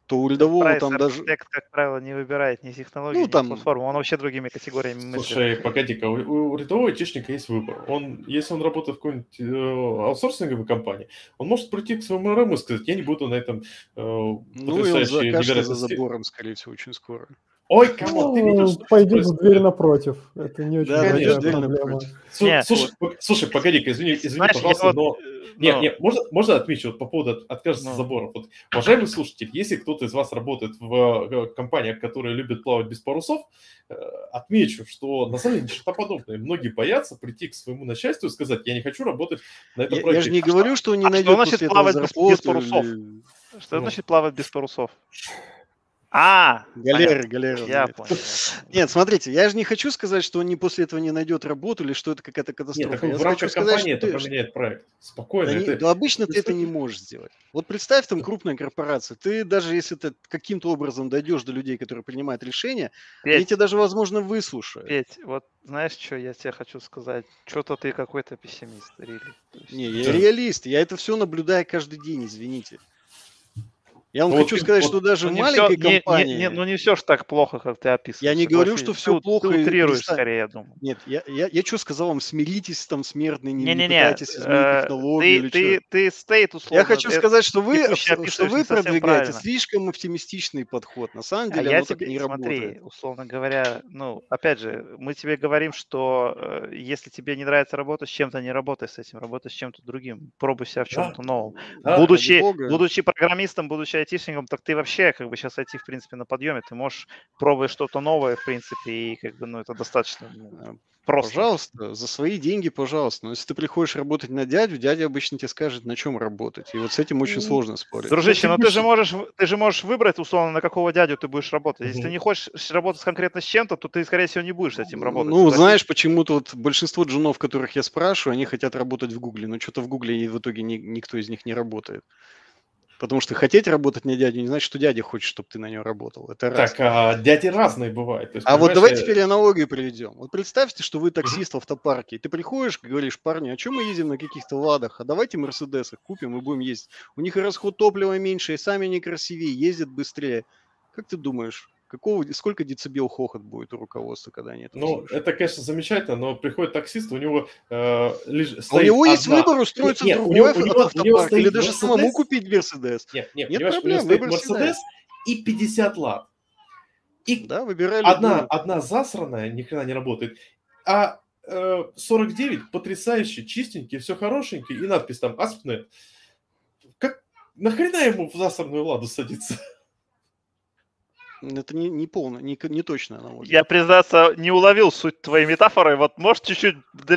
Speaker 3: то у рядового
Speaker 4: Enterprise
Speaker 3: там даже...
Speaker 4: архитект, как правило, не выбирает ни технологию,
Speaker 3: Ну,
Speaker 4: ни
Speaker 3: там,
Speaker 4: платформу. Он вообще другими категориями мыслит.
Speaker 1: Слушай, погоди-ка, у рядового айтишника есть выбор. Если он работает в какой-нибудь аутсорсинговой компании, он может прийти к своему РМ и сказать, я не буду на этом
Speaker 3: ну, и он
Speaker 1: потрясающей
Speaker 3: закажется за
Speaker 1: невероятной
Speaker 3: забором, скорее всего, очень скоро.
Speaker 1: Ой, камон, ты видел, что
Speaker 2: пойдет в
Speaker 1: происходит?
Speaker 2: дверь напротив. Это не очень
Speaker 3: Да,
Speaker 1: конечно,
Speaker 2: большая
Speaker 3: дверь
Speaker 2: проблема.
Speaker 3: напротив.
Speaker 4: Не,
Speaker 1: Слушай, погоди-ка, извини,
Speaker 4: знаешь, я
Speaker 1: пожалуйста,
Speaker 4: вот,
Speaker 1: но...
Speaker 4: ну,
Speaker 1: Не, можно отметить вот по поводу отказа
Speaker 4: ну,
Speaker 1: заборов? Вот, уважаемый слушатель, если кто-то из вас работает в компаниях, которые любят плавать без парусов, отмечу, что на самом деле что-то подобное. Многие боятся прийти к своему начальству и сказать, я не хочу работать на этом
Speaker 3: Я
Speaker 1: проекте.
Speaker 3: же не говорю, что он не
Speaker 4: а что
Speaker 3: найдет
Speaker 4: значит
Speaker 3: после этого
Speaker 4: плавать без
Speaker 3: зарплату
Speaker 4: парусов?
Speaker 3: или...
Speaker 4: Что
Speaker 1: Ну.
Speaker 4: значит плавать без парусов? А,
Speaker 3: Галеры,
Speaker 4: понятно.
Speaker 3: галеры.
Speaker 4: Я
Speaker 3: знаете.
Speaker 4: понял.
Speaker 3: Нет, смотрите, я же не хочу сказать, что он не после этого не найдет работу или что это какая-то
Speaker 1: Нет,
Speaker 3: катастрофа.
Speaker 1: так он
Speaker 3: Я
Speaker 1: в
Speaker 3: хочу
Speaker 1: рамках
Speaker 3: сказать,
Speaker 1: компании
Speaker 3: что
Speaker 1: это
Speaker 3: ты...
Speaker 1: поменяет проект. Спокойно.
Speaker 3: Да,
Speaker 1: это...
Speaker 3: да обычно ты это не можешь сделать. Вот представь, там крупная корпорация. Ты даже если ты каким-то образом дойдешь до людей, которые принимают решения, они
Speaker 4: Петь,
Speaker 3: тебя даже, возможно, выслушают.
Speaker 4: Петь, вот знаешь, что я тебе хочу сказать? Что-то ты какой-то пессимист, really. То есть,
Speaker 3: Не, я
Speaker 1: Да.
Speaker 3: реалист. Я это все наблюдаю каждый день, извините. Я вам
Speaker 1: Ну,
Speaker 3: хочу
Speaker 1: вот ты-
Speaker 3: сказать,
Speaker 1: вот-
Speaker 3: что даже
Speaker 4: ну,
Speaker 3: в
Speaker 4: не
Speaker 3: маленькой
Speaker 4: всё- не-
Speaker 3: компании...
Speaker 4: не- ну не все ж так плохо, как ты описываешь.
Speaker 3: Я не говорю,
Speaker 4: согласись.
Speaker 3: что все плохо.
Speaker 4: Ты
Speaker 3: и
Speaker 4: утрируешь
Speaker 3: перестань-
Speaker 4: скорее, я думаю.
Speaker 3: Нет, я что сказал вам, смиритесь там, смертные, не
Speaker 4: Не-не-не,
Speaker 3: пытайтесь изменить технологию или что.
Speaker 4: ты стейт условно.
Speaker 3: Я хочу сказать, что вы,
Speaker 4: текущий
Speaker 3: что
Speaker 4: описываешь
Speaker 3: вы
Speaker 4: не совсем
Speaker 3: продвигаете
Speaker 4: правильно.
Speaker 3: слишком оптимистичный подход. На самом
Speaker 4: А
Speaker 3: деле
Speaker 4: я
Speaker 3: оно так
Speaker 4: тебе,
Speaker 3: не
Speaker 4: смотри,
Speaker 3: работает.
Speaker 4: условно говоря, ну, опять же, мы тебе говорим, что если тебе не нравится работа с чем-то, не работай с этим, работай с чем-то другим, пробуй себя в чем-то новом.
Speaker 1: Да,
Speaker 3: ради бога.
Speaker 4: Будучи программистом, будучи айтишником, так ты вообще, как бы, сейчас IT, в принципе, на подъеме, ты можешь пробовать что-то новое, в принципе, и, как бы, ну, это достаточно просто.
Speaker 3: Пожалуйста, за свои деньги, пожалуйста. Но если ты приходишь работать на дядю, дядя обычно тебе скажет, на чем работать. И вот с этим очень сложно спорить.
Speaker 4: Дружище,
Speaker 1: Ну,
Speaker 4: но
Speaker 1: ты
Speaker 4: ты же можешь выбрать, условно, на какого дядю ты будешь работать. Если
Speaker 1: Мгм.
Speaker 4: ты не хочешь работать конкретно с чем-то, то ты, скорее всего, не будешь с этим работать.
Speaker 3: Ну,
Speaker 4: согласись?
Speaker 3: знаешь, почему-то вот большинство джунов, которых я спрашиваю, они хотят работать в Гугле, но что-то в Гугле в итоге никто из них не работает. Потому что хотеть работать на дядю не значит, что дядя хочет, чтобы ты на нем работал. Это раз.
Speaker 1: Так, а дяди разные бывают. То есть,
Speaker 3: А вот
Speaker 1: понимаешь,
Speaker 3: давайте теперь аналогию приведем. Вот представьте, что вы таксист в автопарке, и ты приходишь, говоришь, парни, а что мы ездим на каких-то ладах? А давайте Мерседесах купим и будем ездить. У них и расход топлива меньше, и сами они красивее, ездят быстрее. Как ты думаешь, сколько децибел хохот будет у руководства, когда они это
Speaker 1: Ну,
Speaker 3: услышат?
Speaker 1: это, конечно, замечательно, но приходит таксист, у него лишь
Speaker 3: А у
Speaker 1: стоит
Speaker 3: него есть
Speaker 1: одна-
Speaker 3: выбор устроиться
Speaker 1: Нет,
Speaker 3: в
Speaker 1: у
Speaker 3: другой
Speaker 1: него- у него
Speaker 3: автопарк или
Speaker 1: стоит
Speaker 3: даже
Speaker 1: Mercedes.
Speaker 3: самому купить Мерседес.
Speaker 1: Нет,
Speaker 3: Нет
Speaker 1: понимаешь, у
Speaker 3: проблем,
Speaker 1: него стоит
Speaker 3: выбор всегда
Speaker 1: Мерседес и 50 лат. И
Speaker 3: Да, выбирай
Speaker 1: одна
Speaker 3: любую.
Speaker 1: засранная ни хрена не работает, а 49 потрясающе, чистенький, все хорошенький, и надпись там ASP.NET. Как нахрена ему в засранную ладу садиться?
Speaker 3: Это не полно, не точно аналогия.
Speaker 4: Я, признаться, не уловил суть твоей метафоры. Вот можешь чуть-чуть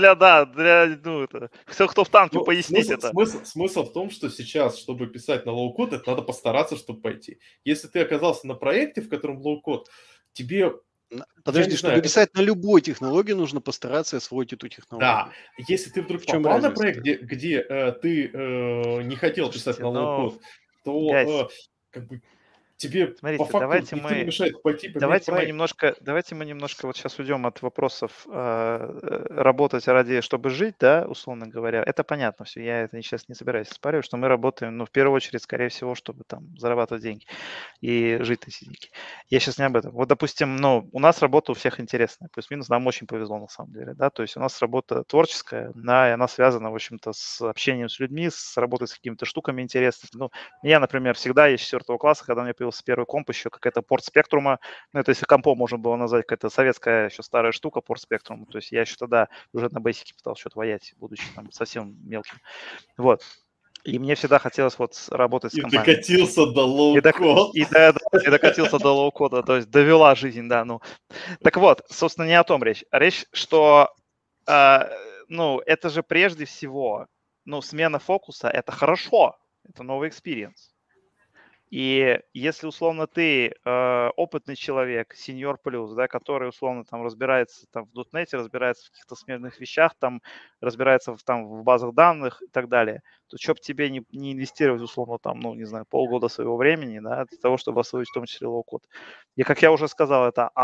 Speaker 4: все, кто в танке,
Speaker 1: Ну,
Speaker 4: пояснить
Speaker 1: смысл,
Speaker 4: это.
Speaker 1: смысл в том, что сейчас, чтобы писать на лоу-код, это надо постараться, чтобы пойти. Если ты оказался на проекте, в котором лоу-код, тебе...
Speaker 3: Подожди,
Speaker 1: не
Speaker 3: чтобы
Speaker 1: знаю,
Speaker 3: писать на любой технологии, нужно постараться освоить эту технологию.
Speaker 1: Да, если ты вдруг
Speaker 3: В чем
Speaker 1: попал на
Speaker 3: разница?
Speaker 1: проект, где ты не хотел писать
Speaker 4: Слушайте,
Speaker 1: на лоу-код, то
Speaker 4: guys,
Speaker 1: как бы тебе
Speaker 4: смотрите,
Speaker 1: по факту
Speaker 4: давайте
Speaker 1: никто не
Speaker 4: мы-
Speaker 1: мешает пойти поменять
Speaker 4: Давайте мы
Speaker 1: проект.
Speaker 4: немножко вот сейчас уйдем от вопросов работать ради, чтобы жить, да, условно говоря. Это понятно все. Я это сейчас не собираюсь спаривать, что мы работаем, ну, в первую очередь, скорее всего, чтобы там зарабатывать деньги и жить на эти деньги. Я сейчас не об этом. Вот, допустим, ну, у нас работа у всех интересная, плюс-минус, нам очень повезло на самом деле, да, то есть у нас работа творческая, да, и она связана, в общем-то, с общением с людьми, с работой с какими-то штуками интересными. Ну, я, например, всегда, я с 4 класса, когда у меня появился первый комп, еще какая-то порт спектрума, ну, это если компом можно было назвать, какая-то советская еще старая штука, порт спектрум, то есть я еще тогда уже на бейсике пытался что-то ваять, будучи там совсем мелким. Вот. И мне всегда хотелось вот работать с
Speaker 1: И
Speaker 4: компанией.
Speaker 1: докатился до лоу-код.
Speaker 4: И докатился до лоу-кода, то есть довела жизнь, да, ну. Так вот, собственно, не о том речь. Речь, что, ну, это же прежде всего, ну, смена фокуса – это хорошо, это новый экспириенс. И если, условно, ты опытный человек, сеньор плюс, да, который, условно, там разбирается там, в .NET, разбирается в каких-то смежных вещах, там, разбирается в базах данных и так далее, то чтобы тебе не инвестировать, условно, там, ну, не знаю, полгода своего времени, да, для того, чтобы освоить в том числе лоу-код. И, как я уже сказал, это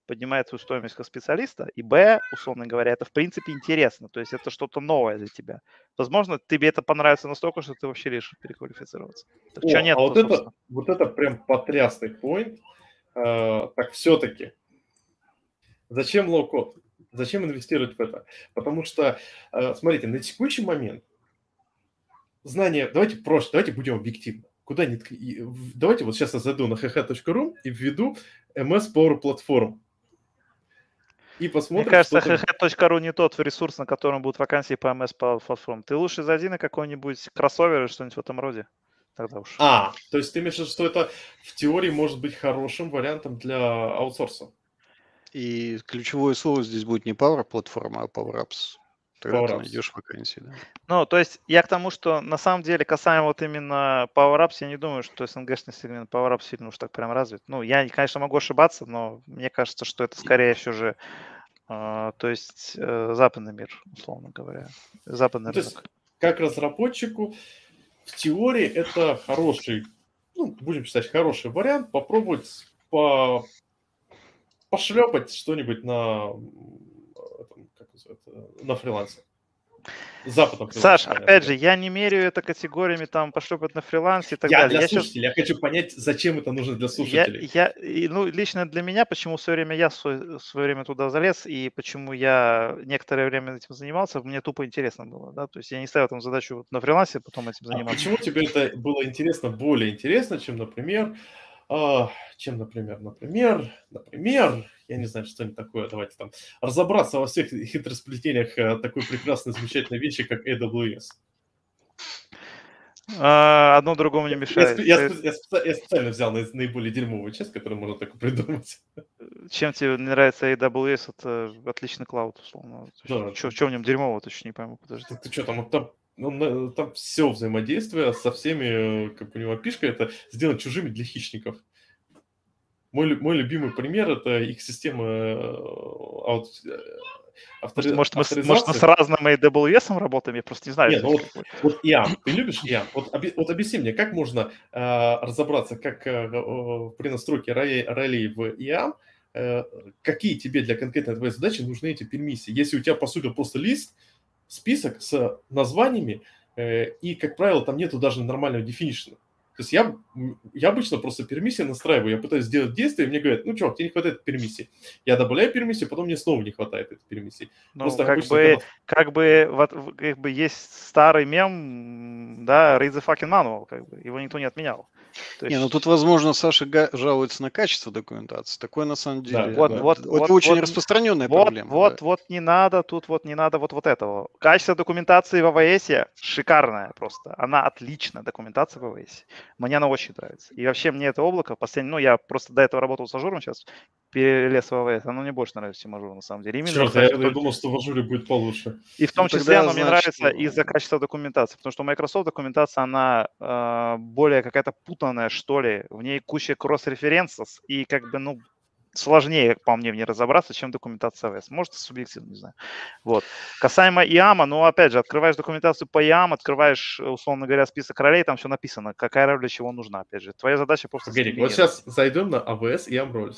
Speaker 4: поднимает свою стоимость как специалиста, и б, условно говоря, это в принципе интересно, то есть это что-то новое для тебя. Возможно, тебе это понравится настолько, что ты вообще решишь переквалифицироваться. Так что нет,
Speaker 1: вот это прям потрясный поинт. Так все-таки, зачем лоу-код? Зачем инвестировать в это? Потому что, смотрите, на текущий момент знания, давайте проще, давайте будем объективны. Давайте вот сейчас я зайду на hh.ru и введу MS Power Platform. И посмотрим,
Speaker 4: мне кажется, hh.ru не тот ресурс, на котором будут вакансии по MS Power Platform. Ты лучше зайди на какой-нибудь кроссовер или что-нибудь в этом роде. Тогда уж.
Speaker 1: То есть ты имеешь в виду, что это в теории может быть хорошим вариантом для аутсорса?
Speaker 3: И ключевое слово здесь будет не Power Platform, а Power Apps. Тогда ты найдешь вакансии, да.
Speaker 4: Ну, то есть я к тому, что на самом деле касаемо вот именно Power Apps, я не думаю, что СНГшный сегмент Power Apps сильно уж так прям развит. Ну, я, конечно, могу ошибаться, но мне кажется, что это скорее все же, то есть западный мир, условно говоря, западный рынок.
Speaker 1: То есть, как разработчику, в теории это хороший, будем считать, хороший вариант попробовать пошлепать что-нибудь на фрилансе. Западном фрилансе.
Speaker 4: Саш, опять же, я не меряю это категориями там пошлепать на фрилансе и так далее.
Speaker 1: Для слушателей, я хочу понять, зачем это нужно для слушателей.
Speaker 4: Лично для меня, почему в свое время туда залез и почему я некоторое время этим занимался, мне тупо интересно было, да, то есть я не ставил там задачу на фрилансе потом этим заниматься.
Speaker 1: Почему тебе это было интересно, более интересно, чем, например, я не знаю, что-нибудь такое, давайте там, разобраться во всех хитросплетениях такой прекрасной, замечательной вещи, как AWS.
Speaker 4: Одно другому не мешает.
Speaker 1: Я специально взял наиболее дерьмовую часть, которую можно так придумать.
Speaker 4: Чем тебе нравится AWS? Это отличный клауд, условно.
Speaker 1: Да.
Speaker 4: Что в нем дерьмово, точно не пойму. Подожди.
Speaker 1: Ты что, там все взаимодействие со всеми, как у него пишка, это сделано чужими для хищников. Мой любимый пример – это их система авторизации.
Speaker 4: Может, мы с разным AWS работаем? Я просто не знаю.
Speaker 1: Нет, вот IAM. Ты любишь IAM? Вот объясни мне, как можно разобраться, как при настройке ролей в IAM, какие тебе для конкретной твоей задачи нужны эти пермиссии? Если у тебя, по сути, просто лист, список с названиями, и, как правило, там нету даже нормального definition. То есть я обычно просто пермиссии настраиваю, я пытаюсь сделать действие, и мне говорят, чувак, тебе не хватает пермиссии. Я добавляю пермиссии, потом мне снова не хватает этой пермиссии.
Speaker 4: Как бы есть старый мем, да, read the fucking manual, как бы, его никто не отменял.
Speaker 3: Тут, возможно, Саша жалуется на качество документации. Такое, на самом деле, это очень распространенная проблема.
Speaker 4: Вот не надо вот этого. Качество документации в AWS шикарное просто. Она отличная, документация в AWS. Мне она очень нравится. И вообще мне это облако, я просто до этого работал с ажуром, сейчас перелез в AWS, оно мне больше нравится, чем ажур, на самом деле.
Speaker 1: Я думал, что в ажуре будет получше.
Speaker 4: И в том числе оно мне нравится из-за качества документации, потому что у Microsoft документация, она более какая-то путанная, что ли. В ней куча кросс-референсов, и сложнее, по мне, в ней разобраться, чем документация AWS. Может, субъективно, не знаю. Вот. Касаемо IAM, опять же, открываешь документацию по IAM, открываешь, условно говоря, список ролей, там все написано, какая роль для чего нужна, опять же. Твоя задача просто...
Speaker 1: Погоди, вот сейчас зайдем на AWS IAM Roles.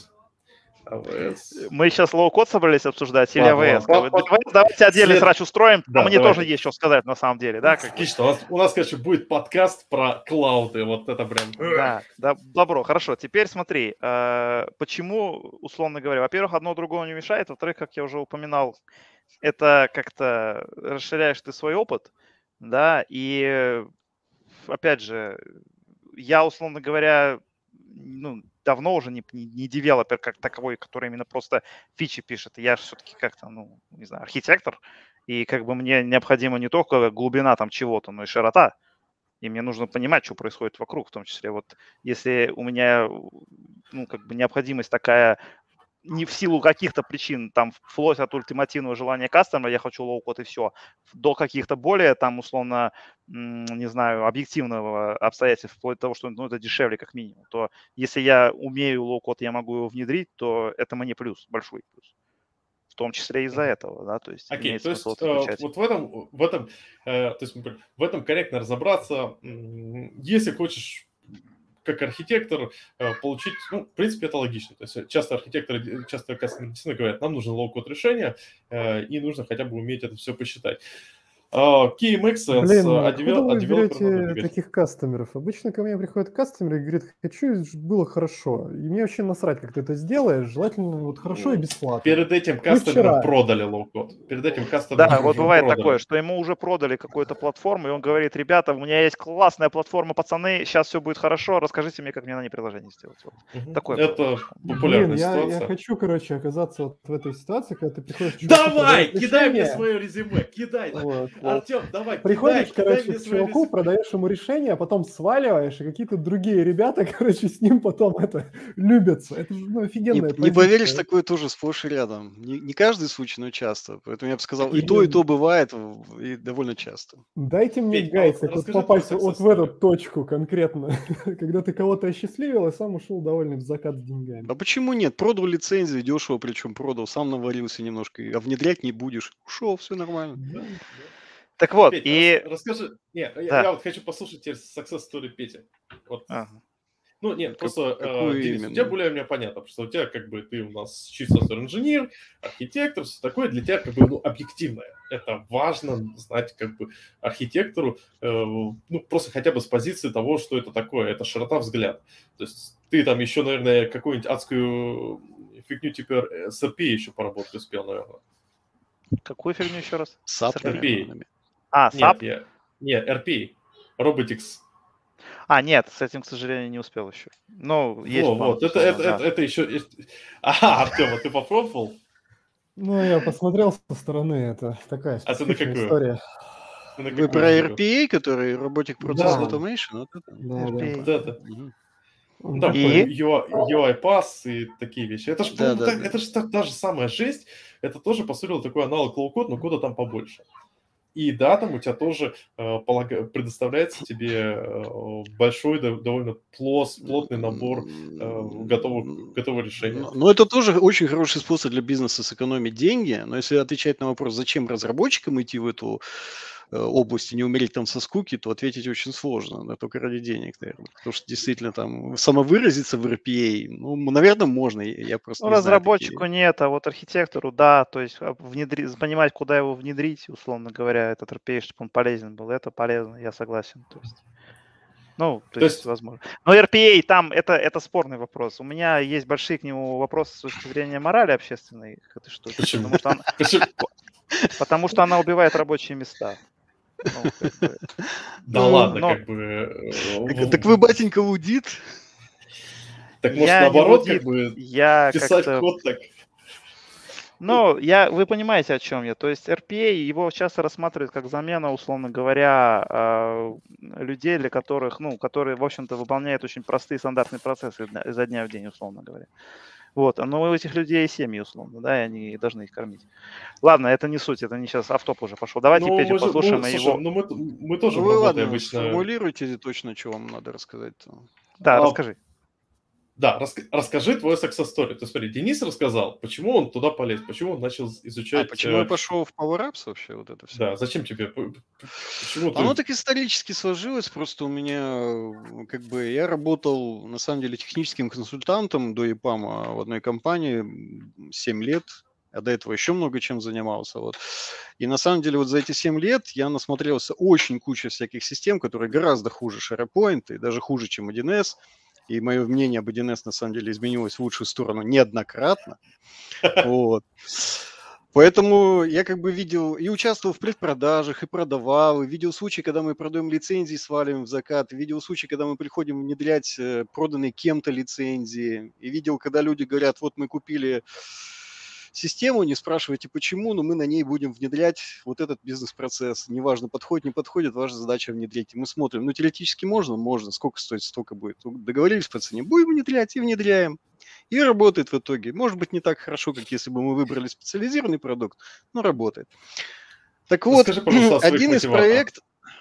Speaker 1: AWS.
Speaker 4: Мы сейчас лоу-код собрались обсуждать или AWS? Давайте отдельный срач устроим, мне тоже есть что сказать на самом деле. Да,
Speaker 1: отлично, у нас, конечно, будет подкаст про клауды, вот это прям...
Speaker 4: Да, добро, хорошо. Теперь смотри, почему, условно говоря, во-первых, одно другому не мешает, во-вторых, как я уже упоминал, это как-то расширяешь ты свой опыт, да, и, опять же, я, условно говоря, давно уже не девелопер как таковой, который именно просто фичи пишет. Я все-таки как-то, не знаю, архитектор, и как бы мне необходима не только глубина там чего-то, но и широта. И мне нужно понимать, что происходит вокруг, в том числе вот если у меня, как бы необходимость такая, не в силу каких-то причин, там, вплоть от ультимативного желания кастомера, я хочу лоу-код и все, до каких-то более, там, условно, не знаю, объективного обстоятельств, вплоть до того, что это дешевле как минимум, то если я умею лоу-код, я могу его внедрить, то это мне плюс, большой плюс. В том числе из-за этого, да, то есть...
Speaker 1: Окей, то есть вот в этом корректно разобраться, если хочешь как архитектор получить, ну, в принципе, это логично. То есть часто архитекторы, часто customer дизайнеры говорят, нам нужно лоу-код решение, и нужно хотя бы уметь это все посчитать. Key makes sense,
Speaker 2: Блин,
Speaker 1: а
Speaker 2: откуда вы
Speaker 1: девелопер надо
Speaker 2: берете
Speaker 1: двигать.
Speaker 2: таких кастомеров? Обычно ко мне приходят кастомеры и говорят, хочу, чтобы было хорошо. И мне вообще насрать, как ты это сделаешь. Желательно вот хорошо и бесплатно.
Speaker 1: Перед этим
Speaker 2: Мы
Speaker 1: кастомерам
Speaker 2: вчера.
Speaker 1: продали лоу-код. Перед этим кастомерам
Speaker 4: Да, вот
Speaker 1: уже
Speaker 4: бывает
Speaker 1: продали.
Speaker 4: такое, что ему уже продали какую-то платформу, и он говорит, ребята, у меня есть классная платформа, пацаны, сейчас все будет хорошо, расскажите мне, как мне на ней приложение сделать. Вот. Такое
Speaker 1: Это
Speaker 4: бывает.
Speaker 1: популярная
Speaker 2: Блин, я
Speaker 1: ситуация.
Speaker 2: хочу, короче, оказаться вот в этой ситуации, когда ты приходишь к чуваку,
Speaker 1: Давай,
Speaker 2: продаешь
Speaker 1: кидай мне
Speaker 2: решение.
Speaker 1: свое резюме, кидай.
Speaker 2: Вот.
Speaker 1: Артем, давай,
Speaker 2: Приходишь,
Speaker 1: кидай
Speaker 2: короче,
Speaker 1: мне
Speaker 2: к
Speaker 1: свое
Speaker 2: чуваку,
Speaker 1: резюме.
Speaker 2: продаешь ему решение, а потом сваливаешь, и какие-то другие ребята, короче, с ним потом это любятся. Это же, ну, офигенная
Speaker 3: Не поверишь,
Speaker 2: позиция.
Speaker 3: такое тоже сплошь и рядом. Не каждый случай, но часто. Поэтому я бы сказал, и
Speaker 2: Блин.
Speaker 3: то бывает, и довольно часто.
Speaker 2: Дайте мне
Speaker 1: Петь,
Speaker 2: гайд,
Speaker 1: а
Speaker 2: как вот
Speaker 1: расскажи
Speaker 2: попасть
Speaker 1: твою
Speaker 2: вот в
Speaker 1: success
Speaker 2: эту точку конкретно, когда ты кого-то осчастливил, и сам ушел довольный в закат с деньгами.
Speaker 3: А почему нет? Продал лицензию, дешево причем продал, сам наварился немножко, а внедрять не будешь. Ушел, все нормально.
Speaker 1: Да, да.
Speaker 4: Так вот,
Speaker 1: Петь,
Speaker 4: и...
Speaker 1: расскажи. Нет,
Speaker 4: Да.
Speaker 1: я вот хочу послушать теперь success story Пети. Вот.
Speaker 4: Ага.
Speaker 1: Ну, нет, просто,
Speaker 3: какую
Speaker 1: Денис, у
Speaker 3: именно?
Speaker 1: тебя более-менее понятно, потому что у тебя, как бы, ты у нас chief software engineer, архитектор, все такое, для тебя, как бы, ну, объективное. Это важно знать, как бы, архитектору, ну, просто хотя бы с позиции того, что это такое, это широта взгляда. То есть ты там еще, наверное, какую-нибудь адскую фигню типа с RPA еще поработать успел, наверное.
Speaker 4: Какую фигню еще раз?
Speaker 3: SAP,
Speaker 1: RPA.
Speaker 3: наверное.
Speaker 4: А, SAP?
Speaker 1: Нет, RPA. Robotics.
Speaker 4: А, нет, с этим, к сожалению, не успел еще. Ну, есть план,
Speaker 1: Вот, это еще... Ага, Артем, а ты попробовал?
Speaker 2: Ну, я посмотрел со стороны, это такая
Speaker 1: А ты на
Speaker 2: специфичная
Speaker 1: какую?
Speaker 2: история.
Speaker 1: Ты на
Speaker 3: Вы
Speaker 1: какую
Speaker 3: про
Speaker 1: фигу?
Speaker 3: RPA, который Robotic Process
Speaker 2: Да.
Speaker 3: Automation? Вот это?
Speaker 2: Да,
Speaker 4: RPA.
Speaker 1: Да.
Speaker 3: Мгм.
Speaker 2: Он
Speaker 1: Ну, там
Speaker 2: такой.
Speaker 4: И?
Speaker 1: UI-пас и такие вещи. Это же
Speaker 3: Да.
Speaker 1: это же та же самая жесть. Это тоже, по сути, такой аналог low-code, но кода там побольше. И да, там у тебя тоже предоставляется тебе большой, довольно плотный набор готового решения.
Speaker 3: Но это тоже очень хороший способ для бизнеса сэкономить деньги. Но если отвечать на вопрос, зачем разработчикам идти в эту область и не умереть там со скуки, то ответить очень сложно, да, только ради денег, наверное. Потому что действительно там самовыразиться в RPA, ну, наверное, можно. Я просто
Speaker 4: Ну,
Speaker 3: не знаю
Speaker 4: разработчику
Speaker 3: такие.
Speaker 4: нет, а вот архитектору, да, то есть понимать, куда его внедрить, условно говоря, этот RPA, чтобы он полезен был, это полезно, я согласен. То есть, ну, то есть, возможно. Но RPA там, это спорный вопрос. У меня есть большие к нему вопросы с точки зрения морали общественной. Это что?
Speaker 1: Почему?
Speaker 4: Потому что она убивает рабочие места. Ну, как бы.
Speaker 1: Да ладно, как бы...
Speaker 3: Так вы, батенька, аудит?
Speaker 1: Так может,
Speaker 4: Я не
Speaker 1: наоборот,
Speaker 4: аудит,
Speaker 1: как бы
Speaker 4: я
Speaker 1: писать
Speaker 4: как-то...
Speaker 1: код так?
Speaker 4: Ну, вы понимаете, о чем я. То есть RPA, его часто рассматривают как замена, условно говоря, людей, для которых, ну, которые, в общем-то, выполняют очень простые стандартные процессы изо дня в день, условно говоря. Вот, но у этих людей семьи, условно, да, и они должны их кормить. Ладно, это не суть, это не сейчас автоп уже пошел. Давайте Петю послушаем его.
Speaker 1: Ну, мы тоже в
Speaker 3: Вы,
Speaker 1: работе
Speaker 3: ладно,
Speaker 1: обычно...
Speaker 3: сформулируйте точно, что вам надо рассказать.
Speaker 4: Да, расскажи.
Speaker 1: Да, расскажи твой success story. Ты смотри, Денис рассказал, почему он туда полез, почему он начал изучать...
Speaker 3: почему я пошел в PowerApps вообще, вот это все?
Speaker 1: Да, зачем тебе? Почему ты...
Speaker 3: Оно так исторически сложилось, просто у меня, как бы, я работал, на самом деле, техническим консультантом до ЕПАМа в одной компании 7 лет, а до этого еще много чем занимался. Вот. И на самом деле вот за эти 7 лет я насмотрелся очень кучу всяких систем, которые гораздо хуже SharePoint и даже хуже, чем 1С. И мое мнение об 1С на самом деле изменилось в лучшую сторону неоднократно. Вот. Поэтому я как бы видел и участвовал в предпродажах, и продавал, и видел случаи, когда мы продаем лицензии, сваливаем в закат, видел случаи, когда мы приходим внедрять проданные кем-то лицензии, и видел, когда люди говорят, вот мы купили систему, не спрашивайте почему, но мы на ней будем внедрять вот этот бизнес-процесс. Неважно, подходит, не подходит, ваша задача внедрить. И мы смотрим, ну, теоретически можно, сколько стоит, столько будет. Договорились по цене, будем внедрять и внедряем. И работает в итоге. Может быть, не так хорошо, как если бы мы выбрали специализированный продукт, но работает. Так вот,
Speaker 1: скажи, пожалуйста,
Speaker 3: один из проектов...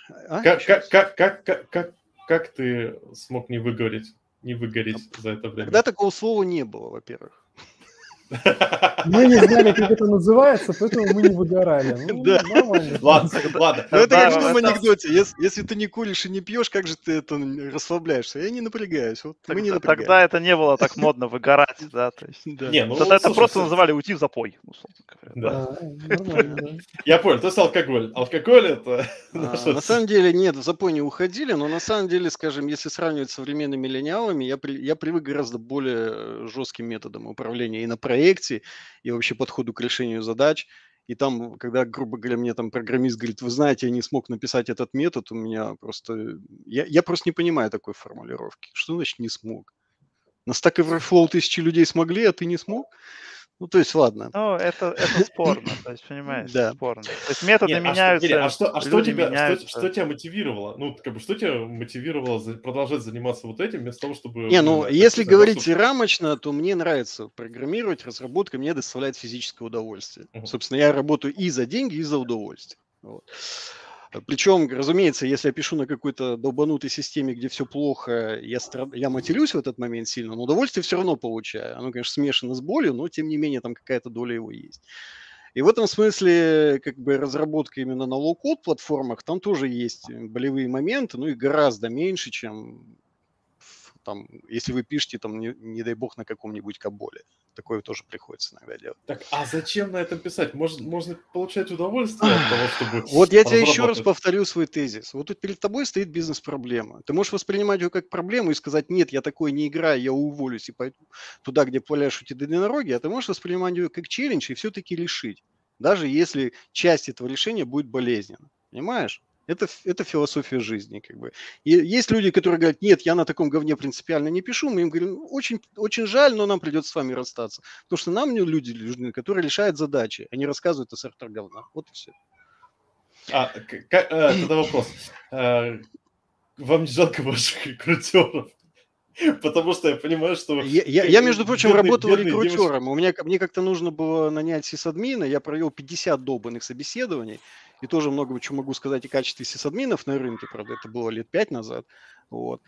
Speaker 1: Как ты смог не выгореть за это время?
Speaker 3: Тогда такого слова не было, во-первых.
Speaker 2: Мы не знали, как это называется, поэтому мы не выгорали. Ну,
Speaker 3: Да.
Speaker 2: нормально.
Speaker 1: Ладно.
Speaker 3: Ну, это
Speaker 4: Да,
Speaker 3: как в том
Speaker 4: это-
Speaker 3: анекдоте. Если ты не куришь и не пьешь, как же ты это расслабляешься? Я не напрягаюсь. Вот мы не
Speaker 4: Тогда
Speaker 3: напрягаемся.
Speaker 4: это не было так модно выгорать, да, то есть.
Speaker 3: Да.
Speaker 1: Не, ну,
Speaker 4: Тогда это
Speaker 1: слушай,
Speaker 4: просто
Speaker 1: всё-
Speaker 4: называли уйти в запой, условно говоря.
Speaker 1: Да.
Speaker 2: Нормально, да.
Speaker 1: Я понял, то есть алкоголь. Алкоголь это...
Speaker 3: На самом деле нет, в запой не уходили, но на самом деле, скажем, если сравнивать с современными миллениалами, я привык гораздо более жестким методам управления и на проекте, и вообще подходу к решению задач. И там, когда, грубо говоря, мне там программист говорит, вы знаете, я не смог написать этот метод, у меня просто... Я просто не понимаю такой формулировки. Что значит не смог? На Stack Overflow 1000 людей смогли, а ты не смог? Ну, то есть, ладно.
Speaker 4: Ну, это спорно, то есть, понимаешь,
Speaker 3: Да.
Speaker 4: спорно. То есть методы
Speaker 1: Нет,
Speaker 4: меняются,
Speaker 1: а что
Speaker 4: люди
Speaker 1: тебя,
Speaker 4: меняются.
Speaker 1: что тебя мотивировало? Ну, как бы, что тебя мотивировало продолжать заниматься вот этим, вместо того, чтобы...
Speaker 3: Не, ну,
Speaker 1: знаю,
Speaker 3: если
Speaker 1: как-то
Speaker 3: говорить
Speaker 1: заниматься-
Speaker 3: рамочно, то мне нравится программировать, разработка мне доставляет физическое удовольствие.
Speaker 1: Мгм.
Speaker 3: Собственно, я работаю и за деньги, и за удовольствие. Вот. Причем, разумеется, если я пишу на какой-то долбанутой системе, где все плохо, я матерюсь в этот момент сильно, но удовольствие все равно получаю. Оно, конечно, смешано с болью, но, тем не менее, там какая-то доля его есть. И в этом смысле, как бы, разработка именно на лоу-код платформах, там тоже есть болевые моменты, ну и гораздо меньше, чем там, если вы пишете, там, не дай бог, на каком-нибудь Каболе. Такое тоже приходится иногда делать.
Speaker 1: Так, а зачем на этом писать? Можно получать удовольствие от того, чтобы...
Speaker 3: Вот я тебе еще раз
Speaker 1: разработать.
Speaker 3: повторю свой тезис. Вот тут перед тобой стоит бизнес-проблема. Ты можешь воспринимать ее как проблему и сказать, нет, я такой не играю, я уволюсь и пойду туда, где пляшут единороги, а ты можешь воспринимать ее как челлендж и все-таки решить. Даже если часть этого решения будет болезненна. Понимаешь? Это философия жизни, как бы. И есть люди, которые говорят, нет, я на таком говне принципиально не пишу. Мы им говорим, очень, очень жаль, но нам придется с вами расстаться. Потому что нам люди нужны, которые решают задачи, а не рассказывают о сортах говна. Вот и все.
Speaker 1: Тогда вопрос. Вам не жалко ваших рекрутеров? Потому что я понимаю, что...
Speaker 3: Я, между прочим, работал
Speaker 1: бедные
Speaker 3: рекрутером. Мне как-то нужно было нанять сисадмина. Я провел 50 долбанных собеседований. И тоже много чего могу сказать о качестве сисадминов на рынке. Правда, это было лет 5 назад. Вот.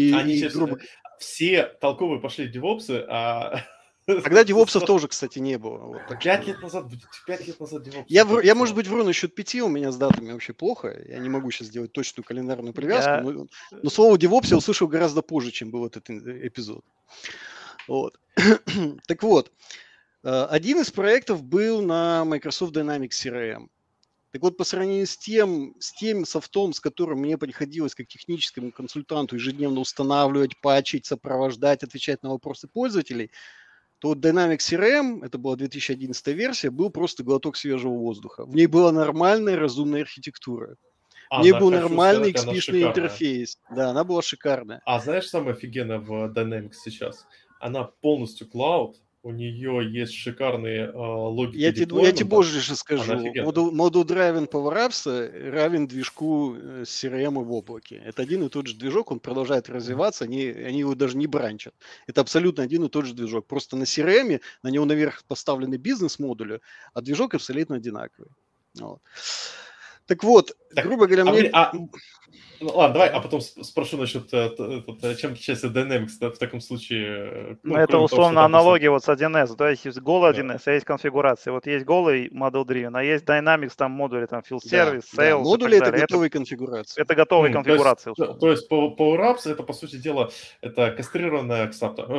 Speaker 1: Все толковые пошли девопсы, а...
Speaker 3: Тогда девопсов тоже, кстати, не было. Вот, так
Speaker 1: 5
Speaker 3: что...
Speaker 1: лет назад девопсы.
Speaker 3: Я, может быть, вру насчет 5, у меня с датами вообще плохо. Я не могу сейчас сделать точную календарную привязку. Но слово DevOps я услышал гораздо позже, чем был этот эпизод. Вот. Так вот, один из проектов был на Microsoft Dynamics CRM. Так вот, по сравнению с тем софтом, с которым мне приходилось как техническому консультанту ежедневно устанавливать, патчить, сопровождать, отвечать на вопросы пользователей, то вот Dynamics CRM, это была 2011 версия, был просто глоток свежего воздуха. В ней была нормальная, разумная архитектура. В ней был нормальный XP-шный интерфейс. Да, она была шикарная.
Speaker 1: А знаешь, самое офигенное в Dynamics сейчас? Она полностью клауд, у нее есть шикарные логики
Speaker 3: Я тебе больше скажу. Model Driven Power Apps равен движку CRM в облаке. Это один и тот же движок, он продолжает развиваться, они его даже не бранчат. Это абсолютно один и тот же движок. Просто на CRM, на него наверх поставлены бизнес-модули, а движок абсолютно одинаковый. Вот. Так вот, грубо говоря, мне...
Speaker 1: Ну, ладно, давай, а потом спрошу насчет, чем отличается Dynamics в таком случае.
Speaker 4: Ну, это условно аналогия вот с 1С. То есть есть голый 1С, а есть конфигурация. Вот есть голый Model Driven, а есть Dynamics, там модули, там Field Service, Sales.
Speaker 3: Модули — это готовые конфигурации.
Speaker 4: Это готовые конфигурации.
Speaker 1: То есть Power Apps — это, по сути дела, это кастрированная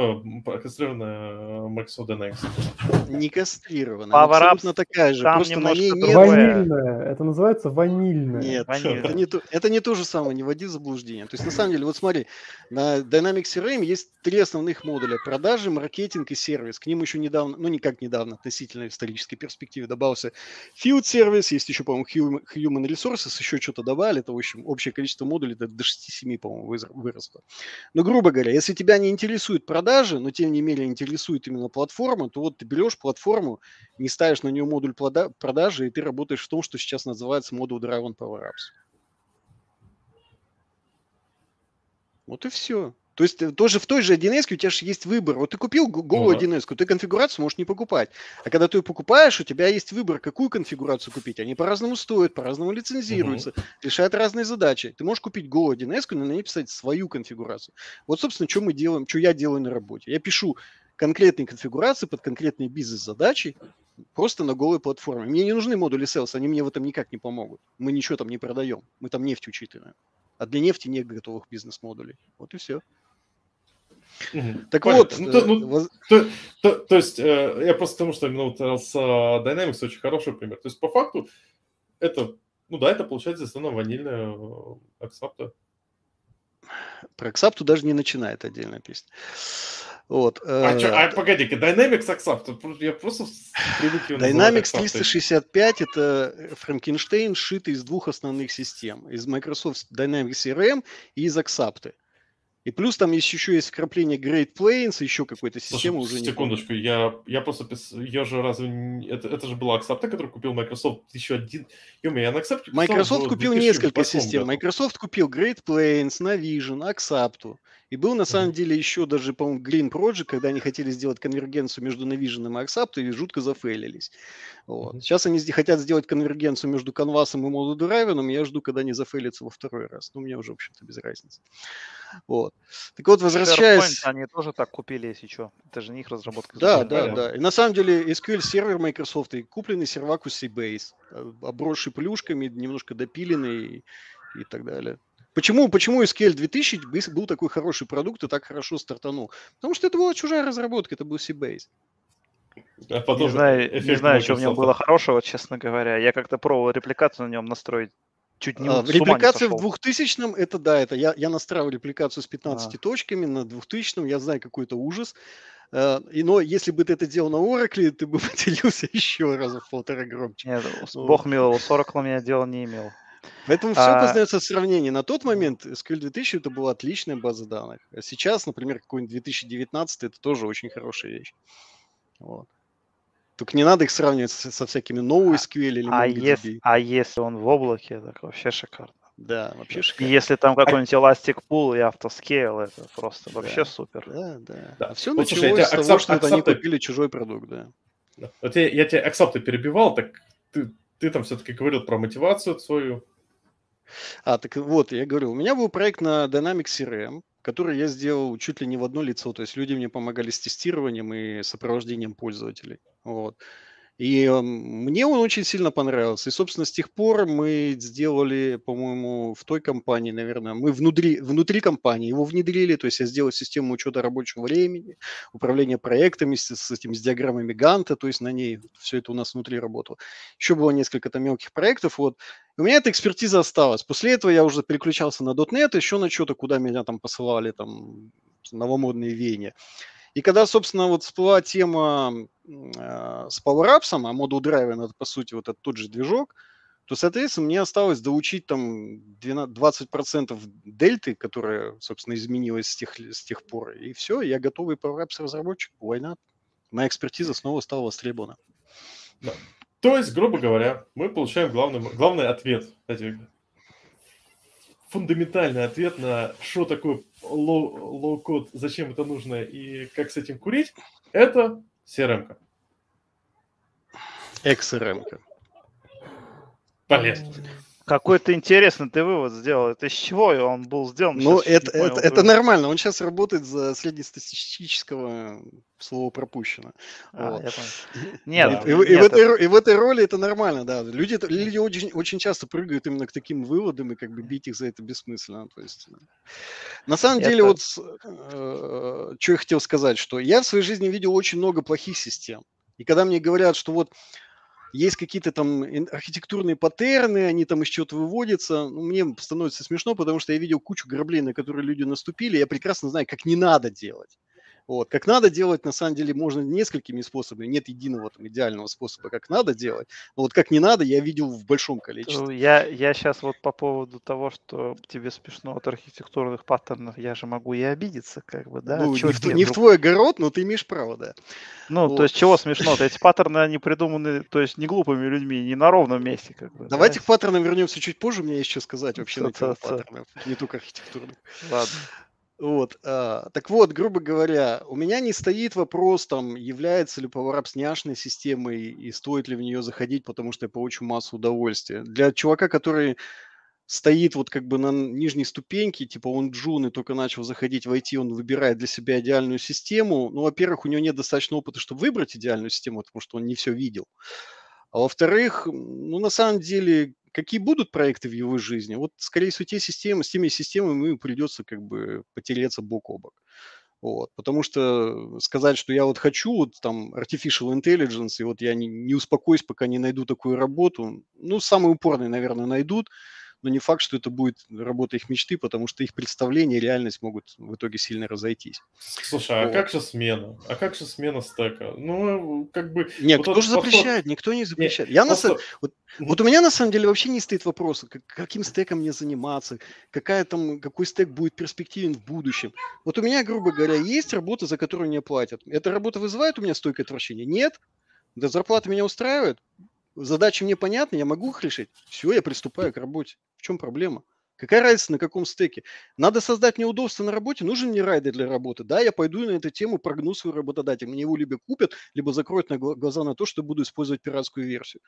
Speaker 1: Microsoft Dynamics.
Speaker 3: Не кастрированная, абсолютно такая же. Просто на ней нет...
Speaker 2: Ванильная. Это называется ванильная.
Speaker 3: Нет, это не то же самое, не вводи в заблуждение. То есть, на самом деле, вот смотри, на Dynamics CRM есть 3 основных модуля: продажи, маркетинг и сервис. К ним еще недавно, ну не как недавно, относительно исторической перспективы, добавился Field Service, есть еще, по-моему, Human Resources, еще что-то добавили. Это, в общем, общее количество модулей до 6-7, по-моему, выросло. Но, грубо говоря, если тебя не интересуют продажи, но тем не менее интересует именно платформа, то вот ты берешь платформу, не ставишь на нее модуль продажи, и ты работаешь в том, что сейчас называется Model Driven Power Apps. Вот и все. То есть тоже в той же 1С у тебя же есть выбор. Вот ты купил голую 1С, ты конфигурацию можешь не покупать. А когда ты ее покупаешь, у тебя есть выбор, какую конфигурацию купить. Они по-разному стоят, по-разному лицензируются, решают разные задачи. Ты можешь купить голую 1С, но на ней писать свою конфигурацию. Вот, собственно, что мы делаем, что я делаю на работе. Я пишу конкретной конфигурации под конкретные бизнес-задачи просто на голой платформе. Мне не нужны модули sales, они мне в этом никак не помогут. Мы ничего там не продаем, мы там нефть учитываем. А для нефти нет готовых бизнес-модулей. Вот и все. Так
Speaker 1: Понятно.
Speaker 3: вот.
Speaker 1: То есть, я просто потому, что именно вот с Dynamics очень хороший пример. То есть, по факту, это, это получается основная ванильная Axapta.
Speaker 3: Про Axapta даже не начинает отдельная песня. Вот.
Speaker 1: Погоди-ка, Dynamics Axapta, я просто привык ее называть
Speaker 3: Dynamics 365 – это Франкенштейн, сшитый из двух основных систем. Из Microsoft Dynamics CRM и из Axapta. И плюс там еще есть вкрапление Great Plains, еще какой-то системы.
Speaker 1: Слушай, уже секундочку, я просто... Я же разве... Это же была Axapta, которую купил Microsoft еще один... Я на Axapta
Speaker 3: Microsoft купил несколько систем. Microsoft купил Great Plains, Navision, Axapta. И был на самом деле еще даже, по-моему, Green Project, когда они хотели сделать конвергенцию между Navision и Axapta, и жутко зафейлились. Вот. Сейчас они хотят сделать конвергенцию между Canvas и Model Driven, я жду, когда они зафейлятся во второй раз. Ну, мне уже, в общем-то, без разницы. Вот. Так вот, возвращаясь...
Speaker 4: SharePoint они тоже так купили, если что. Это же не их разработка.
Speaker 3: Да. И на самом деле SQL сервер Microsoft и купленный сервак у Seabase, обросший плюшками, немножко допиленный и так далее. Почему SQL 2000 был такой хороший продукт и так хорошо стартанул? Потому что это была чужая разработка, это был Seabase.
Speaker 4: Не знаю, что в нем было хорошего, честно говоря. Я как-то пробовал репликацию на нем настроить. Чуть не
Speaker 3: репликация в 2000-м, это я настраивал репликацию с 15 точками на 2000-м, я знаю, какой-то ужас. Но если бы ты это делал на Oracle, ты бы поделился еще раза в 1,5 громче.
Speaker 4: Нет, бог миловал, с Oracle у меня дела не имел.
Speaker 3: Поэтому все познается в сравнении. На тот момент SQL 2000 это была отличная база данных. А сейчас, например, какой-нибудь 2019 это тоже очень хорошая вещь. Вот. Только не надо их сравнивать со всякими NoSQL или MongoDB.
Speaker 4: А если он в облаке, так вообще шикарно.
Speaker 3: Да, вообще шикарно.
Speaker 4: И если там какой-нибудь Elastic Pool и Autoscale, это просто вообще супер.
Speaker 3: Да. А все началось с того, что они купили чужой продукт, да.
Speaker 1: Вот я тебя Axapta перебивал, так ты там все-таки говорил про мотивацию свою.
Speaker 3: Так вот, я говорю, у меня был проект на Dynamics CRM, который я сделал чуть ли не в одно лицо. То есть люди мне помогали с тестированием и сопровождением пользователей. Вот. И мне он очень сильно понравился. И, собственно, с тех пор мы сделали, по-моему, в той компании, наверное, мы внутри компании его внедрили. То есть я сделал систему учета рабочего времени, управления проектами с диаграммами Ганта, то есть на ней все это у нас внутри работало. Еще было несколько там мелких проектов. Вот. И у меня эта экспертиза осталась. После этого я уже переключался на .NET, еще на что-то, куда меня там посылали, там, новомодные веяния. И когда, собственно, вот всплыла тема с PowerApps, а Model Driven это, по сути, вот этот тот же движок, то, соответственно, мне осталось доучить там 20% дельты, которая, собственно, изменилась с тех пор. И все, я готовый PowerApps разработчик. Why not? Моя экспертиза снова стала востребована.
Speaker 1: Да. То есть, грубо говоря, мы получаем главный ответ. Фундаментальный ответ на что такое лоу-код, зачем это нужно и как с этим курить, это CRM-ка.
Speaker 3: XRM-ка.
Speaker 1: Полезно.
Speaker 4: Какой-то интересный ты вывод сделал. Это из чего он был сделан?
Speaker 3: Ну, это нормально. Он сейчас работает за среднестатистического, слова пропущено. Вот.
Speaker 4: Нет.
Speaker 3: И в этой роли это нормально, да. Люди очень часто прыгают именно к таким выводам, и как бы бить их за это бессмысленно. То есть, на самом деле, вот что я хотел сказать, что я в своей жизни видел очень много плохих систем. И когда мне говорят, что вот есть какие-то там архитектурные паттерны, они там из чего-то выводятся. Мне становится смешно, потому что я видел кучу граблей, на которые люди наступили. Я прекрасно знаю, как не надо делать. Вот. Как надо делать, на самом деле, можно несколькими способами. Нет единого там идеального способа, как надо делать. Но вот как не надо, я видел в большом количестве.
Speaker 4: Я сейчас вот по поводу того, что тебе смешно от архитектурных паттернов, я же могу и обидеться, как бы, да?
Speaker 3: Ну, не в твой огород, но ты имеешь право, да.
Speaker 4: Ну, вот. То есть чего смешно-то? Эти паттерны, они придуманы, то есть не глупыми людьми, не на ровном месте, как бы.
Speaker 3: Давайте к паттернам вернемся чуть позже, мне есть что сказать вообще на тему паттернов, не только архитектурных.
Speaker 4: Ладно.
Speaker 3: Вот, так вот, грубо говоря, у меня не стоит вопрос, там, является ли PowerApps няшной системой и стоит ли в нее заходить, потому что я получу массу удовольствия. Для чувака, который стоит вот как бы на нижней ступеньке, типа он джун и только начал заходить в IT, он выбирает для себя идеальную систему. Ну, во-первых, у него нет достаточно опыта, чтобы выбрать идеальную систему, потому что он не все видел. А во-вторых, ну, на самом деле, какие будут проекты в его жизни? Вот, скорее всего, с теми системами ему придется как бы потереться бок о бок. Вот, потому что сказать, что я вот хочу вот там artificial intelligence, и вот я не успокоюсь, пока не найду такую работу, ну, самые упорные, наверное, найдут, но не факт, что это будет работа их мечты, потому что их представления и реальность могут в итоге сильно разойтись.
Speaker 1: Слушай, а
Speaker 3: Вот.
Speaker 1: как же смена? А как же смена стека? Ну, как бы...
Speaker 3: Нет,
Speaker 1: вот
Speaker 3: кто
Speaker 1: этот
Speaker 3: же
Speaker 1: подход-
Speaker 3: запрещает? Никто не
Speaker 1: Не,
Speaker 3: запрещает.
Speaker 1: просто...
Speaker 3: Вот у меня на самом деле вообще не стоит вопроса, каким стеком мне заниматься, какой стек будет перспективен в будущем. Вот у меня, грубо говоря, есть работа, за которую мне платят. Эта работа вызывает у меня стойкое отвращение? Нет. Да, зарплата меня устраивает. Задачи мне понятны, я могу их решить. Все, я приступаю к работе. В чем проблема? Какая разница, на каком стеке? Надо создать мне удобство на работе, нужен мне райдер для работы. Да, я пойду на эту тему, прогну свой работодатель. Мне его либо купят, либо закроют глаза на то, что буду использовать пиратскую версию.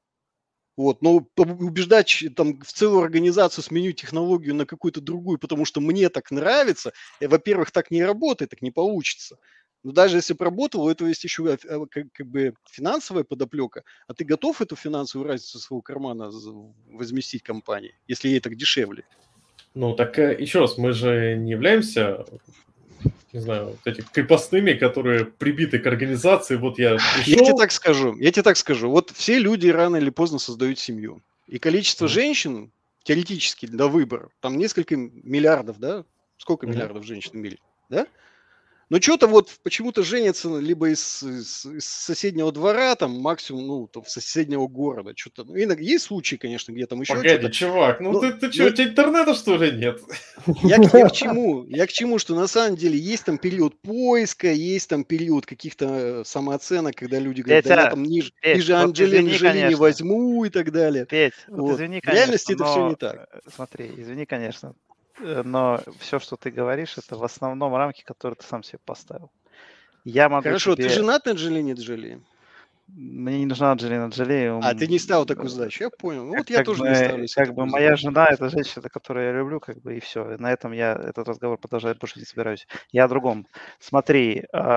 Speaker 3: Вот, но убеждать там в целую организацию сменить технологию на какую-то другую, потому что мне так нравится, во-первых, так не работает, так не получится. Но даже если бы работало, у этого есть еще как бы финансовая подоплека, а ты готов эту финансовую разницу своего кармана возместить компании, если ей так дешевле?
Speaker 1: Ну, так еще раз, мы же не являемся, не знаю, вот этими крепостными, которые прибиты к организации. Вот я пришел...
Speaker 3: Я тебе так скажу. Вот все люди рано или поздно создают семью. И количество женщин, теоретически, до выбора, там несколько миллиардов, да? Сколько миллиардов женщин в мире, да? Но что-то вот почему-то женятся либо из соседнего двора, там максимум, ну, там, с соседнего города. Что-то. Ну, есть случаи, конечно, где там еще
Speaker 1: Погоди,
Speaker 3: что-то.
Speaker 1: чувак, ну ты что, у тебя интернета что ли нет?
Speaker 3: Я к чему? Я к чему, что на самом деле есть там период поиска, есть там период каких-то самооценок, когда люди говорят, да я там ниже
Speaker 4: Петь, вот
Speaker 3: Анджелины
Speaker 4: извини,
Speaker 3: Джоли не
Speaker 4: конечно.
Speaker 3: возьму и так далее.
Speaker 4: Петь, вот
Speaker 3: Вот.
Speaker 4: извини,
Speaker 3: В реальности
Speaker 4: конечно,
Speaker 3: это все
Speaker 4: но
Speaker 3: не так.
Speaker 4: смотри, извини, конечно, но все, что ты говоришь, это в основном рамки, которые ты сам себе поставил. Я могу
Speaker 3: Хорошо, ты
Speaker 4: тебе...
Speaker 3: женат на Анджелине Джоли?
Speaker 4: Мне не нужна Анджелина Джоли.
Speaker 3: А, ты не ставил такую задачу, я понял. Ну, вот я
Speaker 4: Как
Speaker 3: тоже
Speaker 4: бы,
Speaker 3: не ставлю себе
Speaker 4: как бы
Speaker 3: такую
Speaker 4: моя
Speaker 3: задачу.
Speaker 4: жена это женщина, которую я люблю, как бы и все. На этом я этот разговор продолжать больше не собираюсь. Я о другом. Смотри,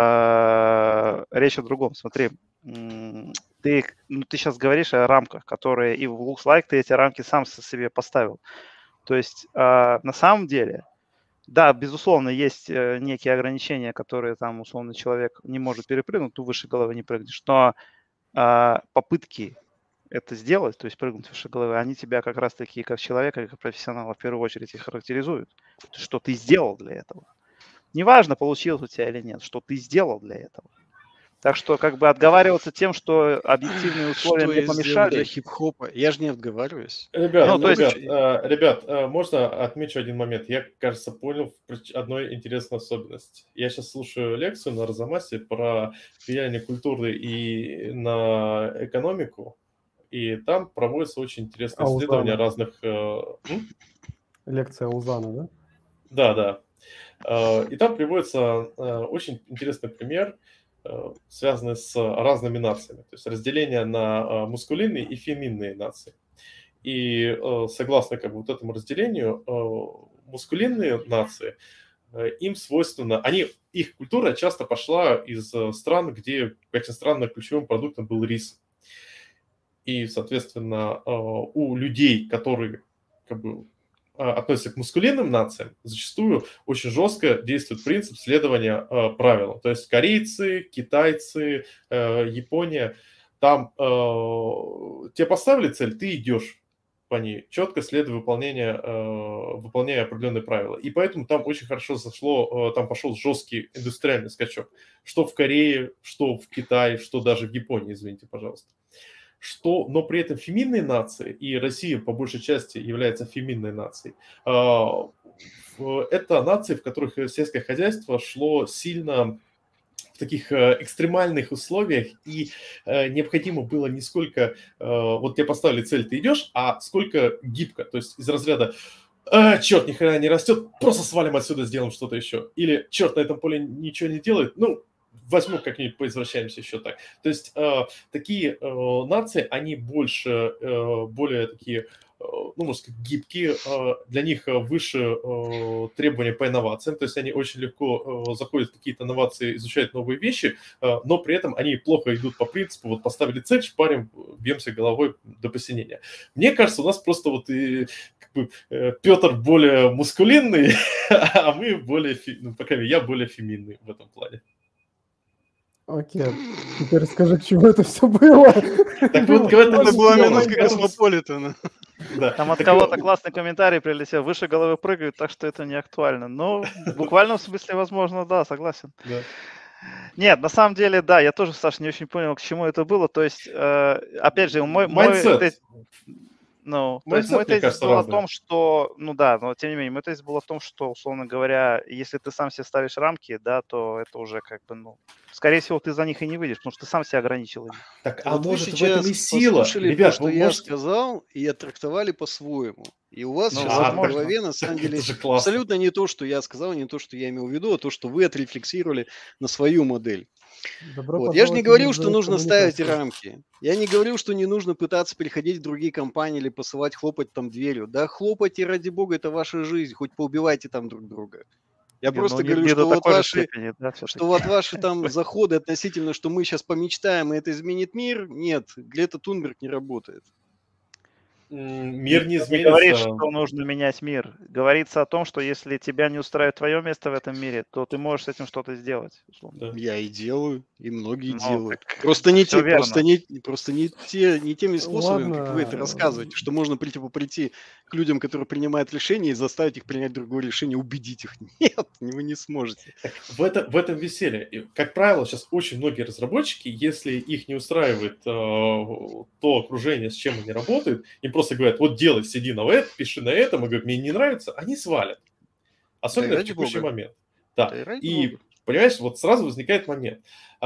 Speaker 4: речь о другом. Смотри, ты сейчас говоришь о рамках, которые и в Looks Like ты эти рамки сам себе поставил. То есть на самом деле, да, безусловно, есть некие ограничения, которые там условно человек не может перепрыгнуть, ты выше головы не прыгнешь, но попытки это сделать, то есть прыгнуть выше головы, они тебя как раз-таки как человека, как профессионала в первую очередь и характеризуют. Что ты сделал для этого. Неважно, получилось у тебя или нет, что ты сделал для этого. Так что как бы отговариваться тем, что объективные условия
Speaker 3: Что
Speaker 4: мне
Speaker 3: я сделал
Speaker 4: помешали.
Speaker 3: для хип-хопа? Я же не отговариваюсь.
Speaker 1: Ребят, можно отмечу один момент? Я, кажется, понял одну интересную особенность. Я сейчас слушаю лекцию на Арзамасе про влияние культуры и на экономику, и там проводятся очень интересные исследования разных...
Speaker 2: Лекция Узана, да?
Speaker 1: Да. И там приводится очень интересный пример, связанный с разными нациями. То есть разделение на мускулинные и феминные нации. И согласно как бы вот этому разделению, мускулинные нации, им свойственно, их культура часто пошла из стран, где, как ни странно, ключевым продуктом был рис. И, соответственно, у людей, которые как бы относятся к мускулинным нациям, зачастую очень жестко действует принцип следования правилам. То есть корейцы, китайцы, Япония, там тебе поставили цель, ты идешь по ней, четко следуя выполняя определенные правила. И поэтому там очень хорошо там пошел жесткий индустриальный скачок. Что в Корее, что в Китае, что даже в Японии, извините, пожалуйста. Но при этом феминные нации, и Россия по большей части является феминной нацией, это нации, в которых сельское хозяйство шло сильно в таких экстремальных условиях, и необходимо было не сколько, вот тебе поставили цель, ты идешь, а сколько гибко, то есть из разряда черт, ни хрена не растет, просто свалим отсюда, сделаем что-то еще. Или черт, на этом поле ничего не делает, возьму как-нибудь, поизвращаемся еще так. То есть такие нации, они более такие ну, может сказать, гибкие, для них выше требования по инновациям, то есть они очень легко заходят в какие-то инновации, изучают новые вещи, но при этом они плохо идут по принципу, вот поставили цель, шпарим, бьемся головой до посинения. Мне кажется, у нас просто вот и как бы, Петр более мускулинный, а мы более, ну, по крайней мере, я более феминный в этом плане.
Speaker 2: Окей, теперь расскажи, к чему это все было.
Speaker 1: Так вот, это
Speaker 3: была минутка Космополитена.
Speaker 1: Да.
Speaker 4: Там от кого-то классный комментарий прилетел. Выше головы прыгают, так что это не актуально. Но в буквальном смысле, возможно, да, согласен.
Speaker 1: Да.
Speaker 4: Нет, на самом деле, да, я тоже, Саша, не очень понял, к чему это было. То есть, опять же, мой
Speaker 1: Mindset.
Speaker 4: Ну, то есть мой тезис был о том, что, ну да, но тем не менее, мой тезис был о том, что, условно говоря, если ты сам себе ставишь рамки, да, то это уже как бы, ну, скорее всего, ты за них и не выйдешь, потому что ты сам себя ограничил.
Speaker 1: Так, а
Speaker 3: Вот
Speaker 1: может,
Speaker 3: вы
Speaker 1: в этом и
Speaker 3: сейчас
Speaker 1: сила?
Speaker 3: послушали
Speaker 1: Ребят,
Speaker 3: то, что
Speaker 1: вы
Speaker 3: я
Speaker 1: можете...
Speaker 3: сказал, и оттрактовали по-своему. И у вас
Speaker 4: Ну,
Speaker 3: сейчас в
Speaker 4: возможно.
Speaker 3: голове, на самом деле,
Speaker 1: Это же классно.
Speaker 3: абсолютно не то, что я сказал, не то, что я имел в виду, а то, что вы отрефлексировали на свою модель. Вот. Я же не говорил, что нужно ставить рамки. Я не говорил, что не нужно пытаться приходить в другие компании или посылать хлопать там дверью. Да хлопайте, ради бога, это ваша жизнь. Хоть поубивайте там друг друга. Я просто говорю, что вот ваши, что вот ваши там заходы относительно, что мы сейчас помечтаем, и это изменит мир, нет, Грета Тунберг не работает.
Speaker 1: Мир не изменится.
Speaker 4: Не говорит, что нужно менять мир. Говорится о том, что если тебя не устраивает твое место в этом мире, то ты можешь с этим что-то сделать.
Speaker 1: Да.
Speaker 3: Я и делаю, и многие делают. Просто не теми способами, как вы это рассказываете, что можно прийти к людям, которые принимают решения, и заставить их принять другое решение, убедить их. Нет, вы не сможете.
Speaker 1: В этом веселье. И, как правило, сейчас очень многие разработчики, если их не устраивает то окружение, с чем они работают, им просто говорят, вот делай, сиди на это, пиши на этом, и говорят, мне не нравится, они свалят. Особенно в текущий момент. Да. И, понимаешь, вот сразу возникает момент.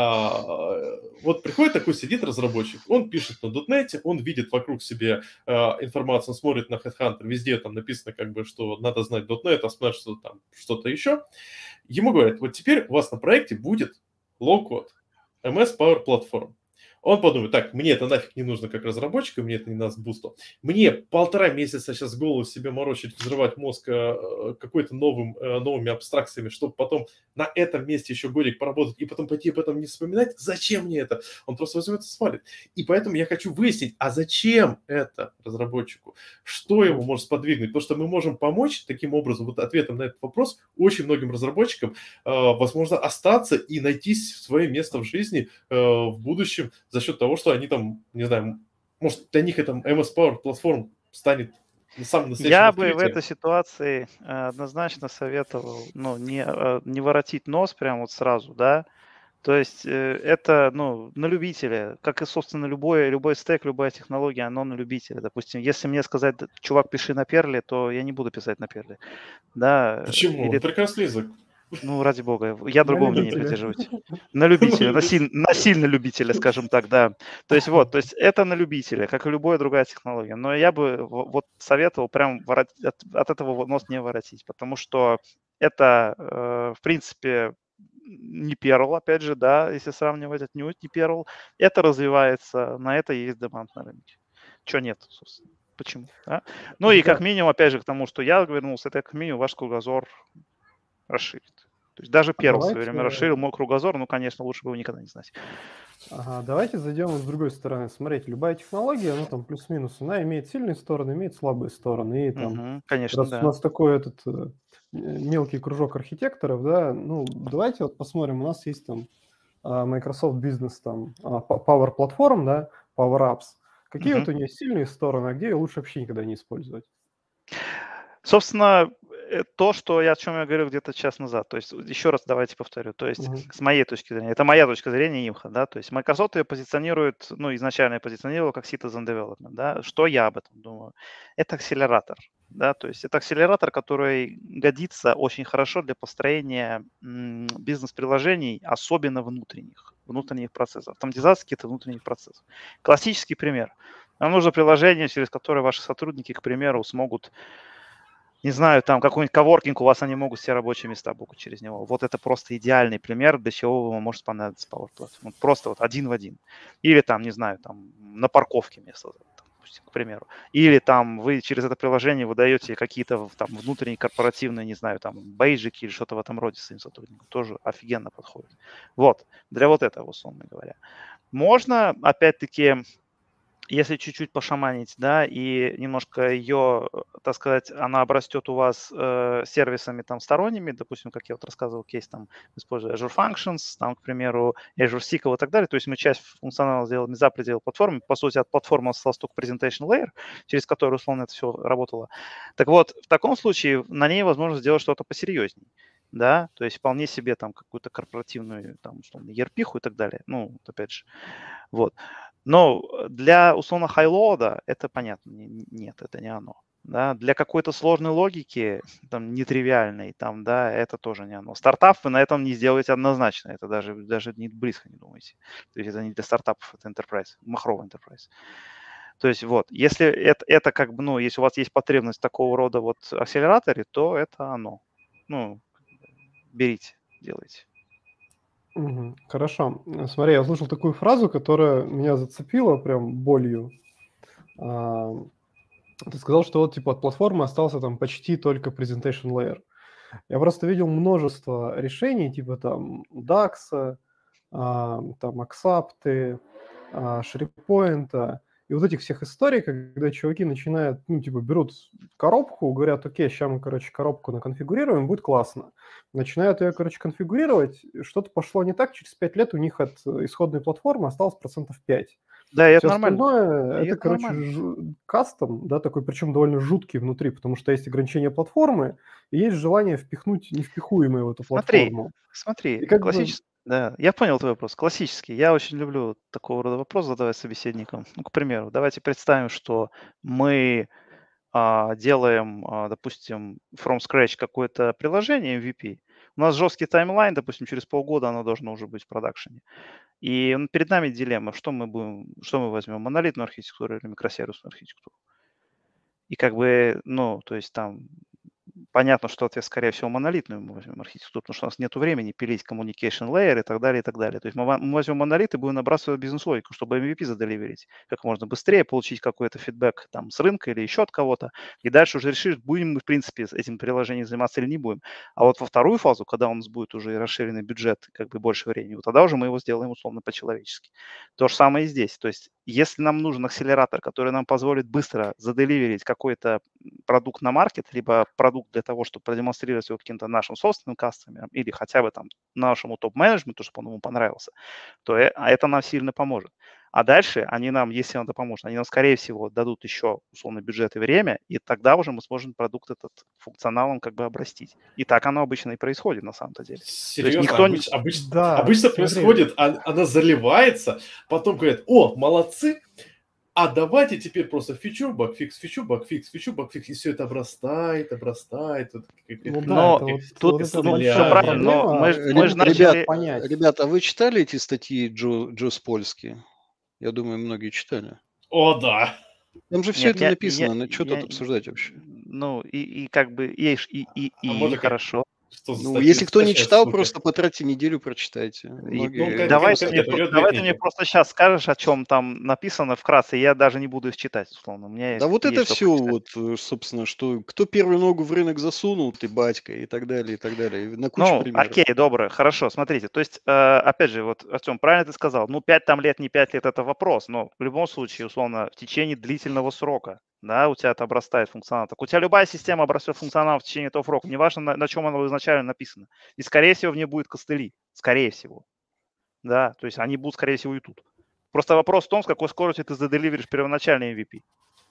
Speaker 1: Вот приходит такой, сидит разработчик, он пишет на .NET, он видит вокруг себе информацию, он смотрит на Headhunter, везде там написано, как бы, что надо знать .NET, а знать что-то еще. Ему говорят, вот теперь у вас на проекте будет low-code, MS Power Platform. Он подумает, так, мне это нафиг не нужно как разработчику, мне это не даст бусту. Мне 1,5 месяца сейчас голову себе морочить, взрывать мозг какой-то новыми абстракциями, чтобы потом на этом месте еще годик поработать и потом пойти об этом не вспоминать. Зачем мне это? Он просто возьмет и свалит. И поэтому я хочу выяснить, а зачем это разработчику? Что его может сподвигнуть? Потому что мы можем помочь таким образом, вот ответом на этот вопрос, очень многим разработчикам, возможно, остаться и найти свое место в жизни в будущем, за счет того, что они там, не знаю, может, для них это MS Power Platform станет самым настоящим
Speaker 4: Я
Speaker 1: открытием.
Speaker 4: бы в этой ситуации однозначно советовал, ну, не воротить нос прямо вот сразу, да, то есть это, ну, на любителя, как и, собственно, любой стек, любая технология, оно на любителя. Допустим, если мне сказать, чувак, пиши на перле, то я не буду писать на перле, да.
Speaker 1: Почему?
Speaker 4: Или...
Speaker 1: Прекрасный язык.
Speaker 4: Ну, ради бога, я другого мнения придерживаюсь. На любителя, на сильно любителя, скажем так, да. То есть вот, то есть это на любителя, как и любая другая технология. Но я бы вот советовал прям от этого нос не воротить, потому что это, в принципе, не Perl, опять же, да, если сравнивать, отнюдь не Perl. Это развивается, на это есть демант на рынке. Чего нет, собственно. Почему? Да? Ну и как минимум, опять же, к тому, что я вернулся, это как минимум ваш кругозор расширит. То есть даже Perl в свое время расширил мой кругозор, ну, конечно, лучше бы его никогда не знать.
Speaker 2: Ага, давайте зайдем с другой стороны. Смотрите, любая технология, ну, там, плюс-минус, она имеет сильные стороны, имеет слабые стороны. И там,
Speaker 4: конечно,
Speaker 2: раз у нас такой мелкий кружок архитекторов, да, ну, давайте вот посмотрим, у нас есть там Microsoft Business, там, Power Platform, да, Power Apps. Какие вот у нее сильные стороны, а где ее лучше вообще никогда не использовать?
Speaker 4: Собственно, то, о чем я говорил где-то час назад. То есть, еще раз давайте повторю. То есть, с моей точки зрения, это моя точка зрения имха, да, то есть Microsoft ее позиционирует, ну, изначально я позиционировал как Citizen Development, да. Что я об этом думаю? Это акселератор, да, то есть это акселератор, который годится очень хорошо для построения бизнес-приложений, особенно внутренних процессов, автоматизации каких-то внутренних процессов. Классический пример. Нам нужно приложение, через которое ваши сотрудники, к примеру, смогут, не знаю, там какой-нибудь коворкинг, у вас они могут все рабочие места букать через него. Вот это просто идеальный пример, для чего вам может понадобиться Power Platform. Вот просто вот один в один. Или там, не знаю, там на парковке место. допустим, к примеру. Или там вы через это приложение выдаете какие-то там внутренние корпоративные, не знаю, там бейджики или что-то в этом роде своим сотрудникам. Тоже офигенно подходит. Вот, для вот этого, условно говоря. Можно, опять-таки, если чуть-чуть пошаманить, да, и немножко ее, так сказать, она обрастет у вас сервисами там сторонними, допустим, как я вот рассказывал кейс, там, используя Azure Functions, там, к примеру, Azure SQL и так далее, то есть мы часть функционала сделали за пределы платформы, по сути, от платформы остался только Presentation Layer, через который, условно, это все работало. Так вот, в таком случае на ней возможно сделать что-то посерьезнее. Да, то есть вполне себе там какую-то корпоративную, там, условно, ERP-ху и так далее. Ну, опять же, вот. Но для, условно, хайлоуда это понятно, нет, это не оно. Да? Для какой-то сложной логики, там, нетривиальной, там, да, это тоже не оно. Стартап вы на этом не сделаете однозначно, это даже не близко не думайте. То есть это не для стартапов, это enterprise, махровый enterprise. То есть вот, если это как бы, ну, если у вас есть потребность такого рода вот акселераторе, то это оно. Ну, берите, делайте.
Speaker 2: Хорошо. Смотри, я услышал такую фразу, которая меня зацепила прям болью. Ты сказал, что вот типа от платформы остался там почти только Presentation Layer. Я просто видел множество решений, типа там DAX, там Axapta, SharePoint, и вот этих всех историй, когда чуваки начинают, ну, типа, берут коробку, говорят, окей, сейчас мы, короче, коробку наконфигурируем, будет классно. Начинают ее, короче, конфигурировать, что-то пошло не так, через 5 лет у них от исходной платформы осталось 5%.
Speaker 4: Да, и это
Speaker 2: Все
Speaker 4: нормально.
Speaker 2: остальное,
Speaker 4: И
Speaker 2: это,
Speaker 4: это
Speaker 2: короче,
Speaker 4: нормально.
Speaker 2: кастом, да, такой, причем довольно жуткий внутри, потому что есть ограничения платформы, и есть желание впихнуть невпихуемое в эту платформу.
Speaker 4: Смотри,
Speaker 2: И как бы,
Speaker 4: классический. Да, я понял твой вопрос. Классический. Я очень люблю такого рода вопрос задавать собеседникам. Ну, к примеру, давайте представим, что мы делаем, допустим, from scratch какое-то приложение MVP. У нас жесткий таймлайн, допустим, через полгода оно должно уже быть в продакшене. И перед нами дилемма, что мы возьмем, монолитную архитектуру или микросервисную архитектуру. И как бы, ну, то есть там понятно, что ответ, скорее всего, монолитную мы возьмем архитектуру, потому что у нас нет времени пилить communication layer и так далее, и так далее. То есть мы возьмем монолит и будем набрасывать бизнес-логику, чтобы MVP заделиверить как можно быстрее, получить какой-то фидбэк там с рынка или еще от кого-то, и дальше уже решить, будем мы, в принципе, этим приложением заниматься или не будем. А вот во вторую фазу, когда у нас будет уже расширенный бюджет, как бы больше времени, вот тогда уже мы его сделаем условно по-человечески. То же самое и здесь. То есть если нам нужен акселератор, который нам позволит быстро заделиверить какой-то продукт на маркет, либо продукт для того, чтобы продемонстрировать его каким-то нашим собственным кастомерам или хотя бы там нашему топ-менеджменту, чтобы он ему понравился, то это нам сильно поможет. А дальше они нам, если он это поможет, они нам, скорее всего, дадут еще условно бюджет и время, и тогда уже мы сможем продукт этот функционалом как бы обрастить. И так оно обычно и происходит на самом-то деле.
Speaker 1: Серьезно,
Speaker 4: никто
Speaker 1: обычно происходит, она заливается, потом говорят, о, молодцы, а давайте теперь просто фичу, багфикс, и все это обрастает.
Speaker 4: Но тут все правильно, но мы же начали...
Speaker 3: Ребята, вы читали эти статьи Джо Спольски? Я думаю, многие читали.
Speaker 1: О, да.
Speaker 3: Там же все это написано, ну что тут обсуждать вообще?
Speaker 4: Ну, и как бы, и хорошо.
Speaker 3: Ну, если кто не читал, просто потратьте неделю, прочитайте.
Speaker 4: Давай ты мне просто сейчас скажешь, о чем там написано вкратце, я даже не буду их читать, условно.
Speaker 3: Да вот это все, вот, собственно, что кто первую ногу в рынок засунул, ты батька, и так далее, и так далее. На кучу примеров.
Speaker 4: Окей, добро, хорошо, смотрите. То есть, опять же, вот, Артем, правильно ты сказал, ну, 5 там лет, не 5 лет, это вопрос, но в любом случае, условно, в течение длительного срока, да, у тебя это обрастает функционал. Так у тебя любая система обрастет функционал в течение этого срока, неважно, на чем она изначально написана. И, скорее всего, в ней будет костыли. Скорее всего. Да, то есть они будут, скорее всего, и тут. Просто вопрос в том, с какой скоростью ты заделиверишь первоначальный MVP.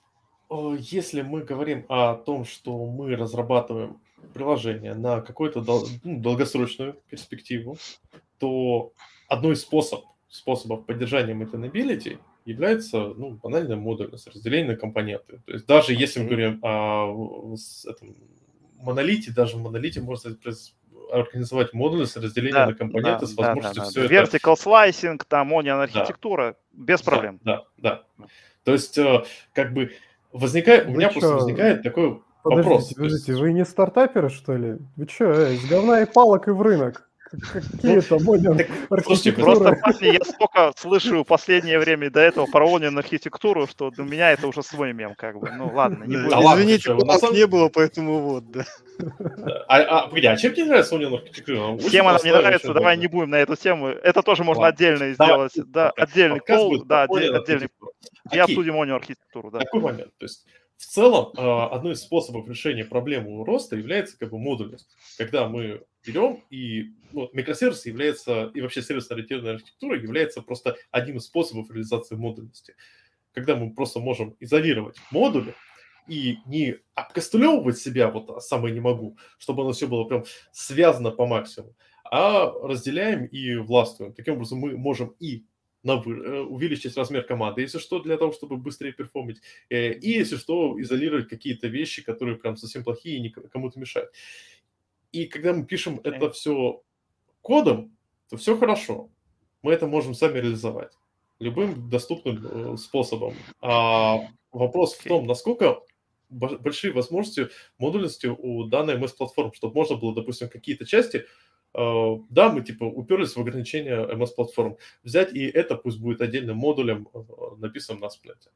Speaker 1: Если мы говорим о том, что мы разрабатываем приложение на какую-то долгосрочную перспективу, то одной из способов поддержания maintainability является банальная модульность, разделение на компоненты. То есть даже если мы говорим о монолите, даже в монолите можно организовать модульность разделения на компоненты с возможностью все это...
Speaker 4: Vertical slicing, там, onion архитектура, без проблем.
Speaker 1: Да. То есть как бы у меня просто возникает такой вопрос.
Speaker 2: Подождите, вы не стартаперы, что ли? Вы что, из говна и палок и в рынок? Какие это modern
Speaker 1: слушайте,
Speaker 4: Просто,
Speaker 2: архитектуры?
Speaker 4: парни, я столько слышу в последнее время до этого про Onion архитектуру, что для меня это уже свой мем, как бы. Ну ладно, не
Speaker 3: Да,
Speaker 4: будем.
Speaker 1: ладно,
Speaker 3: извините,
Speaker 1: слушай, на
Speaker 3: планок
Speaker 1: самом-
Speaker 3: не было, поэтому вот, да.
Speaker 1: Да. Погоди, а чем тебе нравится Onion архитектура? Очень
Speaker 4: Тема нам не
Speaker 1: простая,
Speaker 4: нравится,
Speaker 1: очень
Speaker 4: давай
Speaker 1: удобная.
Speaker 4: не будем на эту тему. Это тоже можно
Speaker 1: Ладно.
Speaker 4: отдельно
Speaker 1: Давай,
Speaker 4: сделать. Да,
Speaker 1: подкаст.
Speaker 4: отдельный
Speaker 1: Подкаст
Speaker 4: кол,
Speaker 1: будет
Speaker 4: да,
Speaker 1: про Onion
Speaker 4: отдельный,
Speaker 1: архитектуру.
Speaker 4: где
Speaker 1: Окей.
Speaker 4: обсудим Onion архитектуру, да.
Speaker 1: Такой момент. То есть в целом одной из способов решения проблемы роста является как бы модульность. Когда мы берем и микросервисы является, и вообще сервисно-ориентированная архитектура является просто одним из способов реализации модульности. Когда мы просто можем изолировать модули и не обкостылевывать себя, вот самое не могу, чтобы оно все было прям связано по максимуму, а разделяем и властвуем. Таким образом мы можем и увеличить размер команды, если что, для того, чтобы быстрее перформить, и, если что, изолировать какие-то вещи, которые прям совсем плохие и кому-то мешают. И когда мы пишем это все кодом, то все хорошо. Мы это можем сами реализовать любым доступным способом. А вопрос в том, насколько большие возможности модульности у данной MS-платформы, чтобы можно было, допустим, какие-то части, да, мы типа уперлись в ограничения MS-платформ, взять и это пусть будет отдельным модулем, написанным на сплете.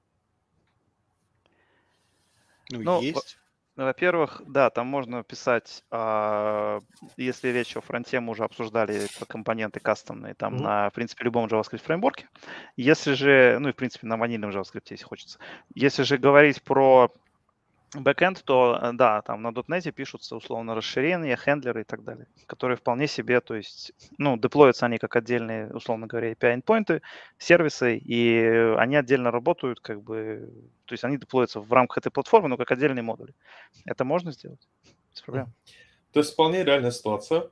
Speaker 4: Ну,
Speaker 3: Есть.
Speaker 4: во-первых, да, там можно писать, если речь о фронте, мы уже обсуждали компоненты кастомные, там на, в принципе, любом JavaScript фреймворке. Если же, ну и, в принципе, на ванильном JavaScript, если хочется. Если же говорить про бэкэнд, то, да, там на .NET пишутся, условно, расширения, хендлеры и так далее, которые вполне себе, то есть, ну, деплоятся они как отдельные, условно говоря, API-эндпоинты, сервисы, и они отдельно работают, как бы, то есть они деплоятся в рамках этой платформы, но как отдельные модули. Это можно сделать? Без проблем.
Speaker 1: То есть вполне реальная ситуация.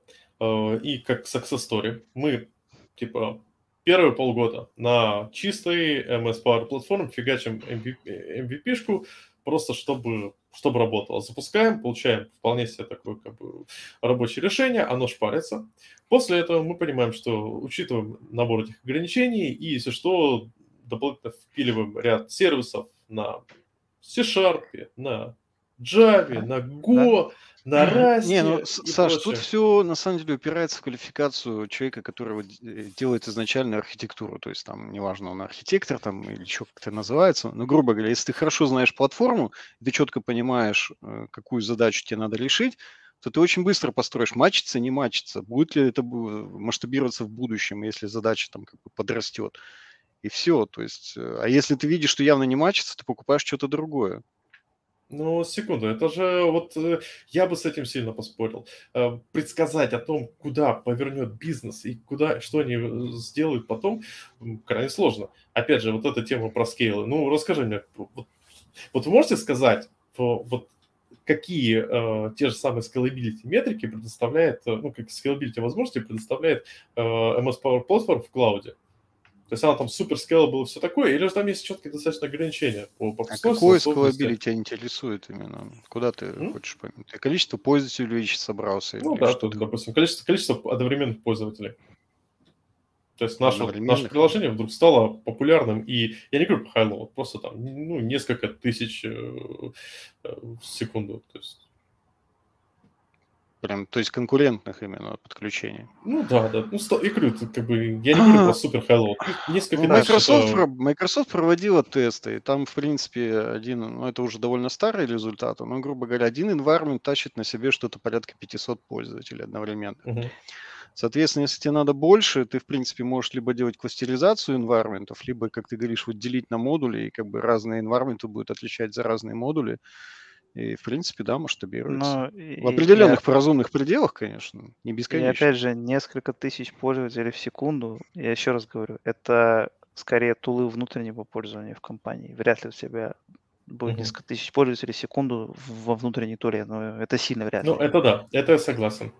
Speaker 1: И как success story мы, типа, первые полгода на чистой MS Power платформе фигачим MVP-шку, просто чтобы работало. Запускаем, получаем вполне себе такое как бы рабочее решение, оно шпарится. После этого мы понимаем, что учитываем набор этих ограничений, и если что, дополнительно впиливаем ряд сервисов на C-Sharp, на Java, на Go, на Rust.
Speaker 3: Не, ну,
Speaker 1: и
Speaker 3: Саш, тут
Speaker 1: прочее.
Speaker 3: все на самом деле упирается в квалификацию человека, который делает изначально архитектуру. То есть там, неважно, он архитектор там или еще как это называется. Но, грубо говоря, если ты хорошо знаешь платформу, ты четко понимаешь, какую задачу тебе надо решить, то ты очень быстро построишь, мачиться, не мачиться. Будет ли это масштабироваться в будущем, если задача там как бы подрастет. И все. То есть, а если ты видишь, что явно не мачится, ты покупаешь что-то другое.
Speaker 1: Ну, секунду, это же вот я бы с этим сильно поспорил. Предсказать о том, куда повернет бизнес и куда, что они сделают потом, крайне сложно. Опять же, вот эта тема про скейлы. Ну, расскажи мне, вот вы можете сказать, вот какие те же самые scalability метрики предоставляет, ну, как scalability возможности предоставляет MS Power Platform в клауде? То есть она там супер scalable и все такое, или же там есть четкие достаточно ограничения по
Speaker 3: А
Speaker 1: пространству,
Speaker 3: какой
Speaker 1: условности?
Speaker 3: scalability тебя интересует именно? Куда ты хочешь поймать? Ты количество пользователей увеличить собрался?
Speaker 1: Ну
Speaker 3: или
Speaker 1: да,
Speaker 3: что
Speaker 1: тут,
Speaker 3: ты
Speaker 1: допустим, количество одновременных пользователей. То есть наше
Speaker 3: одновременных?
Speaker 1: приложение вдруг стало популярным, и я не говорю по хайлоу, просто там, ну, несколько тысяч в секунду. То есть,
Speaker 3: Прям, то есть конкурентных именно подключений.
Speaker 1: ну да. Ну, я говорю, как бы, я не говорю про супер хайлоу. Несколько
Speaker 3: Ну,
Speaker 1: тысяч это-
Speaker 3: Microsoft проводила тесты, и там, в принципе, один, ну, это уже довольно старый результат, но, грубо говоря, один environment тащит на себе что-то порядка 500 пользователей одновременно.
Speaker 1: Мгм.
Speaker 3: Соответственно, если тебе надо больше, ты, в принципе, можешь либо делать кластеризацию environment, либо, как ты говоришь, вот делить на модули, и как бы разные environment будут отличать за разные модули. И, в принципе, да, масштабируется.
Speaker 4: Ну,
Speaker 3: В определенных разумных пределах, конечно, не
Speaker 4: и
Speaker 3: бесконечно.
Speaker 4: опять же, несколько тысяч пользователей в секунду, я еще раз говорю, это скорее тулы внутреннего пользования в компании. Вряд ли у тебя будет
Speaker 1: Мгм.
Speaker 4: несколько тысяч пользователей в секунду во внутренней туле, но это сильно вряд ли.
Speaker 1: Ну, это да, это я согласен.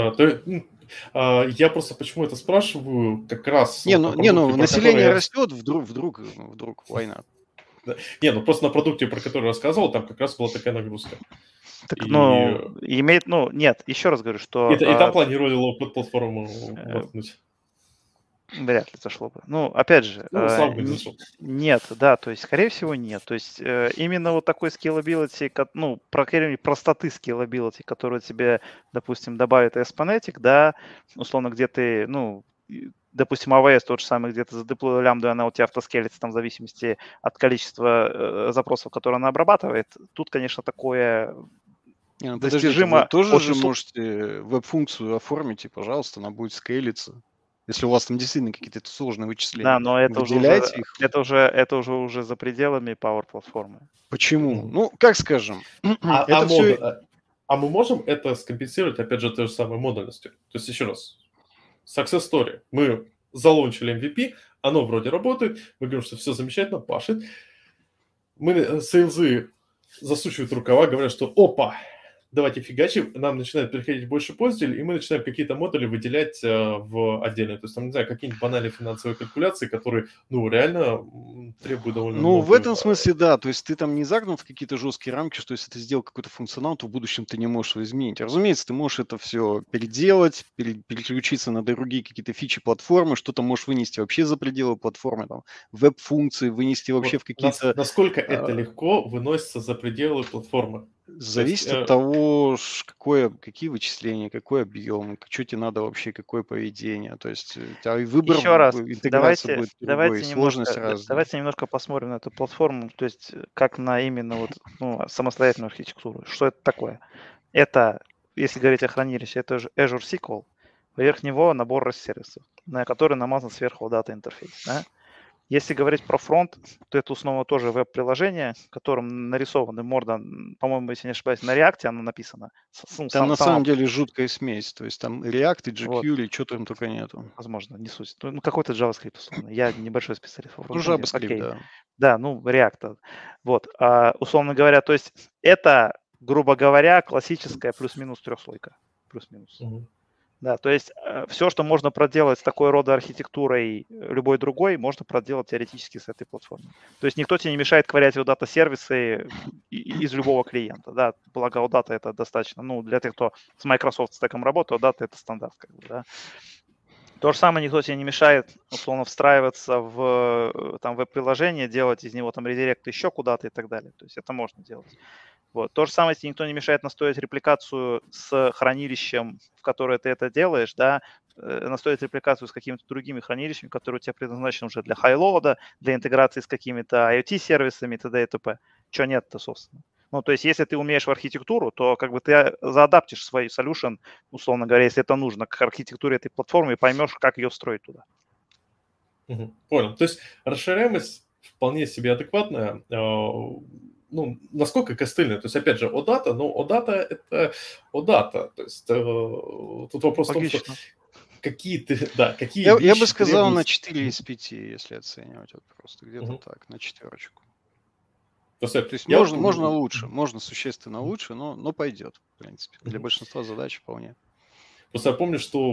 Speaker 1: Я просто почему это спрашиваю, как раз
Speaker 3: Не,
Speaker 1: вот
Speaker 3: ну,
Speaker 1: на продукте, про
Speaker 3: население
Speaker 1: который я
Speaker 3: растет, вдруг война.
Speaker 1: Не, ну просто на продукте, про который я рассказывал, там как раз была такая нагрузка.
Speaker 4: Так,
Speaker 1: И-
Speaker 4: ну, нет, еще раз говорю, что...
Speaker 1: И там планировали low-code платформу воткнуть.
Speaker 4: Вряд ли зашло бы. Ну, опять же,
Speaker 1: Ну, слава богу, не зашло.
Speaker 4: нет, да, то есть, скорее всего, нет. То есть, именно вот такой scalability, ну, простоты scalability, которую тебе, допустим, добавит ASP.NET, да, условно, где ты, ну, допустим, AWS тот же самый, где ты задеплоил лямбду, и она у тебя автоскелится там в зависимости от количества запросов, которые она обрабатывает. Тут, конечно, такое
Speaker 3: Не, ну подождите, вы
Speaker 4: достижимо
Speaker 3: тоже
Speaker 4: от
Speaker 3: же
Speaker 4: 600.
Speaker 3: можете веб-функцию оформить, и, пожалуйста, она будет скейлиться. Если у вас там действительно какие-то сложные
Speaker 4: Да,
Speaker 3: вычисления,
Speaker 4: но это уже
Speaker 3: выделяйте их.
Speaker 4: уже за пределами Power платформы.
Speaker 3: Почему?
Speaker 1: Мгм.
Speaker 3: Ну, как скажем, это все...
Speaker 1: Мы можем это скомпенсировать, опять же, той же самой модульностью. То есть, еще раз, success story. Мы залончили MVP, оно вроде работает, мы говорим, что все замечательно, пашет. Мы, сейлзы, засучивают рукава, говорят, что опа, давайте фигачим, нам начинает приходить больше пользователей, и мы начинаем какие-то модули выделять в отдельные. То есть, там, не знаю, какие-нибудь банальные финансовые калькуляции, которые, ну, реально требуют довольно
Speaker 3: Ну, в
Speaker 1: много...
Speaker 3: этом смысле, да. То есть ты там не загнан в какие-то жесткие рамки, что если ты сделал какой-то функционал, то в будущем ты не можешь его изменить. Разумеется, ты можешь это все переделать, переключиться на другие какие-то фичи платформы, что-то можешь вынести вообще за пределы платформы, там, веб-функции, вынести вообще
Speaker 1: Вот
Speaker 3: в какие-то...
Speaker 1: насколько это легко выносится за пределы платформы?
Speaker 3: Зависит от того, какие вычисления, какой объем, что тебе надо вообще, какое поведение. То есть у тебя и выбор,
Speaker 4: Еще раз,
Speaker 3: интеграция будет другой, и сложность разная.
Speaker 4: давайте немножко посмотрим на эту платформу, то есть как на именно вот, ну, самостоятельную архитектуру. Что это такое? Это, если говорить о хранилище, это же Azure SQL, поверх него набор REST-сервисов, на который намазан сверху дата интерфейс. Да? Если говорить про фронт, то это снова тоже веб-приложение, в котором нарисованы морда, по-моему, если не ошибаюсь, на React оно написано.
Speaker 3: Там на самом деле жуткая смесь. То есть там React и
Speaker 4: Вот.
Speaker 3: jQuery, что там только нету.
Speaker 4: Возможно, не суть. Ну, какой-то JavaScript, условно. Я небольшой специалист во
Speaker 3: Ну,
Speaker 4: фронтенде.
Speaker 3: JavaScript,
Speaker 4: Окей.
Speaker 3: да.
Speaker 4: Да, ну, React. Вот. Условно говоря, то есть это, грубо говоря, классическая плюс-минус трехслойка. Плюс-минус.
Speaker 1: Мгм.
Speaker 4: Да, то есть все, что можно проделать с такой рода архитектурой любой другой, можно проделать теоретически с этой платформой. То есть никто тебе не мешает ковырять его дата-сервисы из любого клиента. Да, благо у дата это достаточно, ну, для тех, кто с Microsoft стеком работает, дата это стандарт, как бы, да. То же самое никто тебе не мешает, условно, встраиваться в там веб-приложение, делать из него там редирект еще куда-то и так далее. То есть это можно делать. Вот. То же самое, если никто не мешает настроить репликацию с хранилищем, в которое ты это делаешь, да, настроить репликацию с какими-то другими хранилищами, которые у тебя предназначены уже для хайлода, для интеграции с какими-то IoT-сервисами и т.д. и т.п. Чего нет-то, собственно. Ну, то есть, если ты умеешь в архитектуру, то как бы ты заадаптишь свой solution, условно говоря, если это нужно, к архитектуре этой платформы и поймешь, как ее строить туда.
Speaker 1: Мгм. Понял. То есть расширяемость вполне себе адекватная. Ну, насколько костыльная. То есть, опять же, OData, но OData это OData. То есть, тут вопрос в том, что
Speaker 4: Логично.
Speaker 1: какие какие
Speaker 3: Я
Speaker 1: вещи
Speaker 3: бы сказал на
Speaker 1: требуют...
Speaker 3: 4 из 5, если оценивать. Вот просто где-то
Speaker 1: Мгм.
Speaker 3: так, на четверочку.
Speaker 1: То
Speaker 3: То есть
Speaker 1: я
Speaker 3: можно лучше, можно существенно лучше, но пойдет, в принципе. Для
Speaker 1: Мгм.
Speaker 3: большинства задач вполне.
Speaker 1: Просто я помню, что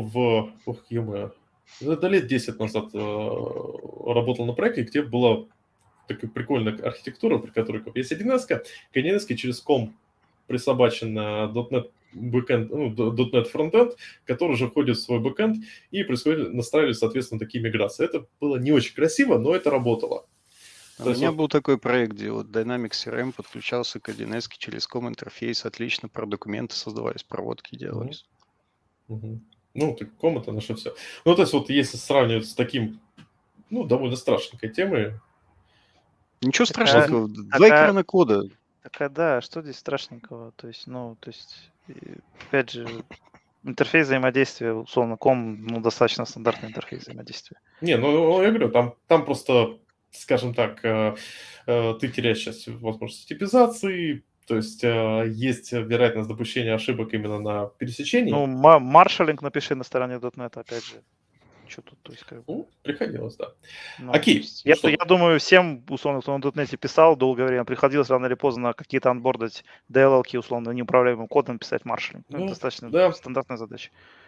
Speaker 1: это лет 10 назад работал на проекте, где была такая прикольная архитектура, при которой есть 1С, к 1С через ком присобачен .NET backend, ну, .NET frontend, который уже входит в свой бэкенд, и настраивались, соответственно, такие миграции. Это было не очень красиво, но это работало.
Speaker 3: У меня был такой проект, где вот Dynamics CRM подключался к 1С через ком-интерфейс, отлично про документы создавались, проводки делались.
Speaker 1: Угу. Ну, так ком это наше все. Ну, то есть вот если сравнивать с таким, ну, довольно страшненькой темой.
Speaker 3: Ничего страшненького, 2 экрана кода.
Speaker 4: Так, да, что здесь страшненького? То есть, опять же, интерфейс взаимодействия, условно, ком, ну, достаточно стандартный интерфейс взаимодействия.
Speaker 1: Не, ну, я говорю, там просто, скажем так, ты теряешь часть возможности типизации, то есть есть вероятность допущения ошибок именно на пересечении.
Speaker 4: Ну, маршалинг напиши на стороне .NET, опять же. Что тут, то есть, как бы...
Speaker 1: Ну, приходилось, да.
Speaker 4: Ну,
Speaker 1: Окей.
Speaker 4: Я думаю, всем, условно, кто на .NET писал долгое время, приходилось рано или поздно какие-то анбордать DLL-ки, условно, неуправляемым кодом писать маршалинг. Ну, это достаточно стандартная задача.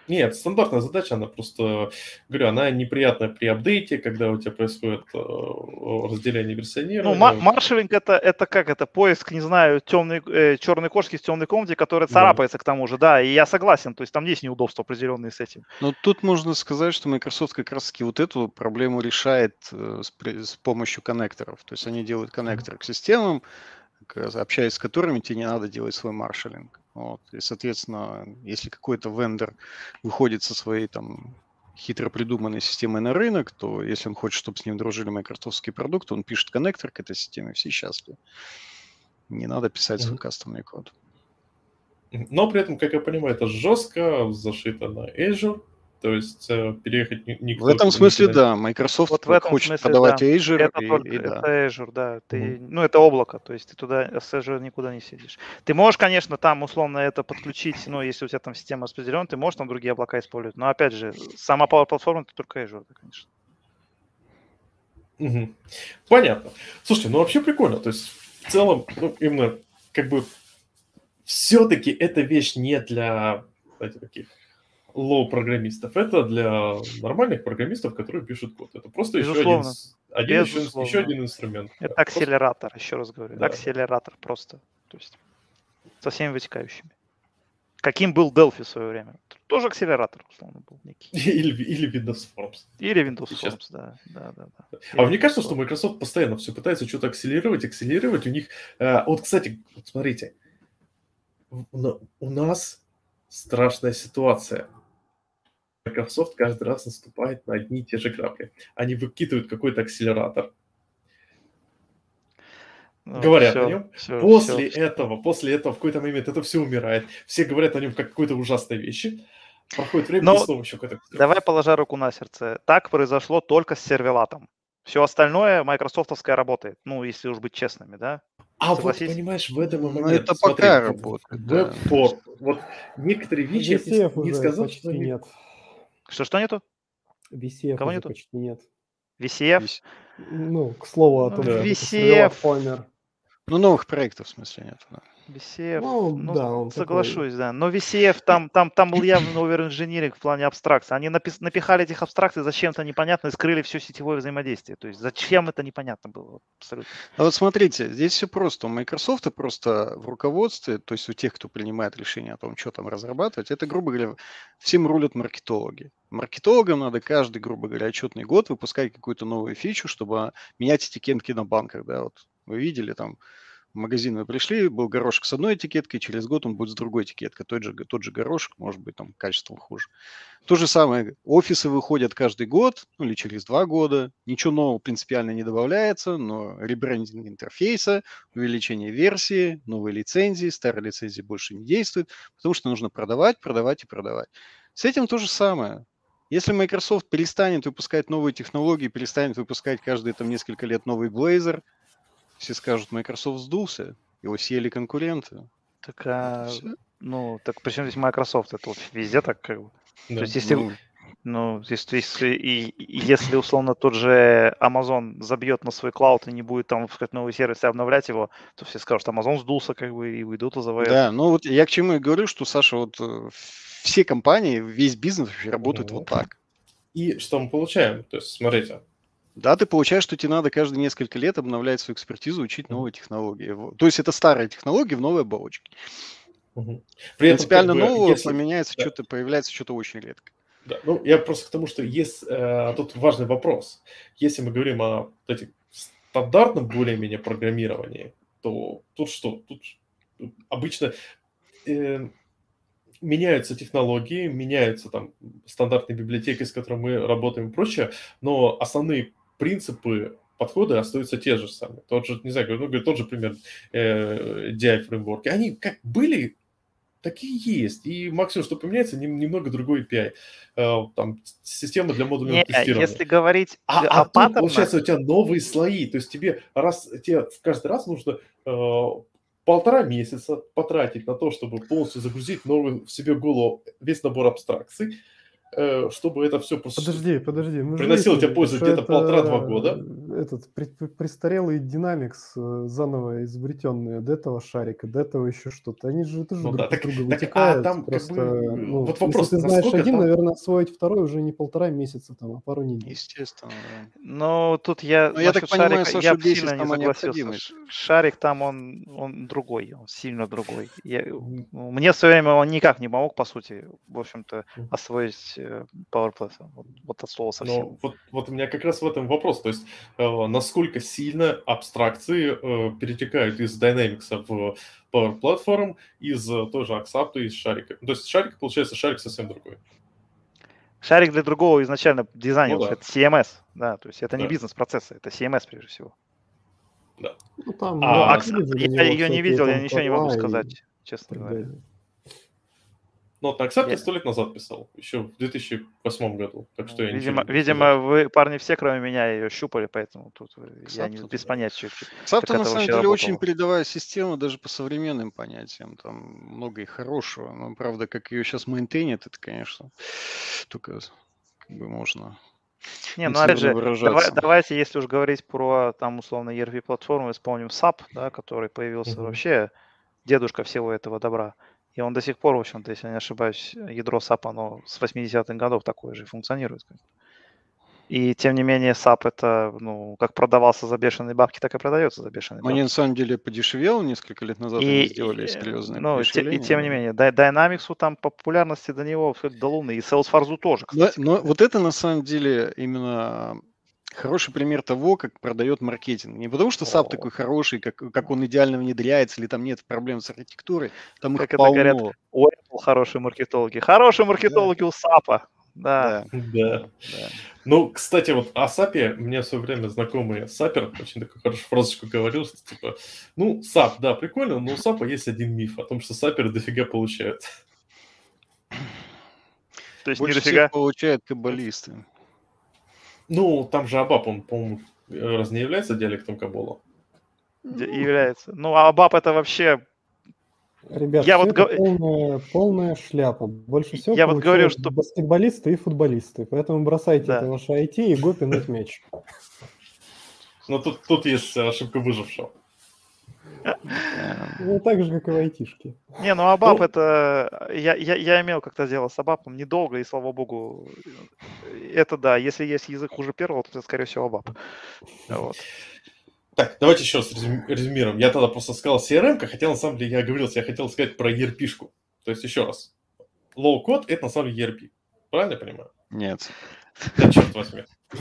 Speaker 1: Нет, стандартная задача, она просто, говорю, она неприятная при апдейте, когда у тебя происходит разделение
Speaker 4: Ну,
Speaker 1: версионирования.
Speaker 4: маршалинг это как? Это поиск, не знаю, черной кошки в темной комнате, которая
Speaker 1: Да.
Speaker 4: царапается к тому же, да, и я согласен, то есть там есть неудобства определенные с этим.
Speaker 3: Но тут можно сказать, что Microsoft как раз-таки вот эту проблему решает с помощью коннекторов. То есть они делают коннекторы к системам, общаясь с которыми тебе не надо делать свой маршалинг. Вот. И, соответственно, если какой-то вендор выходит со своей там хитро придуманной системой на рынок, то если он хочет, чтобы с ним дружили майкрософтские продукты, он пишет коннектор к этой системе, все счастливы. Не надо писать свой кастомный код.
Speaker 1: Но при этом, как я понимаю, это жестко зашито на Azure, то есть переехать никто...
Speaker 3: В этом смысле, да. Microsoft
Speaker 4: Вот в этом
Speaker 3: хочет
Speaker 4: смысле,
Speaker 3: продавать
Speaker 4: да.
Speaker 3: Azure,
Speaker 4: Это
Speaker 3: и
Speaker 4: только
Speaker 3: да.
Speaker 4: это Azure, да. Ну, это облако, то есть ты туда с Azure никуда не сидишь. Ты можешь, конечно, там условно это подключить, ну, если у тебя там система распределена, ты можешь там другие облака использовать. Но, опять же, сама Power Platform это только Azure, да, конечно.
Speaker 1: Понятно. Слушайте, ну вообще прикольно. То есть в целом, ну, именно как бы все-таки эта вещь не для, знаете, таких лоу-программистов. Это для нормальных программистов, которые пишут код. Это просто
Speaker 4: Безусловно.
Speaker 1: еще один инструмент.
Speaker 4: Это
Speaker 1: Да,
Speaker 4: акселератор, еще раз говорю.
Speaker 1: Да.
Speaker 4: Акселератор просто. То есть со всеми вытекающими. Каким был Delphi в свое время? Тоже акселератор, условно, был некий.
Speaker 1: Или Windows Forms.
Speaker 4: Или Windows
Speaker 1: Сейчас.
Speaker 4: Forms, да.
Speaker 1: А мне кажется, что Microsoft постоянно все пытается что-то акселерировать. У них... Вот, кстати, вот смотрите. У нас страшная ситуация. Microsoft каждый раз наступает на одни и те же грабли. Они выкидывают какой-то акселератор, говорят о нем. После этого в какой-то момент это все умирает. Все говорят о нем как какой-то ужасной вещи. Проходит время, и снова еще какой-то...
Speaker 4: Давай положа руку на сердце. Так произошло только с сервелатом. Все остальное майкрософтовское работает. Ну, если уж быть честными, да?
Speaker 1: А вот, понимаешь, в этом момент...
Speaker 3: Это пока работает.
Speaker 1: Web4. Вот некоторые вещи...
Speaker 2: VCF
Speaker 1: не
Speaker 2: уже
Speaker 1: сказал,
Speaker 2: почти
Speaker 1: что
Speaker 2: нет.
Speaker 4: Что нету?
Speaker 2: VCF
Speaker 4: Кого
Speaker 2: уже
Speaker 4: нету?
Speaker 2: почти нет.
Speaker 4: VCF?
Speaker 2: Ну, к слову о том, что
Speaker 4: VCF...
Speaker 2: помер.
Speaker 3: Ну, новых проектов, в смысле, нет. Да.
Speaker 4: VCF,
Speaker 2: ну да, он
Speaker 4: соглашусь,
Speaker 2: такой...
Speaker 4: да. Но VCF, там был явно овер-инжиниринг в плане абстракции. Они напихали этих абстракций зачем-то непонятно и скрыли все сетевое взаимодействие. То есть зачем это непонятно было абсолютно.
Speaker 3: А вот смотрите, здесь все просто. У Microsoft просто в руководстве, то есть у тех, кто принимает решение о том, что там разрабатывать, это, грубо говоря, всем рулят маркетологи. Маркетологам надо каждый, грубо говоря, отчетный год выпускать какую-то новую фичу, чтобы менять этикетки на банках. Да? Вот вы видели там, в магазин вы пришли, был горошек с одной этикеткой, через год он будет с другой этикеткой. Тот же горошек, может быть, там качеством хуже. То же самое, офисы выходят каждый год, ну или через 2 года. Ничего нового принципиально не добавляется, но ребрендинг интерфейса, увеличение версии, новые лицензии, старые лицензии больше не действуют, потому что нужно продавать. С этим то же самое. Если Microsoft перестанет выпускать новые технологии, перестанет выпускать каждые там несколько лет новый Blazor, все скажут, Microsoft сдулся, его съели конкуренты.
Speaker 4: Так, так при чем здесь Microsoft? Это вот везде так как бы.
Speaker 1: Да.
Speaker 4: То есть если условно тот же Amazon забьет на свой клауд и не будет там выпускать новый сервис и обновлять его, то все скажут, Amazon сдулся как бы и уйдут из АВС.
Speaker 3: Да, ну вот я к чему и говорю, что, Саша, вот все компании, весь бизнес вообще работает вот так.
Speaker 1: И что мы получаем? То есть, смотрите.
Speaker 3: Да, ты получаешь, что тебе надо каждые несколько лет обновлять свою экспертизу, учить новые технологии. То есть это старые технологии в новой оболочке. Принципиально нового появляется что-то очень редко.
Speaker 1: Да, ну я просто к тому, что есть тут важный вопрос. Если мы говорим о стандартном более-менее программировании, то тут что? Тут обычно меняются технологии, меняются там стандартные библиотеки, с которыми мы работаем и прочее, но основные принципы подходы остаются те же самые. Тот же, не знаю, тот же пример DI-фреймворки. Они как были, такие есть. И максимум, что поменяется, немного другой API. Там система для модульного тестирования.
Speaker 4: Если говорить
Speaker 1: о
Speaker 4: паттернах...
Speaker 1: тут, получается, у тебя новые слои. То есть тебе каждый раз нужно 1,5 месяца потратить на то, чтобы полностью загрузить новый в себе голову весь набор абстракций, чтобы это все
Speaker 2: Подожди.
Speaker 1: приносило тебе пользу где-то 1,5-2 года.
Speaker 2: этот престарелый Dynamics, заново изобретенный, от этого шарика, до этого еще что-то. Они же тоже
Speaker 1: Ну
Speaker 2: друг
Speaker 1: да,
Speaker 2: от
Speaker 1: так,
Speaker 2: друга
Speaker 1: так,
Speaker 2: вытекают.
Speaker 1: там как
Speaker 2: Просто,
Speaker 1: бы,
Speaker 2: ну,
Speaker 1: вот вопрос,
Speaker 2: если ты знаешь
Speaker 1: насколько
Speaker 2: один,
Speaker 1: там...
Speaker 2: наверное, освоить второй уже не 1,5 месяца, там, а пару недель.
Speaker 3: Естественно, да.
Speaker 4: Но тут я
Speaker 3: Но я так
Speaker 4: насчет
Speaker 3: понимаю,
Speaker 4: шарика, я
Speaker 3: Сашу
Speaker 4: бы
Speaker 3: бесит
Speaker 4: сильно не
Speaker 3: сама
Speaker 4: согласился.
Speaker 3: необходимость.
Speaker 4: Шарик там, он другой, он сильно другой. Мне в свое время он никак не помог, по сути, в общем-то, освоить PowerPlus. Вот от слова совсем.
Speaker 1: Но вот у меня как раз в этом вопрос. То есть, насколько сильно абстракции перетекают из Dynamics в Power Platform, из той же Axapta, из шарика. То есть шарик, получается, шарик совсем другой.
Speaker 4: Шарик для другого изначально
Speaker 1: Ну
Speaker 4: дизайнился.
Speaker 1: да.
Speaker 4: Это CMS, да, то есть это не
Speaker 1: Да.
Speaker 4: бизнес-процессы, это CMS прежде всего.
Speaker 1: Да.
Speaker 2: Ну, там,
Speaker 1: А,
Speaker 4: Я ее не видел, я ничего не могу сказать, честно
Speaker 2: так
Speaker 4: говоря.
Speaker 2: далее.
Speaker 1: Ну, вот на Axapta
Speaker 4: Я-
Speaker 1: 100 лет назад писал, еще в 2008 году. Так что я ничего не могу
Speaker 4: Видимо,
Speaker 1: сказать.
Speaker 4: вы, парни, все, кроме меня, ее щупали, поэтому тут я
Speaker 3: Axapta,
Speaker 4: без понятия.
Speaker 3: Axapta на
Speaker 4: это
Speaker 3: самом
Speaker 4: вообще
Speaker 3: деле очень
Speaker 4: работало?
Speaker 3: передовая система даже по современным понятиям. Там много и хорошего. Но, правда, как ее сейчас мейнтейнят, это, конечно, только как бы можно
Speaker 4: Не, ну опять
Speaker 3: нецензурно
Speaker 4: же,
Speaker 3: выражаться.
Speaker 4: давайте, если уж говорить про там условно ERP-платформу, вспомним SAP, да, который появился
Speaker 1: Мгм.
Speaker 4: вообще дедушка всего этого добра. И он до сих пор, в общем-то, если я не ошибаюсь, ядро SAP, оно с 80-х годов такое же функционирует. И тем не менее SAP это, ну, как продавался за бешеные бабки, так и продается за бешеные
Speaker 3: Они на
Speaker 4: бабки.
Speaker 3: самом деле подешевел несколько лет назад, они сделали серьезное
Speaker 4: ну,
Speaker 3: подешевление.
Speaker 4: и тем не менее, Dynamics там популярности до него до луны, и Salesforce тоже, кстати.
Speaker 3: Но вот это на самом деле именно хороший пример того, как продает маркетинг. Не потому что SAP такой хороший, как он идеально внедряется, или там нет проблем с архитектурой, там их
Speaker 4: Как это говорят,
Speaker 3: полно.
Speaker 4: Oracle хорошие маркетологи. Хорошие маркетологи у SAP. Да.
Speaker 3: Да.
Speaker 1: Да. Ну, кстати, вот о SAP, мне в свое время знакомый сапер очень такую хорошую фразочку говорил, что типа, ну, SAP, да, прикольно, но у SAP есть один миф о том, что саперы дофига получают.
Speaker 4: То есть
Speaker 3: Больше
Speaker 4: не дофига.
Speaker 3: всех получают каббалисты.
Speaker 1: Ну, там же ABAP, он, по-моему, раз не является диалектом Кабола.
Speaker 4: Является. Ну, а ABAP это вообще...
Speaker 2: Ребят,
Speaker 4: Я
Speaker 2: все
Speaker 4: вот
Speaker 2: это полная шляпа. Больше всего
Speaker 4: Я вот говорю,
Speaker 2: получают баскетболисты и футболисты. Поэтому бросайте
Speaker 4: Да.
Speaker 2: это ваше IT и го пинать мяч.
Speaker 1: Но тут есть ошибка выжившего.
Speaker 2: Ну, так же, как и в айтишке.
Speaker 4: Не, ну ABAP это... Я имел как-то дело с ABAP недолго, и слава богу, это да, если есть язык хуже первого, то это, скорее всего, ABAP. Вот.
Speaker 1: Так, давайте еще раз резюмируем. Я тогда просто сказал CRM, хотя на самом деле я оговорился, я хотел сказать про ERP-шку. То есть еще раз. Low-code – это на самом деле ERP. Правильно я понимаю?
Speaker 3: Нет.
Speaker 1: Да черт возьми.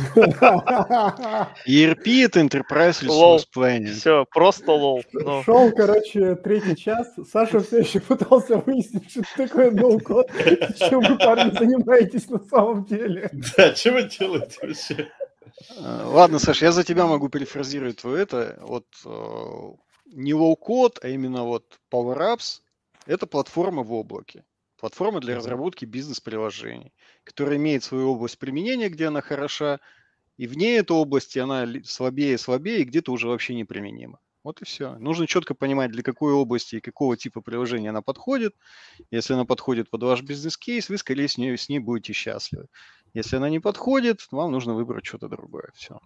Speaker 3: ERP – это Enterprise
Speaker 4: Лол.
Speaker 3: Resource Planning.
Speaker 4: Все, просто лол. Ну,
Speaker 2: Шел, короче, третий час. Саша все еще пытался выяснить, что такое ноу-код, чем вы, парни, занимаетесь на самом деле.
Speaker 1: Да, что вы делаете вообще?
Speaker 3: Ладно, Саш, я за тебя могу перефразировать твое это. Вот не low-code, а именно вот Power Apps – это платформа в облаке. Платформа для разработки бизнес-приложений, которая имеет свою область применения, где она хороша, и вне этой области она слабее и слабее, и где-то уже вообще неприменима. Вот и все. Нужно четко понимать, для какой области и какого типа приложения она подходит. Если она подходит под ваш бизнес-кейс, вы, скорее, с ней будете счастливы. Если она не подходит, вам нужно выбрать что-то другое. Все.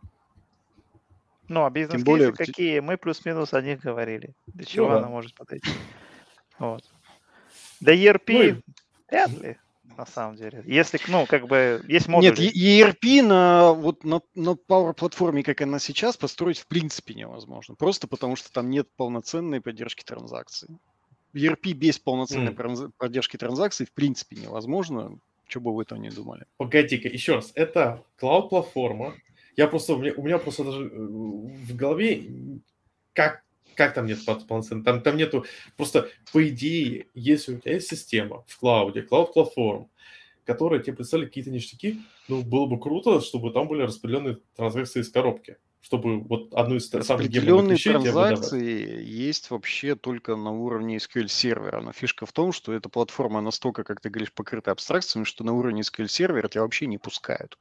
Speaker 4: ну, а бизнес-кейсы какие? Мы плюс-минус о них говорили. Для чего она может подойти? Вот. Для ERP вряд ли, на самом деле. Если, ну, как бы, есть модули.
Speaker 3: Нет, ERP на Power платформе, как она сейчас, построить в принципе невозможно. Просто потому, что там нет полноценной поддержки транзакций. ERP без полноценной поддержки транзакций в принципе невозможно. Что бы вы там не думали.
Speaker 1: Погоди-ка, еще раз. Это клауд-платформа. У меня просто даже в голове как там нет полноценной? Там нету... Просто по идее, если у тебя есть система в клауде, клауд-платформ, которая тебе представляет какие-то ништяки, ну, было бы круто, чтобы там были распределенные транзакции из коробки. Чтобы вот одну из самых геморных вещей тебе выдавать.
Speaker 3: Транзакции есть вообще только на уровне SQL сервера. Но фишка в том, что эта платформа настолько, как ты говоришь, покрыта абстракциями, что на уровне SQL сервера тебя вообще не пускают.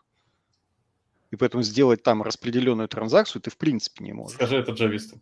Speaker 3: И поэтому сделать там распределенную транзакцию ты в принципе не можешь.
Speaker 1: Скажи это джавистам.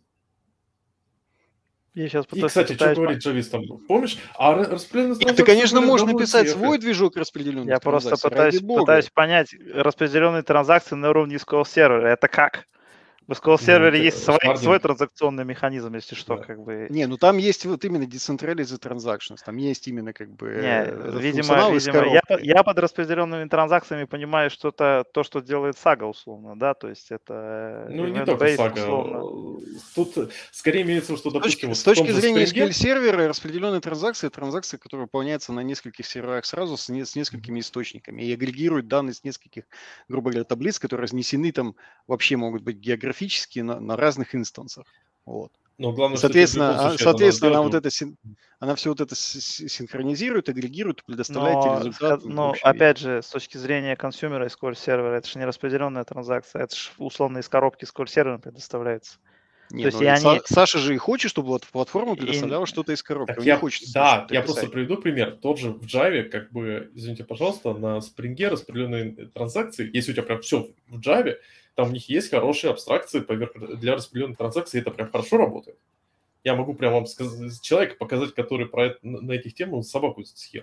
Speaker 4: Я сейчас
Speaker 1: И, кстати, что говорит джавистам? Помнишь? А распределенную транзакцию...
Speaker 3: Ты, конечно, можешь написать свой движок распределенных
Speaker 4: Я
Speaker 3: транзакций.
Speaker 4: просто пытаюсь понять, распределенные транзакции на уровне SQL сервера. Это как? В SQL сервере
Speaker 1: Ну,
Speaker 4: есть свой
Speaker 1: шардинг,
Speaker 4: транзакционный механизм, если что,
Speaker 1: да.
Speaker 4: как бы.
Speaker 3: Не, ну там есть вот именно decentralized transactions, там есть именно как бы
Speaker 4: Не,
Speaker 3: этот
Speaker 4: видимо,
Speaker 3: функционал из коробки.
Speaker 4: я под распределенными транзакциями понимаю что-то, то, что делает Saga условно, да, то есть это
Speaker 1: Ну, не только
Speaker 4: event-based
Speaker 1: Saga.
Speaker 4: условно.
Speaker 1: Тут скорее имеется в виду, что, допустим,
Speaker 3: С
Speaker 1: вот в том
Speaker 3: точки
Speaker 1: же
Speaker 3: зрения
Speaker 1: Spring,
Speaker 3: SQL сервера, распределенные транзакции — это транзакции, которые выполняются на нескольких серверах сразу с несколькими источниками и агрегируют данные с нескольких, грубо говоря, таблиц, которые разнесены там вообще могут быть географически на разных инстансах. Вот.
Speaker 1: но
Speaker 3: И,
Speaker 1: главное, что тебе в любом случае это надо
Speaker 3: соответственно,
Speaker 1: сделать.
Speaker 3: она все вот это синхронизирует, агрегирует, предоставляет тебе результат в
Speaker 4: Но
Speaker 3: общем виде.
Speaker 4: опять же, с точки зрения консюмера SQL сервера, это же не распределенная транзакция, это же условно из коробки SQL сервера предоставляется.
Speaker 3: Не,
Speaker 4: То есть
Speaker 3: ну
Speaker 4: и они...
Speaker 3: Саша же и хочет, чтобы вот платформа
Speaker 4: и-
Speaker 3: предоставляла что-то из коробки.
Speaker 1: Так
Speaker 3: Он не хочет что-то
Speaker 1: я просто
Speaker 3: писать.
Speaker 1: приведу пример. Тот же в Java, как бы, извините, пожалуйста, на Spring распределенные транзакции, если у тебя прям все в Java, там у них есть хорошие абстракции для распределенных транзакций, и это прям хорошо работает. Я могу прям вам сказать, человека показать, который на этих темах собаку съел.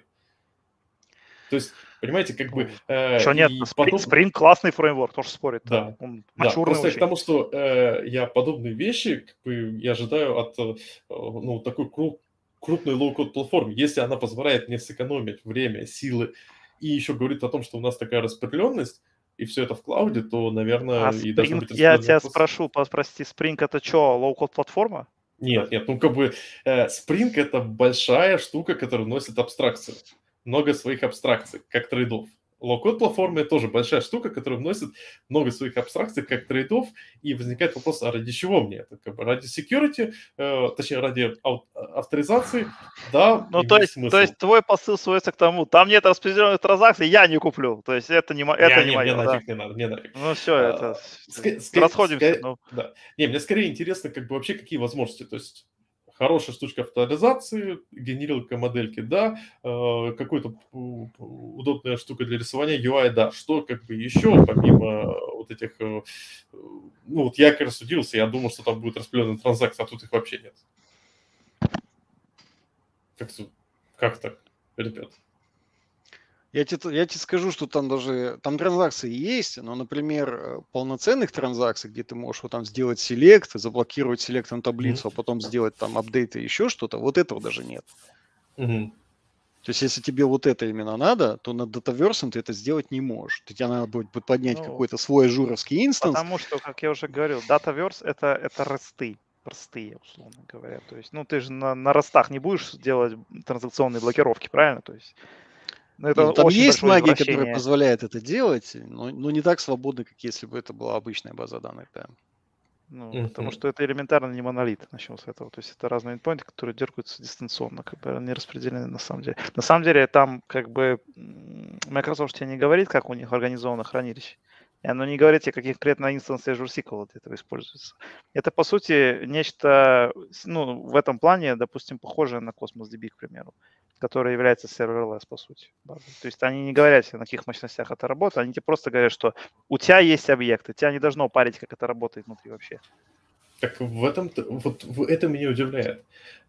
Speaker 1: То есть, понимаете, как бы...
Speaker 4: Что нет, Spring классный фреймворк, тоже спорит.
Speaker 1: Да,
Speaker 4: Он
Speaker 1: да.
Speaker 4: мачурный
Speaker 1: Просто
Speaker 4: очень.
Speaker 1: к тому, что я подобные вещи, как бы, я ожидаю от ну, такой крупной лоу-код платформы. Если она позволяет мне сэкономить время, силы и еще говорит о том, что у нас такая распределенность, и все это в клауде, то, наверное, и должно быть
Speaker 4: я тебя
Speaker 1: распределенная.
Speaker 4: прости, Spring это что, лоу-код платформа?
Speaker 1: Нет, ну как бы Spring это большая штука, которая носит абстракцию. Много своих абстракций, как трейдов. Лоу-код платформа это тоже большая штука, которая вносит много своих абстракций, как трейдов, и возникает вопрос, а ради чего мне это? Как бы ради security, точнее, ради авторизации, да,
Speaker 4: Ну,
Speaker 1: имеет смысл.
Speaker 4: то есть твой посыл сводится к тому, там нет распределенных транзакций, я не куплю. То есть это не мое,
Speaker 1: Мне
Speaker 4: да?
Speaker 1: нафиг не надо, мне нафиг.
Speaker 4: Ну все, это
Speaker 1: расходимся.
Speaker 4: Ну.
Speaker 1: Да. Не, мне скорее интересно, как бы вообще какие возможности. То есть хорошая штучка авторизации, генерировка модельки, да, какой-то удобная штука для рисования UI, да. Что как бы еще, помимо вот этих... Ну вот я как раз удивился, я думал, что там будет распределенная транзакция, а тут их вообще нет. Как так, ребят?
Speaker 3: Я тебе скажу, что там транзакции есть, но, например, полноценных транзакций, где ты можешь вот там сделать селект, заблокировать селектом таблицу, а потом сделать там апдейт и еще что-то, вот этого даже нет. То есть, если тебе вот это именно надо, то над Dataverse ты это сделать не можешь. Тебе надо будет поднять какой-то свой ажуровский инстанс.
Speaker 4: Потому что, как я уже говорил, Dataverse это ресты. Простые, условно говоря. То есть, ну, ты же на ростах не будешь делать транзакционные блокировки, правильно? То есть, это
Speaker 3: там
Speaker 4: очень
Speaker 3: есть
Speaker 4: большое
Speaker 3: магия, которая позволяет это делать, но не так свободно, как если бы это была обычная база данных, да.
Speaker 4: Ну, потому что это элементарно не монолит, начнем с этого. То есть это разные endpoints, которые дергаются дистанционно, как бы они распределены на самом деле. На самом деле там как бы Microsoft тебе не говорит, как у них организовано хранилище. И оно не говорит тебе, какие конкретно инстансы Azure SQL для этого используются. Это, по сути, нечто, ну, в этом плане, допустим, похожее на Cosmos DB, к примеру, который является serverless, по сути, базой. То есть они не говорят тебе, на каких мощностях это работает, они тебе просто говорят, что у тебя есть объекты, тебя не должно парить, как это работает внутри вообще.
Speaker 1: Так это меня удивляет.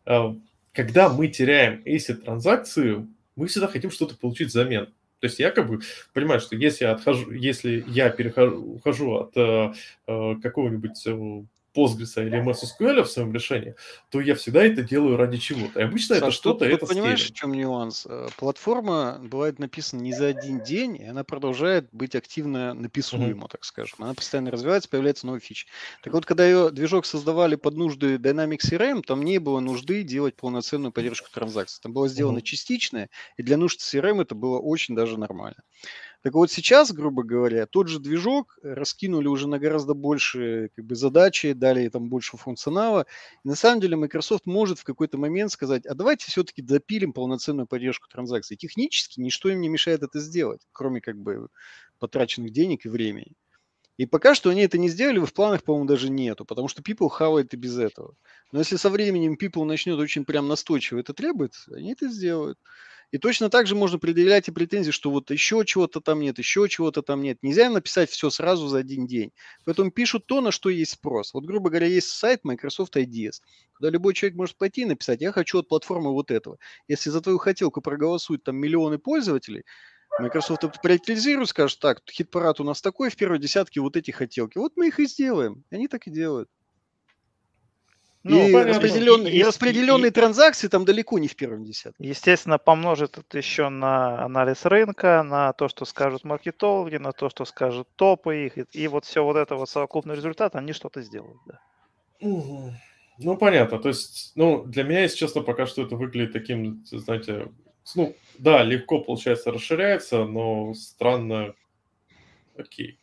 Speaker 1: Когда мы теряем ACID-транзакцию, мы всегда хотим что-то получить взамен. То есть я как бы понимаю, что если я ухожу от какого-нибудь Postgres или MS SQL в своем решении, то я всегда это делаю ради чего-то. И обычно
Speaker 3: Саш,
Speaker 1: это что-то, это
Speaker 3: понимаешь,
Speaker 1: скейлинг.
Speaker 3: в чем нюанс? Платформа бывает написана не за один день, и она продолжает быть активно написуема, так скажем. Она постоянно развивается, появляются новые фичи. Так вот, когда ее движок создавали под нужды Dynamics CRM, там не было нужды делать полноценную поддержку транзакций. Там было сделано частичное, и для нужд CRM это было очень даже нормально. Так вот сейчас, грубо говоря, тот же движок раскинули уже на гораздо больше как бы, задачи, дали там больше функционала. И на самом деле Microsoft может в какой-то момент сказать, а давайте все-таки допилим полноценную поддержку транзакций. Технически ничто им не мешает это сделать, кроме как бы потраченных денег и времени. И пока что они это не сделали, в планах, по-моему, даже нету, потому что people хавает и без этого. Но если со временем people начнет очень прям настойчиво это требовать, они это сделают. И точно так же можно предъявлять и претензии, что вот еще чего-то там нет, еще чего-то там нет. Нельзя написать все сразу за один день. Поэтому пишут то, на что есть спрос. Вот, грубо говоря, есть сайт Microsoft IDS, куда любой человек может пойти и написать, я хочу от платформы вот этого. Если за твою хотелку проголосуют там миллионы пользователей, Microsoft это приоритизирует, скажет, так, хит-парад у нас такой, в первой десятке вот эти хотелки. Вот мы их и сделаем. Они так и делают.
Speaker 4: Ну,
Speaker 3: И
Speaker 1: понятно.
Speaker 3: распределенные транзакции там далеко не в первом десятке.
Speaker 4: Естественно, помножит это еще на анализ рынка, на то, что скажут маркетологи, на то, что скажут топы их. И вот все вот это вот совокупный результат, они что-то сделают, да.
Speaker 1: Ну, понятно. То есть, для меня, если честно, пока что это выглядит таким, знаете, да, легко, получается, расширяется, но странно. Окей.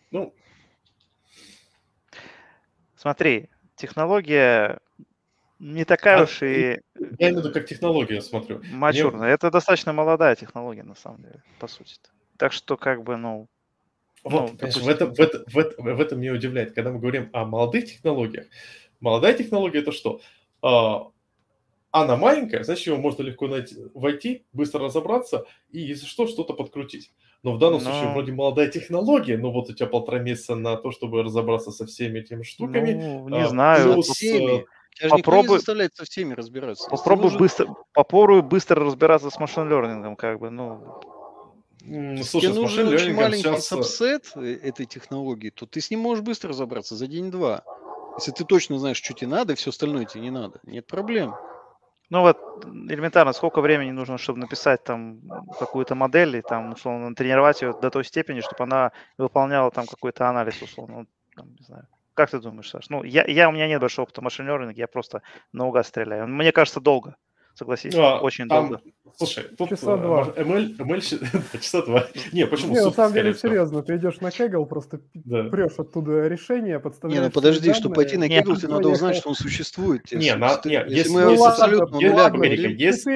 Speaker 4: Смотри, технология не такая уж и
Speaker 1: Я имею в виду, как технология смотрю.
Speaker 4: мачурная. Это достаточно молодая технология, на самом деле, по сути. Так что, как бы,
Speaker 1: Вот, понимаешь, в этом меня удивляет. Когда мы говорим о молодых технологиях, молодая технология это что? Она маленькая, значит, его можно легко войти, быстро разобраться и, если что, что-то подкрутить. Но в данном случае вроде молодая технология, но вот у тебя 1,5 месяца на то, чтобы разобраться со всеми этими штуками.
Speaker 4: Не знаю.
Speaker 1: Плюс,
Speaker 3: Тебя же никто не заставляет со всеми разбираться.
Speaker 4: Попробуй быстро разбираться с машин-лернингом, как бы,
Speaker 1: слушай,
Speaker 3: тебе нужен очень маленький сабсет этой технологии, то ты с ним можешь быстро разобраться за день-два. Если ты точно знаешь, что тебе надо, и все остальное тебе не надо, нет проблем.
Speaker 4: Ну вот элементарно, сколько времени нужно, чтобы написать там какую-то модель и там, условно, тренировать ее до той степени, чтобы она выполняла там какой-то анализ, условно, там, не знаю. Как ты думаешь, Саш? У меня нет большого опыта машин-лернинга, я просто наугад стреляю. Мне кажется, долго. Согласись, очень долго.
Speaker 1: Слушай, тут
Speaker 2: часа два.
Speaker 1: ML часа два. Не, почему?
Speaker 2: Не, на самом деле, серьезно, ты идешь на Kaggle, просто прешь оттуда решение, подставляешь.
Speaker 3: Не, подожди, чтобы пойти на Kaggle, тебе надо узнать, что он существует.
Speaker 1: Если
Speaker 3: мы абсолютно нуля говорим.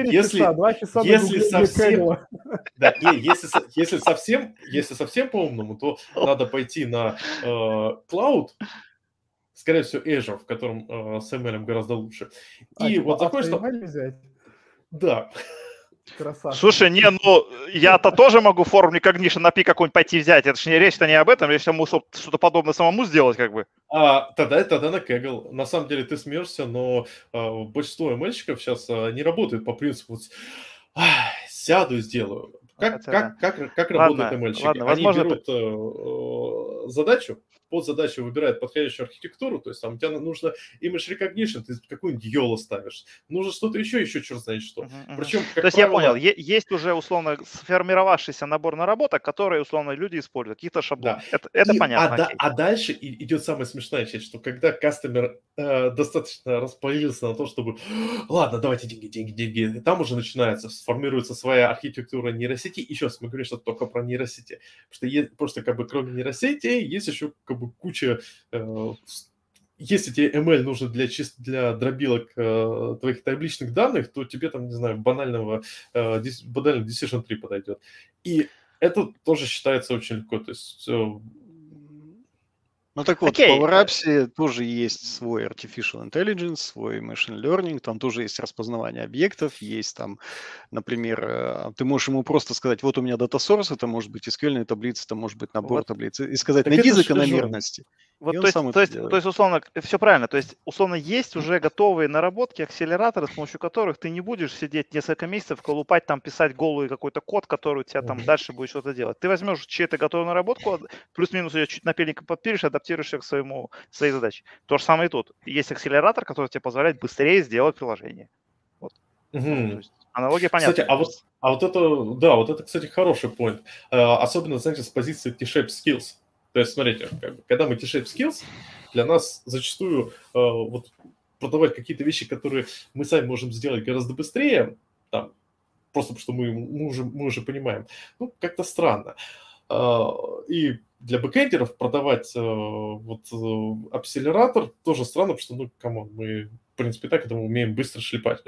Speaker 1: Если совсем по-умному, то надо пойти на Cloud, скорее всего, Azure, в котором с ML гораздо лучше. И вот такое, что... Да.
Speaker 2: Красавчик.
Speaker 4: Слушай, я-то тоже могу в форуме Cognition API какой-нибудь пойти взять. Это же речь-то не об этом, речь ему что-то подобное самому сделать, как бы.
Speaker 1: Тогда на Kaggle. На самом деле ты смеешься, но большинство ML-щиков сейчас не работают по принципу сяду и сделаю. Как работают ML-щики? Они берут задачу, под задачу выбирает подходящую архитектуру, то есть там тебе нужно image recognition, ты какую-нибудь YOLO ставишь, нужно что-то еще черт знает что. Причем,
Speaker 4: то есть я понял, есть уже условно сформировавшийся набор наработок, которые условно люди используют, какие-то шаблоны. Да. Это понятно.
Speaker 1: А дальше идет самая смешная часть, что когда кастомер достаточно появился на то, чтобы, ладно, давайте деньги, там уже начинается, сформируется своя архитектура нейросети. Еще раз, мы говорим, что только про нейросети, потому что просто как бы кроме нейросети есть еще как бы куча, если тебе ML нужно для дробилок твоих табличных данных, то тебе там, не знаю, банальный decision tree подойдет. И это тоже считается очень легко. То есть...
Speaker 3: Ну так вот, в PowerApps тоже есть свой Artificial Intelligence, свой Machine Learning, там тоже есть распознавание объектов, есть там, например, ты можешь ему просто сказать, вот у меня Data Source, это может быть SQL таблица, это может быть набор таблиц, и сказать, найди закономерности.
Speaker 4: Вот, то есть, условно, все правильно. То есть, условно, есть уже готовые наработки, акселераторы, с помощью которых ты не будешь сидеть несколько месяцев, колупать, там, писать голый какой-то код, который у тебя там дальше будет что-то делать. Ты возьмешь чью-то готовую наработку, плюс-минус ее чуть напильником подпилишь, адаптируешь ее к своей задаче. То же самое и тут. Есть акселератор, который тебе позволяет быстрее сделать приложение. Вот. То есть, аналогия понятна.
Speaker 1: Кстати, вот это, кстати, хороший point. Особенно, знаете, с позиции T-Shape Skills. То есть, смотрите, когда мы T-Shape Skills, для нас зачастую вот продавать какие-то вещи, которые мы сами можем сделать гораздо быстрее, там, просто потому что мы уже понимаем, как-то странно. И для бэкэндеров продавать акселератор тоже странно, потому что, мы, в принципе, так это мы умеем быстро шлепать.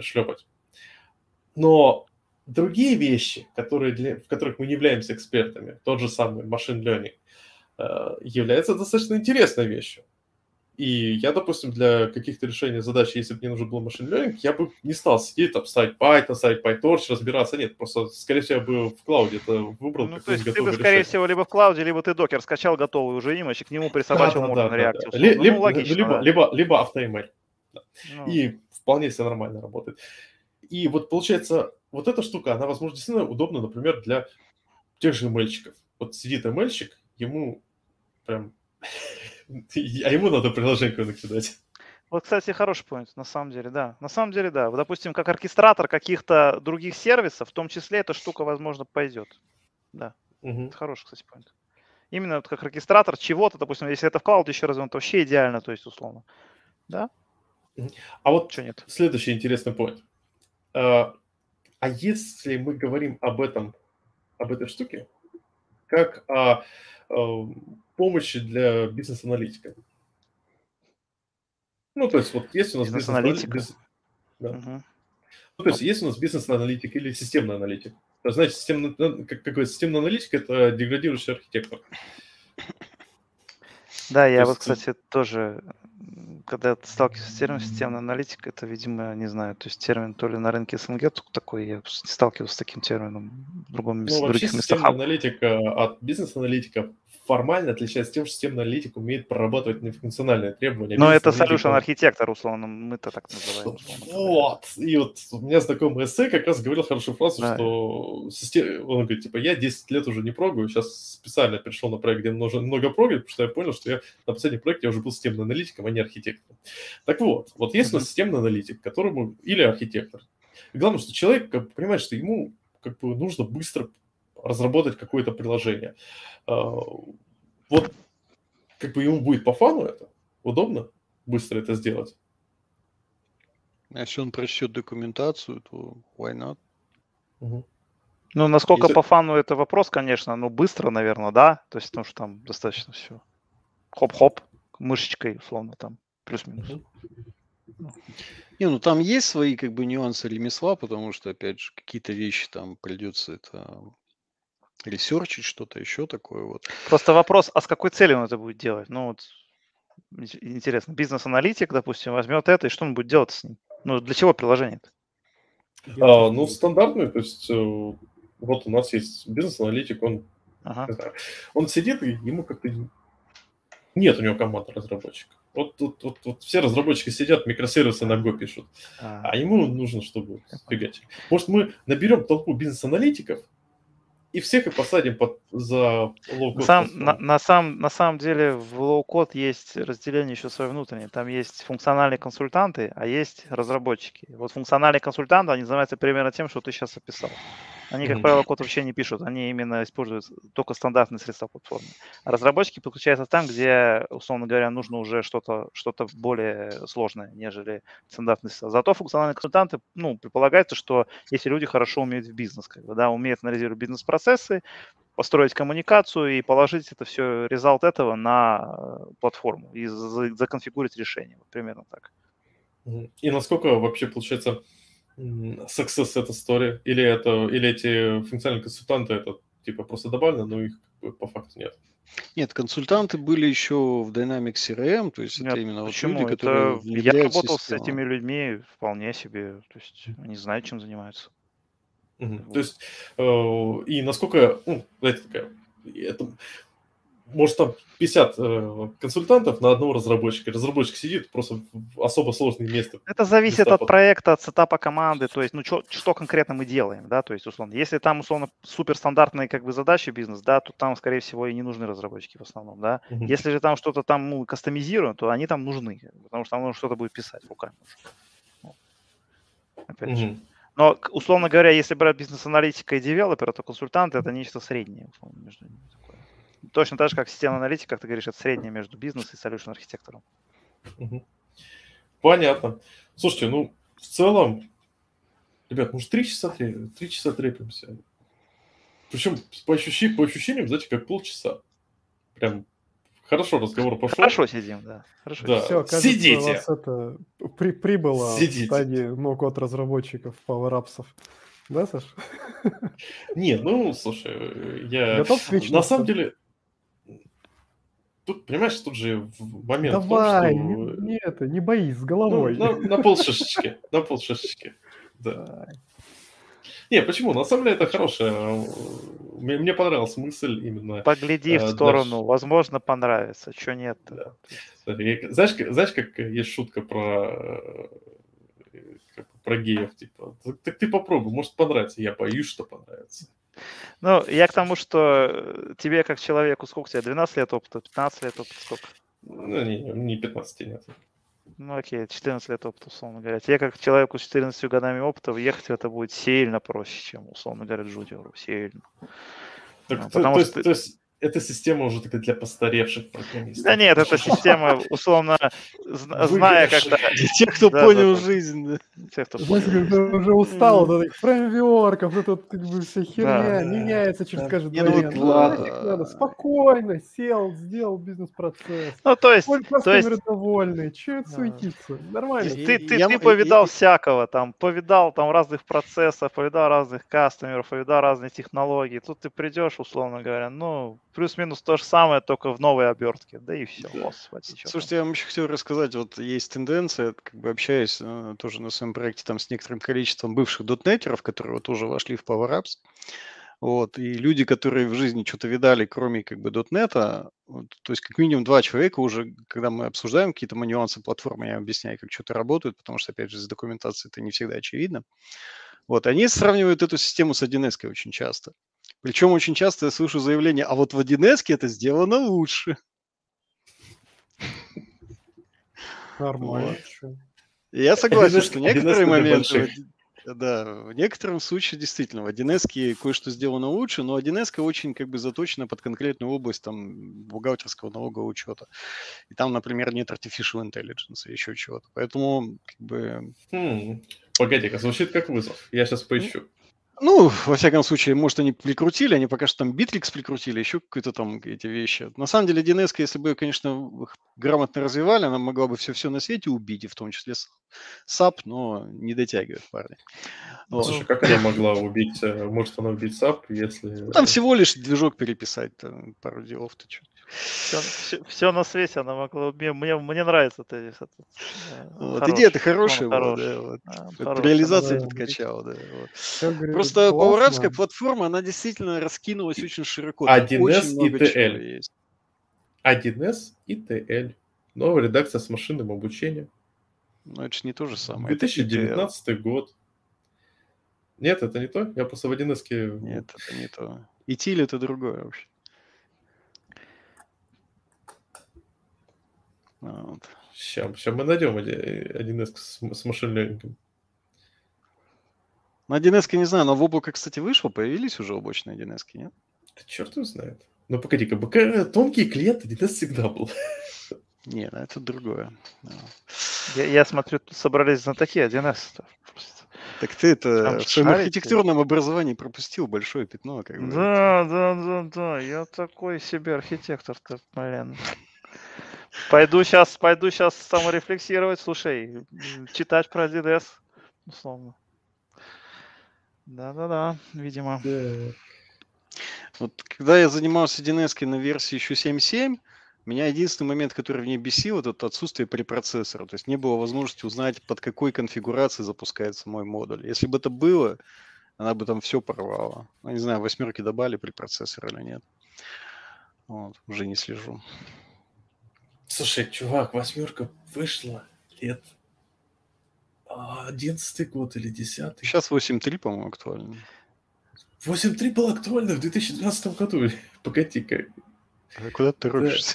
Speaker 1: Но другие вещи, в которых мы не являемся экспертами, тот же самый machine learning, является достаточно интересной вещью. И я, допустим, для каких-то решений задач, если бы мне нужен был machine learning, я бы не стал сидеть, там, ставить Python, ставить PyTorch, разбираться. Нет, просто, скорее всего, я бы в клауде это выбрал.
Speaker 4: То есть ты бы, скорее всего, либо в клауде, либо ты докер скачал готовый уже имидж, и к нему присобачил можно реакцию.
Speaker 1: Либо AutoML. И вполне все нормально работает. И вот получается, вот эта штука, она, возможно, действительно удобна, например, для тех же ML-щиков. Вот сидит ML-щик, ему прям... А ему надо приложение накидать.
Speaker 4: Вот, кстати, хороший point, на самом деле, да. На самом деле, да. Вот, допустим, как оркестратор каких-то других сервисов, в том числе эта штука, возможно, пойдет. Да, это хороший, кстати, point. Именно вот как оркестратор чего-то, допустим, если это в клауд еще развернуто, вообще идеально, то есть, условно. Да?
Speaker 1: А вот
Speaker 4: Чего нет?
Speaker 1: следующий интересный point. А если мы говорим об этой штуке, как о помощи для бизнес-аналитика. Ну, то есть, вот есть у нас
Speaker 4: Бизнес-аналитика.
Speaker 1: Да. Ну, то есть, есть у нас бизнес-аналитик или системный аналитик. То есть, знаете, системный аналитик – это деградирующий архитектор.
Speaker 4: Да, я вот, кстати, тоже, когда сталкиваюсь с термином системная аналитика, это, видимо, не знаю, то есть термин то ли на рынке СНГ такой, я не сталкивался с таким термином в других местах.
Speaker 1: Вообще системная аналитика от бизнес-аналитика формально отличается тем, что системный аналитик умеет прорабатывать нефункциональные требования.
Speaker 4: Но это solution архитектор, условно, мы-то так называем.
Speaker 1: Вот. И вот у меня знакомый эссе как раз говорил хорошую фразу,
Speaker 4: Да.
Speaker 1: что он говорит, типа, я 10 лет уже не прогаю, сейчас специально перешел на проект, где нужно много прогать, потому что я понял, что я на последнем проекте я уже был системным аналитиком, а не архитектором. Так вот есть у нас системный аналитик, которому, или архитектор. И главное, что человек понимает, что ему нужно быстро разработать какое-то приложение. Вот ему будет по фану это, удобно быстро это сделать.
Speaker 3: Если он прочтет документацию, то why not?
Speaker 4: Ну, насколько по фану это вопрос, конечно, но быстро, наверное, да, то есть потому что там достаточно все хоп-хоп, мышечкой, условно, там, плюс-минус.
Speaker 3: Не, ну там есть свои нюансы ремесла, потому что, опять же, какие-то вещи там придется это ресерчить, что-то еще такое вот.
Speaker 4: Просто вопрос, а с какой целью он это будет делать? Ну вот интересно, бизнес-аналитик, допустим, возьмет это, и что он будет делать с ним? Ну, для чего приложение-то?
Speaker 1: Ну, стандартный, то есть вот у нас есть бизнес-аналитик, он сидит, и ему как-то нет у него команды разработчиков. Вот все разработчики сидят, микросервисы на Go пишут, а ему нужно, чтобы фигачить. Может, мы наберем толпу бизнес-аналитиков и всех и посадим за лоу-код?
Speaker 4: На самом деле в лоу-код есть разделение еще свое внутреннее. Там есть функциональные консультанты, а есть разработчики. Вот функциональные консультанты, они занимаются примерно тем, что ты сейчас описал. Они, как правило, код вообще не пишут, они именно используют только стандартные средства платформы. А разработчики подключаются там, где, условно говоря, нужно уже что-то более сложное, нежели стандартные средства. Зато функциональные консультанты, предполагается, что если люди хорошо умеют в бизнес, умеют анализировать бизнес-процессы, построить коммуникацию и положить это все, результат этого на платформу и законфигурить решение. Вот примерно так.
Speaker 1: И насколько вообще получается success это story? Или эти функциональные консультанты это типа просто добавлено, но их по факту нет?
Speaker 3: Нет, консультанты были еще в Dynamics CRM, то есть
Speaker 4: Нет,
Speaker 3: это именно
Speaker 4: почему?
Speaker 3: люди, которые
Speaker 4: Я
Speaker 3: внедряют
Speaker 4: работал
Speaker 3: систему.
Speaker 4: с этими людьми вполне себе, то есть они знают, чем занимаются.
Speaker 1: То есть, и насколько, знаете, это, может, там 50 консультантов на одного разработчика. Разработчик сидит просто в особо сложное место.
Speaker 4: Это зависит от проекта, от сетапа команды, то есть, что конкретно мы делаем, да, то есть, условно, если там, условно, суперстандартные, задачи бизнес, да, то там, скорее всего, и не нужны разработчики в основном, да. Если же там что-то там, кастомизируем, то они там нужны, потому что там нужно что-то будет писать руками уже. Опять же. Но, условно говоря, если брать бизнес-аналитика и девелопера, то консультанты это нечто среднее, условно, между ними такое. Точно так же, как системный аналитик, как ты говоришь, это среднее между бизнес и solution архитектором.
Speaker 1: Понятно. Слушайте, в целом, ребят, может 3 часа трепимся. Причем по ощущениям, знаете, как полчаса. Прям хорошо разговор пошел.
Speaker 4: Хорошо сидим, да. Хорошо.
Speaker 2: Да. Все, кажется,
Speaker 1: сидите.
Speaker 2: У вас это прибыло в стадии ноу-код разработчиков, пауэрапсов. Да, Саш?
Speaker 1: Нет, слушай, я...
Speaker 2: Готов свечнуться?
Speaker 1: На самом деле... Тут, понимаешь, тут же момент
Speaker 2: Давай,
Speaker 1: в том, что...
Speaker 2: не боись, с головой.
Speaker 1: На полшишечки. Да. Не, почему? На самом деле это хорошая. Мне понравилась мысль именно.
Speaker 4: Погляди в сторону, возможно, понравится. Что нет?
Speaker 1: Да. Знаешь, как есть шутка про геев, типа, так ты попробуй, может понравится. Я боюсь, что понравится.
Speaker 4: Ну, я к тому, что тебе как человеку, сколько тебе, 12 лет опыта, 15 лет опыта, сколько?
Speaker 1: Ну, не 15 нет.
Speaker 4: Ну, окей, 14 лет опыта, условно говоря. Тебе как человеку с 14 годами опыта въехать в это будет сильно проще, чем, условно говоря, джуниору. Сильно.
Speaker 1: Так,
Speaker 4: Потому что...
Speaker 1: то есть эта система уже такая для постаревших программистов.
Speaker 4: Да нет, эта система, условно, зная как-то...
Speaker 3: Тех, кто понял жизнь, да.
Speaker 4: Тех, кто
Speaker 2: Знаете,
Speaker 4: понял.
Speaker 2: когда уже устал от этих фреймворков, это как бы вся херня,
Speaker 1: Да.
Speaker 2: меняется через каждый
Speaker 3: Не, ну
Speaker 2: день.
Speaker 3: вот
Speaker 2: Ну,
Speaker 3: ладно.
Speaker 2: нафиг надо, спокойно сел, сделал бизнес-процесс.
Speaker 4: Ну, то есть...
Speaker 2: Кастомеры довольны, че это суетиться? Нормально.
Speaker 4: Ты повидал всякого, там, повидал там разных процессов, повидал разных кастомеров, повидал разных технологий. Тут ты придешь, условно говоря, ну, плюс-минус то же самое, только в новой обертке. Да и все, господи.
Speaker 3: Слушайте, я вам еще хотел рассказать, вот есть тенденция, как бы общаясь тоже на своем проекте там с некоторым количеством бывших дотнетеров, которые вот уже вошли в Power Apps, вот, и люди, которые в жизни что-то видали, кроме как бы дотнета, вот, то есть как минимум 2 человека уже, когда мы обсуждаем какие-то нюансы платформы, я объясняю, как что-то работает, потому что, опять же, из документации это не всегда очевидно. Вот, они сравнивают эту систему с 1С очень часто. Причем очень часто я слышу заявление, а вот в 1С это сделано лучше.
Speaker 2: Нормально.
Speaker 3: Вот.
Speaker 2: чё.
Speaker 3: Я согласен,
Speaker 1: 1С
Speaker 3: что некоторые
Speaker 1: для
Speaker 3: моменты,
Speaker 1: больших.
Speaker 3: да, в некотором случае действительно в 1С кое-что сделано лучше, но 1С очень как бы заточена под конкретную область там бухгалтерского налогового учета. И там, например, нет artificial intelligence или еще чего-то. Поэтому как бы...
Speaker 1: Погоди-ка, звучит как вызов. Я сейчас поищу.
Speaker 3: Ну, во всяком случае, может, они прикрутили, они пока что там Bittrex прикрутили, еще какие-то там эти вещи. На самом деле, 1С, если бы ее, конечно, грамотно развивали, она могла бы все на свете убить, и в том числе SAP, но не дотягивает парни. Вот.
Speaker 1: Слушай, как она могла убить, может она убить SAP, если...
Speaker 3: Ну, там всего лишь движок переписать, там, пару делов-то что.
Speaker 4: Все на свете она могла убить. Мне нравится тезис.
Speaker 3: Вот, идея-то хорошая была, да, вот. Реализация
Speaker 2: да.
Speaker 3: подкачала, да. Вот.
Speaker 2: Всё, говорю,
Speaker 3: Просто
Speaker 2: классно.
Speaker 3: PowerApps платформа, она действительно раскинулась очень широко.
Speaker 1: 1С
Speaker 3: Там очень
Speaker 1: и
Speaker 3: много чего
Speaker 1: TL.
Speaker 3: есть.
Speaker 1: 1С и TL. Новая редакция с машинным обучением.
Speaker 3: Но это же не то же самое. Это
Speaker 1: 2019 год. Нет, это не то? Я просто в 1С...
Speaker 3: Нет, это не то. ETL это другое вообще. Вот.
Speaker 1: Сейчас мы найдем 1С с машин-лернингом.
Speaker 3: На 1С не знаю, но в облако, кстати, вышло, появились уже облачные 1С, нет?
Speaker 1: Да черт его знает. Ну, погоди-ка, тонкий клиент 1С всегда был.
Speaker 3: Нет, это другое.
Speaker 4: Я смотрю, тут собрались знатоки 1С.
Speaker 3: Так ты это
Speaker 4: Там
Speaker 3: в своем
Speaker 4: шарите.
Speaker 3: архитектурном образовании пропустил большое пятно, как бы.
Speaker 4: Да, я такой себе архитектор-то, блин. Пойду сейчас саморефлексировать, слушай, читать про 1С, условно. Да, видимо.
Speaker 3: Вот когда я занимался 1С на версии еще 7.7, меня единственный момент, который в ней бесил, это отсутствие препроцессора. То есть не было возможности узнать, под какой конфигурацией запускается мой модуль. Если бы это было, она бы там все порвала. Ну, не знаю, 8 добавили препроцессор или нет. Вот, уже не слежу.
Speaker 1: Слушай, чувак, 8 вышла лет 11 год или 10.
Speaker 3: Сейчас 8.3, по-моему, актуально.
Speaker 1: 8.3 был актуально в 2012 году. Погоди-ка.
Speaker 3: А куда ты торопишься?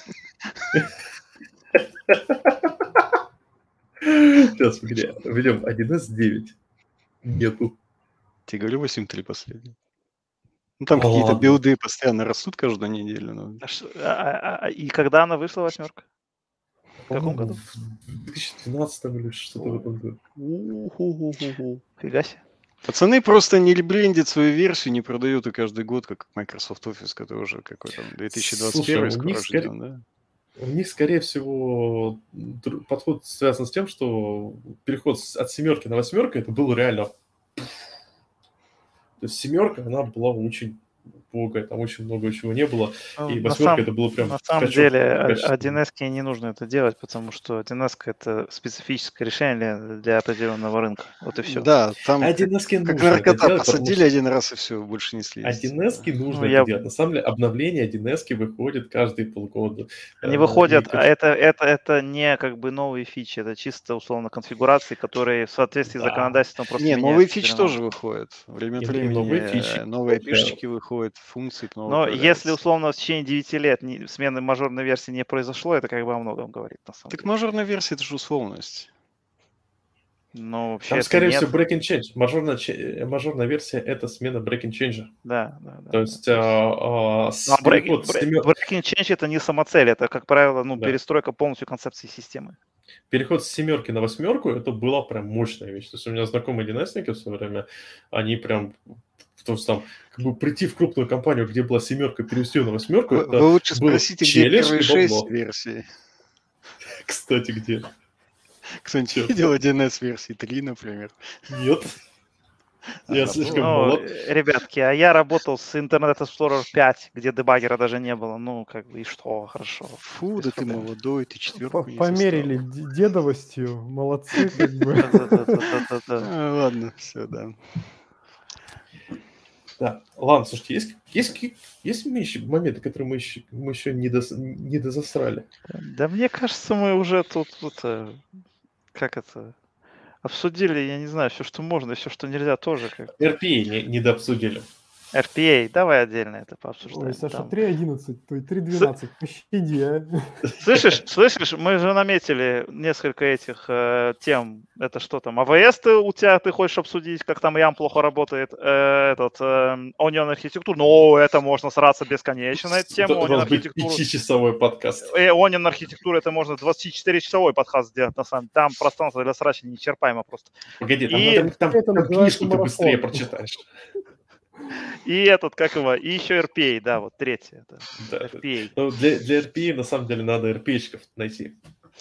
Speaker 1: Сейчас, погоди. Ведем 1С 9. Нету.
Speaker 3: Тебе говорю, 8.3 последний. Ну, там какие-то билды постоянно растут каждую неделю.
Speaker 4: И когда она вышла, 8? В каком году?
Speaker 1: В 2012 или что-то в этом году.
Speaker 4: Фига себе.
Speaker 3: Пацаны просто не ребрендят свою версию, не продают и каждый год, как Microsoft Office, который уже какой-то 2021 скоро ждем, да?
Speaker 1: У них, скорее всего, подход связан с тем, что переход от 7 на 8 это был реально... То есть 7 она была очень бога, там очень много чего не было.
Speaker 4: Ну,
Speaker 1: И
Speaker 4: на
Speaker 1: восьмерка
Speaker 4: самом,
Speaker 1: это было прям
Speaker 4: на самом
Speaker 1: скачок
Speaker 4: деле
Speaker 1: качества.
Speaker 4: 1С не нужно это делать, потому что 1С это специфическое решение для определенного рынка. Вот и все.
Speaker 3: Да, там как
Speaker 1: 1С нужно это
Speaker 3: наркота
Speaker 1: делать, потому
Speaker 3: посадили
Speaker 1: что
Speaker 3: один раз и все, больше не слезете.
Speaker 1: 1С
Speaker 4: Ну,
Speaker 1: нужно это
Speaker 4: я...
Speaker 1: делать. На самом деле обновление 1С выходит каждые полгода.
Speaker 4: Они
Speaker 1: И
Speaker 4: выходят,
Speaker 1: как-
Speaker 4: а это не как бы новые фичи, это чисто условно конфигурации, которые в соответствии с
Speaker 1: Да.
Speaker 4: законодательством просто
Speaker 3: Не, новые
Speaker 4: меняются
Speaker 3: фичи
Speaker 4: переносом.
Speaker 3: тоже выходят. Время от
Speaker 1: И
Speaker 3: времени
Speaker 1: новые фичи.
Speaker 3: новые
Speaker 1: Да.
Speaker 3: пишечки выходят, функции новые
Speaker 4: Но если
Speaker 3: появляются.
Speaker 4: условно в течение 9 лет смены мажорной версии не произошло, это как бы о многом говорит на самом
Speaker 3: Так
Speaker 4: деле.
Speaker 3: мажорная версия это же условность.
Speaker 4: Но вообще
Speaker 1: Там,
Speaker 4: это
Speaker 1: скорее
Speaker 4: нет.
Speaker 1: всего, break and change. Мажорная версия — это смена break and change.
Speaker 4: Да.
Speaker 1: То есть
Speaker 4: Ну, а
Speaker 1: переход с
Speaker 4: breaking change это не самоцель, это, как правило,
Speaker 1: Да.
Speaker 4: перестройка полностью концепции системы.
Speaker 1: переход с 7 на 8 это была прям мощная вещь. То есть у меня знакомые DNS-ники в свое время, они прям, то есть там, как бы прийти в крупную компанию, где была 7, перевести ее на 8,
Speaker 3: Вы
Speaker 1: это
Speaker 3: лучше
Speaker 1: был
Speaker 3: спросите, где
Speaker 1: челлендж
Speaker 3: первые
Speaker 1: и
Speaker 3: 6
Speaker 1: бабло.
Speaker 3: версий.
Speaker 1: Кстати, где?
Speaker 3: Кто-нибудь
Speaker 1: Чё?
Speaker 3: видел 1С версии 3, например?
Speaker 1: Нет. Я
Speaker 3: Она
Speaker 1: слишком
Speaker 3: была.
Speaker 4: Ну,
Speaker 1: молод.
Speaker 4: ребятки, а я работал с Internet Explorer 5, где дебаггера даже не было. Ну, как бы, и что, хорошо.
Speaker 3: Фу,
Speaker 4: без
Speaker 3: да ты
Speaker 4: проблем.
Speaker 3: молодой, ты четверку не
Speaker 2: Померили
Speaker 3: застал.
Speaker 2: дедовостью, молодцы, как бы.
Speaker 4: Да-да-да-да-да.
Speaker 3: Ладно, все, да.
Speaker 1: Да. Ладно, слушайте, есть моменты, которые мы еще не дозасрали?
Speaker 4: Да мне кажется, мы уже тут, обсудили, я не знаю, все, что можно, и все, что нельзя тоже.
Speaker 1: RPA не дообсудили.
Speaker 4: RPA, давай отдельно это
Speaker 2: Ой,
Speaker 4: пообсуждаем.
Speaker 2: Саша,
Speaker 4: Там.
Speaker 2: 3.11, то и 3.12, пощади, а.
Speaker 4: Слышишь, мы же наметили несколько этих тем. Это что там, АВС ты хочешь обсудить, как там YAML плохо работает, Onion архитектуру. Ну, это можно сраться бесконечно на эту тему.
Speaker 1: Это
Speaker 4: Onion
Speaker 1: должен быть
Speaker 4: архитектуру.
Speaker 1: 5-часовой подкаст.
Speaker 4: Onion архитектуру это можно 24-часовой подкаст сделать, на самом деле. Там пространство для срача неисчерпаемо просто.
Speaker 1: Погоди,
Speaker 4: И-
Speaker 1: там
Speaker 2: Это называется
Speaker 1: книжку ты быстрее
Speaker 2: марафон.
Speaker 1: прочитаешь.
Speaker 4: И и еще RPA, да, вот третье. Это
Speaker 1: Да.
Speaker 4: RPA.
Speaker 1: Ну, для RPA, на самом деле, надо RPA-щиков найти.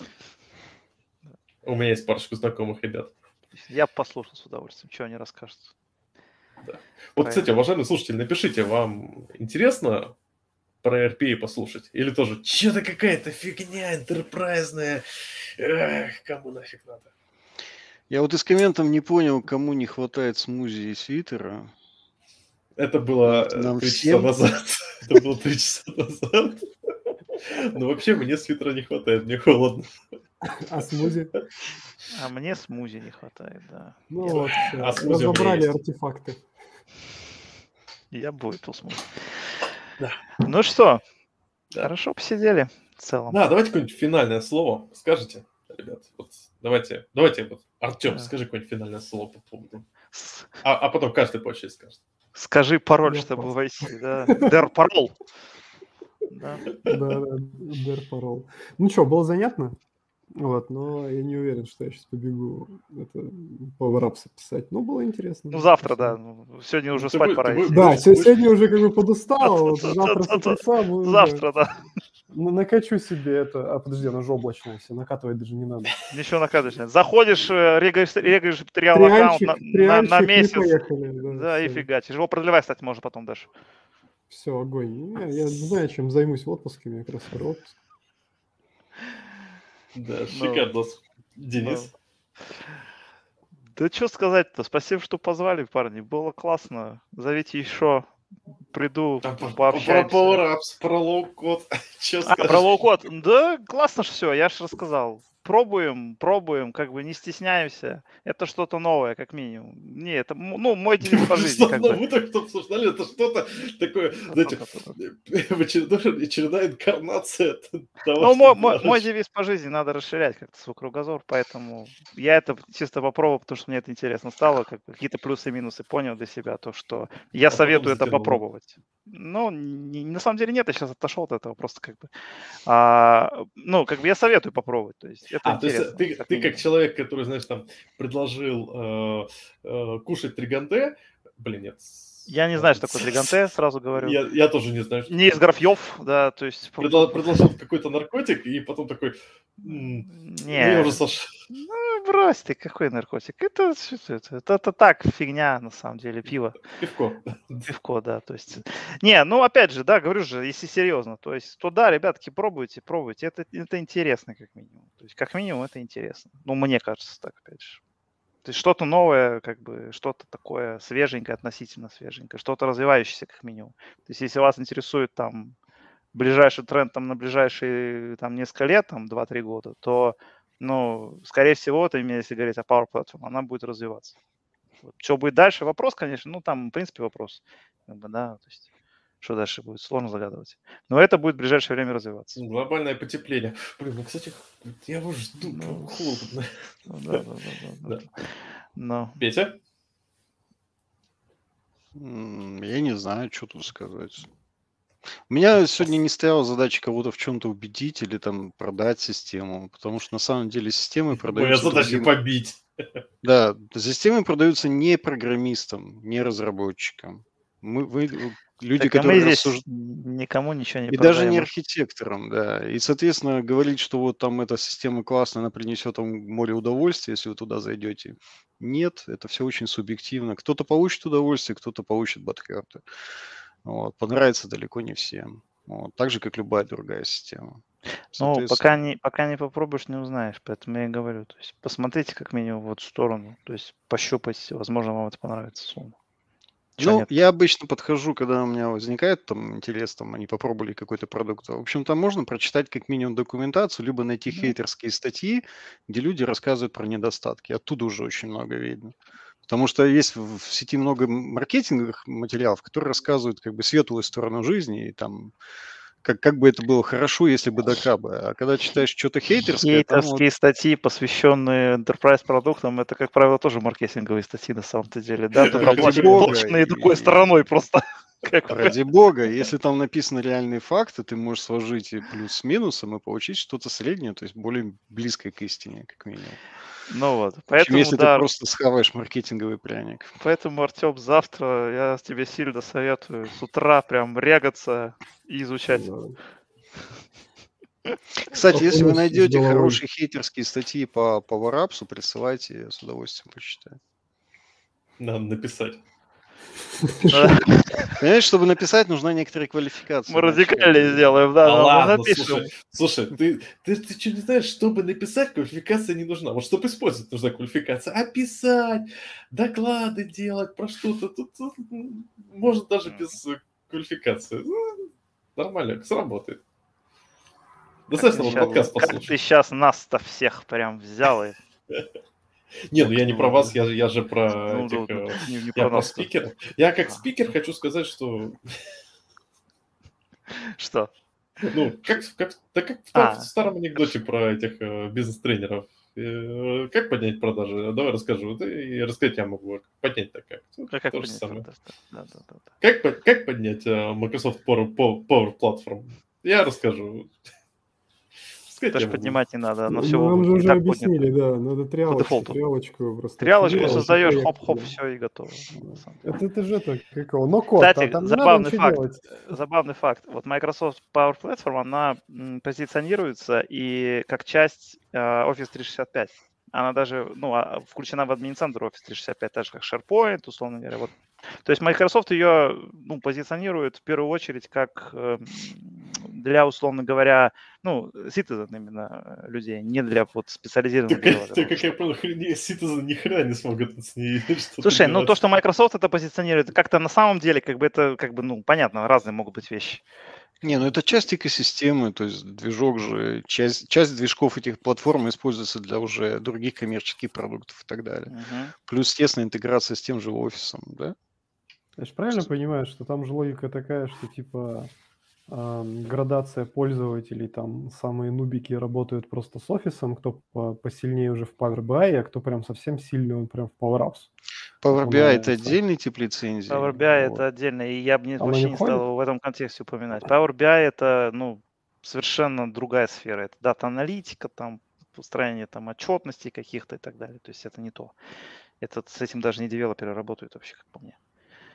Speaker 1: У меня есть парочку знакомых ребят.
Speaker 4: Я послушал с удовольствием, что они расскажут.
Speaker 1: Вот, кстати, уважаемые слушатели, напишите, вам интересно про RPA послушать? Или тоже, что-то какая-то фигня энтерпрайзная, кому нафиг надо?
Speaker 3: Я вот из комментов не понял, кому не хватает смузи и свитера.
Speaker 1: Это было
Speaker 3: Нам
Speaker 1: 3 часа
Speaker 3: всем?
Speaker 1: назад. Это было 3 часа назад. Но вообще мне свитера не хватает, мне холодно.
Speaker 2: А смузи?
Speaker 4: А мне смузи не хватает, да.
Speaker 2: Ну
Speaker 4: Я-
Speaker 2: вот, всё,
Speaker 1: А смузи у меня
Speaker 2: разобрали
Speaker 1: есть.
Speaker 2: артефакты.
Speaker 4: Я будет смузи.
Speaker 1: Да.
Speaker 4: Ну что,
Speaker 1: Да.
Speaker 4: хорошо посидели в целом.
Speaker 1: Да, давайте какое-нибудь финальное слово скажете, ребят. Вот давайте, вот, Артем,
Speaker 4: Да.
Speaker 1: скажи какое-нибудь финальное слово по поводу.
Speaker 4: С-
Speaker 1: А потом каждый по очереди скажет.
Speaker 4: Скажи пароль,
Speaker 2: Я
Speaker 4: чтобы
Speaker 2: просто.
Speaker 4: войти, да. Дер парол. Да.
Speaker 2: Да, Дэр парол. Ну что, было занятно? Вот, но я не уверен, что я сейчас побегу это пауэрапсы писать. Ну, было интересно.
Speaker 4: Ну, завтра, да. Ну, сегодня уже
Speaker 1: Ну, ты
Speaker 4: спать
Speaker 1: будь-
Speaker 4: пора
Speaker 1: ты будь-
Speaker 4: идти.
Speaker 2: Да,
Speaker 1: Будешь-
Speaker 2: сегодня уже как бы подустал, вот завтра с утреца уже
Speaker 4: Завтра, да.
Speaker 2: накачу себе это. А подожди, оно же облачное все, накатывать даже не надо.
Speaker 4: Ничего накатывать нет. Заходишь, регаешь триал аккаунт
Speaker 2: Триальчик,
Speaker 4: на
Speaker 2: и
Speaker 4: месяц.
Speaker 2: поехали.
Speaker 4: Да, и фигачишь. Его продлевать, кстати, можно потом даже.
Speaker 2: Все, огонь. Я знаю, чем займусь в отпуске, мне как раз скоро отпуск.
Speaker 1: Да, шикарно. Денис.
Speaker 4: Да что сказать-то? Спасибо, что позвали, парни. Было классно. Зовите еще. Приду,
Speaker 1: Там про
Speaker 4: пообщаемся.
Speaker 1: PowerApps, про лоу-код. Че
Speaker 4: Про
Speaker 1: скажешь?
Speaker 4: лоу-код. Да, классно же все, я же рассказал. Пробуем, как бы не стесняемся. Это что-то новое, как минимум. Не, это, мой девиз по жизни. Как бы.
Speaker 1: Мы только что обсуждали, это что-то такое, знаете, очередная инкарнация того,
Speaker 4: Ну,
Speaker 1: что
Speaker 4: мой
Speaker 1: делаешь.
Speaker 4: девиз по жизни надо расширять как-то свой кругозор, поэтому я это чисто попробовал, потому что мне это интересно стало, как бы какие-то плюсы и минусы понял для себя, то, что я
Speaker 1: потом
Speaker 4: советую это
Speaker 1: затянуло.
Speaker 4: попробовать. Ну, на самом деле нет, я сейчас отошел от этого, просто как бы, как бы я советую попробовать, то есть это
Speaker 1: То есть
Speaker 4: интересно.
Speaker 1: ты как
Speaker 4: минимум.
Speaker 1: человек, который, знаешь, там предложил кушать триганде, блин, нет,
Speaker 4: Я не знаю, что такое Триганте, сразу говорю.
Speaker 1: Я тоже не знаю.
Speaker 4: Не из графьев, да, то есть...
Speaker 1: Предложил какой-то наркотик, и потом такой, ну я уже
Speaker 4: Не,
Speaker 1: Саша.
Speaker 4: ну брось ты, какой наркотик? Это так, фигня, на самом деле, пиво.
Speaker 1: Пивко.
Speaker 4: Пивко, да, то есть... Не, ну опять же, да, говорю же, если серьезно, то есть, то да, ребятки, пробуйте, это интересно как минимум. То есть, как минимум, это интересно. Ну, мне кажется так, опять же. То есть что-то новое, как бы, что-то такое свеженькое, относительно свеженькое, что-то развивающееся как минимум. То есть если вас интересует там ближайший тренд там на ближайшие там несколько лет, там 2-3 года, то, ну, скорее всего, это именно если говорить о Power Platform, она будет развиваться. Вот. Что будет дальше? Вопрос, конечно, ну, там, в принципе, вопрос. Как бы, да, то есть, что дальше будет, сложно загадывать. Но это будет в ближайшее время развиваться.
Speaker 1: Глобальное потепление. Блин, ну, кстати, я его жду,
Speaker 4: Ну,
Speaker 1: холодно.
Speaker 4: да. Но
Speaker 1: Петя?
Speaker 3: Я не знаю, что тут сказать. У меня сегодня не стояла задача кого-то в чем-то убедить или там продать систему, потому что на самом деле системы
Speaker 1: Моя
Speaker 3: продаются
Speaker 1: задача
Speaker 3: другим.
Speaker 1: побить.
Speaker 3: Да, системы продаются не программистам, не разработчикам. Люди,
Speaker 4: так, а мы
Speaker 3: которые
Speaker 4: здесь
Speaker 3: рассуждают.
Speaker 4: никому ничего не
Speaker 3: И даже
Speaker 4: продаем.
Speaker 3: не
Speaker 4: Мы ж-
Speaker 3: архитекторам, да. И, соответственно, говорить, что вот там эта система классная, она принесет вам море удовольствия, если вы туда зайдете. Нет, это все очень субъективно. Кто-то получит удовольствие, кто-то получит бадхерты. Вот. Понравится далеко не всем. Вот. Так же, как любая другая система.
Speaker 4: Ну,
Speaker 3: Соответственно,
Speaker 4: пока не попробуешь, не узнаешь, поэтому я и говорю. То есть посмотрите как минимум в эту сторону, то есть пощупайте, возможно, вам это понравится сумма. Чё
Speaker 3: ну,
Speaker 4: нет?
Speaker 3: я обычно подхожу, когда у меня возникает там интерес, там они попробовали какой-то продукт. В общем, там можно прочитать как минимум документацию, либо найти
Speaker 4: Ну,
Speaker 3: хейтерские статьи, где люди рассказывают про недостатки. Оттуда уже очень много видно. Потому что есть в сети много маркетинговых материалов, которые рассказывают как бы светлую сторону жизни, и там как бы это было хорошо, если бы да кабы. А когда читаешь что-то хейтерское, там вот
Speaker 4: хейтерские статьи, посвященные enterprise продуктам, это, как правило, тоже маркетинговые статьи на самом-то деле, да, только
Speaker 3: ради бога,
Speaker 4: оплаченные другой стороной просто. Как бы.
Speaker 3: ради бога, если там написаны реальные факты, ты можешь сложить и плюс с минусом и получить что-то среднее, то есть более близкое к истине, как минимум.
Speaker 4: Ну вот,
Speaker 3: Чем
Speaker 4: поэтому,
Speaker 3: если ты
Speaker 4: да,
Speaker 3: просто схаваешь маркетинговый пряник.
Speaker 4: поэтому, Артем, завтра я тебе сильно советую с утра прям регаться и изучать.
Speaker 3: Кстати, если вы
Speaker 2: Окунусь с
Speaker 3: найдете
Speaker 2: головой.
Speaker 3: хорошие хейтерские статьи по PowerApps, присылайте, я с удовольствием почитаю.
Speaker 1: Надо написать.
Speaker 3: Понимаешь, чтобы написать, нужна некоторая квалификация.
Speaker 4: Мы
Speaker 3: иначе
Speaker 4: радикальнее
Speaker 3: как-
Speaker 4: сделаем, да,
Speaker 1: А
Speaker 4: но мы
Speaker 1: ладно,
Speaker 4: напишем.
Speaker 1: слушай, ты что не знаешь, чтобы написать, квалификация не нужна. Вот чтобы использовать, нужна квалификация. А писать, доклады делать про что-то, тут может даже без квалификации. Ну, нормально, сработает. Достаточно вот подкаст
Speaker 4: Как ты
Speaker 1: послушать.
Speaker 4: сейчас нас-то всех прям взял и...
Speaker 1: Не, ну я не про вас, я же про
Speaker 4: Ну,
Speaker 1: этих...
Speaker 4: не
Speaker 1: Я
Speaker 4: про
Speaker 1: про
Speaker 4: нас.
Speaker 1: спикеров. Я как спикер хочу сказать, что...
Speaker 4: Что?
Speaker 1: Ну, как в старом анекдоте про этих бизнес-тренеров. Как поднять продажи? Давай расскажу. И рассказать я могу. Поднять так как.
Speaker 4: Как
Speaker 1: То же
Speaker 4: понять?
Speaker 1: самое.
Speaker 4: Да.
Speaker 1: Как поднять Microsoft Power Platform? Я расскажу. Сказать
Speaker 4: Даже
Speaker 1: я могу.
Speaker 4: поднимать не надо, оно
Speaker 2: Ну,
Speaker 4: все
Speaker 2: нам же
Speaker 4: и
Speaker 2: уже
Speaker 4: так поднято.
Speaker 2: объяснили, да, надо
Speaker 4: дефолту.
Speaker 2: трялочку просто.
Speaker 4: Триалочку
Speaker 2: активировать,
Speaker 4: создаешь,
Speaker 2: и
Speaker 4: хоп-хоп,
Speaker 2: да.
Speaker 4: все и готово. на самом деле.
Speaker 2: Это же это, какого? Но код,
Speaker 4: Кстати,
Speaker 2: там не надо ничего делать.
Speaker 4: забавный факт. Вот Microsoft Power Platform, она позиционируется и как часть Office 365. Она даже включена в админ-центр Office 365, так же как SharePoint, условно говоря. Вот. То есть Microsoft ее позиционирует в первую очередь как для, условно говоря, citizen именно людей, не для вот специализированных девелоперов.
Speaker 1: Как я понял, Citizen ни хрена не смогут с ней что-то
Speaker 4: Слушай,
Speaker 1: делать.
Speaker 4: то, что Microsoft это позиционирует, как-то на самом деле, понятно, разные могут быть вещи.
Speaker 3: Не, ну это часть экосистемы, то есть движок же, часть движков этих платформ используется для уже других коммерческих продуктов и так далее. Плюс тесная интеграция с тем же офисом, да?
Speaker 2: Я же правильно понимаю, что там же логика такая, что типа градация пользователей, там самые нубики работают просто с офисом, кто посильнее уже в Power BI, а кто прям совсем сильный, он прям в Power Apps.
Speaker 3: Power BI это
Speaker 2: Становится.
Speaker 3: отдельный тип лицензии.
Speaker 4: Power BI
Speaker 3: вот.
Speaker 4: это отдельно, и я бы
Speaker 2: Оно
Speaker 4: вообще
Speaker 2: не
Speaker 4: не стал
Speaker 2: входит?
Speaker 4: его в этом контексте упоминать. Power BI это, совершенно другая сфера. Это дата-аналитика, там, построение там отчетностей каких-то и так далее. То есть это не то. С этим даже не девелоперы работают вообще, как по мне.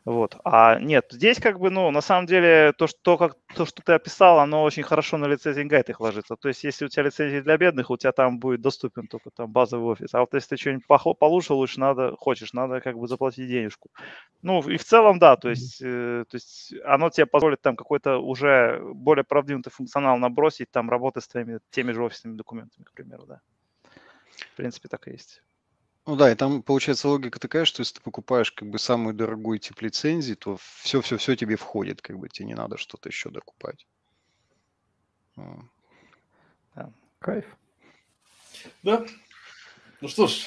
Speaker 4: Вот. А нет, здесь как бы, ну, на самом деле, то, что ты описал, оно очень хорошо на лицензинг гайд их ложится. То есть, если у тебя лицензия для бедных, у тебя там будет доступен только там базовый офис. А вот если ты что-нибудь получше, лучше надо как бы заплатить денежку. Ну, и в целом, да, то есть оно тебе позволит там какой-то уже более продвинутый функционал набросить, там работы с теми же офисными документами, к примеру, да. В принципе, так и есть.
Speaker 3: Ну да, и там получается логика такая, что если ты покупаешь как бы самый дорогой тип лицензии, то все тебе входит, как бы тебе не надо что-то еще докупать.
Speaker 4: Да.
Speaker 2: Кайф.
Speaker 1: Да. Ну что ж,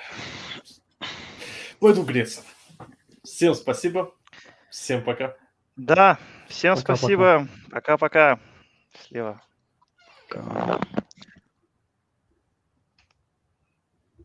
Speaker 1: пойду греться. Всем спасибо. Всем пока.
Speaker 4: Да, всем
Speaker 2: Пока-пока.
Speaker 4: спасибо. Пока-пока. Счастливо.
Speaker 3: Пока.